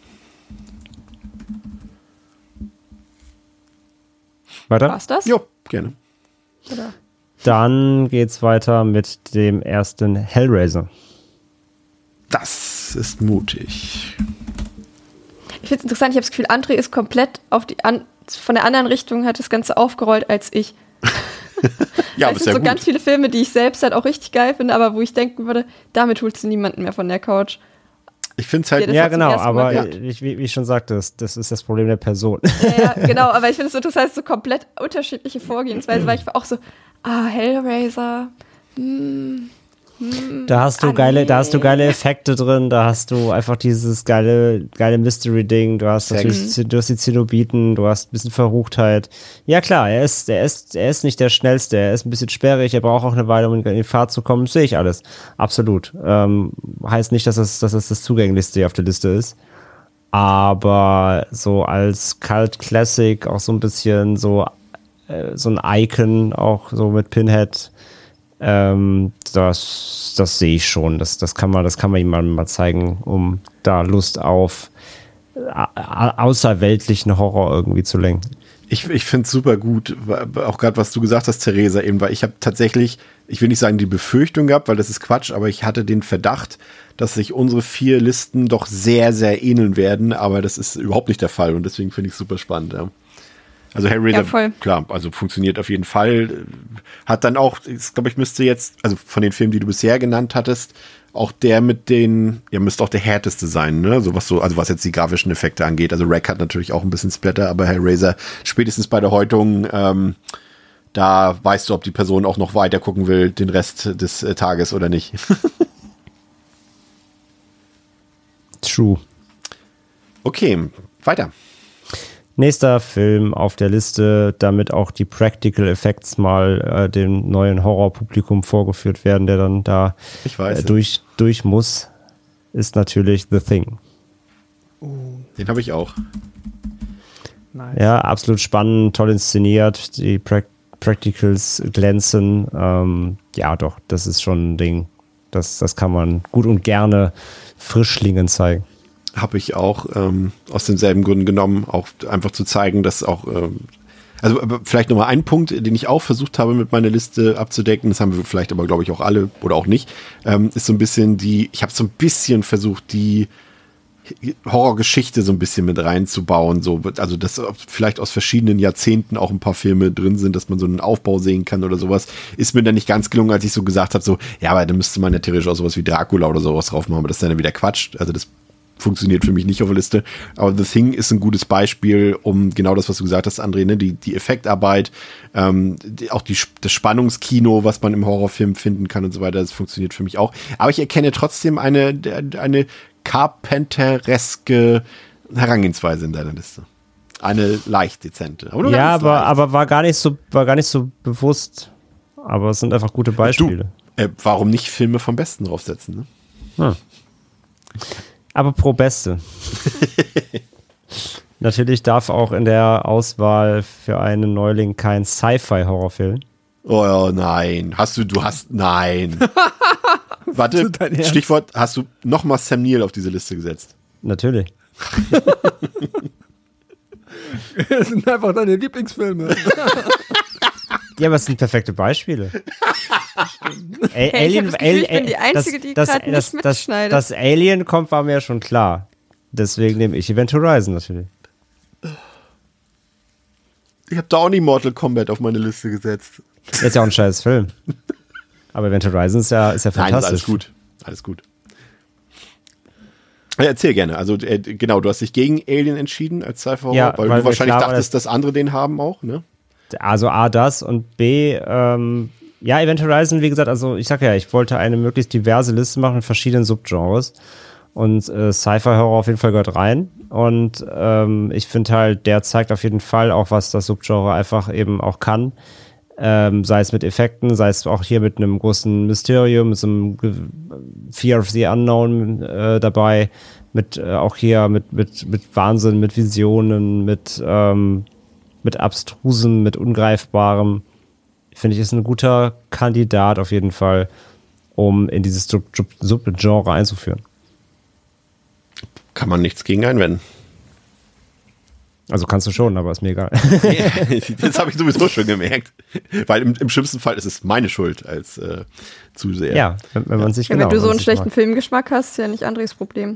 Weiter? War's das? Jo, gerne. Oder? Dann geht's weiter mit dem ersten Hellraiser. Das ist mutig. Ich finde es interessant, ich habe das Gefühl, André ist komplett auf die an, von der anderen Richtung, hat das Ganze aufgerollt als ich. Ja, aber es sind so gut. Ganz viele Filme, die ich selbst halt auch richtig geil finde, aber wo ich denken würde, damit holst du niemanden mehr von der Couch. Ich finde es halt, ja, ja genau, aber ich, wie, wie ich schon sagte, das, das ist das Problem der Person. Ja, ja genau, aber ich finde es so interessant, so komplett unterschiedliche Vorgehensweise, weil ich war auch so, ah, Hellraiser, hm, hm, da hast du ah, geile, nee. da hast du geile Effekte drin, da hast du einfach dieses geile, geile Mystery-Ding, du hast natürlich, du hast die Zenobiten, du hast ein bisschen Verruchtheit. Ja klar, er ist, er ist, er ist nicht der Schnellste, er ist ein bisschen sperrig, er braucht auch eine Weile, um in die Fahrt zu kommen, das sehe ich alles. Absolut. Ähm, heißt nicht, dass es, dass es das Zugänglichste auf der Liste ist. Aber so als Cult Classic auch so ein bisschen so, äh, so ein Icon, auch so mit Pinhead, Ähm, das, das sehe ich schon. Das, das kann man, das kann man ihm mal, mal zeigen, um da Lust auf a- außerweltlichen Horror irgendwie zu lenken. Ich, ich finde es super gut, auch gerade was du gesagt hast, Theresa, eben, weil ich habe tatsächlich, ich will nicht sagen die Befürchtung gehabt, weil das ist Quatsch, aber ich hatte den Verdacht, dass sich unsere vier Listen doch sehr, sehr ähneln werden, aber das ist überhaupt nicht der Fall und deswegen finde ich es super spannend, ja. Also Hellraiser, ja, klar, also funktioniert auf jeden Fall. Hat dann auch, ich glaube, ich müsste jetzt, also von den Filmen, die du bisher genannt hattest, auch der mit den, ja, müsste auch der härteste sein, ne? So was so, also was jetzt die grafischen Effekte angeht. Also Wreck hat natürlich auch ein bisschen Splatter, aber Hellraiser, spätestens bei der Häutung, ähm, da weißt du, ob die Person auch noch weiter gucken will, den Rest des äh, Tages oder nicht. True. Okay, weiter. Nächster Film auf der Liste, damit auch die Practical Effects mal äh, dem neuen Horrorpublikum vorgeführt werden, der dann da ich weiß, äh, durch, durch muss, ist natürlich The Thing. Den habe ich auch. Nice. Ja, absolut spannend, toll inszeniert, die pra- Practicals glänzen. Ähm, ja, doch, das ist schon ein Ding. Das, das kann man gut und gerne Frischlingen zeigen. Habe ich auch ähm, aus denselben Gründen genommen, auch einfach zu zeigen, dass auch, ähm, also aber vielleicht nochmal ein Punkt, den ich auch versucht habe mit meiner Liste abzudecken, das haben wir vielleicht aber glaube ich auch alle oder auch nicht, ähm, ist so ein bisschen die, ich habe so ein bisschen versucht, die Horrorgeschichte so ein bisschen mit reinzubauen, so, also dass vielleicht aus verschiedenen Jahrzehnten auch ein paar Filme drin sind, dass man so einen Aufbau sehen kann oder sowas, ist mir dann nicht ganz gelungen, als ich so gesagt habe, so, ja, aber da müsste man ja theoretisch auch sowas wie Dracula oder sowas drauf machen, aber das ist dann wieder Quatsch, also das funktioniert für mich nicht auf der Liste, aber The Thing ist ein gutes Beispiel, um genau das, was du gesagt hast, André, ne? die, die Effektarbeit, ähm, die, auch die, das Spannungskino, was man im Horrorfilm finden kann und so weiter, das funktioniert für mich auch. Aber ich erkenne trotzdem eine, eine Carpentereske Herangehensweise in deiner Liste. Eine leicht dezente. Aber ja, aber, leicht. aber war gar nicht so, war gar nicht so bewusst. Aber es sind einfach gute Beispiele. Du, äh, warum nicht Filme vom Besten draufsetzen, ne? Hm. Aber pro Beste. Natürlich darf auch in der Auswahl für einen Neuling kein Sci-Fi-Horrorfilm. Oh nein. Hast du, du hast, nein. Warte, Stichwort, hast du nochmal Sam Neill auf diese Liste gesetzt? Natürlich. Das sind einfach deine Lieblingsfilme. Ja, aber es sind perfekte Beispiele. Hey, Alien, ich, Gefühl, ich bin die Einzige, die gerade nicht mitschneidet. Dass Alien kommt, war mir ja schon klar. Deswegen nehme ich Event Horizon natürlich. Ich habe da auch nicht Mortal Kombat auf meine Liste gesetzt. Das ist ja auch ein scheiß Film. Aber Event Horizon ist ja, ist ja fantastisch. Nein, ist alles gut. Alles gut. Ja, erzähl gerne. Also äh, genau, du hast dich gegen Alien entschieden als Sci-Fi-Horror, ja, weil, weil du wahrscheinlich klar, dachtest, dass andere den haben auch, ne? Also A, das und B, ähm, ja, Event Horizon, wie gesagt, also ich sag ja, ich wollte eine möglichst diverse Liste machen mit verschiedenen Subgenres und äh, Sci-Fi-Horror auf jeden Fall gehört rein und ähm, ich finde halt, der zeigt auf jeden Fall auch, was das Subgenre einfach eben auch kann, ähm, sei es mit Effekten, sei es auch hier mit einem großen Mysterium, mit so einem Fear of the Unknown äh, dabei, mit äh, auch hier mit, mit, mit Wahnsinn, mit Visionen, mit ähm, mit Abstrusem, mit Ungreifbarem, finde ich, ist ein guter Kandidat auf jeden Fall, um in dieses Sub- Sub- Subgenre einzuführen. Kann man nichts gegen einwenden. Also kannst du schon, aber ist mir egal. Das habe ich sowieso schon gemerkt. Weil im, im schlimmsten Fall ist es meine Schuld als äh, Zuseher. Ja, wenn, wenn man sich ja, genau, wenn du so einen sich schlechten mag. Filmgeschmack hast, ist ja nicht Andres Problem.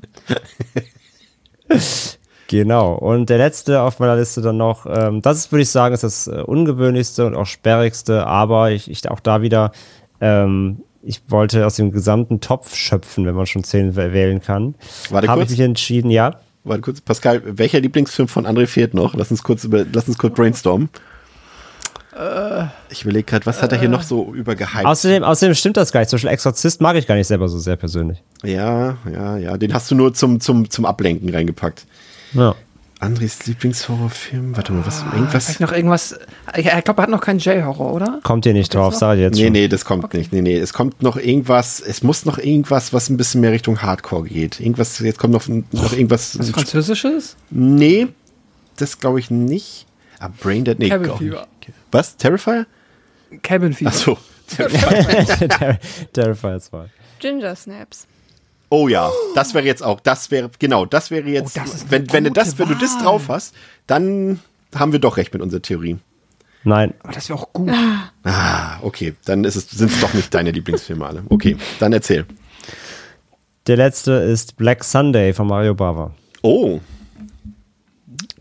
Genau. Und der letzte auf meiner Liste dann noch, ähm, das ist, würde ich sagen, ist das äh, ungewöhnlichste und auch sperrigste, aber ich, ich auch da wieder, ähm, ich wollte aus dem gesamten Topf schöpfen, wenn man schon zehn wählen kann. Warte Habe kurz. ich mich entschieden, ja. Warte kurz, Pascal, welcher Lieblingsfilm von André fehlt noch? Lass uns kurz, über, lass uns kurz brainstormen. Äh, ich überlege gerade, was hat er hier noch so übergehypt? Außerdem, außerdem stimmt das gar nicht. Zum Beispiel Exorzist mag ich gar nicht selber so sehr persönlich. Ja, ja, ja. Den hast du nur zum, zum, zum Ablenken reingepackt. Ja. Andres Lieblingshorrorfilm? Warte mal, was? Irgendwas? Vielleicht noch irgendwas. Ich, ich glaube, er hat noch keinen J-Horror, oder? Kommt hier nicht drauf, sag ich jetzt Nee, schon. nee, das kommt okay. nicht. Nee, nee. Es kommt noch irgendwas, es muss noch irgendwas, was ein bisschen mehr Richtung Hardcore geht. Irgendwas, jetzt kommt noch, noch irgendwas. Was Französisches? Nee, das glaube ich nicht. Ah, Braindead, nee. Cabin Fever. Was? Terrifier? Cabin Fever. Achso. Ter- Terrifier zwei. Ginger Snaps. Oh ja, das wäre jetzt auch, das wäre, genau, das wäre jetzt, Oh, das ist wenn, eine wenn, du gute das, wenn du das Wahl. drauf hast, dann haben wir doch recht mit unserer Theorie. Nein. Aber das wäre auch gut. Ah, okay, dann ist es, sind es doch nicht deine Lieblingsfilme alle. Okay, dann erzähl. Der letzte ist Black Sunday von Mario Bava. Oh,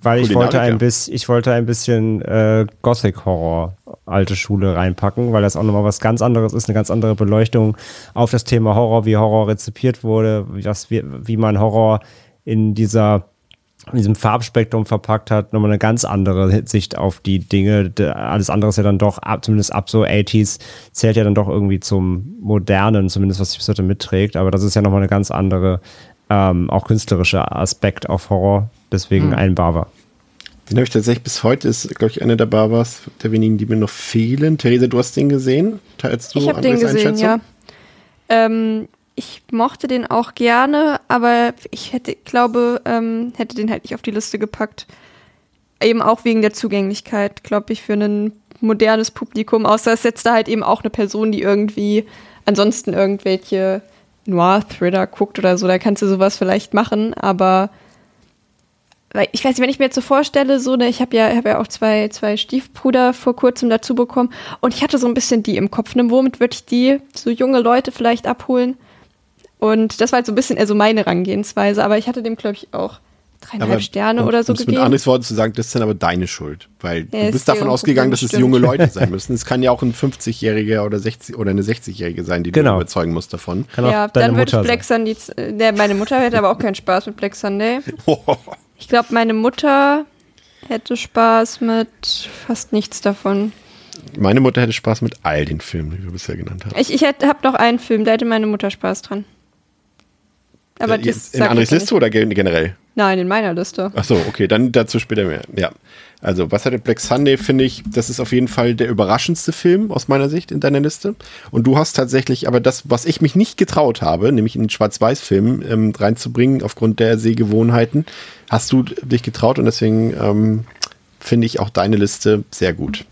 weil ich wollte ein bisschen, ich wollte ein bisschen äh, Gothic-Horror, alte Schule reinpacken, weil das auch nochmal was ganz anderes ist, eine ganz andere Beleuchtung auf das Thema Horror, wie Horror rezipiert wurde, wie, das, wie, wie man Horror in dieser in diesem Farbspektrum verpackt hat, nochmal eine ganz andere Sicht auf die Dinge. Alles andere ist ja dann doch, ab, zumindest ab so achtziger, zählt ja dann doch irgendwie zum Modernen, zumindest was sich bis heute mitträgt. Aber das ist ja nochmal eine ganz andere, ähm, auch künstlerische Aspekt auf Horror. Deswegen mhm. ein Bava. Den habe ich tatsächlich bis heute, ist, glaube ich, einer der Bavas, der wenigen, die mir noch fehlen. Theresa, du hast den gesehen? Teilst du ich habe den gesehen, ja. Ähm, Ich mochte den auch gerne, aber ich hätte, glaube, ähm, hätte den halt nicht auf die Liste gepackt. Eben auch wegen der Zugänglichkeit, glaube ich, für ein modernes Publikum. Außer es setzt da halt eben auch eine Person, die irgendwie ansonsten irgendwelche Noir-Thriller guckt oder so. Da kannst du sowas vielleicht machen, aber weil ich weiß nicht, wenn ich mir jetzt so vorstelle, so, ne, ich habe ja, hab ja auch zwei, zwei Stiefbrüder vor kurzem dazu bekommen und ich hatte so ein bisschen die im Kopf, ne, womit würde ich die, so junge Leute vielleicht abholen? Und das war halt so ein bisschen eher so meine Herangehensweise, aber ich hatte dem, glaube ich, auch dreieinhalb aber, Sterne oder so gegeben. Mit anderen Worten zu sagen, das ist dann aber deine Schuld, weil ja, du bist davon ausgegangen, dass es junge Leute sein müssen. Es kann ja auch ein fünfzigjähriger oder sechzig oder eine sechzigjährige sein, die genau. du überzeugen musst davon. Kann ja, dann würde ich Black Sunday, der, meine Mutter hätte aber auch keinen Spaß mit Black Sunday. Ich glaube, meine Mutter hätte Spaß mit fast nichts davon. Meine Mutter hätte Spaß mit all den Filmen, die wir bisher genannt haben. Ich, ich habe noch einen Film, da hätte meine Mutter Spaß dran. Aber äh, das in Andres Liste oder generell? Nein, in meiner Liste. Ach so, okay, dann dazu später mehr. Ja, also was hatte Black Sunday, finde ich, das ist auf jeden Fall der überraschendste Film aus meiner Sicht in deiner Liste. Und du hast tatsächlich, aber das, was ich mich nicht getraut habe, nämlich in den Schwarz-Weiß-Film ähm, reinzubringen, aufgrund der Sehgewohnheiten, hast du dich getraut und deswegen ähm, finde ich auch deine Liste sehr gut.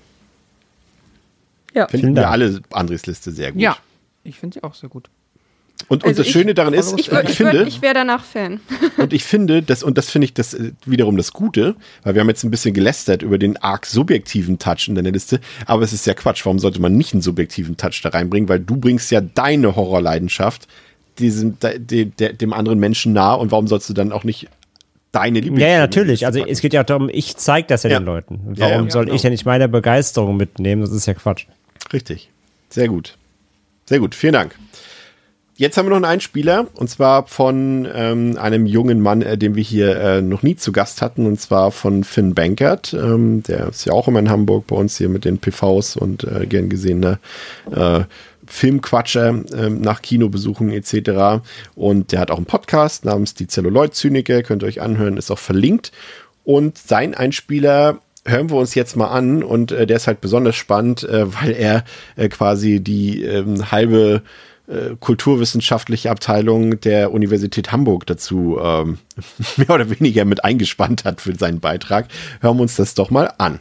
Ja. Finden wir alle Andres Liste sehr gut. Ja, ich finde sie auch sehr gut. Und, und also das Schöne daran ist, ich, ich, ich finde, ich wäre danach Fan. Und ich finde, das, und das finde ich das wiederum das Gute, weil wir haben jetzt ein bisschen gelästert über den arg subjektiven Touch in deiner Liste, aber es ist ja Quatsch. Warum sollte man nicht einen subjektiven Touch da reinbringen? Weil du bringst ja deine Horrorleidenschaft diesem, de, de, dem anderen Menschen nahe und warum sollst du dann auch nicht deine Lieblings- Ja, ja, natürlich. Also es geht ja auch darum, ich zeige das ja, ja den Leuten. Warum ja, ja, soll genau. ich denn nicht meine Begeisterung mitnehmen? Das ist ja Quatsch. Richtig. Sehr gut. Sehr gut. Vielen Dank. Jetzt haben wir noch einen Einspieler, und zwar von ähm, einem jungen Mann, äh, den wir hier äh, noch nie zu Gast hatten, und zwar von Finn Bankert. Ähm, der ist ja auch immer in Hamburg bei uns hier mit den P Vs und äh, gern gesehener äh, Filmquatscher äh, nach Kinobesuchen et cetera. Und der hat auch einen Podcast namens Die Celluloid-Zyniker, könnt ihr euch anhören, ist auch verlinkt. Und sein Einspieler hören wir uns jetzt mal an, und äh, der ist halt besonders spannend, äh, weil er äh, quasi die äh, halbe kulturwissenschaftliche Abteilung der Universität Hamburg dazu ähm, mehr oder weniger mit eingespannt hat für seinen Beitrag. Hören wir uns das doch mal an.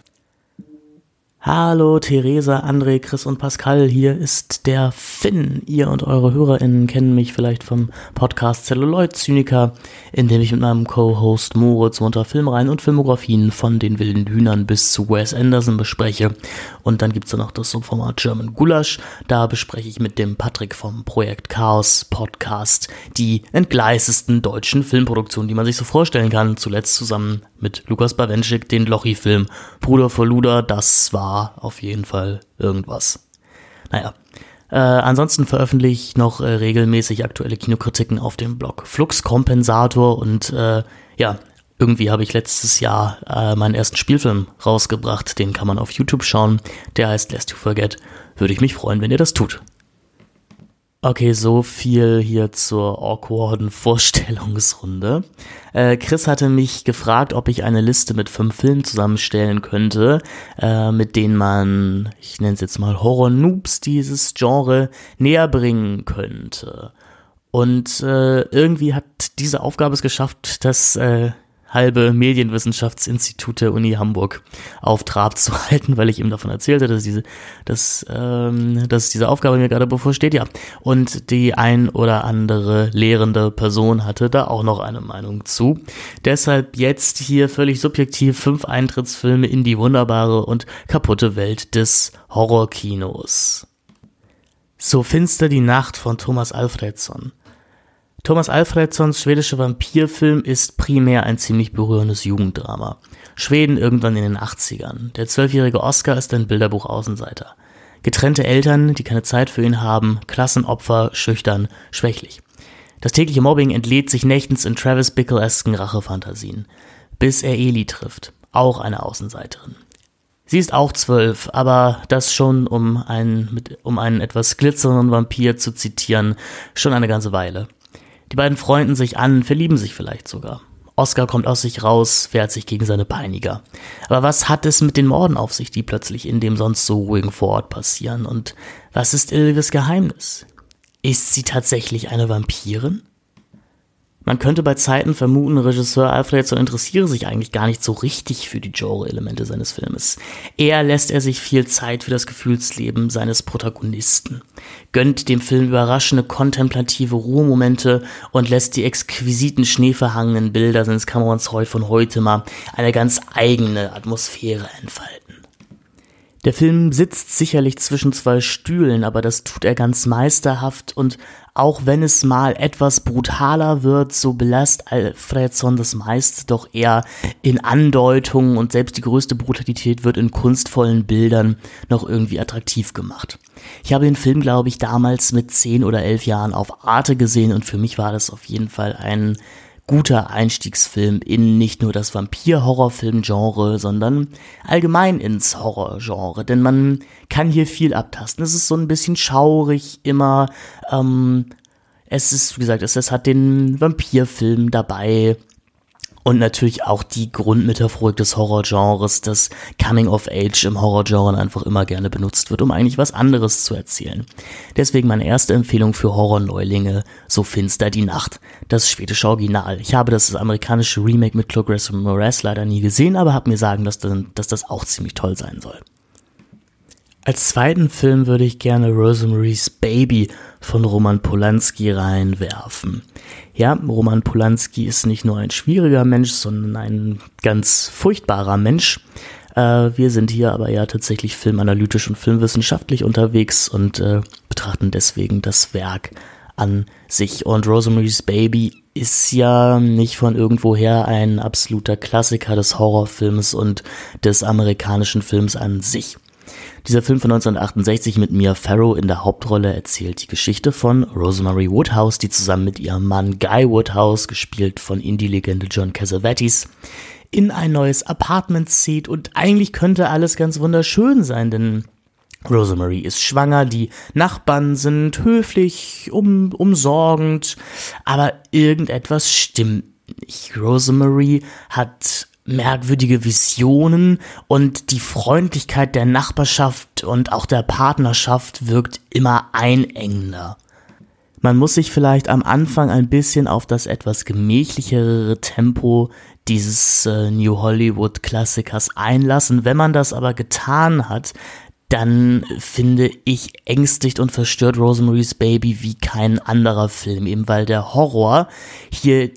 Hallo Theresa, André, Chris und Pascal, hier ist der Finn. Ihr und eure HörerInnen kennen mich vielleicht vom Podcast Celluloid-Zyniker, in dem ich mit meinem Co-Host Moritz munter Filmreihen und Filmografien von den wilden Hühnern bis zu Wes Anderson bespreche. Und dann gibt's da noch das Subformat German Gulasch. Da bespreche ich mit dem Patrick vom Projekt Chaos Podcast die entgleistesten deutschen Filmproduktionen, die man sich so vorstellen kann. Zuletzt zusammen mit Lukas Bawenschik den Lochi-Film Bruder vor Luder. Das war auf jeden Fall irgendwas. Naja, äh, ansonsten veröffentliche ich noch äh, regelmäßig aktuelle Kinokritiken auf dem Blog Fluxkompensator, und äh, ja, irgendwie habe ich letztes Jahr äh, meinen ersten Spielfilm rausgebracht, den kann man auf YouTube schauen, der heißt Lest You Forget. Würde ich mich freuen, wenn ihr das tut. Okay, so viel hier zur awkwarden Vorstellungsrunde. Äh, Chris hatte mich gefragt, ob ich eine Liste mit fünf Filmen zusammenstellen könnte, äh, mit denen man, ich nenne es jetzt mal Horror-Noobs, dieses Genre näher bringen könnte. Und äh, irgendwie hat diese Aufgabe es geschafft, dass äh, halbe Medienwissenschaftsinstitut der Uni Hamburg auf Trab zu halten, weil ich ihm davon erzählte, dass diese, dass, ähm, dass diese Aufgabe mir gerade bevorsteht, ja. Und die ein oder andere lehrende Person hatte da auch noch eine Meinung zu. Deshalb jetzt hier völlig subjektiv fünf Eintrittsfilme in die wunderbare und kaputte Welt des Horrorkinos. So finster die Nacht von Thomas Alfredson. Thomas Alfredssons schwedischer Vampirfilm ist primär ein ziemlich berührendes Jugenddrama. Schweden irgendwann in den achtzigern. Der zwölfjährige Oscar ist ein Bilderbuch-Außenseiter. Getrennte Eltern, die keine Zeit für ihn haben, Klassenopfer, schüchtern, schwächlich. Das tägliche Mobbing entlädt sich nächtens in Travis Bickle-esken Rachefantasien. Bis er Eli trifft, auch eine Außenseiterin. Sie ist auch zwölf, aber das schon, um einen, mit, um einen etwas glitzernden Vampir zu zitieren, schon eine ganze Weile. Die beiden freunden sich an, verlieben sich vielleicht sogar. Oscar kommt aus sich raus, wehrt sich gegen seine Peiniger. Aber was hat es mit den Morden auf sich, die plötzlich in dem sonst so ruhigen Vorort passieren? Und was ist Ylvis Geheimnis? Ist sie tatsächlich eine Vampirin? Man könnte bei Zeiten vermuten, Regisseur Alfredson interessiere sich eigentlich gar nicht so richtig für die Genre-Elemente seines Filmes. Eher lässt er sich viel Zeit für das Gefühlsleben seines Protagonisten, gönnt dem Film überraschende kontemplative Ruhemomente und lässt die exquisiten schneeverhangenen Bilder seines Camerons von heute mal eine ganz eigene Atmosphäre entfalten. Der Film sitzt sicherlich zwischen zwei Stühlen, aber das tut er ganz meisterhaft und auch wenn es mal etwas brutaler wird, so belässt Alfredson das meiste doch eher in Andeutungen und selbst die größte Brutalität wird in kunstvollen Bildern noch irgendwie attraktiv gemacht. Ich habe den Film, glaube ich, damals mit zehn oder elf Jahren auf Arte gesehen und für mich war das auf jeden Fall ein guter Einstiegsfilm in nicht nur das Vampir-Horrorfilm-Genre, sondern allgemein ins Horror-Genre, denn man kann hier viel abtasten. Es ist so ein bisschen schaurig immer, ähm, es ist, wie gesagt, es, es hat den Vampirfilm dabei und natürlich auch die Grundmetaphorik des Horrorgenres, das Coming of Age im Horrorgenre einfach immer gerne benutzt wird, um eigentlich was anderes zu erzählen. Deswegen meine erste Empfehlung für Horror-Neulinge, So finster die Nacht, das schwedische Original. Ich habe das amerikanische Remake mit Chloe Grace Moretz leider nie gesehen, aber habe mir sagen lassen, dass das auch ziemlich toll sein soll. Als zweiten Film würde ich gerne Rosemary's Baby von Roman Polanski reinwerfen. Ja, Roman Polanski ist nicht nur ein schwieriger Mensch, sondern ein ganz furchtbarer Mensch. Äh, wir sind hier aber ja tatsächlich filmanalytisch und filmwissenschaftlich unterwegs und äh, betrachten deswegen das Werk an sich. Und Rosemary's Baby ist ja nicht von irgendwoher ein absoluter Klassiker des Horrorfilms und des amerikanischen Films an sich. Dieser Film von neunzehnhundertachtundsechzig mit Mia Farrow in der Hauptrolle erzählt die Geschichte von Rosemary Woodhouse, die zusammen mit ihrem Mann Guy Woodhouse, gespielt von Indie-Legende John Cassavetes, in ein neues Apartment zieht und eigentlich könnte alles ganz wunderschön sein, denn Rosemary ist schwanger, die Nachbarn sind höflich, um, umsorgend, aber irgendetwas stimmt nicht. Rosemary hat merkwürdige Visionen und die Freundlichkeit der Nachbarschaft und auch der Partnerschaft wirkt immer einengender. Man muss sich vielleicht am Anfang ein bisschen auf das etwas gemächlichere Tempo dieses äh, New Hollywood-Klassikers einlassen. Wenn man das aber getan hat, dann finde ich ängstigt und verstört Rosemary's Baby wie kein anderer Film, eben weil der Horror hier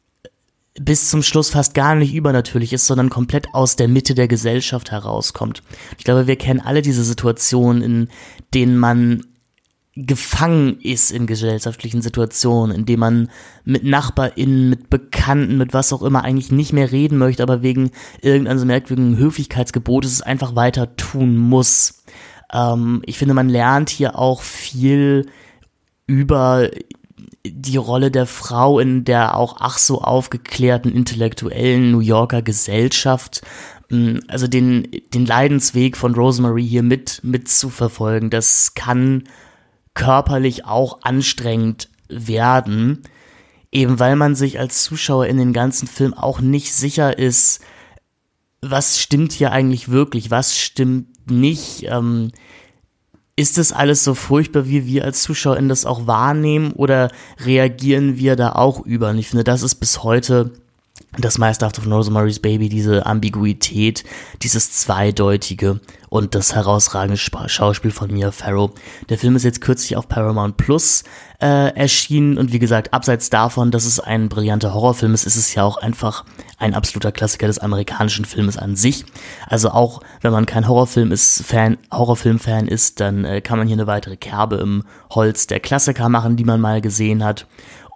bis zum Schluss fast gar nicht übernatürlich ist, sondern komplett aus der Mitte der Gesellschaft herauskommt. Ich glaube, wir kennen alle diese Situationen, in denen man gefangen ist in gesellschaftlichen Situationen, in denen man mit NachbarInnen, mit Bekannten, mit was auch immer eigentlich nicht mehr reden möchte, aber wegen irgendeines merkwürdigen Höflichkeitsgebotes es einfach weiter tun muss. Ähm, ich finde, man lernt hier auch viel über die Rolle der Frau in der auch ach so aufgeklärten intellektuellen New Yorker Gesellschaft, also den, den Leidensweg von Rosemary hier mit, mit zu verfolgen, das kann körperlich auch anstrengend werden, eben weil man sich als Zuschauer in den ganzen Film auch nicht sicher ist, was stimmt hier eigentlich wirklich, was stimmt nicht, ähm, ist das alles so furchtbar, wie wir als ZuschauerInnen das auch wahrnehmen oder reagieren wir da auch über? Und ich finde, das ist bis heute das Meisterhafte von Rosemary's Baby, diese Ambiguität, dieses Zweideutige und das herausragende Schauspiel von Mia Farrow. Der Film ist jetzt kürzlich auf Paramount Plus äh, erschienen und wie gesagt, abseits davon, dass es ein brillanter Horrorfilm ist, ist es ja auch einfach ein absoluter Klassiker des amerikanischen Filmes an sich. Also auch wenn man kein Horrorfilm ist, Fan, Horrorfilm-Fan ist, dann äh, kann man hier eine weitere Kerbe im Holz der Klassiker machen, die man mal gesehen hat.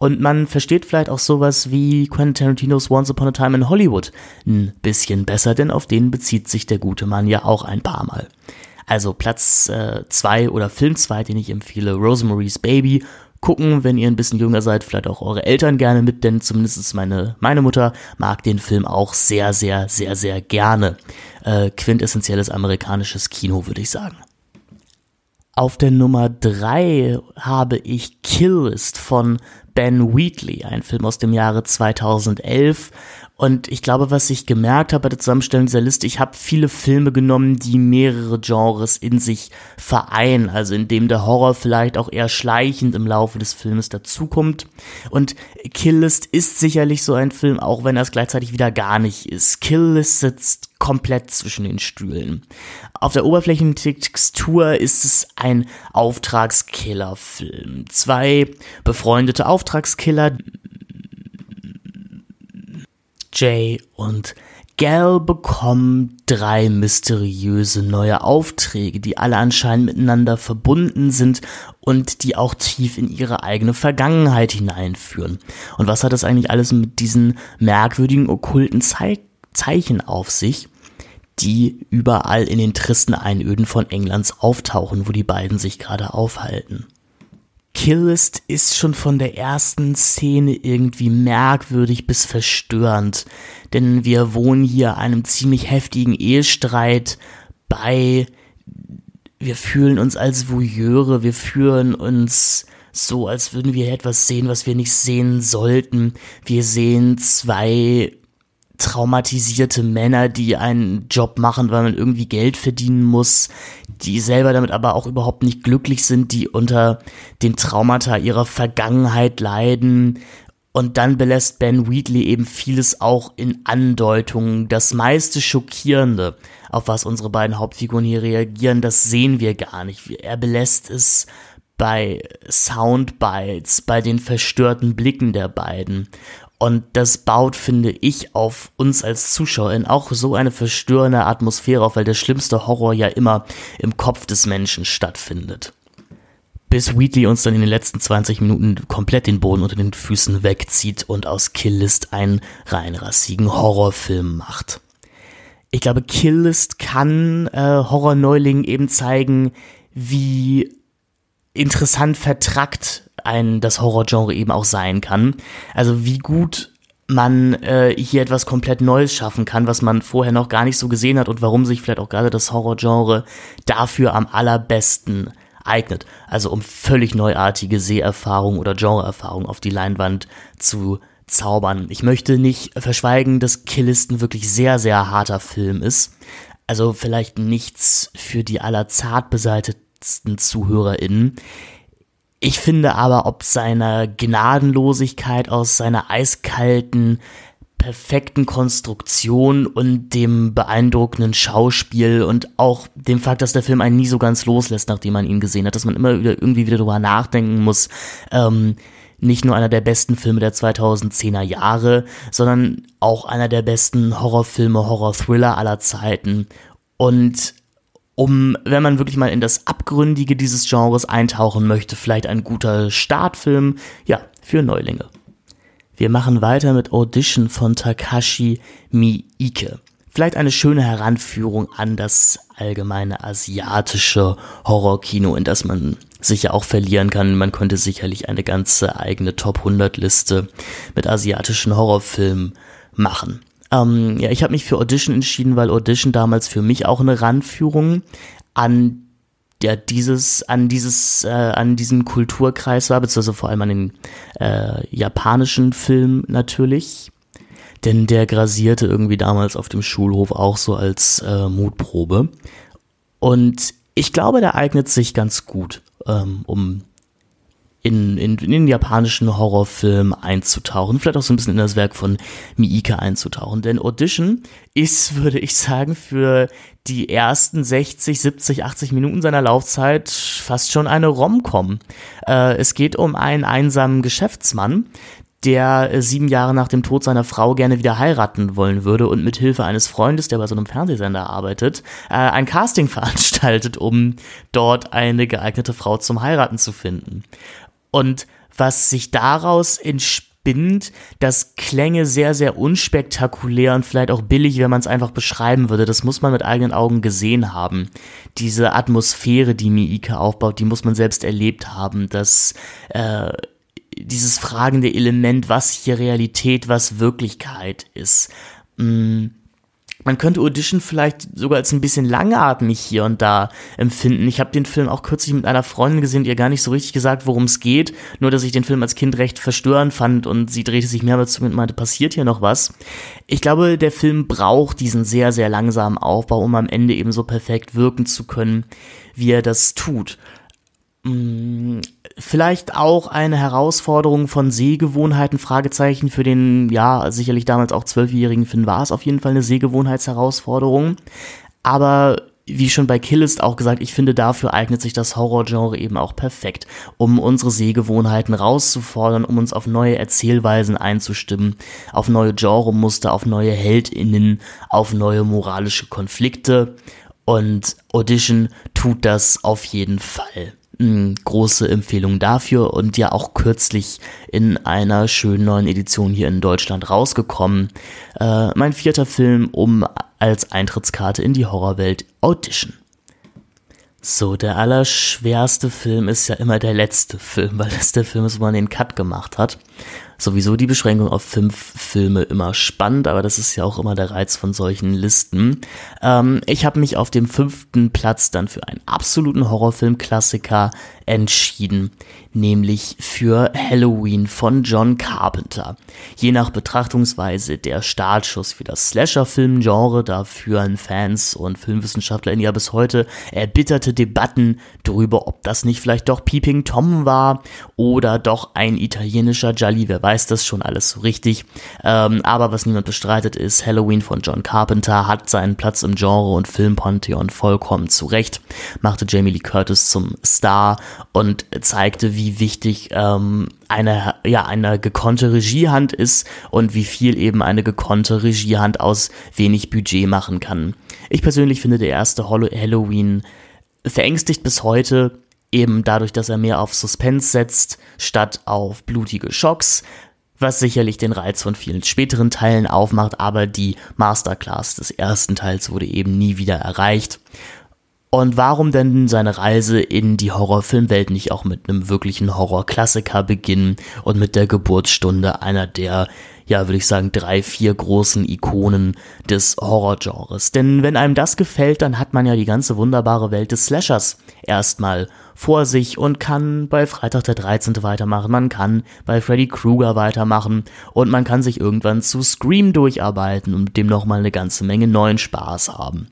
Und man versteht vielleicht auch sowas wie Quentin Tarantinos Once Upon a Time in Hollywood ein bisschen besser, denn auf den bezieht sich der gute Mann ja auch ein paar Mal. Also Platz zwei äh, oder Film zwei, den ich empfehle, Rosemary's Baby. Gucken, wenn ihr ein bisschen jünger seid, vielleicht auch eure Eltern gerne mit, denn zumindest meine, meine Mutter mag den Film auch sehr, sehr, sehr, sehr gerne. Äh, quintessentielles amerikanisches Kino, würde ich sagen. Auf der Nummer drei habe ich Kill List von Ben Wheatley, ein Film aus dem Jahre zweitausendelf. Und ich glaube, was ich gemerkt habe bei der Zusammenstellung dieser Liste, ich habe viele Filme genommen, die mehrere Genres in sich vereinen, also in dem der Horror vielleicht auch eher schleichend im Laufe des Filmes dazukommt. Und Kill List ist sicherlich so ein Film, auch wenn er es gleichzeitig wieder gar nicht ist. Kill List sitzt komplett zwischen den Stühlen. Auf der Oberflächentextur ist es ein Auftragskiller-Film. Zwei befreundete Auftragskiller, Jay und Gal, bekommen drei mysteriöse neue Aufträge, die alle anscheinend miteinander verbunden sind und die auch tief in ihre eigene Vergangenheit hineinführen. Und was hat das eigentlich alles mit diesen merkwürdigen okkulten Ze- Zeichen auf sich, die überall in den tristen Einöden von Englands auftauchen, wo die beiden sich gerade aufhalten? Kill List ist schon von der ersten Szene irgendwie merkwürdig bis verstörend, denn wir wohnen hier einem ziemlich heftigen Ehestreit bei. Wir fühlen uns als Voyeure, wir fühlen uns so, als würden wir etwas sehen, was wir nicht sehen sollten. Wir sehen zwei traumatisierte Männer, die einen Job machen, weil man irgendwie Geld verdienen muss, die selber damit aber auch überhaupt nicht glücklich sind, die unter den Traumata ihrer Vergangenheit leiden. Und dann belässt Ben Wheatley eben vieles auch in Andeutungen. Das meiste Schockierende, auf was unsere beiden Hauptfiguren hier reagieren, das sehen wir gar nicht. Er belässt es bei Soundbites, bei den verstörten Blicken der beiden. Und das baut, finde ich, auf uns als ZuschauerInnen auch so eine verstörende Atmosphäre auf, weil der schlimmste Horror ja immer im Kopf des Menschen stattfindet. Bis Wheatley uns dann in den letzten zwanzig Minuten komplett den Boden unter den Füßen wegzieht und aus Kill List einen reinrassigen Horrorfilm macht. Ich glaube, Kill List kann äh, Horrorneulingen eben zeigen, wie interessant vertrackt ein das Horrorgenre eben auch sein kann. Also wie gut man äh, hier etwas komplett Neues schaffen kann, was man vorher noch gar nicht so gesehen hat und warum sich vielleicht auch gerade das Horrorgenre dafür am allerbesten eignet. Also um völlig neuartige Seherfahrungen oder Genreerfahrungen auf die Leinwand zu zaubern. Ich möchte nicht verschweigen, dass Kill List ein wirklich sehr, sehr harter Film ist. Also vielleicht nichts für die allerzart beseitigten ZuhörerInnen. Ich finde aber, ob seiner Gnadenlosigkeit, aus seiner eiskalten, perfekten Konstruktion und dem beeindruckenden Schauspiel und auch dem Fakt, dass der Film einen nie so ganz loslässt, nachdem man ihn gesehen hat, dass man immer wieder irgendwie wieder drüber nachdenken muss, ähm, nicht nur einer der besten Filme der zweitausendzehner Jahre, sondern auch einer der besten Horrorfilme, Horror-Thriller aller Zeiten. Und um, wenn man wirklich mal in das Abgründige dieses Genres eintauchen möchte, vielleicht ein guter Startfilm, ja, für Neulinge. Wir machen weiter mit Audition von Takashi Miike. Vielleicht eine schöne Heranführung an das allgemeine asiatische Horrorkino, in das man sich ja auch verlieren kann. Man könnte sicherlich eine ganze eigene Top hundert Liste mit asiatischen Horrorfilmen machen. Ähm, ja, ich habe mich für Audition entschieden, weil Audition damals für mich auch eine Ranführung an ja, dieses, an dieses, äh, an diesen Kulturkreis war, beziehungsweise vor allem an den äh, japanischen Film natürlich. Denn der grasierte irgendwie damals auf dem Schulhof auch so als äh, Mutprobe. Und ich glaube, der eignet sich ganz gut, ähm, um in, in, in den japanischen Horrorfilm einzutauchen. Vielleicht auch so ein bisschen in das Werk von Miike einzutauchen. Denn Audition ist, würde ich sagen, für die ersten sechzig, siebzig, achtzig Minuten seiner Laufzeit fast schon eine Rom-Com. Äh, es geht um einen einsamen Geschäftsmann, der äh, sieben Jahre nach dem Tod seiner Frau gerne wieder heiraten wollen würde und mit Hilfe eines Freundes, der bei so einem Fernsehsender arbeitet, äh, ein Casting veranstaltet, um dort eine geeignete Frau zum Heiraten zu finden. Und was sich daraus entspinnt, das klänge sehr, sehr unspektakulär und vielleicht auch billig, wenn man es einfach beschreiben würde. Das muss man mit eigenen Augen gesehen haben. Diese Atmosphäre, die Miike aufbaut, die muss man selbst erlebt haben. Das, äh, dieses fragende Element, was hier Realität, was Wirklichkeit ist. Mm. Man könnte Audition vielleicht sogar als ein bisschen langatmig hier und da empfinden. Ich habe den Film auch kürzlich mit einer Freundin gesehen, die ihr gar nicht so richtig gesagt, worum es geht. Nur, dass ich den Film als Kind recht verstörend fand und sie drehte sich mehrmals zu mir und meinte, passiert hier noch was? Ich glaube, der Film braucht diesen sehr, sehr langsamen Aufbau, um am Ende eben so perfekt wirken zu können, wie er das tut. Vielleicht auch eine Herausforderung von Sehgewohnheiten, Fragezeichen für den, ja, sicherlich damals auch zwölfjährigen Finn war es auf jeden Fall eine Sehgewohnheitsherausforderung. Aber wie schon bei Killist auch gesagt, ich finde, dafür eignet sich das Horrorgenre eben auch perfekt, um unsere Sehgewohnheiten rauszufordern, um uns auf neue Erzählweisen einzustimmen, auf neue Genremuster, auf neue HeldInnen, auf neue moralische Konflikte. Und Audition tut das auf jeden Fall. Große Empfehlung dafür und ja auch kürzlich in einer schönen neuen Edition hier in Deutschland rausgekommen. Äh, mein vierter Film um als Eintrittskarte in die Horrorwelt, Audition. So, der allerschwerste Film ist ja immer der letzte Film, weil das der Film ist, wo man den Cut gemacht hat. Sowieso die Beschränkung auf fünf Filme immer spannend, aber das ist ja auch immer der Reiz von solchen Listen. Ähm, ich habe mich auf dem fünften Platz dann für einen absoluten Horrorfilm-Klassiker entschieden, nämlich für Halloween von John Carpenter. Je nach Betrachtungsweise der Startschuss für das Slasher-Film-Genre, da führen Fans und FilmwissenschaftlerInnen ja bis heute erbitterte Debatten darüber, ob das nicht vielleicht doch Peeping Tom war oder doch ein italienischer Gialli, wer weiß das schon alles so richtig. Ähm, aber was niemand bestreitet ist, Halloween von John Carpenter hat seinen Platz im Genre- und Filmpantheon vollkommen zurecht, machte Jamie Lee Curtis zum Star und zeigte, wie wichtig ähm, eine, ja, eine gekonnte Regiehand ist und wie viel eben eine gekonnte Regiehand aus wenig Budget machen kann. Ich persönlich finde, der erste Halloween verängstigt bis heute, eben dadurch, dass er mehr auf Suspense setzt, statt auf blutige Schocks, was sicherlich den Reiz von vielen späteren Teilen aufmacht, aber die Masterclass des ersten Teils wurde eben nie wieder erreicht. Und warum denn seine Reise in die Horrorfilmwelt nicht auch mit einem wirklichen Horrorklassiker beginnen und mit der Geburtsstunde einer der, ja, würde ich sagen, drei, vier großen Ikonen des Horrorgenres. Denn wenn einem das gefällt, dann hat man ja die ganze wunderbare Welt des Slashers erstmal vor sich und kann bei Freitag der dreizehnte weitermachen, man kann bei Freddy Krueger weitermachen und man kann sich irgendwann zu Scream durcharbeiten und mit dem nochmal eine ganze Menge neuen Spaß haben.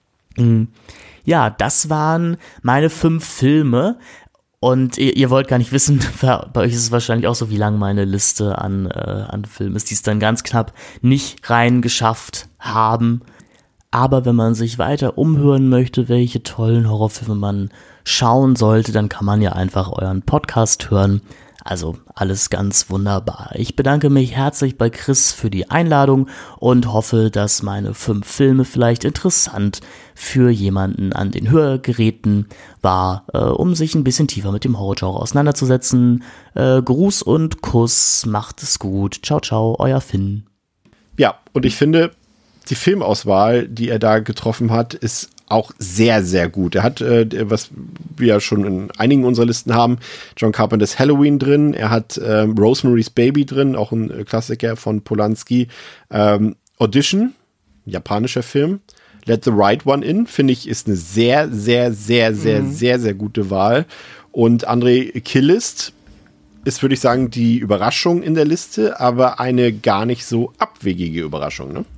Mhm. Ja, das waren meine fünf Filme und ihr, ihr wollt gar nicht wissen, bei euch ist es wahrscheinlich auch so, wie lang meine Liste an, äh, an Filmen ist, die es dann ganz knapp nicht reingeschafft haben. Aber wenn man sich weiter umhören möchte, welche tollen Horrorfilme man schauen sollte, dann kann man ja einfach euren Podcast hören. Also alles ganz wunderbar. Ich bedanke mich herzlich bei Chris für die Einladung und hoffe, dass meine fünf Filme vielleicht interessant für jemanden an den Hörgeräten war, äh, um sich ein bisschen tiefer mit dem Horrorgenre auseinanderzusetzen. Äh, Gruß und Kuss, macht es gut. Ciao, ciao, euer Finn. Ja, und ich finde, die Filmauswahl, die er da getroffen hat, ist auch sehr, sehr gut. Er hat, äh, was wir ja schon in einigen unserer Listen haben, John Carpenters Halloween drin, er hat ähm, Rosemary's Baby drin, auch ein Klassiker von Polanski. Ähm, Audition, japanischer Film. Let the Right One In, finde ich, ist eine sehr, sehr, sehr, sehr, mhm. sehr, sehr gute Wahl. Und André, Killist ist, würde ich sagen, die Überraschung in der Liste, aber eine gar nicht so abwegige Überraschung, ne?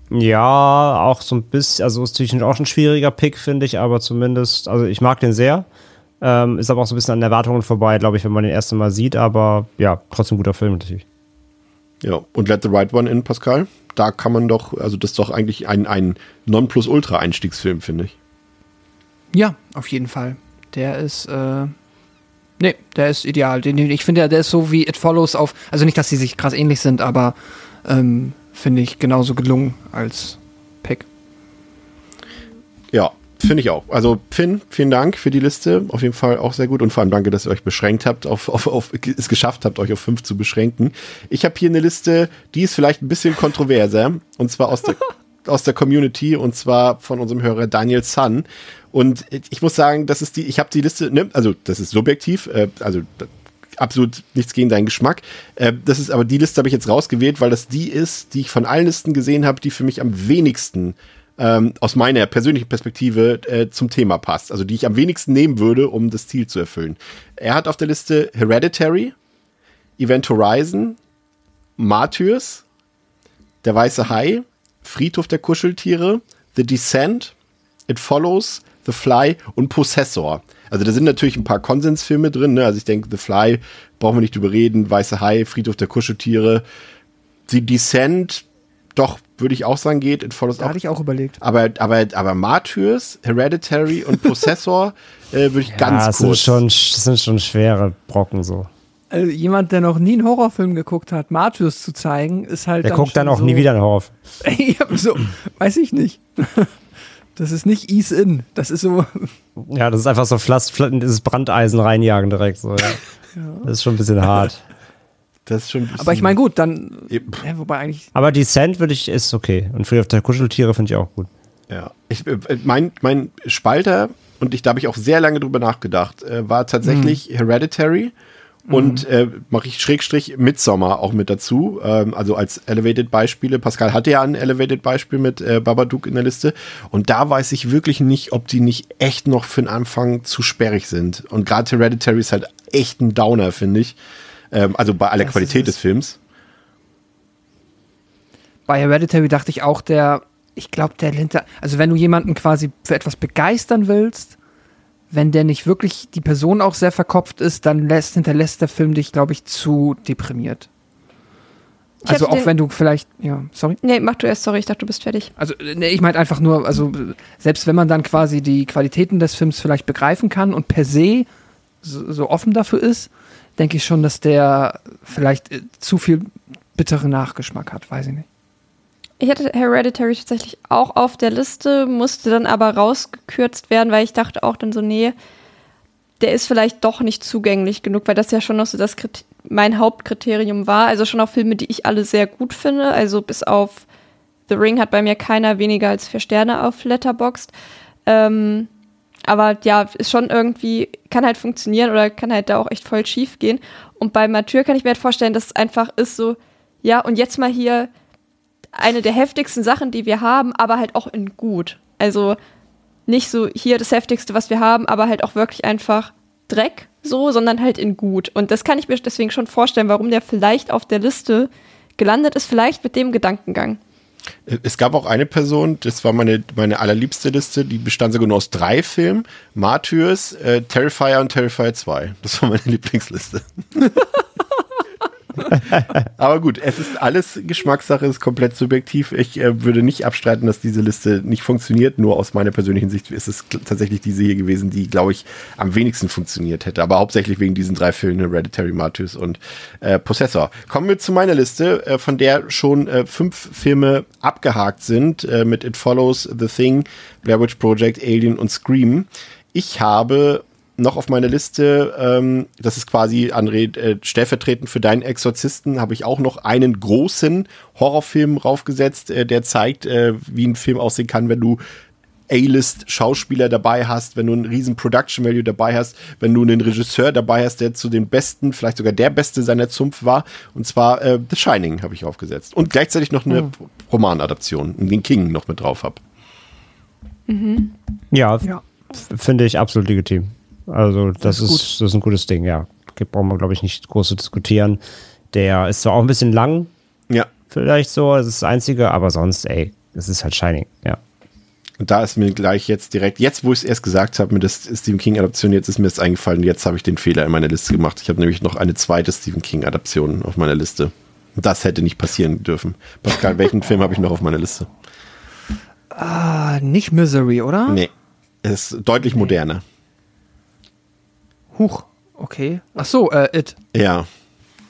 Ja, auch so ein bisschen, also ist natürlich auch ein schwieriger Pick, finde ich, aber zumindest, also ich mag den sehr. Ähm, ist aber auch so ein bisschen an Erwartungen vorbei, glaube ich, wenn man den ersten Mal sieht, aber ja, trotzdem ein guter Film natürlich. Ja, und Let the Right One In, Pascal, da kann man doch, also das ist doch eigentlich ein, ein Nonplusultra-Einstiegsfilm, finde ich. Ja, auf jeden Fall. Der ist, äh, nee, der ist ideal. Den, den, ich finde, der ist so wie It Follows auf, also nicht, dass sie sich krass ähnlich sind, aber ähm, finde ich genauso gelungen als Pick. Ja, finde ich auch. Also Finn, vielen Dank für die Liste. Auf jeden Fall auch sehr gut. Und vor allem danke, dass ihr euch beschränkt habt, auf, auf, auf es geschafft habt, euch auf fünf zu beschränken. Ich habe hier eine Liste, die ist vielleicht ein bisschen kontroverser. Und zwar aus der, aus der Community. Und zwar von unserem Hörer Daniel Sun. Und ich muss sagen, das ist die, ich habe die Liste, ne, also das ist subjektiv, äh, also absolut nichts gegen deinen Geschmack. Äh, das ist aber die Liste habe ich jetzt rausgewählt, weil das die ist, die ich von allen Listen gesehen habe, die für mich am wenigsten ähm, aus meiner persönlichen Perspektive äh, zum Thema passt. Also die ich am wenigsten nehmen würde, um das Ziel zu erfüllen. Er hat auf der Liste Hereditary, Event Horizon, Martyrs, Der Weiße Hai, Friedhof der Kuscheltiere, The Descent, It Follows, The Fly und Possessor. Also da sind natürlich ein paar Konsensfilme drin, ne? Also ich denke, The Fly brauchen wir nicht drüber reden, Weiße Hai, Friedhof der Kuscheltiere, The Descent, doch, würde ich auch sagen, geht. It Follows da hatte ich auch überlegt. Aber, aber, aber Martyrs, Hereditary und Possessor äh, würde ich ja, ganz das kurz... Sind schon, das sind schon schwere Brocken so. Also jemand, der noch nie einen Horrorfilm geguckt hat, Martyrs zu zeigen, ist halt Der dann guckt dann auch so, nie wieder einen Horrorfilm. so, weiß ich nicht. Das ist nicht Ease In. Das ist so. Ja, das ist einfach so Pflast, dieses Brandeisen reinjagen direkt. So, ja. Ja. Das ist schon ein bisschen hart. Das ist schon ein bisschen aber ich meine, gut, dann. Ja, wobei eigentlich. Aber Descent würde ich, ist okay. Und Friedhof der Kuscheltiere finde ich auch gut. Ja. Ich, mein, mein Spalter, und ich, da habe ich auch sehr lange drüber nachgedacht, äh, war tatsächlich mhm. Hereditary. Und äh, mache ich Schrägstrich Midsommar auch mit dazu, ähm, also als Elevated-Beispiele. Pascal hatte ja ein Elevated-Beispiel mit äh, Babadook in der Liste. Und da weiß ich wirklich nicht, ob die nicht echt noch für den Anfang zu sperrig sind. Und gerade Hereditary ist halt echt ein Downer, finde ich. Ähm, also bei aller das Qualität des Films. Bei Hereditary dachte ich auch, der, ich glaube, der Linter, also wenn du jemanden quasi für etwas begeistern willst, wenn der nicht wirklich die Person auch sehr verkopft ist, dann lässt, hinterlässt der Film dich, glaube ich, zu deprimiert. Ich also auch wenn du vielleicht, ja, sorry? Nee, mach du erst, sorry, ich dachte, du bist fertig. Also, nee, ich meine einfach nur, also selbst wenn man dann quasi die Qualitäten des Films vielleicht begreifen kann und per se so, so offen dafür ist, denke ich schon, dass der vielleicht äh, zu viel bitteren Nachgeschmack hat, weiß ich nicht. Ich hatte Hereditary tatsächlich auch auf der Liste, musste dann aber rausgekürzt werden, weil ich dachte auch dann so, nee, der ist vielleicht doch nicht zugänglich genug, weil das ja schon noch so das Krit- mein Hauptkriterium war. Also schon auch Filme, die ich alle sehr gut finde. Also bis auf The Ring hat bei mir keiner weniger als vier Sterne auf Letterboxd. Ähm, aber ja, ist schon irgendwie, kann halt funktionieren oder kann halt da auch echt voll schief gehen. Und bei Martyr kann ich mir halt vorstellen, dass es einfach ist so, ja, und jetzt mal hier eine der heftigsten Sachen, die wir haben, aber halt auch in gut. Also nicht so hier das Heftigste, was wir haben, aber halt auch wirklich einfach Dreck so, sondern halt in gut. Und das kann ich mir deswegen schon vorstellen, warum der vielleicht auf der Liste gelandet ist, vielleicht mit dem Gedankengang. Es gab auch eine Person, das war meine, meine allerliebste Liste, die bestand sogar nur aus drei Filmen. Martyrs, äh, Terrifier und Terrifier zwei. Das war meine Lieblingsliste. Aber gut, es ist alles Geschmackssache, ist komplett subjektiv. Ich äh, würde nicht abstreiten, dass diese Liste nicht funktioniert. Nur aus meiner persönlichen Sicht ist es k- tatsächlich diese hier gewesen, die, glaube ich, am wenigsten funktioniert hätte. Aber hauptsächlich wegen diesen drei Filmen, Hereditary, Martyrs und äh, Possessor. Kommen wir zu meiner Liste, äh, von der schon äh, fünf Filme abgehakt sind, äh, mit It Follows, The Thing, Blair Witch Project, Alien und Scream. Ich habe noch auf meiner Liste, ähm, das ist quasi, André, äh, stellvertretend für deinen Exorzisten, habe ich auch noch einen großen Horrorfilm raufgesetzt, äh, der zeigt, äh, wie ein Film aussehen kann, wenn du A-List-Schauspieler dabei hast, wenn du einen riesen Production-Value dabei hast, wenn du einen Regisseur dabei hast, der zu den besten, vielleicht sogar der Beste seiner Zunft war, und zwar äh, The Shining habe ich aufgesetzt. Und gleichzeitig noch eine mhm. Romanadaption, den King noch mit drauf habe. Mhm. Ja, ja. F- finde ich absolut legitim. Also das, das, ist, ist, das ist ein gutes Ding, ja. Brauchen wir, glaube ich, nicht groß zu diskutieren. Der ist zwar auch ein bisschen lang, ja, vielleicht so, das ist das Einzige, aber sonst, ey, es ist halt Shining, ja. Und da ist mir gleich jetzt direkt, jetzt wo ich es erst gesagt habe, mit der Stephen King-Adaption, jetzt ist mir das eingefallen, jetzt habe ich den Fehler in meiner Liste gemacht. Ich habe nämlich noch eine zweite Stephen King-Adaption auf meiner Liste. Und das hätte nicht passieren dürfen. Pascal, welchen Film habe ich noch auf meiner Liste? Ah, nicht Misery, oder? Nee, es ist deutlich moderner. Huch, okay. Ach so, äh, It. Ja.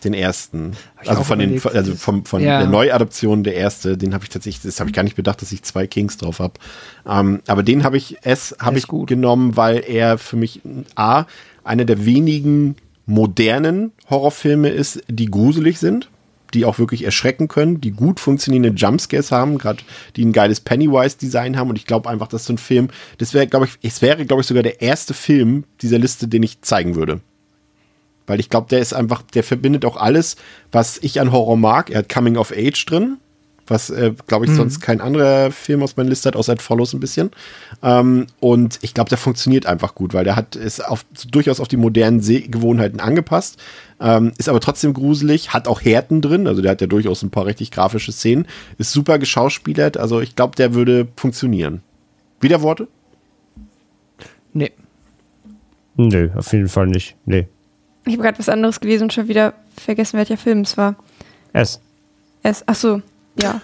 Den ersten. ich Also auch von den, überlegt. also vom, von Ja. der Neuadaption der erste, den habe ich tatsächlich, das habe ich gar nicht bedacht, dass ich zwei Kings drauf habe. Ähm, aber den habe ich, es habe ich gut. genommen, weil er für mich A, einer der wenigen modernen Horrorfilme ist, die gruselig sind, die auch wirklich erschrecken können, die gut funktionierende Jumpscares haben, gerade die ein geiles Pennywise-Design haben. Und ich glaube einfach, dass so ein Film, das wäre, glaube ich, es wäre, glaube ich, sogar der erste Film dieser Liste, den ich zeigen würde. Weil ich glaube, der ist einfach, der verbindet auch alles, was ich an Horror mag. Er hat Coming of Age drin, was, äh, glaube ich, mhm. sonst kein anderer Film aus meiner Liste hat, außer It Follows ein bisschen. Ähm, und ich glaube, der funktioniert einfach gut, weil der hat ist auf, durchaus auf die modernen Sehgewohnheiten angepasst, ähm, ist aber trotzdem gruselig, hat auch Härten drin, also der hat ja durchaus ein paar richtig grafische Szenen, ist super geschauspielert, also ich glaube, der würde funktionieren. Wieder Worte? Nee. Nö, auf jeden Fall nicht. Nee. Ich habe gerade was anderes gelesen und schon wieder vergessen, welcher Film es war. Es. Es, ach so, ja.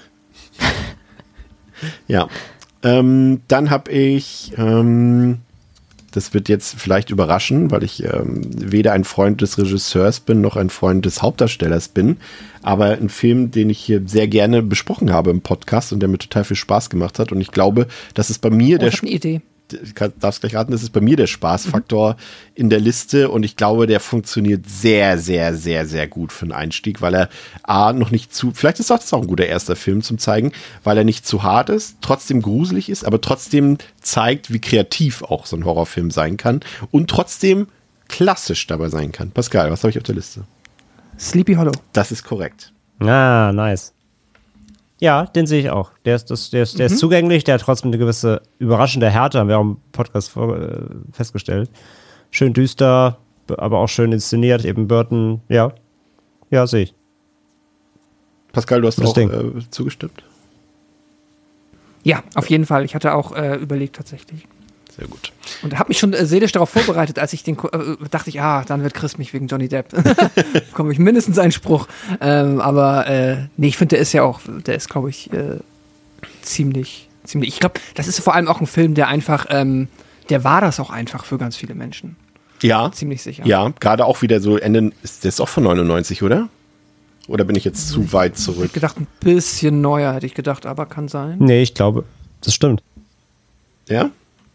Ja. Ähm, dann habe ich, ähm, das wird jetzt vielleicht überraschen, weil ich ähm, weder ein Freund des Regisseurs bin, noch ein Freund des Hauptdarstellers bin, aber ein Film, den ich hier sehr gerne besprochen habe im Podcast und der mir total viel Spaß gemacht hat. Und ich glaube, das ist bei mir Oh, der ich hab eine Idee. Ich darf es gleich raten, das ist bei mir der Spaßfaktor mhm. in der Liste und ich glaube, der funktioniert sehr, sehr, sehr, sehr gut für einen Einstieg, weil er A, noch nicht zu, vielleicht ist das auch ein guter erster Film zum Zeigen, weil er nicht zu hart ist, trotzdem gruselig ist, aber trotzdem zeigt, wie kreativ auch so ein Horrorfilm sein kann und trotzdem klassisch dabei sein kann. Pascal, was habe ich auf der Liste? Sleepy Hollow. Das ist korrekt. Ah, nice. Ja, den sehe ich auch. Der ist, das, der ist, der Mhm. ist zugänglich, der hat trotzdem eine gewisse überraschende Härte, haben wir auch im Podcast vor, äh, festgestellt. Schön düster, aber auch schön inszeniert, eben Burton, ja. Ja, sehe ich. Pascal, du hast Das auch Ding. äh, zugestimmt? Ja, auf jeden Fall. Ich hatte auch äh, überlegt tatsächlich. Sehr gut. Und habe mich schon äh, seelisch darauf vorbereitet, als ich den, äh, dachte ich, ah, dann wird Chris mich wegen Johnny Depp. Bekomme ich mindestens einen Spruch. Ähm, aber äh, nee, ich finde, der ist ja auch, der ist, glaube ich, äh, ziemlich, ziemlich, ich glaube, das ist vor allem auch ein Film, der einfach, ähm, der war das auch einfach für ganz viele Menschen. Ja. Ziemlich sicher. Ja, gerade auch wieder so Ende, ist das auch von neunundneunzig, oder? Oder bin ich jetzt zu weit Ich zurück? hätte gedacht, ein bisschen neuer, hätte ich gedacht, aber kann sein. Nee, ich glaube, das stimmt. Ja?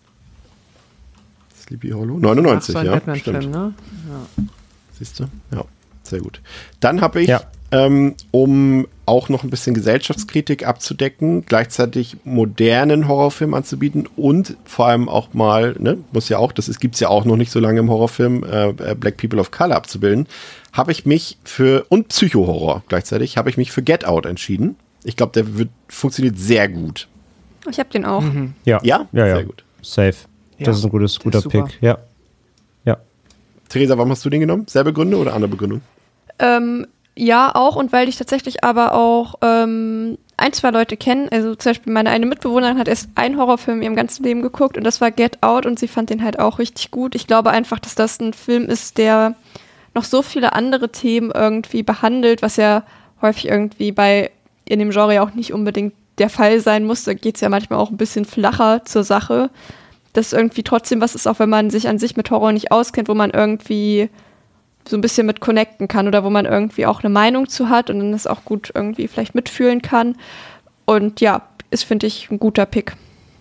Sleepy Hollow? neunundneunzig, Ach, so ein ja. Batman-Film, Stimmt. ne? Siehst du? Ja, sehr gut. Dann habe ich, Ja. ähm, um auch noch ein bisschen Gesellschaftskritik abzudecken, gleichzeitig modernen Horrorfilm anzubieten und vor allem auch mal, ne, muss ja auch, das gibt es ja auch noch nicht so lange im Horrorfilm, äh, Black People of Color abzubilden, habe ich mich für, und Psycho-Horror gleichzeitig, habe ich mich für Get Out entschieden. Ich glaube, der wird, funktioniert sehr gut. Ich habe den auch. Mhm. Ja. Ja? Ja, ja. Sehr gut. Safe. Ja, Das ist ein gutes, der guter ist super. Pick. Ja. Ja. Theresa, warum hast du den genommen? Selbe Gründe oder andere Begründung? Ähm, ja, auch und weil ich tatsächlich aber auch ähm, ein, zwei Leute kenne. Also zum Beispiel meine eine Mitbewohnerin hat erst einen Horrorfilm in ihrem ganzen Leben geguckt und das war Get Out und sie fand den halt auch richtig gut. Ich glaube einfach, dass das ein Film ist, der noch so viele andere Themen irgendwie behandelt, was ja häufig irgendwie bei in dem Genre auch nicht unbedingt der Fall sein muss. Da geht es ja manchmal auch ein bisschen flacher zur Sache. Das irgendwie trotzdem was ist, auch wenn man sich an sich mit Horror nicht auskennt, wo man irgendwie so ein bisschen mit connecten kann oder wo man irgendwie auch eine Meinung zu hat und dann das auch gut irgendwie vielleicht mitfühlen kann. Und ja, ist, finde ich, ein guter Pick.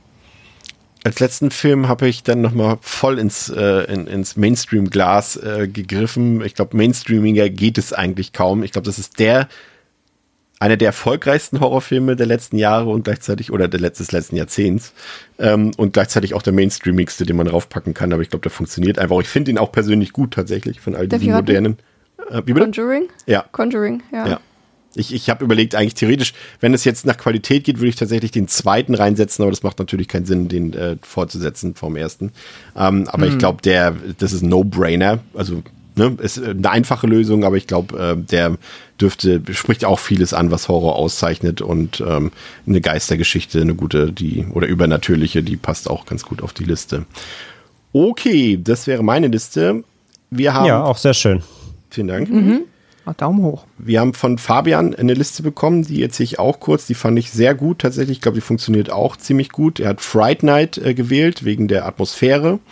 Als letzten Film habe ich dann nochmal voll ins, äh, in, ins Mainstream-Glas äh, gegriffen. Ich glaube, Mainstreamiger geht es eigentlich kaum. Ich glaube, das ist der einer der erfolgreichsten Horrorfilme der letzten Jahre und gleichzeitig, oder der letzten, des letzten Jahrzehnts ähm, und gleichzeitig auch der mainstreamigste, den man raufpacken kann, aber ich glaube, der funktioniert einfach. Ich finde ihn auch persönlich gut tatsächlich von all Darf diesen ich raten? modernen. Äh, wie bitte? Conjuring? Ja. Conjuring, ja. Ja. Ich, ich habe überlegt, eigentlich theoretisch, wenn es jetzt nach Qualität geht, würde ich tatsächlich den zweiten reinsetzen, aber das macht natürlich keinen Sinn, den äh, fortzusetzen vom ersten. Ähm, aber Hm. ich glaube, der, das ist ein No-Brainer. Also, ne, ist eine einfache Lösung, aber ich glaube, äh, der dürfte, spricht auch vieles an, was Horror auszeichnet und ähm, eine Geistergeschichte, eine gute, die, oder übernatürliche, die passt auch ganz gut auf die Liste. Okay, das wäre meine Liste. Wir haben. Ja, auch sehr schön. Vielen Dank. Mhm. Ah, Daumen hoch. Wir haben von Fabian eine Liste bekommen, die erzähle ich auch kurz. Die fand ich sehr gut tatsächlich. Ich glaube, die funktioniert auch ziemlich gut. Er hat Fright Night äh, gewählt, wegen der Atmosphäre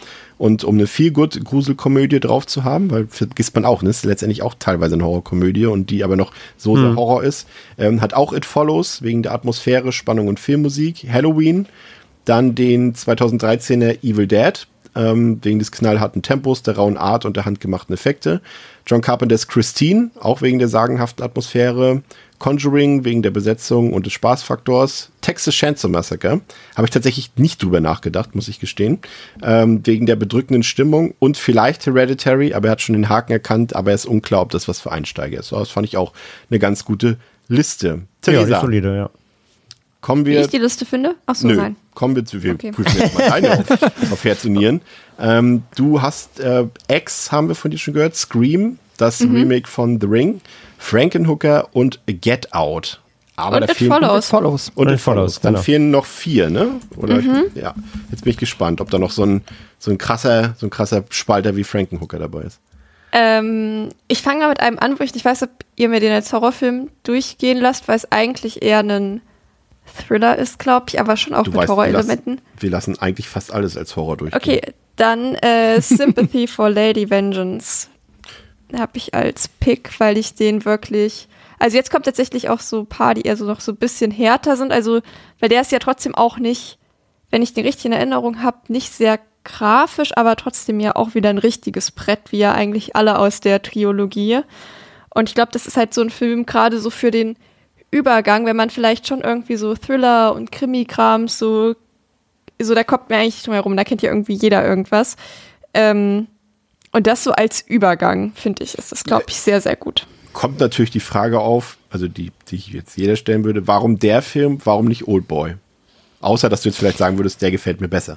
Und um eine Feel-Good-Gruselkomödie drauf zu haben, weil vergisst man auch, ne, ist letztendlich auch teilweise eine Horrorkomödie und die aber noch so sehr Hm. Horror ist, ähm, hat auch It Follows wegen der Atmosphäre, Spannung und Filmmusik, Halloween, dann den zweitausenddreizehner Evil Dead, ähm, wegen des knallharten Tempos, der rauen Art und der handgemachten Effekte, John Carpenters Christine, auch wegen der sagenhaften Atmosphäre, Conjuring wegen der Besetzung und des Spaßfaktors, Texas Chainsaw Massacre, habe ich tatsächlich nicht drüber nachgedacht, muss ich gestehen, ähm, wegen der bedrückenden Stimmung und vielleicht Hereditary, aber er hat schon den Haken erkannt, aber er ist unklar, ob das was für Einsteiger ist. So, das fand ich auch eine ganz gute Liste. Ja, Theresa, die ist solide, ja. kommen Wie wir... ich die Liste finde? Achso, Nö, nein. kommen wir zu, wir Okay. prüfen jetzt mal deine auf, auf Herz und Nieren. Ähm, du hast äh, X, haben wir von dir schon gehört, Scream, das Mhm. Remake von The Ring, Frankenhooker und Get Out. Aber Und da It fehlen Follows. Follows. und Und It It Follows, Dann genau. fehlen noch vier, ne? Oder Mhm. ja, jetzt bin ich gespannt, ob da noch so ein so ein krasser so ein krasser Spalter wie Frankenhooker dabei ist. Ähm, ich fange mal mit einem an, wo ich nicht weiß, ob ihr mir den als Horrorfilm durchgehen lasst, weil es eigentlich eher ein Thriller ist, glaube ich, aber schon auch Du mit weißt, wir Horrorelementen. lassen, wir lassen eigentlich fast alles als Horror durchgehen. Okay, dann äh, Sympathy for Lady Vengeance habe ich als Pick, weil ich den wirklich, also jetzt kommt tatsächlich auch so ein paar, die eher so noch so ein bisschen härter sind, also, weil der ist ja trotzdem auch nicht, wenn ich den richtig in Erinnerung habe, nicht sehr grafisch, aber trotzdem ja auch wieder ein richtiges Brett, wie ja eigentlich alle aus der Trilogie. Und ich glaube, das ist halt so ein Film, gerade so für den Übergang, wenn man vielleicht schon irgendwie so Thriller und Krimi-Kram so, so, da kommt mir eigentlich nicht drum herum, da kennt ja irgendwie jeder irgendwas. Ähm, und das so als Übergang, finde ich, ist das, glaube ich, sehr, sehr gut. Kommt natürlich die Frage auf, also die, die ich jetzt jeder stellen würde, warum der Film, warum nicht Oldboy? Außer, dass du jetzt vielleicht sagen würdest, der gefällt mir besser.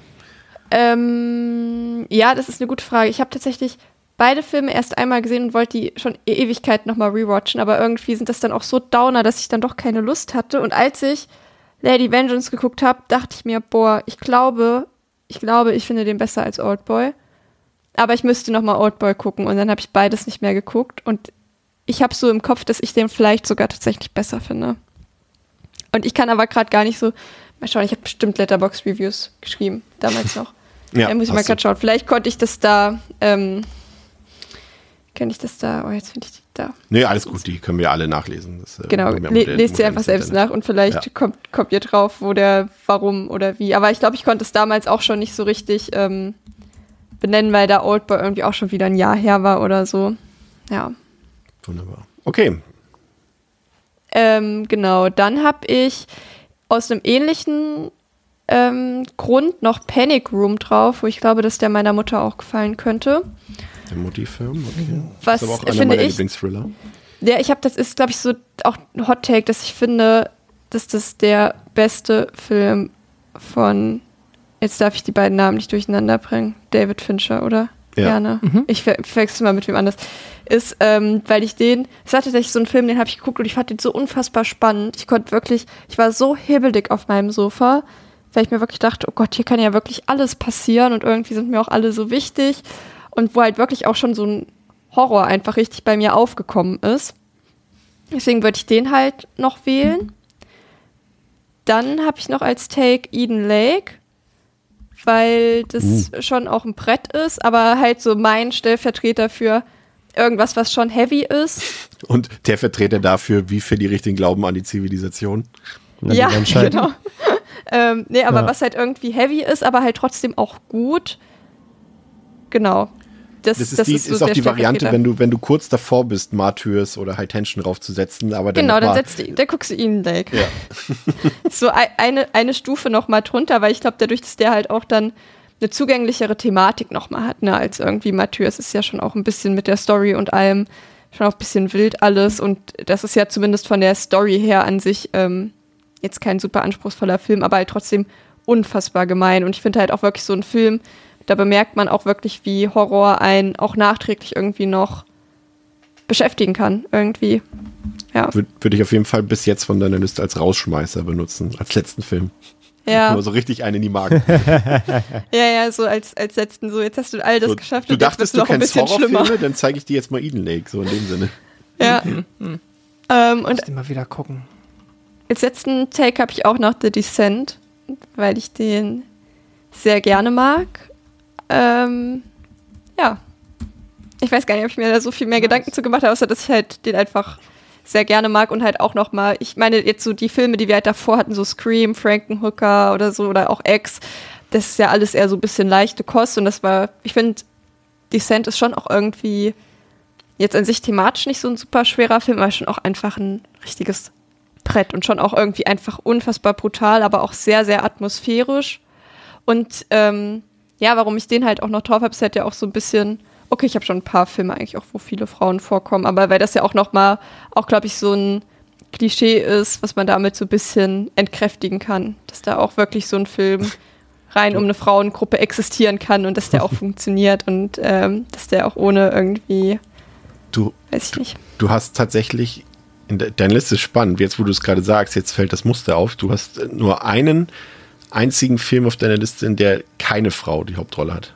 Ähm, ja, das ist eine gute Frage. Ich habe tatsächlich beide Filme erst einmal gesehen und wollte die schon e- Ewigkeit nochmal rewatchen, aber irgendwie sind das dann auch so Downer, dass ich dann doch keine Lust hatte. Und als ich Lady Vengeance geguckt habe, dachte ich mir, boah, ich glaube, ich glaube, ich finde den besser als Oldboy. Aber ich müsste nochmal Oldboy gucken und dann habe ich beides nicht mehr geguckt und ich habe so im Kopf, dass ich den vielleicht sogar tatsächlich besser finde. Und ich kann aber gerade gar nicht so, mal schauen, ich habe bestimmt Letterboxd-Reviews geschrieben, damals noch. Ja, Da muss ich mal hast gerade schauen. Vielleicht konnte ich das da, ähm, kann ich das da, oh, jetzt finde ich die da. Nee, alles gut, die können wir alle nachlesen. Das, äh, Genau, haben wir le modern- lest ihr einfach modernes selbst Internet. nach und vielleicht Ja. kommt, kommt ihr drauf, wo der, warum oder wie. Aber ich glaube, ich konnte es damals auch schon nicht so richtig ähm, benennen, weil da Oldboy irgendwie auch schon wieder ein Jahr her war oder so. Ja. Wunderbar. Okay, Ähm, genau, dann habe ich aus einem ähnlichen ähm, Grund noch Panic Room drauf, wo ich glaube, dass der meiner Mutter auch gefallen könnte. der Mutti-Film, okay. Was ist aber auch einer finde meiner ich- Lieblingsthriller. Ja, ich habe, das ist, glaube ich, so auch ein Hot Take, dass ich finde, dass das der beste Film von, jetzt darf ich die beiden Namen nicht durcheinander bringen, David Fincher, oder? Ja. ne? Ich ver verwechsel mal mit wem anders. Ist, ähm, weil ich den, es war tatsächlich so ein Film, den habe ich geguckt und ich fand den so unfassbar spannend. Ich konnte wirklich, ich war so hibbelig auf meinem Sofa, weil ich mir wirklich dachte, oh Gott, hier kann ja wirklich alles passieren und irgendwie sind mir auch alle so wichtig. Und wo halt wirklich auch schon so ein Horror einfach richtig bei mir aufgekommen ist. Deswegen würde ich den halt noch wählen. Dann habe ich noch als Take Eden Lake, weil das Uh. schon auch ein Brett ist, aber halt so mein Stellvertreter für irgendwas, was schon heavy ist. Und der Vertreter dafür, wie für die richtigen Glauben an die Zivilisation. Und dann Ja, die Menschheit. genau. ähm, nee, aber Ja. was halt irgendwie heavy ist, aber halt trotzdem auch gut. Genau. Das, Das ist, die, ist, so auch der die Variante, Stellvertreter. wenn du, wenn du kurz davor bist, Martyrs oder High Tension raufzusetzen, aber dann Genau, noch dann mal- setzt du, dann guckst du ihn Lake. Ja. So ei- eine, eine Stufe noch mal drunter, weil ich glaube, dadurch, dass der halt auch dann eine zugänglichere Thematik noch mal hat, ne, als irgendwie Matthäus ist ja schon auch ein bisschen mit der Story und allem schon auch ein bisschen wild alles und das ist ja zumindest von der Story her an sich ähm, jetzt kein super anspruchsvoller Film, aber halt trotzdem unfassbar gemein und ich finde halt auch wirklich so ein Film, da bemerkt man auch wirklich, wie Horror einen auch nachträglich irgendwie noch beschäftigen kann, irgendwie. Ja. Würde würd ich auf jeden Fall bis jetzt von deiner Liste als Rausschmeißer benutzen, als letzten Film. Ja. Nur so richtig einen in die Magen. Ja, ja, so als, als letzten, so jetzt hast du all das So, geschafft du und jetzt dachtest, wird's du noch ein kennst bisschen schlimmer. Horrorfilme, dann zeige ich dir jetzt mal Eden Lake, so in dem Sinne. Ja. ähm, und Musst immer wieder gucken. als letzten Take habe ich auch noch The Descent, weil ich den sehr gerne mag. Ähm, ja. Ich weiß gar nicht, ob ich mir da so viel mehr nice. Gedanken zu gemacht habe, außer dass ich halt den einfach sehr gerne mag und halt auch nochmal, ich meine jetzt so die Filme, die wir halt davor hatten, so Scream, Frankenhooker oder so oder auch X, das ist ja alles eher so ein bisschen leichte Kost und das war, ich finde, Descent ist schon auch irgendwie jetzt an sich thematisch nicht so ein super schwerer Film, aber schon auch einfach ein richtiges Brett und schon auch irgendwie einfach unfassbar brutal, aber auch sehr, sehr atmosphärisch. Und ähm, ja, warum ich den halt auch noch drauf habe, ist halt ja auch so ein bisschen, okay, ich habe schon ein paar Filme eigentlich auch, wo viele Frauen vorkommen, aber weil das ja auch nochmal, auch glaube ich, so ein Klischee ist, was man damit so ein bisschen entkräftigen kann, dass da auch wirklich so ein Film rein um eine Frauengruppe existieren kann und dass der auch funktioniert und ähm, dass der auch ohne irgendwie, du, weiß ich nicht. Du, du hast tatsächlich, in de, deine Liste ist spannend, jetzt wo du es gerade sagst, jetzt fällt das Muster auf, du hast nur einen einzigen Film auf deiner Liste, in der keine Frau die Hauptrolle hat.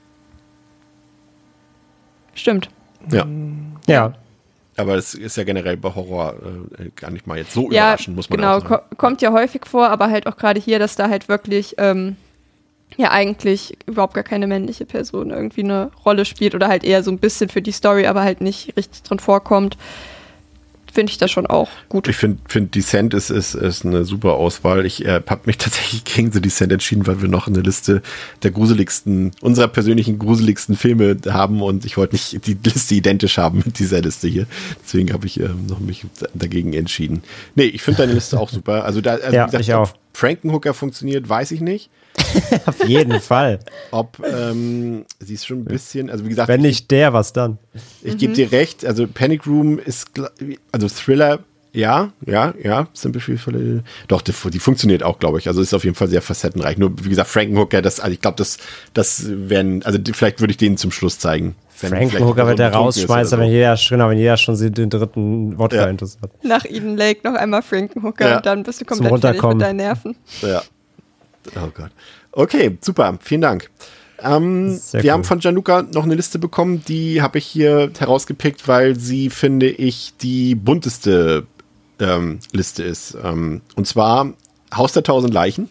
Stimmt. Ja. Ja. Aber es ist ja generell bei Horror äh, gar nicht mal jetzt so ja, überraschend, muss man genau, auch sagen. Ko- kommt ja häufig vor, aber halt auch gerade hier, dass da halt wirklich ähm, ja eigentlich überhaupt gar keine männliche Person irgendwie eine Rolle spielt oder halt eher so ein bisschen für die Story, aber halt nicht richtig drin vorkommt. Finde ich das schon auch gut. Ich finde, find Descent ist, ist, ist eine super Auswahl. Ich äh, habe mich tatsächlich gegen The Descent entschieden, weil wir noch eine Liste der gruseligsten, unserer persönlichen gruseligsten Filme haben und ich wollte nicht die Liste identisch haben mit dieser Liste hier. Deswegen habe ich ähm, noch mich dagegen entschieden. Nee, ich finde deine Liste auch super. Also da, also ja, wie gesagt, ich auch. Ob Frankenhooker funktioniert, weiß ich nicht. Auf jeden Fall. Ob ähm, sie ist schon ein bisschen, also wie gesagt. Wenn nicht der, was dann? Ich mhm. gebe dir recht, also Panic Room ist, also Thriller, ja, ja, ja, Simple Fearful, doch, die, die funktioniert auch, glaube ich, also ist auf jeden Fall sehr facettenreich. Nur, wie gesagt, Frankenhooker, das, also ich glaube, das, das werden, also vielleicht würde ich den zum Schluss zeigen. Frankenhooker wird der Rausschmeißer, so. wenn jeder, genau, wenn jeder schon den dritten Wodka ja. intus hat. Nach Eden Lake noch einmal Frankenhooker ja. und dann bist du komplett fertig mit deinen Nerven. Ja. Oh Gott. Okay, super, vielen Dank. Ähm, wir cool. haben von Gianluca noch eine Liste bekommen, die habe ich hier herausgepickt, weil sie, finde ich, die bunteste ähm, Liste ist. Ähm, und zwar Haus der tausend Leichen,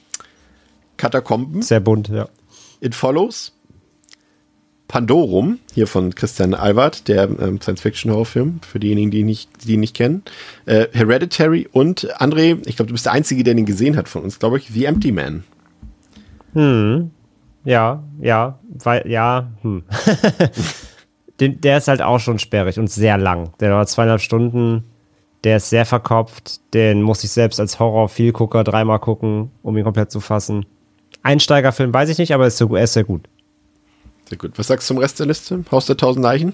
Katakomben. Sehr bunt, ja. It Follows, Pandorum, hier von Christian Albert, der ähm, Science-Fiction-Horrorfilm, für diejenigen, die ihn nicht, die ihn nicht kennen. Äh, Hereditary und André, ich glaube, du bist der Einzige, der den gesehen hat von uns, glaube ich, The Empty Man. Hm. Ja, ja, weil, ja, hm. den, der ist halt auch schon sperrig und sehr lang. Der dauert zweieinhalb Stunden, der ist sehr verkopft, den muss ich selbst als Horror-Vielgucker dreimal gucken, um ihn komplett zu fassen. Einsteigerfilm weiß ich nicht, aber er ist, so, er ist sehr gut. Sehr gut. Was sagst du zum Rest der Liste? Haus der tausend Leichen?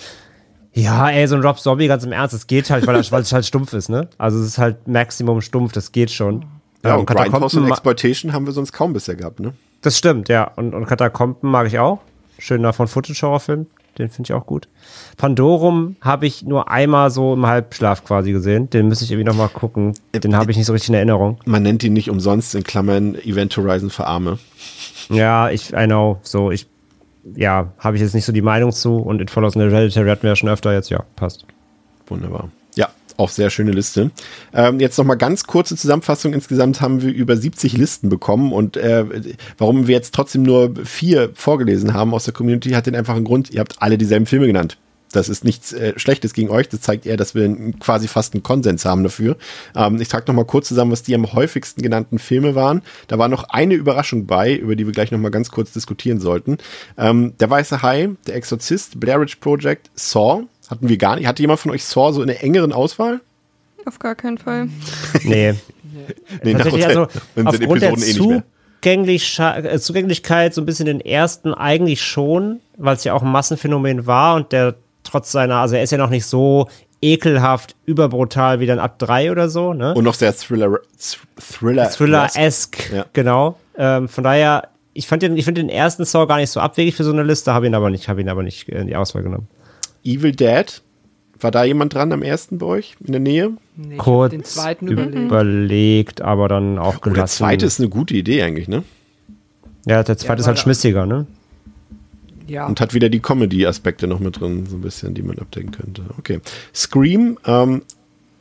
Ja, ey, so ein Rob Zombie, ganz im Ernst, das geht halt, weil, er, weil es halt stumpf ist, ne? Also es ist halt Maximum stumpf, das geht schon. Ja, ähm, und Grindhouse und Exploitation haben wir sonst kaum bisher gehabt, ne? Das stimmt, ja. Und, und Katakomben mag ich auch. Schöner Von-Footage-Horrorfilm, den finde ich auch gut. Pandorum habe ich nur einmal so im Halbschlaf quasi gesehen. Den müsste ich irgendwie nochmal gucken. Den habe ich nicht so richtig in Erinnerung. Man nennt ihn nicht umsonst in Klammern Event Horizon für Arme. Ja, ich, I know, so, ich ja, habe ich jetzt nicht so die Meinung zu und It Follows and Hereditary hatten wir ja schon öfter, jetzt ja, passt. Wunderbar. Ja, auch sehr schöne Liste. Ähm, jetzt nochmal ganz kurze Zusammenfassung. Insgesamt haben wir über siebzig Listen bekommen und äh, warum wir jetzt trotzdem nur vier vorgelesen haben aus der Community, hat den einfachen Grund, ihr habt alle dieselben Filme genannt. Das ist nichts äh, Schlechtes gegen euch, das zeigt eher, dass wir einen, quasi fast einen Konsens haben dafür. Ähm, ich trage nochmal kurz zusammen, was die am häufigsten genannten Filme waren. Da war noch eine Überraschung bei, über die wir gleich nochmal ganz kurz diskutieren sollten. Ähm, Der Weiße Hai, Der Exorzist, Blair Witch Project, Saw, hatten wir gar nicht. Hatte jemand von euch Saw so in der engeren Auswahl? Auf gar keinen Fall. Nee. nee Tatsächlich, also aufgrund der eh nicht mehr. Zugänglichkeit, Zugänglichkeit so ein bisschen den ersten eigentlich schon, weil es ja auch ein Massenphänomen war und der trotz seiner, also er ist ja noch nicht so ekelhaft, überbrutal wie dann ab drei oder so, ne? Und noch sehr Thriller, Thriller Thriller-esque, ja. Genau. Ähm, von daher, ich fand den, ich finde den ersten Saw gar nicht so abwegig für so eine Liste, habe ihn aber nicht, habe ihn aber nicht in die Auswahl genommen. Evil Dead, war da jemand dran am ersten bei euch in der Nähe? Nee, ich Kurz den zweiten überlegt. überlegt. überlegt, aber dann auch gelassen. Der zweite ist eine gute Idee eigentlich, ne? Ja, der zweite ja, ist halt schmissiger, ne? Ja. Und hat wieder die Comedy-Aspekte noch mit drin, so ein bisschen, die man abdecken könnte. Okay. Scream, ähm,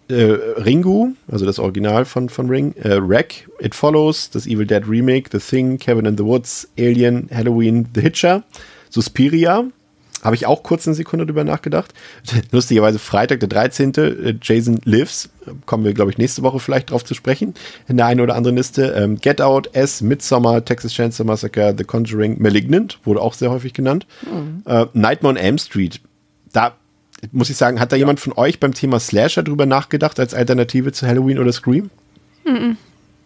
äh, Ringu, also das Original von, von Ring, äh, Wreck, It Follows, das Evil Dead Remake, The Thing, Cabin in the Woods, Alien, Halloween, The Hitcher, Suspiria, habe ich auch kurz eine Sekunde drüber nachgedacht. Lustigerweise Freitag, der dreizehnte Äh, Jason Lives, kommen wir, glaube ich, nächste Woche vielleicht drauf zu sprechen, in der einen oder anderen Liste. Ähm, Get Out, S, Midsommar, Texas Chainsaw Massacre, The Conjuring, Malignant, wurde auch sehr häufig genannt. Mhm. Äh, Nightmare on Elm Street, da muss ich sagen, hat da ja. jemand von euch beim Thema Slasher drüber nachgedacht, als Alternative zu Halloween oder Scream? Mhm.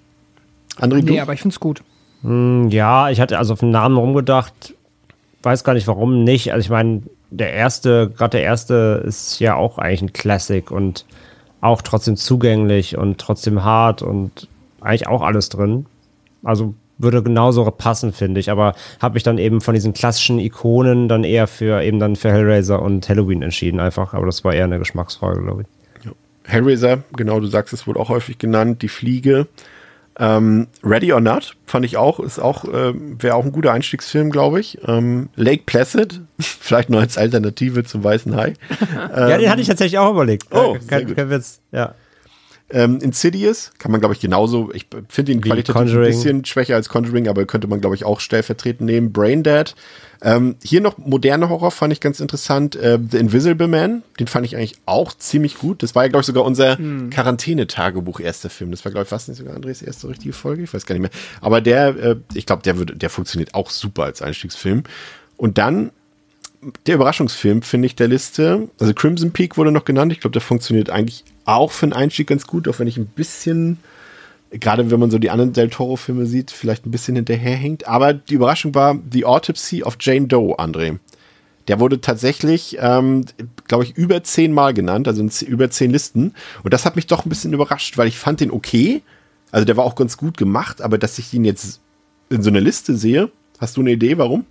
André, du? Nee, aber ich finde es gut. Mm, ja, ich hatte also auf den Namen rumgedacht, weiß gar nicht, warum nicht. Also ich meine, der erste, gerade der erste ist ja auch eigentlich ein Classic und auch trotzdem zugänglich und trotzdem hart und eigentlich auch alles drin. Also würde genauso passen, finde ich, aber habe mich dann eben von diesen klassischen Ikonen dann eher für eben dann für Hellraiser und Halloween entschieden einfach, aber das war eher eine Geschmacksfrage, glaube ich. Ja. Hellraiser, genau, du sagst, es wurde auch häufig genannt, die Fliege. Ähm, Ready or Not fand ich auch, ist auch, äh, wäre auch ein guter Einstiegsfilm, glaube ich. Ähm, Lake Placid, vielleicht noch als Alternative zum Weißen Hai. ähm, ja, den hatte ich tatsächlich auch überlegt. Oh, kein, kein Witz, ja. Ähm, Insidious kann man, glaube ich, genauso, ich finde ihn qualitativ Conjuring. Ein bisschen schwächer als Conjuring, aber könnte man, glaube ich, auch stellvertretend nehmen. Braindead. Ähm, hier noch moderne Horror fand ich ganz interessant. Äh, The Invisible Man, den fand ich eigentlich auch ziemlich gut. Das war ja, glaube ich, sogar unser hm. Quarantäne-Tagebuch erster Film. Das war, glaube ich, fast nicht sogar Andres erste richtige Folge. Ich weiß gar nicht mehr. Aber der, äh, ich glaube, der, der funktioniert auch super als Einstiegsfilm. Und dann der Überraschungsfilm, finde ich, der Liste. Also Crimson Peak wurde noch genannt. Ich glaube, der funktioniert eigentlich auch für einen Einstieg ganz gut, auch wenn ich ein bisschen, gerade wenn man so die anderen Del Toro-Filme sieht, vielleicht ein bisschen hinterherhängt. Aber die Überraschung war The Autopsy of Jane Doe, André. Der wurde tatsächlich, ähm, glaube ich, über zehn Mal genannt, also in über zehn Listen. Und das hat mich doch ein bisschen überrascht, weil ich fand den okay. Also der war auch ganz gut gemacht, aber dass ich ihn jetzt in so einer Liste sehe, hast du eine Idee, warum?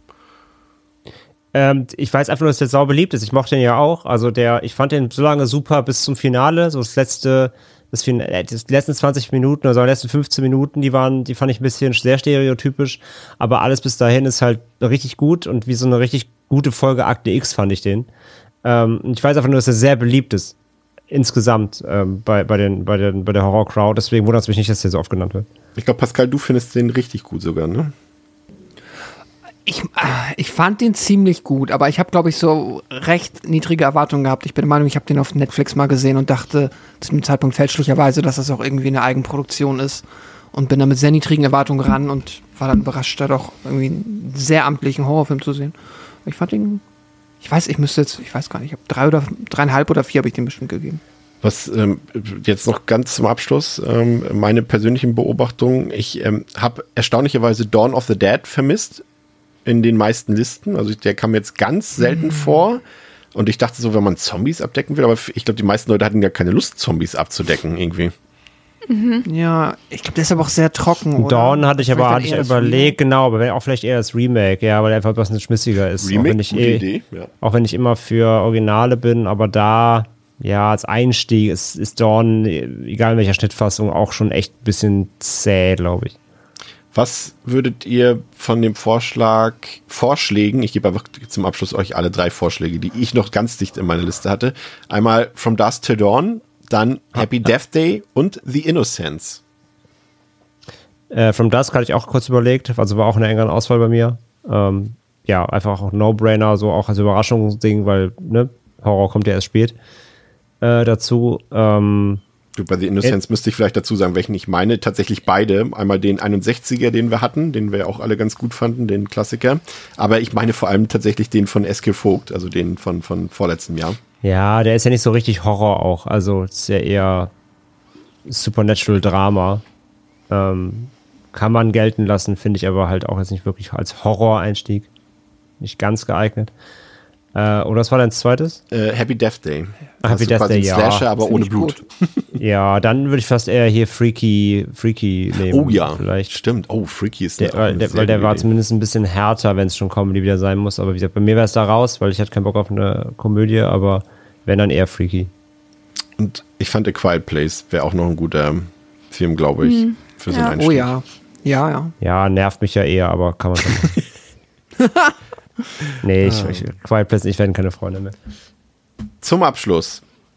Ähm, ich weiß einfach nur, dass der sau beliebt ist. Ich mochte den ja auch. Also der, ich fand den so lange super bis zum Finale. So das letzte, das, Finale, das letzten zwanzig Minuten, also die letzten fünfzehn Minuten, die waren, die fand ich ein bisschen sehr stereotypisch. Aber alles bis dahin ist halt richtig gut und wie so eine richtig gute Folge Akte X fand ich den. Ähm, ich weiß einfach nur, dass er sehr beliebt ist. Insgesamt ähm, bei, bei, den, bei, den, bei der Horror-Crowd. Deswegen wundert es mich nicht, dass der so oft genannt wird. Ich glaube, Pascal, du findest den richtig gut sogar, ne? Ich, ich fand den ziemlich gut, aber ich habe, glaube ich, so recht niedrige Erwartungen gehabt. Ich bin der Meinung, ich habe den auf Netflix mal gesehen und dachte zu dem Zeitpunkt fälschlicherweise, dass das auch irgendwie eine Eigenproduktion ist und bin da mit sehr niedrigen Erwartungen ran und war dann überrascht, da doch irgendwie einen sehr amtlichen Horrorfilm zu sehen. Ich fand den, ich weiß, ich müsste jetzt, ich weiß gar nicht, ich habe drei oder dreieinhalb oder vier habe ich dem bestimmt gegeben. Was ähm, jetzt noch ganz zum Abschluss, ähm, meine persönlichen Beobachtungen. Ich ähm, habe erstaunlicherweise Dawn of the Dead vermisst in den meisten Listen. Also der kam jetzt ganz selten mhm. vor. Und ich dachte so, wenn man Zombies abdecken will, aber ich glaube, die meisten Leute hatten ja keine Lust, Zombies abzudecken irgendwie. Mhm. Ja, ich glaube, der ist aber auch sehr trocken, oder? Dawn hatte ich aber hatte ich überlegt, genau, aber auch vielleicht eher das Remake, ja, weil er einfach etwas schmissiger ist. Remake, auch wenn ich gute eh, Idee, ja. Auch wenn ich immer für Originale bin, aber da, ja, als Einstieg ist, ist Dawn, egal in welcher Schnittfassung, auch schon echt ein bisschen zäh, glaube ich. Was würdet ihr von dem Vorschlag, Vorschlägen, ich gebe einfach zum Abschluss euch alle drei Vorschläge, die ich noch ganz dicht in meiner Liste hatte. Einmal From Dusk Till Dawn, dann Happy Death Day und The Innocents. Äh, From Dusk hatte ich auch kurz überlegt, also war auch eine engere Auswahl bei mir. Ähm, ja, einfach auch No-Brainer, so auch als Überraschungsding, weil ne, Horror kommt ja erst spät äh, dazu. Ähm, Du, bei The Innocents äh, müsste ich vielleicht dazu sagen, welchen ich meine. Tatsächlich beide. Einmal den einundsechziger, den wir hatten, den wir auch alle ganz gut fanden, den Klassiker. Aber ich meine vor allem tatsächlich den von Eske Vogt, also den von, von vorletztem Jahr. Ja, der ist ja nicht so richtig Horror auch. Also ist ja eher Supernatural Drama. Ähm, kann man gelten lassen, finde ich aber halt auch jetzt nicht wirklich als Horror-Einstieg. Nicht ganz geeignet. Äh, oder was war dein zweites? Äh, Happy Death Day. Ach, Happy Death Day, ja. Slasher, aber ohne Blut. Ja, dann würde ich fast eher hier Freaky, Freaky nehmen. Oh ja, vielleicht. Stimmt. Oh, Freaky ist der, weil, der, weil der war zumindest ein bisschen härter, wenn es schon Comedy wieder sein muss. Aber wie gesagt, bei mir wäre es da raus, weil ich hatte keinen Bock auf eine Komödie, aber wenn dann eher Freaky. Und ich fand A Quiet Place wäre auch noch ein guter Film, glaube ich, hm. für so einen ja. Einstieg. Oh ja. Ja, ja. Ja, nervt mich ja eher, aber kann man dann Nee, ich, ich, Quiet Place, ich werde keine Freunde mehr. Zum Abschluss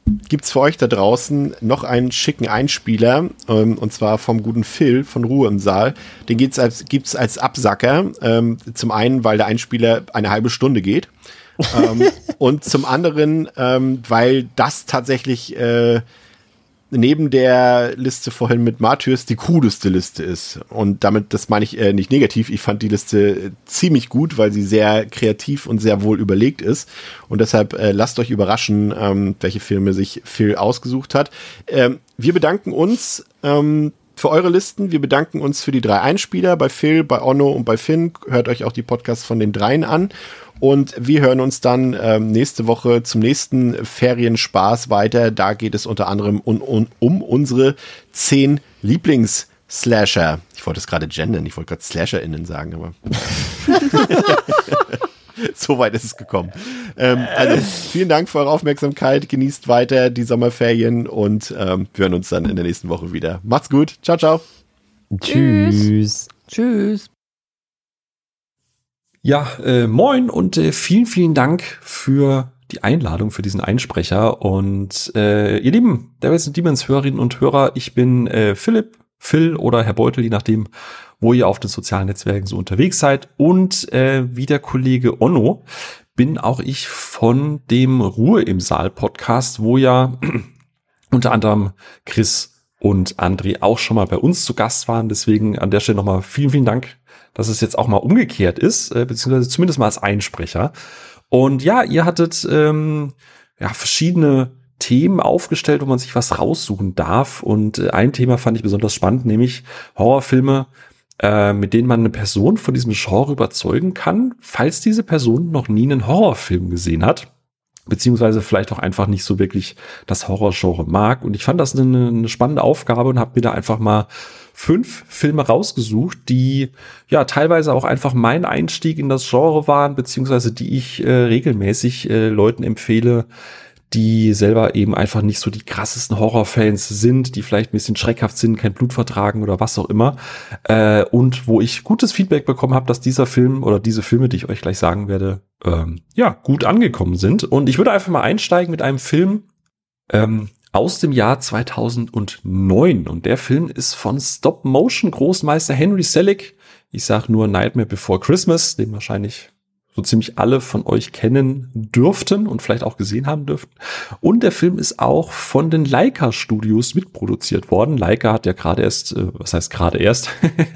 gibt's für euch da draußen noch einen schicken Einspieler, ähm, und zwar vom guten Phil von Ruhe im Saal. Den gibt's als, gibt's als Absacker. Ähm, zum einen, weil der Einspieler eine halbe Stunde geht. ähm, und zum anderen, ähm, weil das tatsächlich äh, neben der Liste vorhin mit Martyrs die coolste Liste ist. Und damit, das meine ich äh, nicht negativ, ich fand die Liste ziemlich gut, weil sie sehr kreativ und sehr wohl überlegt ist. Und deshalb äh, lasst euch überraschen, ähm, welche Filme sich Phil ausgesucht hat. Ähm, wir bedanken uns ähm, für eure Listen. Wir bedanken uns für die drei Einspieler bei Phil, bei Onno und bei Finn. Hört euch auch die Podcasts von den dreien an. Und wir hören uns dann ähm, nächste Woche zum nächsten Ferienspaß weiter. Da geht es unter anderem um, um, um unsere zehn Lieblings-Slasher. Ich wollte es gerade gendern, ich wollte gerade SlasherInnen sagen, aber so weit ist es gekommen. Ähm, also vielen Dank für eure Aufmerksamkeit. Genießt weiter die Sommerferien und ähm, wir hören uns dann in der nächsten Woche wieder. Macht's gut. Ciao, ciao. Tschüss. Tschüss. Ja, äh, moin und äh, vielen, vielen Dank für die Einladung, für diesen Einsprecher. Und äh, ihr lieben Devils and Demons Hörerinnen und Hörer, ich bin äh, Philipp, Phil oder Herr Beutel, je nachdem, wo ihr auf den sozialen Netzwerken so unterwegs seid. Und äh, wie der Kollege Onno bin auch ich von dem Ruhe im Saal Podcast, wo ja unter anderem Chris und André auch schon mal bei uns zu Gast waren. Deswegen an der Stelle nochmal vielen, vielen Dank, dass es jetzt auch mal umgekehrt ist, äh, beziehungsweise zumindest mal als Einsprecher. Und ja, ihr hattet ähm, ja verschiedene Themen aufgestellt, wo man sich was raussuchen darf. Und äh, ein Thema fand ich besonders spannend, nämlich Horrorfilme, äh, mit denen man eine Person von diesem Genre überzeugen kann, falls diese Person noch nie einen Horrorfilm gesehen hat. Beziehungsweise vielleicht auch einfach nicht so wirklich das Horrorgenre mag. Und ich fand das eine, eine spannende Aufgabe und habe mir da einfach mal fünf Filme rausgesucht, die ja teilweise auch einfach mein Einstieg in das Genre waren, beziehungsweise die ich äh, regelmäßig äh, Leuten empfehle, die selber eben einfach nicht so die krassesten Horrorfans sind, die vielleicht ein bisschen schreckhaft sind, kein Blut vertragen oder was auch immer. Äh, und wo ich gutes Feedback bekommen habe, dass dieser Film oder diese Filme, die ich euch gleich sagen werde, ähm, ja, gut angekommen sind. Und ich würde einfach mal einsteigen mit einem Film ähm, aus dem Jahr zweitausendneun. Und der Film ist von Stop-Motion-Großmeister Henry Selick. Ich sage nur Nightmare Before Christmas, den wahrscheinlich so ziemlich alle von euch kennen dürften und vielleicht auch gesehen haben dürften. Und der Film ist auch von den Leica Studios mitproduziert worden. Leica hat ja gerade erst, äh, was heißt gerade erst,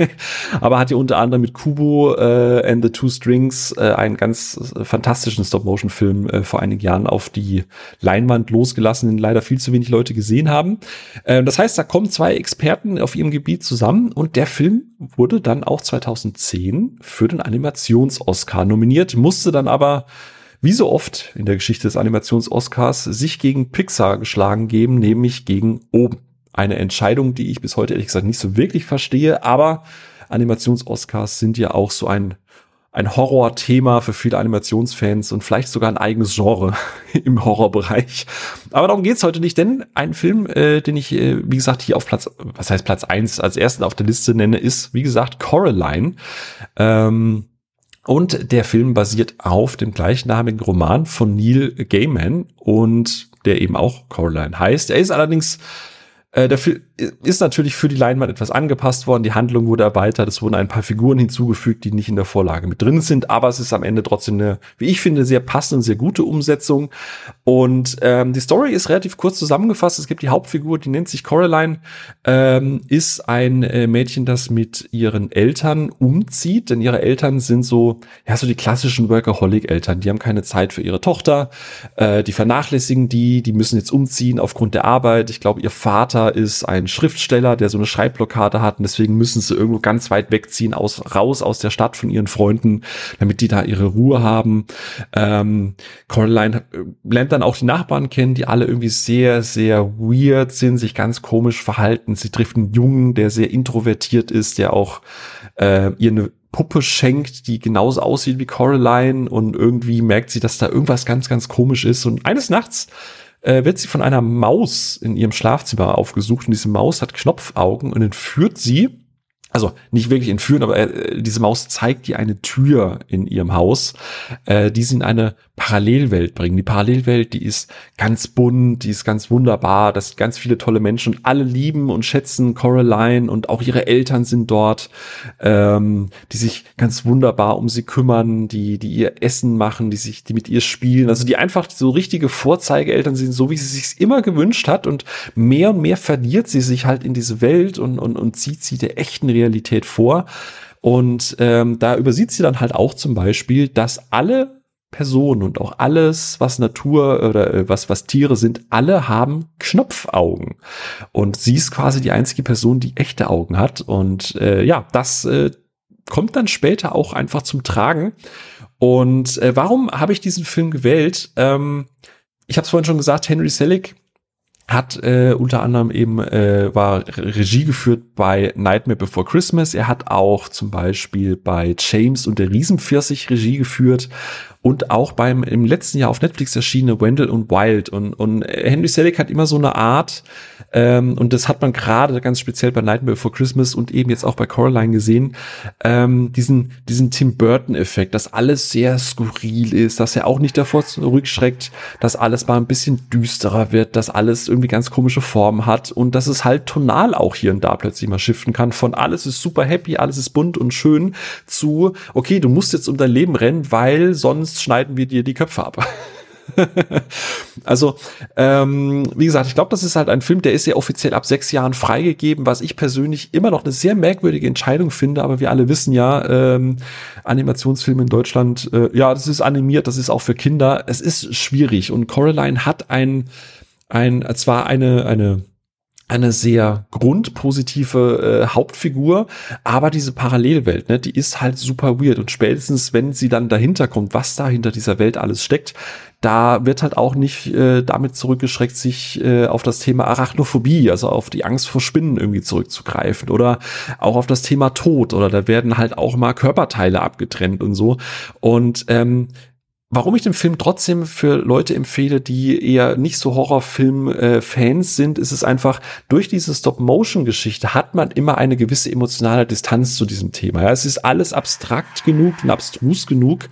aber hat ja unter anderem mit Kubo äh, and the Two Strings äh, einen ganz äh, fantastischen Stop-Motion-Film äh, vor einigen Jahren auf die Leinwand losgelassen, den leider viel zu wenig Leute gesehen haben. Äh, das heißt, da kommen zwei Experten auf ihrem Gebiet zusammen und der Film wurde dann auch zweitausendzehn für den Animations-Oscar nominiert, musste dann aber, wie so oft in der Geschichte des Animations-Oscars, sich gegen Pixar geschlagen geben, nämlich gegen Oben. Eine Entscheidung, die ich bis heute ehrlich gesagt nicht so wirklich verstehe, aber Animations-Oscars sind ja auch so ein ein Horror-Thema für viele Animationsfans und vielleicht sogar ein eigenes Genre im Horrorbereich. Aber darum geht's heute nicht, denn ein Film, äh, den ich, äh, wie gesagt, hier auf Platz, was heißt Platz eins als ersten auf der Liste nenne, ist, wie gesagt, Coraline. Ähm, und der Film basiert auf dem gleichnamigen Roman von Neil Gaiman und der eben auch Coraline heißt. Er ist allerdings Der Film ist natürlich für die Leinwand etwas angepasst worden. Die Handlung wurde erweitert. Es wurden ein paar Figuren hinzugefügt, die nicht in der Vorlage mit drin sind. Aber es ist am Ende trotzdem eine, wie ich finde, sehr passende, sehr gute Umsetzung. Und ähm, die Story ist relativ kurz zusammengefasst. Es gibt die Hauptfigur, die nennt sich Coraline, ähm, ist ein äh, Mädchen, das mit ihren Eltern umzieht. Denn ihre Eltern sind so, ja, so die klassischen Workaholic-Eltern. Die haben keine Zeit für ihre Tochter. Äh, die vernachlässigen die. Die müssen jetzt umziehen aufgrund der Arbeit. Ich glaube, ihr Vater ist ein Schriftsteller, der so eine Schreibblockade hat und deswegen müssen sie irgendwo ganz weit wegziehen, aus, raus aus der Stadt von ihren Freunden, damit die da ihre Ruhe haben. Ähm, Coraline lernt dann auch die Nachbarn kennen, die alle irgendwie sehr, sehr weird sind, sich ganz komisch verhalten. Sie trifft einen Jungen, der sehr introvertiert ist, der auch äh, ihr eine Puppe schenkt, die genauso aussieht wie Coraline und irgendwie merkt sie, dass da irgendwas ganz, ganz komisch ist und eines Nachts wird sie von einer Maus in ihrem Schlafzimmer aufgesucht und diese Maus hat Knopfaugen und entführt sie also nicht wirklich entführen, aber äh, diese Maus zeigt ihr eine Tür in ihrem Haus, äh, die sie in eine Parallelwelt bringen. Die Parallelwelt, die ist ganz bunt, die ist ganz wunderbar, das sind ganz viele tolle Menschen und alle lieben und schätzen Coraline und auch ihre Eltern sind dort, ähm, die sich ganz wunderbar um sie kümmern, die die ihr Essen machen, die sich, die mit ihr spielen, also die einfach so richtige Vorzeigeeltern sind, so wie sie sich immer gewünscht hat und mehr und mehr verliert sie sich halt in diese Welt und und und zieht sie der echten Realität vor und ähm, da übersieht sie dann halt auch zum Beispiel, dass alle Personen und auch alles, was Natur oder äh, was was Tiere sind, alle haben Knopfaugen und sie ist quasi die einzige Person, die echte Augen hat und äh, ja, das äh, kommt dann später auch einfach zum Tragen. Und äh, warum habe ich diesen Film gewählt? Ähm, ich habe es vorhin schon gesagt, Henry Selick hat äh, unter anderem eben äh, war Regie geführt bei Nightmare Before Christmas. Er hat auch zum Beispiel bei James und der Riesenpfirsich Regie geführt und auch beim im letzten Jahr auf Netflix erschienene Wendell und Wild. Und, und Henry Selick hat immer so eine Art, ähm, und das hat man gerade ganz speziell bei Nightmare Before Christmas und eben jetzt auch bei Coraline gesehen, ähm, diesen diesen Tim Burton-Effekt, dass alles sehr skurril ist, dass er auch nicht davor zurückschreckt, dass alles mal ein bisschen düsterer wird, dass alles irgendwie ganz komische Formen hat und dass es halt tonal auch hier und da plötzlich mal shiften kann von alles ist super happy, alles ist bunt und schön zu, okay, du musst jetzt um dein Leben rennen, weil sonst schneiden wir dir die Köpfe ab. Also, ähm, wie gesagt, ich glaube, das ist halt ein Film, der ist ja offiziell ab sechs Jahren freigegeben, was ich persönlich immer noch eine sehr merkwürdige Entscheidung finde, aber wir alle wissen ja, ähm, Animationsfilme in Deutschland, äh, ja, das ist animiert, das ist auch für Kinder, es ist schwierig und Coraline hat ein, ein, zwar eine, eine, eine sehr grundpositive äh, Hauptfigur, aber diese Parallelwelt, ne, die ist halt super weird und spätestens, wenn sie dann dahinter kommt, was da hinter dieser Welt alles steckt, da wird halt auch nicht äh, damit zurückgeschreckt, sich äh, auf das Thema Arachnophobie, also auf die Angst vor Spinnen irgendwie zurückzugreifen oder auch auf das Thema Tod oder da werden halt auch mal Körperteile abgetrennt und so und ähm, warum ich den Film trotzdem für Leute empfehle, die eher nicht so Horrorfilm-Fans sind, ist es einfach, durch diese Stop-Motion-Geschichte hat man immer eine gewisse emotionale Distanz zu diesem Thema. Ja, es ist alles abstrakt genug und abstrus genug,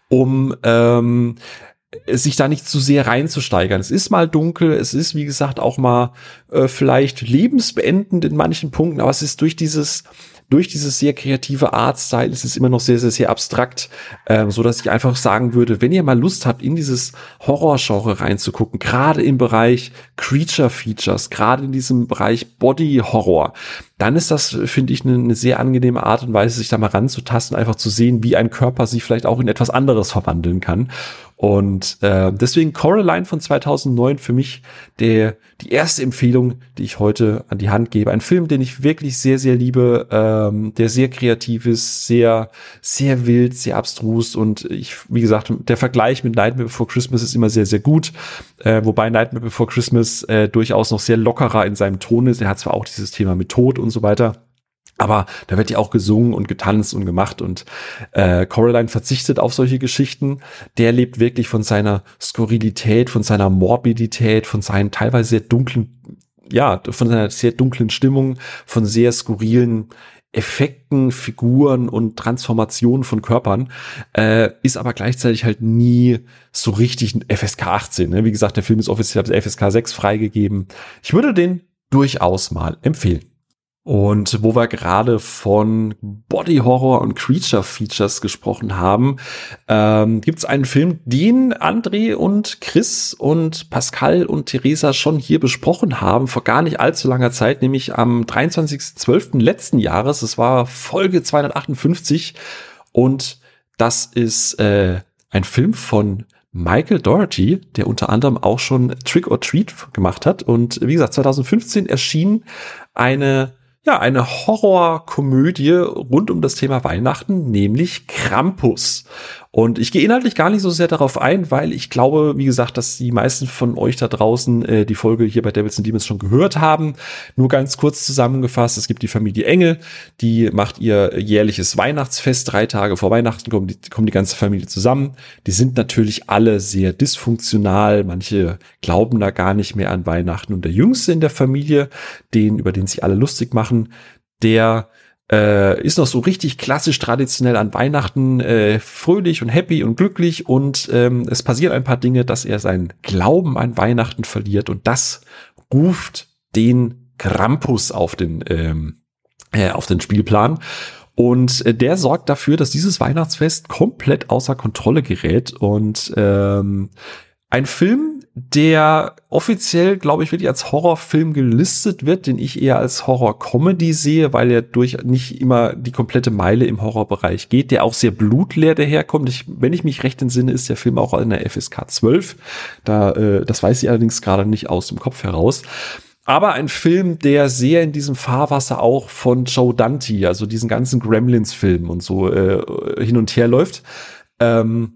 um ähm, sich da nicht zu sehr reinzusteigern. Es ist mal dunkel, es ist, wie gesagt, auch mal äh, vielleicht lebensbeendend in manchen Punkten, aber es ist durch dieses Durch dieses sehr kreative Artstyle ist es immer noch sehr, sehr, sehr abstrakt, ähm, so dass ich einfach sagen würde, wenn ihr mal Lust habt, in dieses Horrorgenre reinzugucken, gerade im Bereich Creature Features, gerade in diesem Bereich Body Horror, dann ist das, finde ich, eine, eine sehr angenehme Art und Weise, sich da mal ranzutasten, einfach zu sehen, wie ein Körper sich vielleicht auch in etwas anderes verwandeln kann. Und äh, deswegen Coraline von zweitausendneun für mich der die erste Empfehlung, die ich heute an die Hand gebe. Ein Film, den ich wirklich sehr, sehr liebe, ähm, der sehr kreativ ist, sehr, sehr wild, sehr abstrus. Und ich, wie gesagt, der Vergleich mit Nightmare Before Christmas ist immer sehr, sehr gut. Äh, wobei Nightmare Before Christmas äh, durchaus noch sehr lockerer in seinem Ton ist. Er hat zwar auch dieses Thema mit Tod und so weiter, aber da wird ja auch gesungen und getanzt und gemacht und äh, Coraline verzichtet auf solche Geschichten. Der lebt wirklich von seiner Skurrilität, von seiner Morbidität, von seinen teilweise sehr dunklen, ja, von seiner sehr dunklen Stimmung, von sehr skurrilen Effekten, Figuren und Transformationen von Körpern, äh, ist aber gleichzeitig halt nie so richtig ein F S K achtzehn. Ne? Wie gesagt, der Film ist offiziell ab F S K sechs freigegeben. Ich würde den durchaus mal empfehlen. Und wo wir gerade von Body Horror und Creature Features gesprochen haben, ähm, gibt es einen Film, den André und Chris und Pascal und Theresa schon hier besprochen haben, vor gar nicht allzu langer Zeit, nämlich am dreiundzwanzigsten zwölften letzten Jahres. Das war Folge zweihundertachtundfünfzig und das ist äh, ein Film von Michael Dougherty, der unter anderem auch schon Trick or Treat gemacht hat. Und wie gesagt, zweitausendfünfzehn erschien eine Ja, eine Horrorkomödie rund um das Thema Weihnachten, nämlich Krampus. Und ich gehe inhaltlich gar nicht so sehr darauf ein, weil ich glaube, wie gesagt, dass die meisten von euch da draußen äh, die Folge hier bei Devils and Demons schon gehört haben. Nur ganz kurz zusammengefasst, es gibt die Familie Engel, die macht ihr jährliches Weihnachtsfest. Drei Tage vor Weihnachten kommen die, kommt die ganze Familie zusammen. Die sind natürlich alle sehr dysfunktional. Manche glauben da gar nicht mehr an Weihnachten. Und der Jüngste in der Familie, den, über den sich alle lustig machen, der äh, ist noch so richtig klassisch traditionell an Weihnachten äh, fröhlich und happy und glücklich und ähm, es passieren ein paar Dinge, dass er seinen Glauben an Weihnachten verliert und das ruft den Krampus auf den ähm, äh, auf den Spielplan. Und äh, der sorgt dafür, dass dieses Weihnachtsfest komplett außer Kontrolle gerät. Und ähm, ein Film, der offiziell, glaube ich, wirklich als Horrorfilm gelistet wird, den ich eher als Horror-Comedy sehe, weil er durch nicht immer die komplette Meile im Horrorbereich geht, der auch sehr blutleer daherkommt. Ich, wenn ich mich recht entsinne, ist der Film auch in der F S K zwölf. Da, äh, das weiß ich allerdings gerade nicht aus dem Kopf heraus. Aber ein Film, der sehr in diesem Fahrwasser auch von Joe Dante, also diesen ganzen Gremlins-Filmen und so äh, hin und her läuft. Ähm,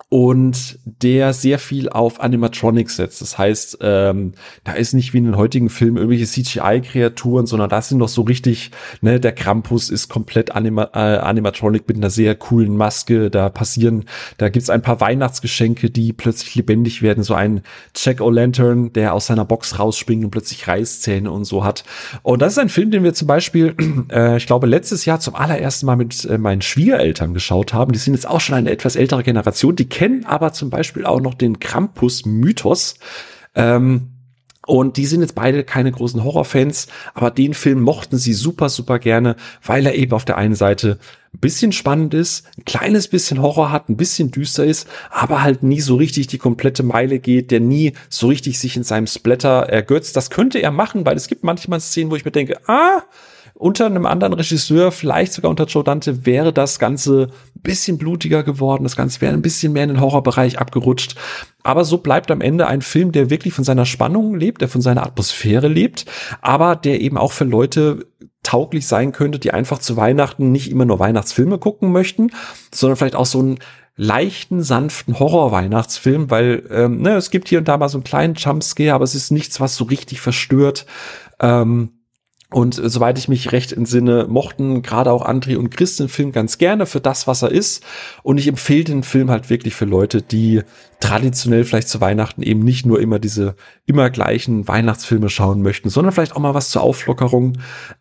und der sehr viel auf Animatronics setzt. Das heißt, ähm, da ist nicht wie in den heutigen Filmen irgendwelche C G I-Kreaturen, sondern das sind noch so richtig, ne, der Krampus ist komplett Anima- äh, Animatronic mit einer sehr coolen Maske. Da passieren, da gibt's ein paar Weihnachtsgeschenke, die plötzlich lebendig werden. So ein Jack-O'-Lantern, der aus seiner Box rausspringt und plötzlich Reißzähne und so hat. Und das ist ein Film, den wir zum Beispiel, äh, ich glaube, letztes Jahr zum allerersten Mal mit äh, meinen Schwiegereltern geschaut haben. Die sind jetzt auch schon eine etwas ältere Generation, die kennen aber zum Beispiel auch noch den Krampus-Mythos. Ähm, und die sind jetzt beide keine großen Horrorfans, aber den Film mochten sie super, super gerne, weil er eben auf der einen Seite ein bisschen spannend ist, ein kleines bisschen Horror hat, ein bisschen düster ist, aber halt nie so richtig die komplette Meile geht, der nie so richtig sich in seinem Splatter ergötzt. Das könnte er machen, weil es gibt manchmal Szenen, wo ich mir denke, ah, unter einem anderen Regisseur, vielleicht sogar unter Joe Dante, wäre das Ganze ein bisschen blutiger geworden. Das Ganze wäre ein bisschen mehr in den Horrorbereich abgerutscht. Aber so bleibt am Ende ein Film, der wirklich von seiner Spannung lebt, der von seiner Atmosphäre lebt, aber der eben auch für Leute tauglich sein könnte, die einfach zu Weihnachten nicht immer nur Weihnachtsfilme gucken möchten, sondern vielleicht auch so einen leichten, sanften Horror-Weihnachtsfilm, weil ähm, ne, es gibt hier und da mal so einen kleinen Jumpscare, aber es ist nichts, was so richtig verstört. Ähm, Und soweit ich mich recht entsinne, mochten gerade auch André und Chris den Film ganz gerne für das, was er ist. Und ich empfehle den Film halt wirklich für Leute, die traditionell vielleicht zu Weihnachten eben nicht nur immer diese immer gleichen Weihnachtsfilme schauen möchten, sondern vielleicht auch mal was zur Auflockerung.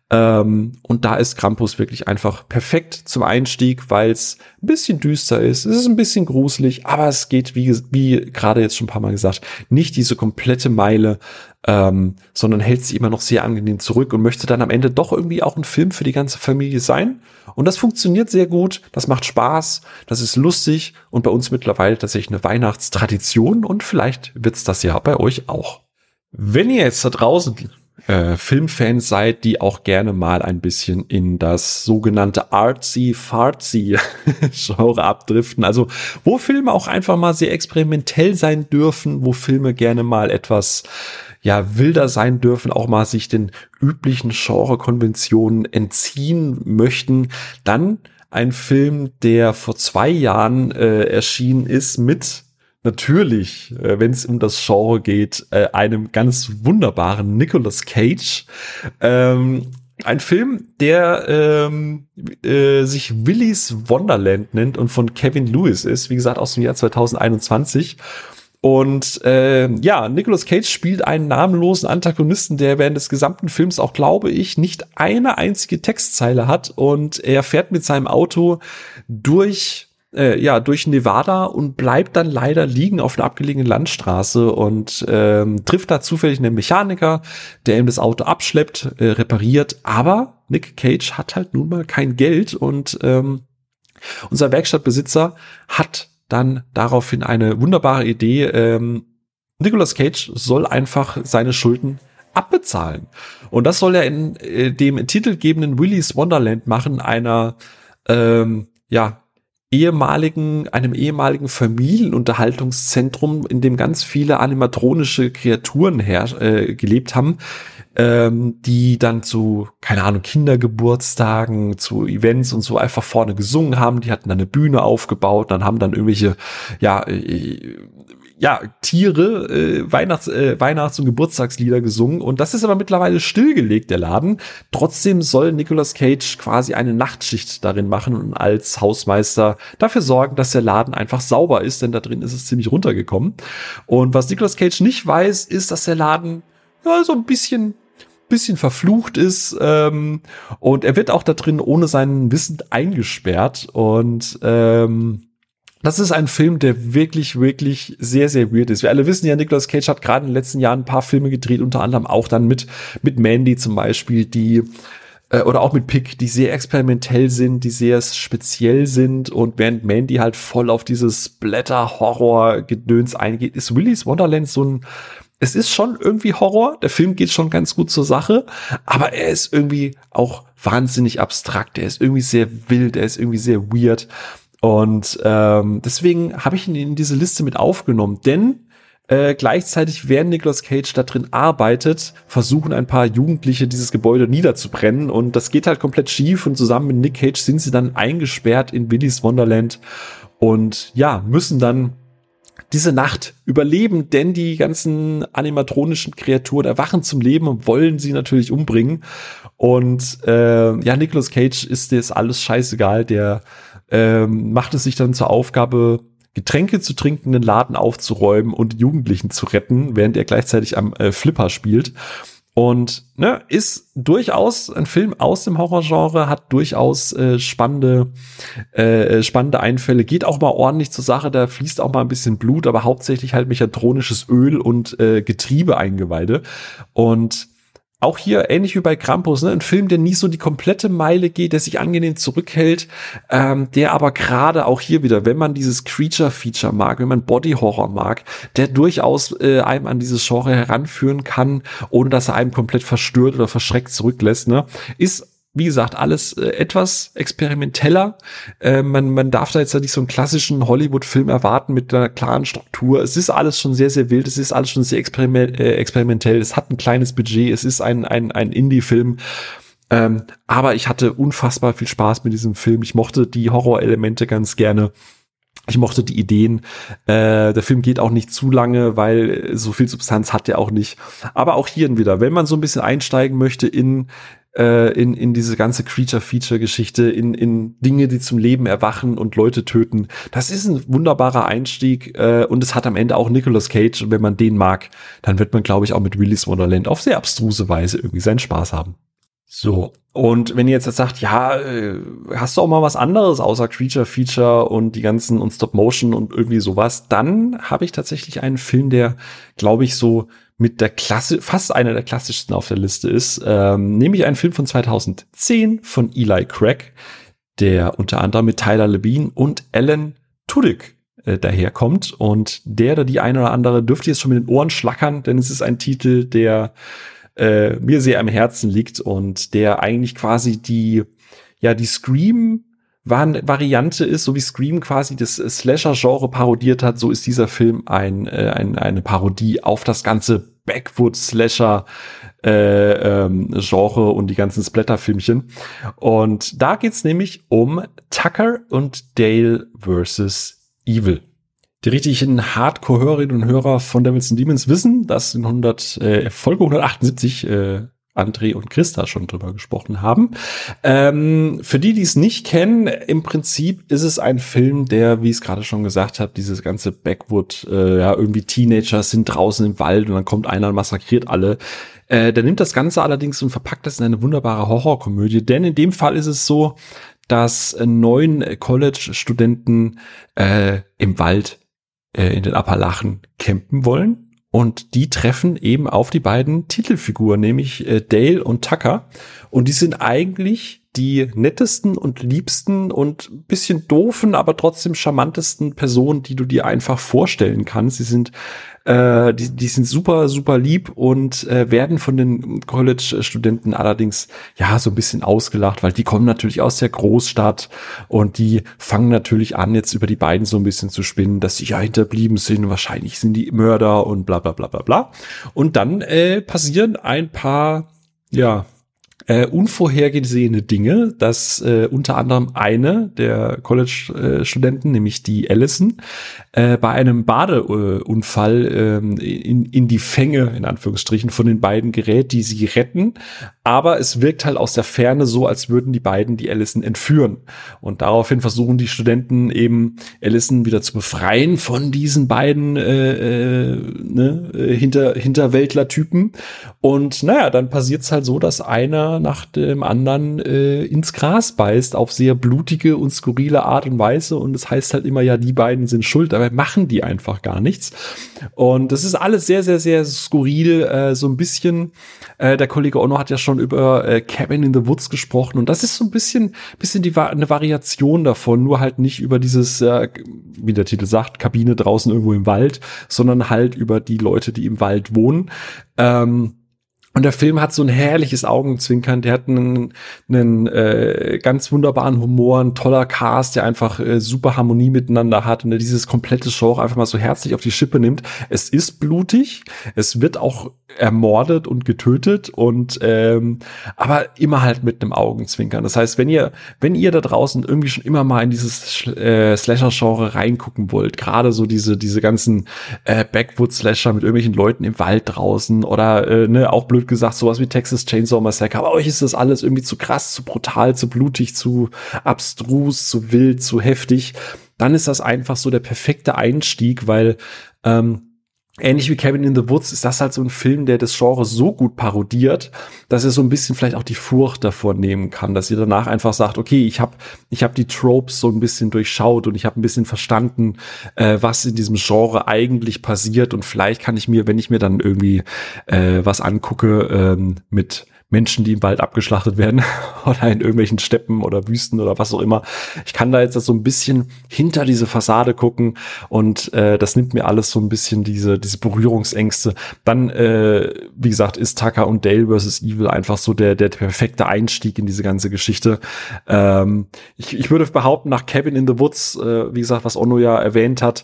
Ähm, und da ist Krampus wirklich einfach perfekt zum Einstieg, weil es ein bisschen düster ist, es ist ein bisschen gruselig, aber es geht, wie, wie gerade jetzt schon ein paar Mal gesagt, nicht diese komplette Meile, ähm, sondern hält sich immer noch sehr angenehm zurück und möchte dann am Ende doch irgendwie auch ein Film für die ganze Familie sein. Und das funktioniert sehr gut, das macht Spaß, das ist lustig und bei uns mittlerweile tatsächlich eine Weihnachtstradition und vielleicht wird's das ja bei euch auch. Wenn ihr jetzt da draußen äh, Filmfans seid, die auch gerne mal ein bisschen in das sogenannte Artsy-Fartsy-Genre abdriften, also wo Filme auch einfach mal sehr experimentell sein dürfen, wo Filme gerne mal etwas ja wilder sein dürfen, auch mal sich den üblichen Genre-Konventionen entziehen möchten, dann ein Film, der vor zwei Jahren äh, erschienen ist mit natürlich, äh, wenn es um das Genre geht, äh, einem ganz wunderbaren Nicolas Cage. Ähm, ein Film, der ähm, äh, sich Willy's Wonderland nennt und von Kevin Lewis ist, wie gesagt, aus dem Jahr zwanzig einundzwanzig. Und äh, ja, Nicolas Cage spielt einen namenlosen Antagonisten, der während des gesamten Films auch, glaube ich, nicht eine einzige Textzeile hat. Und er fährt mit seinem Auto durch äh, ja durch Nevada und bleibt dann leider liegen auf einer abgelegenen Landstraße und ähm, trifft da zufällig einen Mechaniker, der ihm das Auto abschleppt, äh, repariert. Aber Nick Cage hat halt nun mal kein Geld und ähm, unser Werkstattbesitzer hat dann daraufhin eine wunderbare Idee. Ähm, Nicolas Cage soll einfach seine Schulden abbezahlen. Und das soll er in äh, dem titelgebenden Willy's Wonderland machen, einer ähm, ja ehemaligen, einem ehemaligen Familienunterhaltungszentrum, in dem ganz viele animatronische Kreaturen her äh, gelebt haben, ähm, die dann zu, keine Ahnung, Kindergeburtstagen, zu Events und so einfach vorne gesungen haben. Die hatten dann eine Bühne aufgebaut, dann haben dann irgendwelche, ja, äh, ja, Tiere, äh, Weihnachts-, äh, Weihnachts- und Geburtstagslieder gesungen. Und das ist aber mittlerweile stillgelegt, der Laden. Trotzdem soll Nicolas Cage quasi eine Nachtschicht darin machen und als Hausmeister dafür sorgen, dass der Laden einfach sauber ist, denn da drin ist es ziemlich runtergekommen. Und was Nicolas Cage nicht weiß, ist, dass der Laden ja so ein bisschen bisschen verflucht ist ähm, und er wird auch da drin ohne sein Wissen eingesperrt und ähm, das ist ein Film, der wirklich, wirklich sehr, sehr weird ist. Wir alle wissen ja, Nicolas Cage hat gerade in den letzten Jahren ein paar Filme gedreht, unter anderem auch dann mit mit Mandy zum Beispiel, die äh, oder auch mit Pick, die sehr experimentell sind, die sehr speziell sind und während Mandy halt voll auf dieses Splatter-Horror-Gedöns eingeht, ist Willy's Wonderland so ein Es ist schon irgendwie Horror, der Film geht schon ganz gut zur Sache, aber er ist irgendwie auch wahnsinnig abstrakt, er ist irgendwie sehr wild, er ist irgendwie sehr weird. Und ähm, deswegen habe ich ihn in diese Liste mit aufgenommen, denn äh, gleichzeitig, während Nicolas Cage da drin arbeitet, versuchen ein paar Jugendliche dieses Gebäude niederzubrennen und das geht halt komplett schief und zusammen mit Nick Cage sind sie dann eingesperrt in Willy's Wonderland und ja, müssen dann diese Nacht überleben, denn die ganzen animatronischen Kreaturen erwachen zum Leben und wollen sie natürlich umbringen. Und äh, ja, Nicolas Cage ist das alles scheißegal, der ähm, macht es sich dann zur Aufgabe, Getränke zu trinken, den Laden aufzuräumen und Jugendlichen zu retten, während er gleichzeitig am äh, Flipper spielt. Und ne, ist durchaus ein Film aus dem Horrorgenre, hat durchaus äh, spannende, äh, spannende Einfälle, geht auch mal ordentlich zur Sache, da fließt auch mal ein bisschen Blut, aber hauptsächlich halt mechatronisches Öl und äh, Getriebeeingeweide. Und auch hier, ähnlich wie bei Krampus, ne, ein Film, der nie so die komplette Meile geht, der sich angenehm zurückhält, ähm, der aber gerade auch hier wieder, wenn man dieses Creature-Feature mag, wenn man Body-Horror mag, der durchaus äh, einem an dieses Genre heranführen kann, ohne dass er einem komplett verstört oder verschreckt zurücklässt, ne, ist wie gesagt, alles äh, etwas experimenteller. Äh, man, man darf da jetzt ja nicht so einen klassischen Hollywood-Film erwarten mit einer klaren Struktur. Es ist alles schon sehr, sehr wild. Es ist alles schon sehr experiment, äh, experimentell. Es hat ein kleines Budget. Es ist ein, ein, ein Indie-Film. Ähm, aber ich hatte unfassbar viel Spaß mit diesem Film. Ich mochte die Horrorelemente ganz gerne. Ich mochte die Ideen. Äh, der Film geht auch nicht zu lange, weil so viel Substanz hat er auch nicht. Aber auch hier wieder, wenn man so ein bisschen einsteigen möchte in in in diese ganze Creature-Feature-Geschichte, in in Dinge, die zum Leben erwachen und Leute töten. Das ist ein wunderbarer Einstieg äh, und es hat am Ende auch Nicolas Cage und wenn man den mag, dann wird man, glaube ich, auch mit Willy's Wonderland auf sehr abstruse Weise irgendwie seinen Spaß haben. So, und wenn ihr jetzt sagt, ja, äh, hast du auch mal was anderes außer Creature-Feature und die ganzen und Stop-Motion und irgendwie sowas, dann habe ich tatsächlich einen Film, der, glaube ich, so mit der Klasse, fast einer der klassischsten auf der Liste ist, ähm, nämlich einen Film von zweitausendzehn von Eli Craig, der unter anderem mit Tyler Labine und Alan Tudyk äh, daherkommt. Und der oder die eine oder andere dürfte jetzt schon mit den Ohren schlackern, denn es ist ein Titel, der äh, mir sehr am Herzen liegt und der eigentlich quasi die, ja, die Scream Variante ist, so wie Scream quasi das Slasher-Genre parodiert hat, so ist dieser Film ein, äh, ein, eine Parodie auf das ganze Backwood-Slasher äh, ähm, Genre und die ganzen Splatter-Filmchen. Und da geht's nämlich um Tucker und Dale versus Evil. Die richtigen Hardcore-Hörerinnen und Hörer von Devils and Demons wissen, dass in hundert, äh, Folge hundertachtundsiebzig äh, André und Christa schon drüber gesprochen haben. Ähm, für die, die es nicht kennen, im Prinzip ist es ein Film, der, wie ich es gerade schon gesagt habe, dieses ganze Backwood, äh, ja, irgendwie Teenager sind draußen im Wald und dann kommt einer und massakriert alle. Äh, der nimmt das Ganze allerdings und verpackt das in eine wunderbare Horrorkomödie, denn in dem Fall ist es so, dass äh, neun College-Studenten äh, im Wald äh, in den Appalachen campen wollen. Und die treffen eben auf die beiden Titelfiguren, nämlich äh, Dale und Tucker. Und die sind eigentlich die nettesten und liebsten und ein bisschen doofen, aber trotzdem charmantesten Personen, die du dir einfach vorstellen kannst. Sie sind, äh, die, die sind super, super lieb und äh, werden von den College-Studenten allerdings ja so ein bisschen ausgelacht, weil die kommen natürlich aus der Großstadt und die fangen natürlich an, jetzt über die beiden so ein bisschen zu spinnen, dass sie ja hinterblieben sind, wahrscheinlich sind die Mörder und bla bla bla bla bla. Und dann äh, passieren ein paar, ja, Äh, unvorhergesehene Dinge, dass äh, unter anderem eine der College-Studenten, nämlich die Allison, äh, bei einem Badeunfall äh, in, in die Fänge, in Anführungsstrichen, von den beiden gerät, die sie retten. Aber es wirkt halt aus der Ferne so, als würden die beiden die Allison entführen. Und daraufhin versuchen die Studenten eben Allison wieder zu befreien von diesen beiden äh, äh, ne, Hinter Hinterwäldler-Typen. Und naja, dann passiert es halt so, dass einer nach dem anderen äh, ins Gras beißt auf sehr blutige und skurrile Art und Weise. Und es heißt halt immer, ja, die beiden sind schuld, dabei machen die einfach gar nichts. Und das ist alles sehr, sehr, sehr skurril. Äh, so ein bisschen, äh, der Kollege Ono hat ja schon über äh, Cabin in the Woods gesprochen. Und das ist so ein bisschen, bisschen die, eine Variation davon, nur halt nicht über dieses, äh, wie der Titel sagt, Kabine draußen irgendwo im Wald, sondern halt über die Leute, die im Wald wohnen. Ähm, Und der Film hat so ein herrliches Augenzwinkern, der hat einen, einen äh, ganz wunderbaren Humor, ein toller Cast, der einfach äh, super Harmonie miteinander hat und der dieses komplette Genre einfach mal so herzlich auf die Schippe nimmt. Es ist blutig, es wird auch ermordet und getötet und ähm, aber immer halt mit einem Augenzwinkern. Das heißt, wenn ihr wenn ihr da draußen irgendwie schon immer mal in dieses äh, Slasher-Genre reingucken wollt, gerade so diese diese ganzen äh, Backwood-Slasher mit irgendwelchen Leuten im Wald draußen oder äh, ne, auch blöd gesagt, sowas wie Texas Chainsaw Massacre, aber euch ist das alles irgendwie zu krass, zu brutal, zu blutig, zu abstrus, zu wild, zu heftig, dann ist das einfach so der perfekte Einstieg, weil ähm, ähnlich wie Cabin in the Woods ist das halt so ein Film, der das Genre so gut parodiert, dass er so ein bisschen vielleicht auch die Furcht davor nehmen kann, dass ihr danach einfach sagt, okay, ich habe ich hab die Tropes so ein bisschen durchschaut und ich habe ein bisschen verstanden, äh, was in diesem Genre eigentlich passiert und vielleicht kann ich mir, wenn ich mir dann irgendwie äh, was angucke ähm, mit Menschen, die im Wald abgeschlachtet werden oder in irgendwelchen Steppen oder Wüsten oder was auch immer. Ich kann da jetzt so ein bisschen hinter diese Fassade gucken und äh, das nimmt mir alles so ein bisschen diese diese Berührungsängste. Dann, äh, wie gesagt, ist Tucker und Dale versus. Evil einfach so der der perfekte Einstieg in diese ganze Geschichte. Ähm, ich, ich würde behaupten, nach Cabin in the Woods, äh, wie gesagt, was Ono ja erwähnt hat,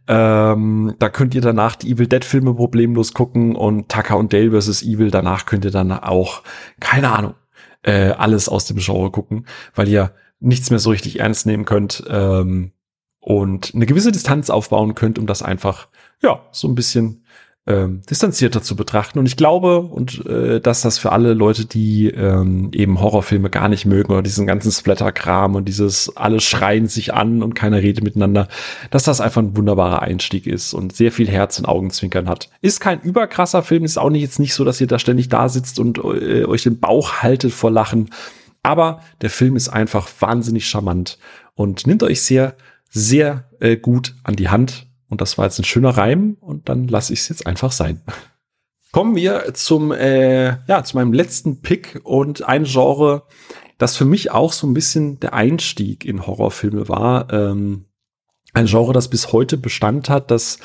ähm, da könnt ihr danach die Evil Dead Filme problemlos gucken und Tucker und Dale versus. Evil, danach könnt ihr dann auch keine Ahnung, äh, alles aus dem Genre gucken, weil ihr nichts mehr so richtig ernst nehmen könnt ähm, und eine gewisse Distanz aufbauen könnt, um das einfach, ja, so ein bisschen ähm, distanzierter zu betrachten. Und ich glaube, und äh, dass das für alle Leute, die ähm, eben Horrorfilme gar nicht mögen oder diesen ganzen Splatter-Kram und dieses alle schreien sich an und keiner redet miteinander, dass das einfach ein wunderbarer Einstieg ist und sehr viel Herz und Augenzwinkern hat. Ist kein überkrasser Film, ist auch nicht jetzt nicht so, dass ihr da ständig da sitzt und äh, euch den Bauch haltet vor Lachen. Aber der Film ist einfach wahnsinnig charmant und nimmt euch sehr, sehr äh, gut an die Hand. Und das war jetzt ein schöner Reim und dann lasse ich es jetzt einfach sein. Kommen wir zum, äh, ja, zu meinem letzten Pick und ein Genre, das für mich auch so ein bisschen der Einstieg in Horrorfilme war. Ähm, ein Genre, das bis heute Bestand hat, das,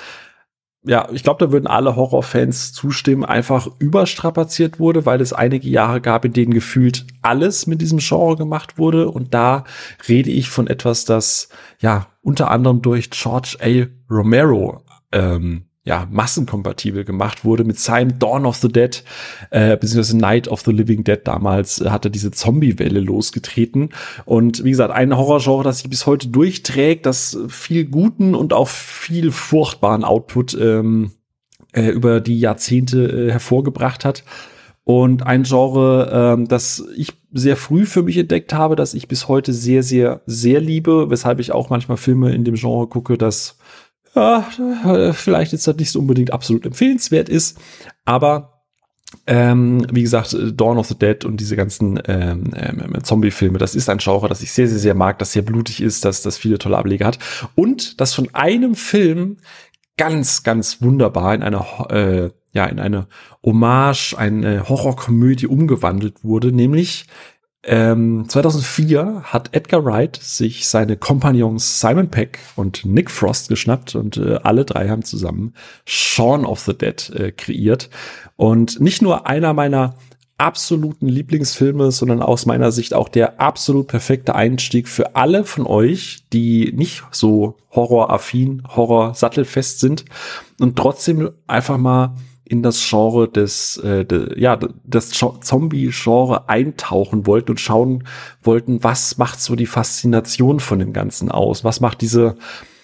ja, ich glaube, da würden alle Horrorfans zustimmen, einfach überstrapaziert wurde, weil es einige Jahre gab, in denen gefühlt alles mit diesem Genre gemacht wurde. Und da rede ich von etwas, das, ja, unter anderem durch George A. Romero ähm, ja, massenkompatibel gemacht wurde mit seinem Dawn of the Dead, äh, beziehungsweise Night of the Living Dead. Damals äh, hat er diese Zombie-Welle losgetreten. Und wie gesagt, ein Horrorgenre, das sich bis heute durchträgt, das viel guten und auch viel furchtbaren Output ähm, äh, über die Jahrzehnte äh, hervorgebracht hat. Und ein Genre, ähm, das ich sehr früh für mich entdeckt habe, das ich bis heute sehr, sehr, sehr liebe, weshalb ich auch manchmal Filme in dem Genre gucke, das ja, vielleicht jetzt nicht so unbedingt absolut empfehlenswert ist, aber ähm, wie gesagt, Dawn of the Dead und diese ganzen ähm, ähm, Zombie-Filme, das ist ein Genre, das ich sehr, sehr, sehr mag, das sehr blutig ist, das, das viele tolle Ableger hat und das von einem Film ganz, ganz wunderbar in einer äh, ja, in eine Hommage, eine Horrorkomödie umgewandelt wurde, nämlich ähm, zweitausendvier hat Edgar Wright sich seine Kompagnons Simon Pegg und Nick Frost geschnappt und äh, alle drei haben zusammen Shaun of the Dead äh, kreiert. Und nicht nur einer meiner absoluten Lieblingsfilme, sondern aus meiner Sicht auch der absolut perfekte Einstieg für alle von euch, die nicht so horroraffin, horrorsattelfest sind und trotzdem einfach mal in das Genre des, äh, de, ja, das Zombie-Genre eintauchen wollten und schauen wollten, was macht so die Faszination von dem Ganzen aus? Was macht diese,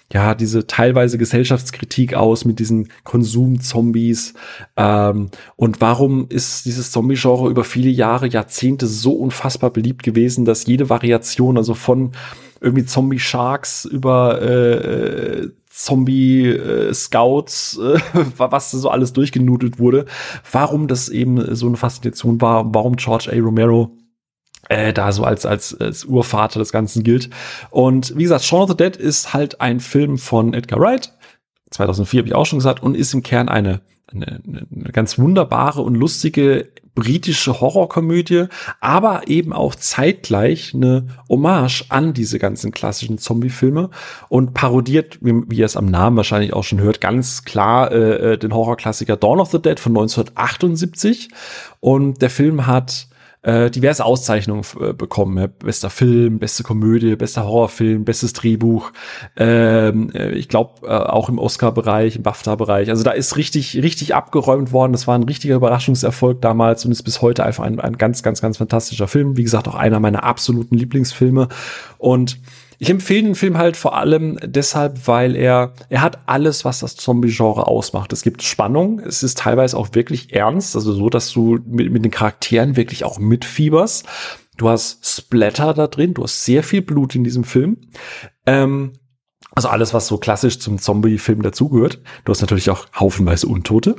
ja, diese teilweise Gesellschaftskritik aus mit diesen Konsum-Zombies. Ähm, und warum ist dieses Zombie-Genre über viele Jahre, Jahrzehnte so unfassbar beliebt gewesen, dass jede Variation, also von irgendwie Zombie-Sharks über äh, Zombie-Scouts, äh, was so alles durchgenudelt wurde, warum das eben so eine Faszination war, warum George A. Romero Äh, da so als, als, als Urvater des Ganzen gilt. Und wie gesagt, Shaun of the Dead ist halt ein Film von Edgar Wright. zweitausendvier habe ich auch schon gesagt und ist im Kern eine, eine, eine ganz wunderbare und lustige britische Horrorkomödie, aber eben auch zeitgleich eine Hommage an diese ganzen klassischen Zombie-Filme und parodiert, wie, wie ihr es am Namen wahrscheinlich auch schon hört, ganz klar äh, den Horrorklassiker Dawn of the Dead von neunzehnhundertachtundsiebzig. Und der Film hat Äh, diverse Auszeichnungen äh, bekommen. Ja. Bester Film, beste Komödie, bester Horrorfilm, bestes Drehbuch. Ähm, äh, ich glaube äh, auch im Oscar-Bereich, im BAFTA-Bereich. Also da ist richtig, richtig abgeräumt worden. Das war ein richtiger Überraschungserfolg damals und ist bis heute einfach ein, ein ganz, ganz, ganz fantastischer Film. Wie gesagt, auch einer meiner absoluten Lieblingsfilme. Und ich empfehle den Film halt vor allem deshalb, weil er, er hat alles, was das Zombie-Genre ausmacht. Es gibt Spannung, es ist teilweise auch wirklich ernst, also so, dass du mit, mit den Charakteren wirklich auch mitfieberst. Du hast Splatter da drin, du hast sehr viel Blut in diesem Film. Ähm, also alles, was so klassisch zum Zombie-Film dazugehört. Du hast natürlich auch haufenweise Untote.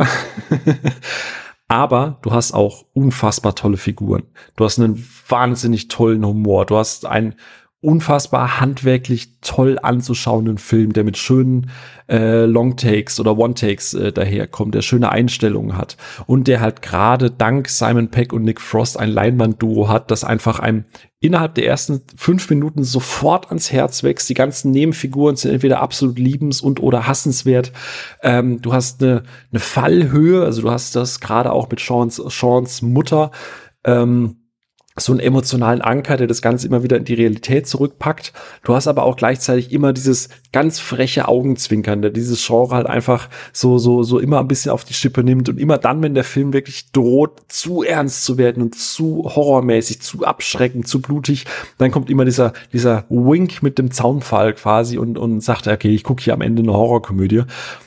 Aber du hast auch unfassbar tolle Figuren. Du hast einen wahnsinnig tollen Humor. Du hast einen unfassbar handwerklich toll anzuschauenden Film, der mit schönen äh, Longtakes oder One-Takes äh, daherkommt, der schöne Einstellungen hat und der halt gerade dank Simon Pegg und Nick Frost ein Leinwandduo hat, das einfach einem innerhalb der ersten fünf Minuten sofort ans Herz wächst. Die ganzen Nebenfiguren sind entweder absolut liebens- und oder hassenswert. Ähm, du hast eine, eine Fallhöhe, also du hast das gerade auch mit Seans, Seans Mutter, ähm, so einen emotionalen Anker, der das Ganze immer wieder in die Realität zurückpackt. Du hast aber auch gleichzeitig immer dieses ganz freche Augenzwinkern, der dieses Genre halt einfach so, so, so immer ein bisschen auf die Schippe nimmt und immer dann, wenn der Film wirklich droht, zu ernst zu werden und zu horrormäßig, zu abschreckend, zu blutig, dann kommt immer dieser, dieser Wink mit dem Zaunpfahl quasi und, und sagt, okay, ich gucke hier am Ende eine Horrorkomödie.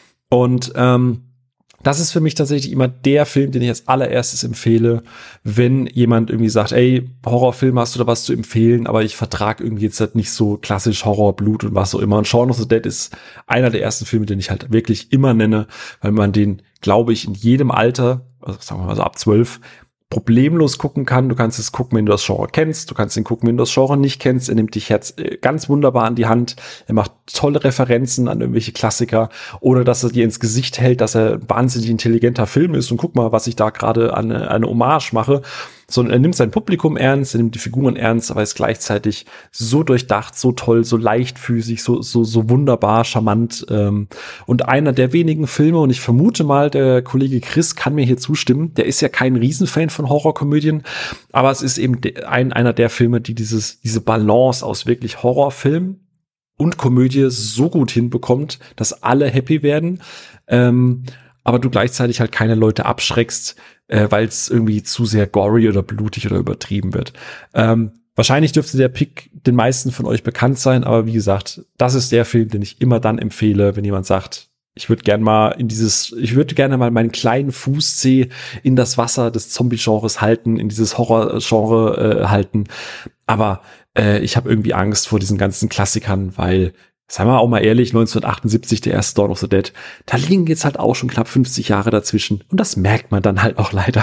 Und, ähm, das ist für mich tatsächlich immer der Film, den ich als allererstes empfehle, wenn jemand irgendwie sagt, ey, Horrorfilm, hast du da was zu empfehlen, aber ich vertrage irgendwie jetzt halt nicht so klassisch Horror, Blut und was auch immer. Und Shaun of the Dead ist einer der ersten Filme, den ich halt wirklich immer nenne, weil man den, glaube ich, in jedem Alter, also sagen wir mal so ab zwölf, problemlos gucken kann. Du kannst es gucken, wenn du das Genre kennst. Du kannst ihn gucken, wenn du das Genre nicht kennst. Er nimmt dich jetzt ganz wunderbar an die Hand. Er macht tolle Referenzen an irgendwelche Klassiker, ohne dass er dir ins Gesicht hält, dass er ein wahnsinnig intelligenter Film ist. Und guck mal, was ich da gerade an eine Hommage mache. Sondern er nimmt sein Publikum ernst, er nimmt die Figuren ernst, aber ist gleichzeitig so durchdacht, so toll, so leichtfüßig, so so so wunderbar, charmant. Ähm, und einer der wenigen Filme, und ich vermute mal, der Kollege Chris kann mir hier zustimmen, der ist ja kein Riesenfan von Horrorkomödien, aber es ist eben de- ein einer der Filme, die dieses diese Balance aus wirklich Horrorfilm und Komödie so gut hinbekommt, dass alle happy werden, ähm, aber du gleichzeitig halt keine Leute abschreckst, äh, weil es irgendwie zu sehr gory oder blutig oder übertrieben wird. Ähm, wahrscheinlich dürfte der Pick den meisten von euch bekannt sein, aber wie gesagt, das ist der Film, den ich immer dann empfehle, wenn jemand sagt, ich würde gerne mal in dieses, ich würde gerne mal meinen kleinen Fußzeh in das Wasser des Zombie-Genres halten, in dieses Horror-Genre äh, halten. Aber äh, ich habe irgendwie Angst vor diesen ganzen Klassikern, weil, seien wir auch mal ehrlich, neunzehnhundertachtundsiebzig, der erste Dawn of the Dead, da liegen jetzt halt auch schon knapp fünfzig Jahre dazwischen. Und das merkt man dann halt auch leider.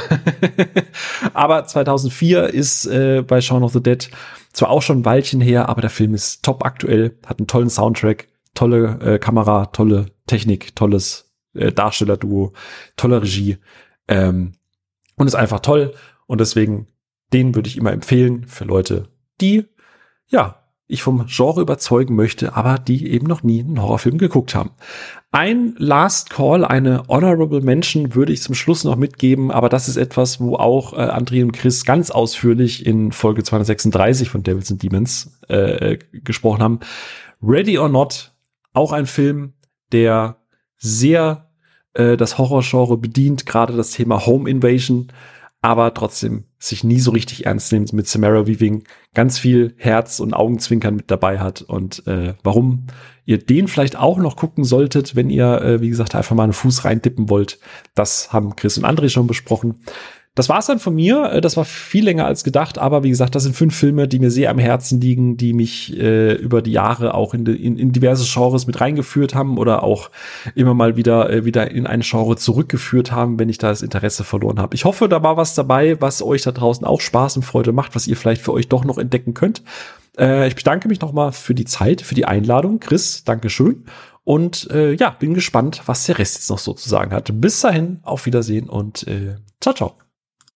Aber zweitausendvier ist äh, bei Shaun of the Dead zwar auch schon ein Weilchen her, aber der Film ist top aktuell, hat einen tollen Soundtrack, tolle äh, Kamera, tolle Technik, tolles äh, Darstellerduo, tolle Regie. Ähm, und ist einfach toll. Und deswegen, den würde ich immer empfehlen für Leute, die, ja, ich vom Genre überzeugen möchte, aber die eben noch nie einen Horrorfilm geguckt haben. Ein Last Call, eine Honorable Mention würde ich zum Schluss noch mitgeben, aber das ist etwas, wo auch äh, André und Chris ganz ausführlich in Folge zweihundertsechsunddreißig von Devils and Demons äh, gesprochen haben. Ready or Not, auch ein Film, der sehr äh, das Horrorgenre bedient, gerade das Thema Home Invasion, aber trotzdem sich nie so richtig ernst nimmt, mit Samara Weaving ganz viel Herz und Augenzwinkern mit dabei hat. Und äh, warum ihr den vielleicht auch noch gucken solltet, wenn ihr, äh, wie gesagt, einfach mal einen Fuß reintippen wollt, das haben Chris und André schon besprochen. Das war's dann von mir. Das war viel länger als gedacht, aber wie gesagt, das sind fünf Filme, die mir sehr am Herzen liegen, die mich äh, über die Jahre auch in, in, in diverse Genres mit reingeführt haben oder auch immer mal wieder äh, wieder in ein Genre zurückgeführt haben, wenn ich da das Interesse verloren habe. Ich hoffe, da war was dabei, was euch da draußen auch Spaß und Freude macht, was ihr vielleicht für euch doch noch entdecken könnt. Äh, ich bedanke mich nochmal für die Zeit, für die Einladung. Chris, Dankeschön. Und äh, ja, bin gespannt, was der Rest jetzt noch so zu sagen hat. Bis dahin, auf Wiedersehen und äh, ciao, ciao.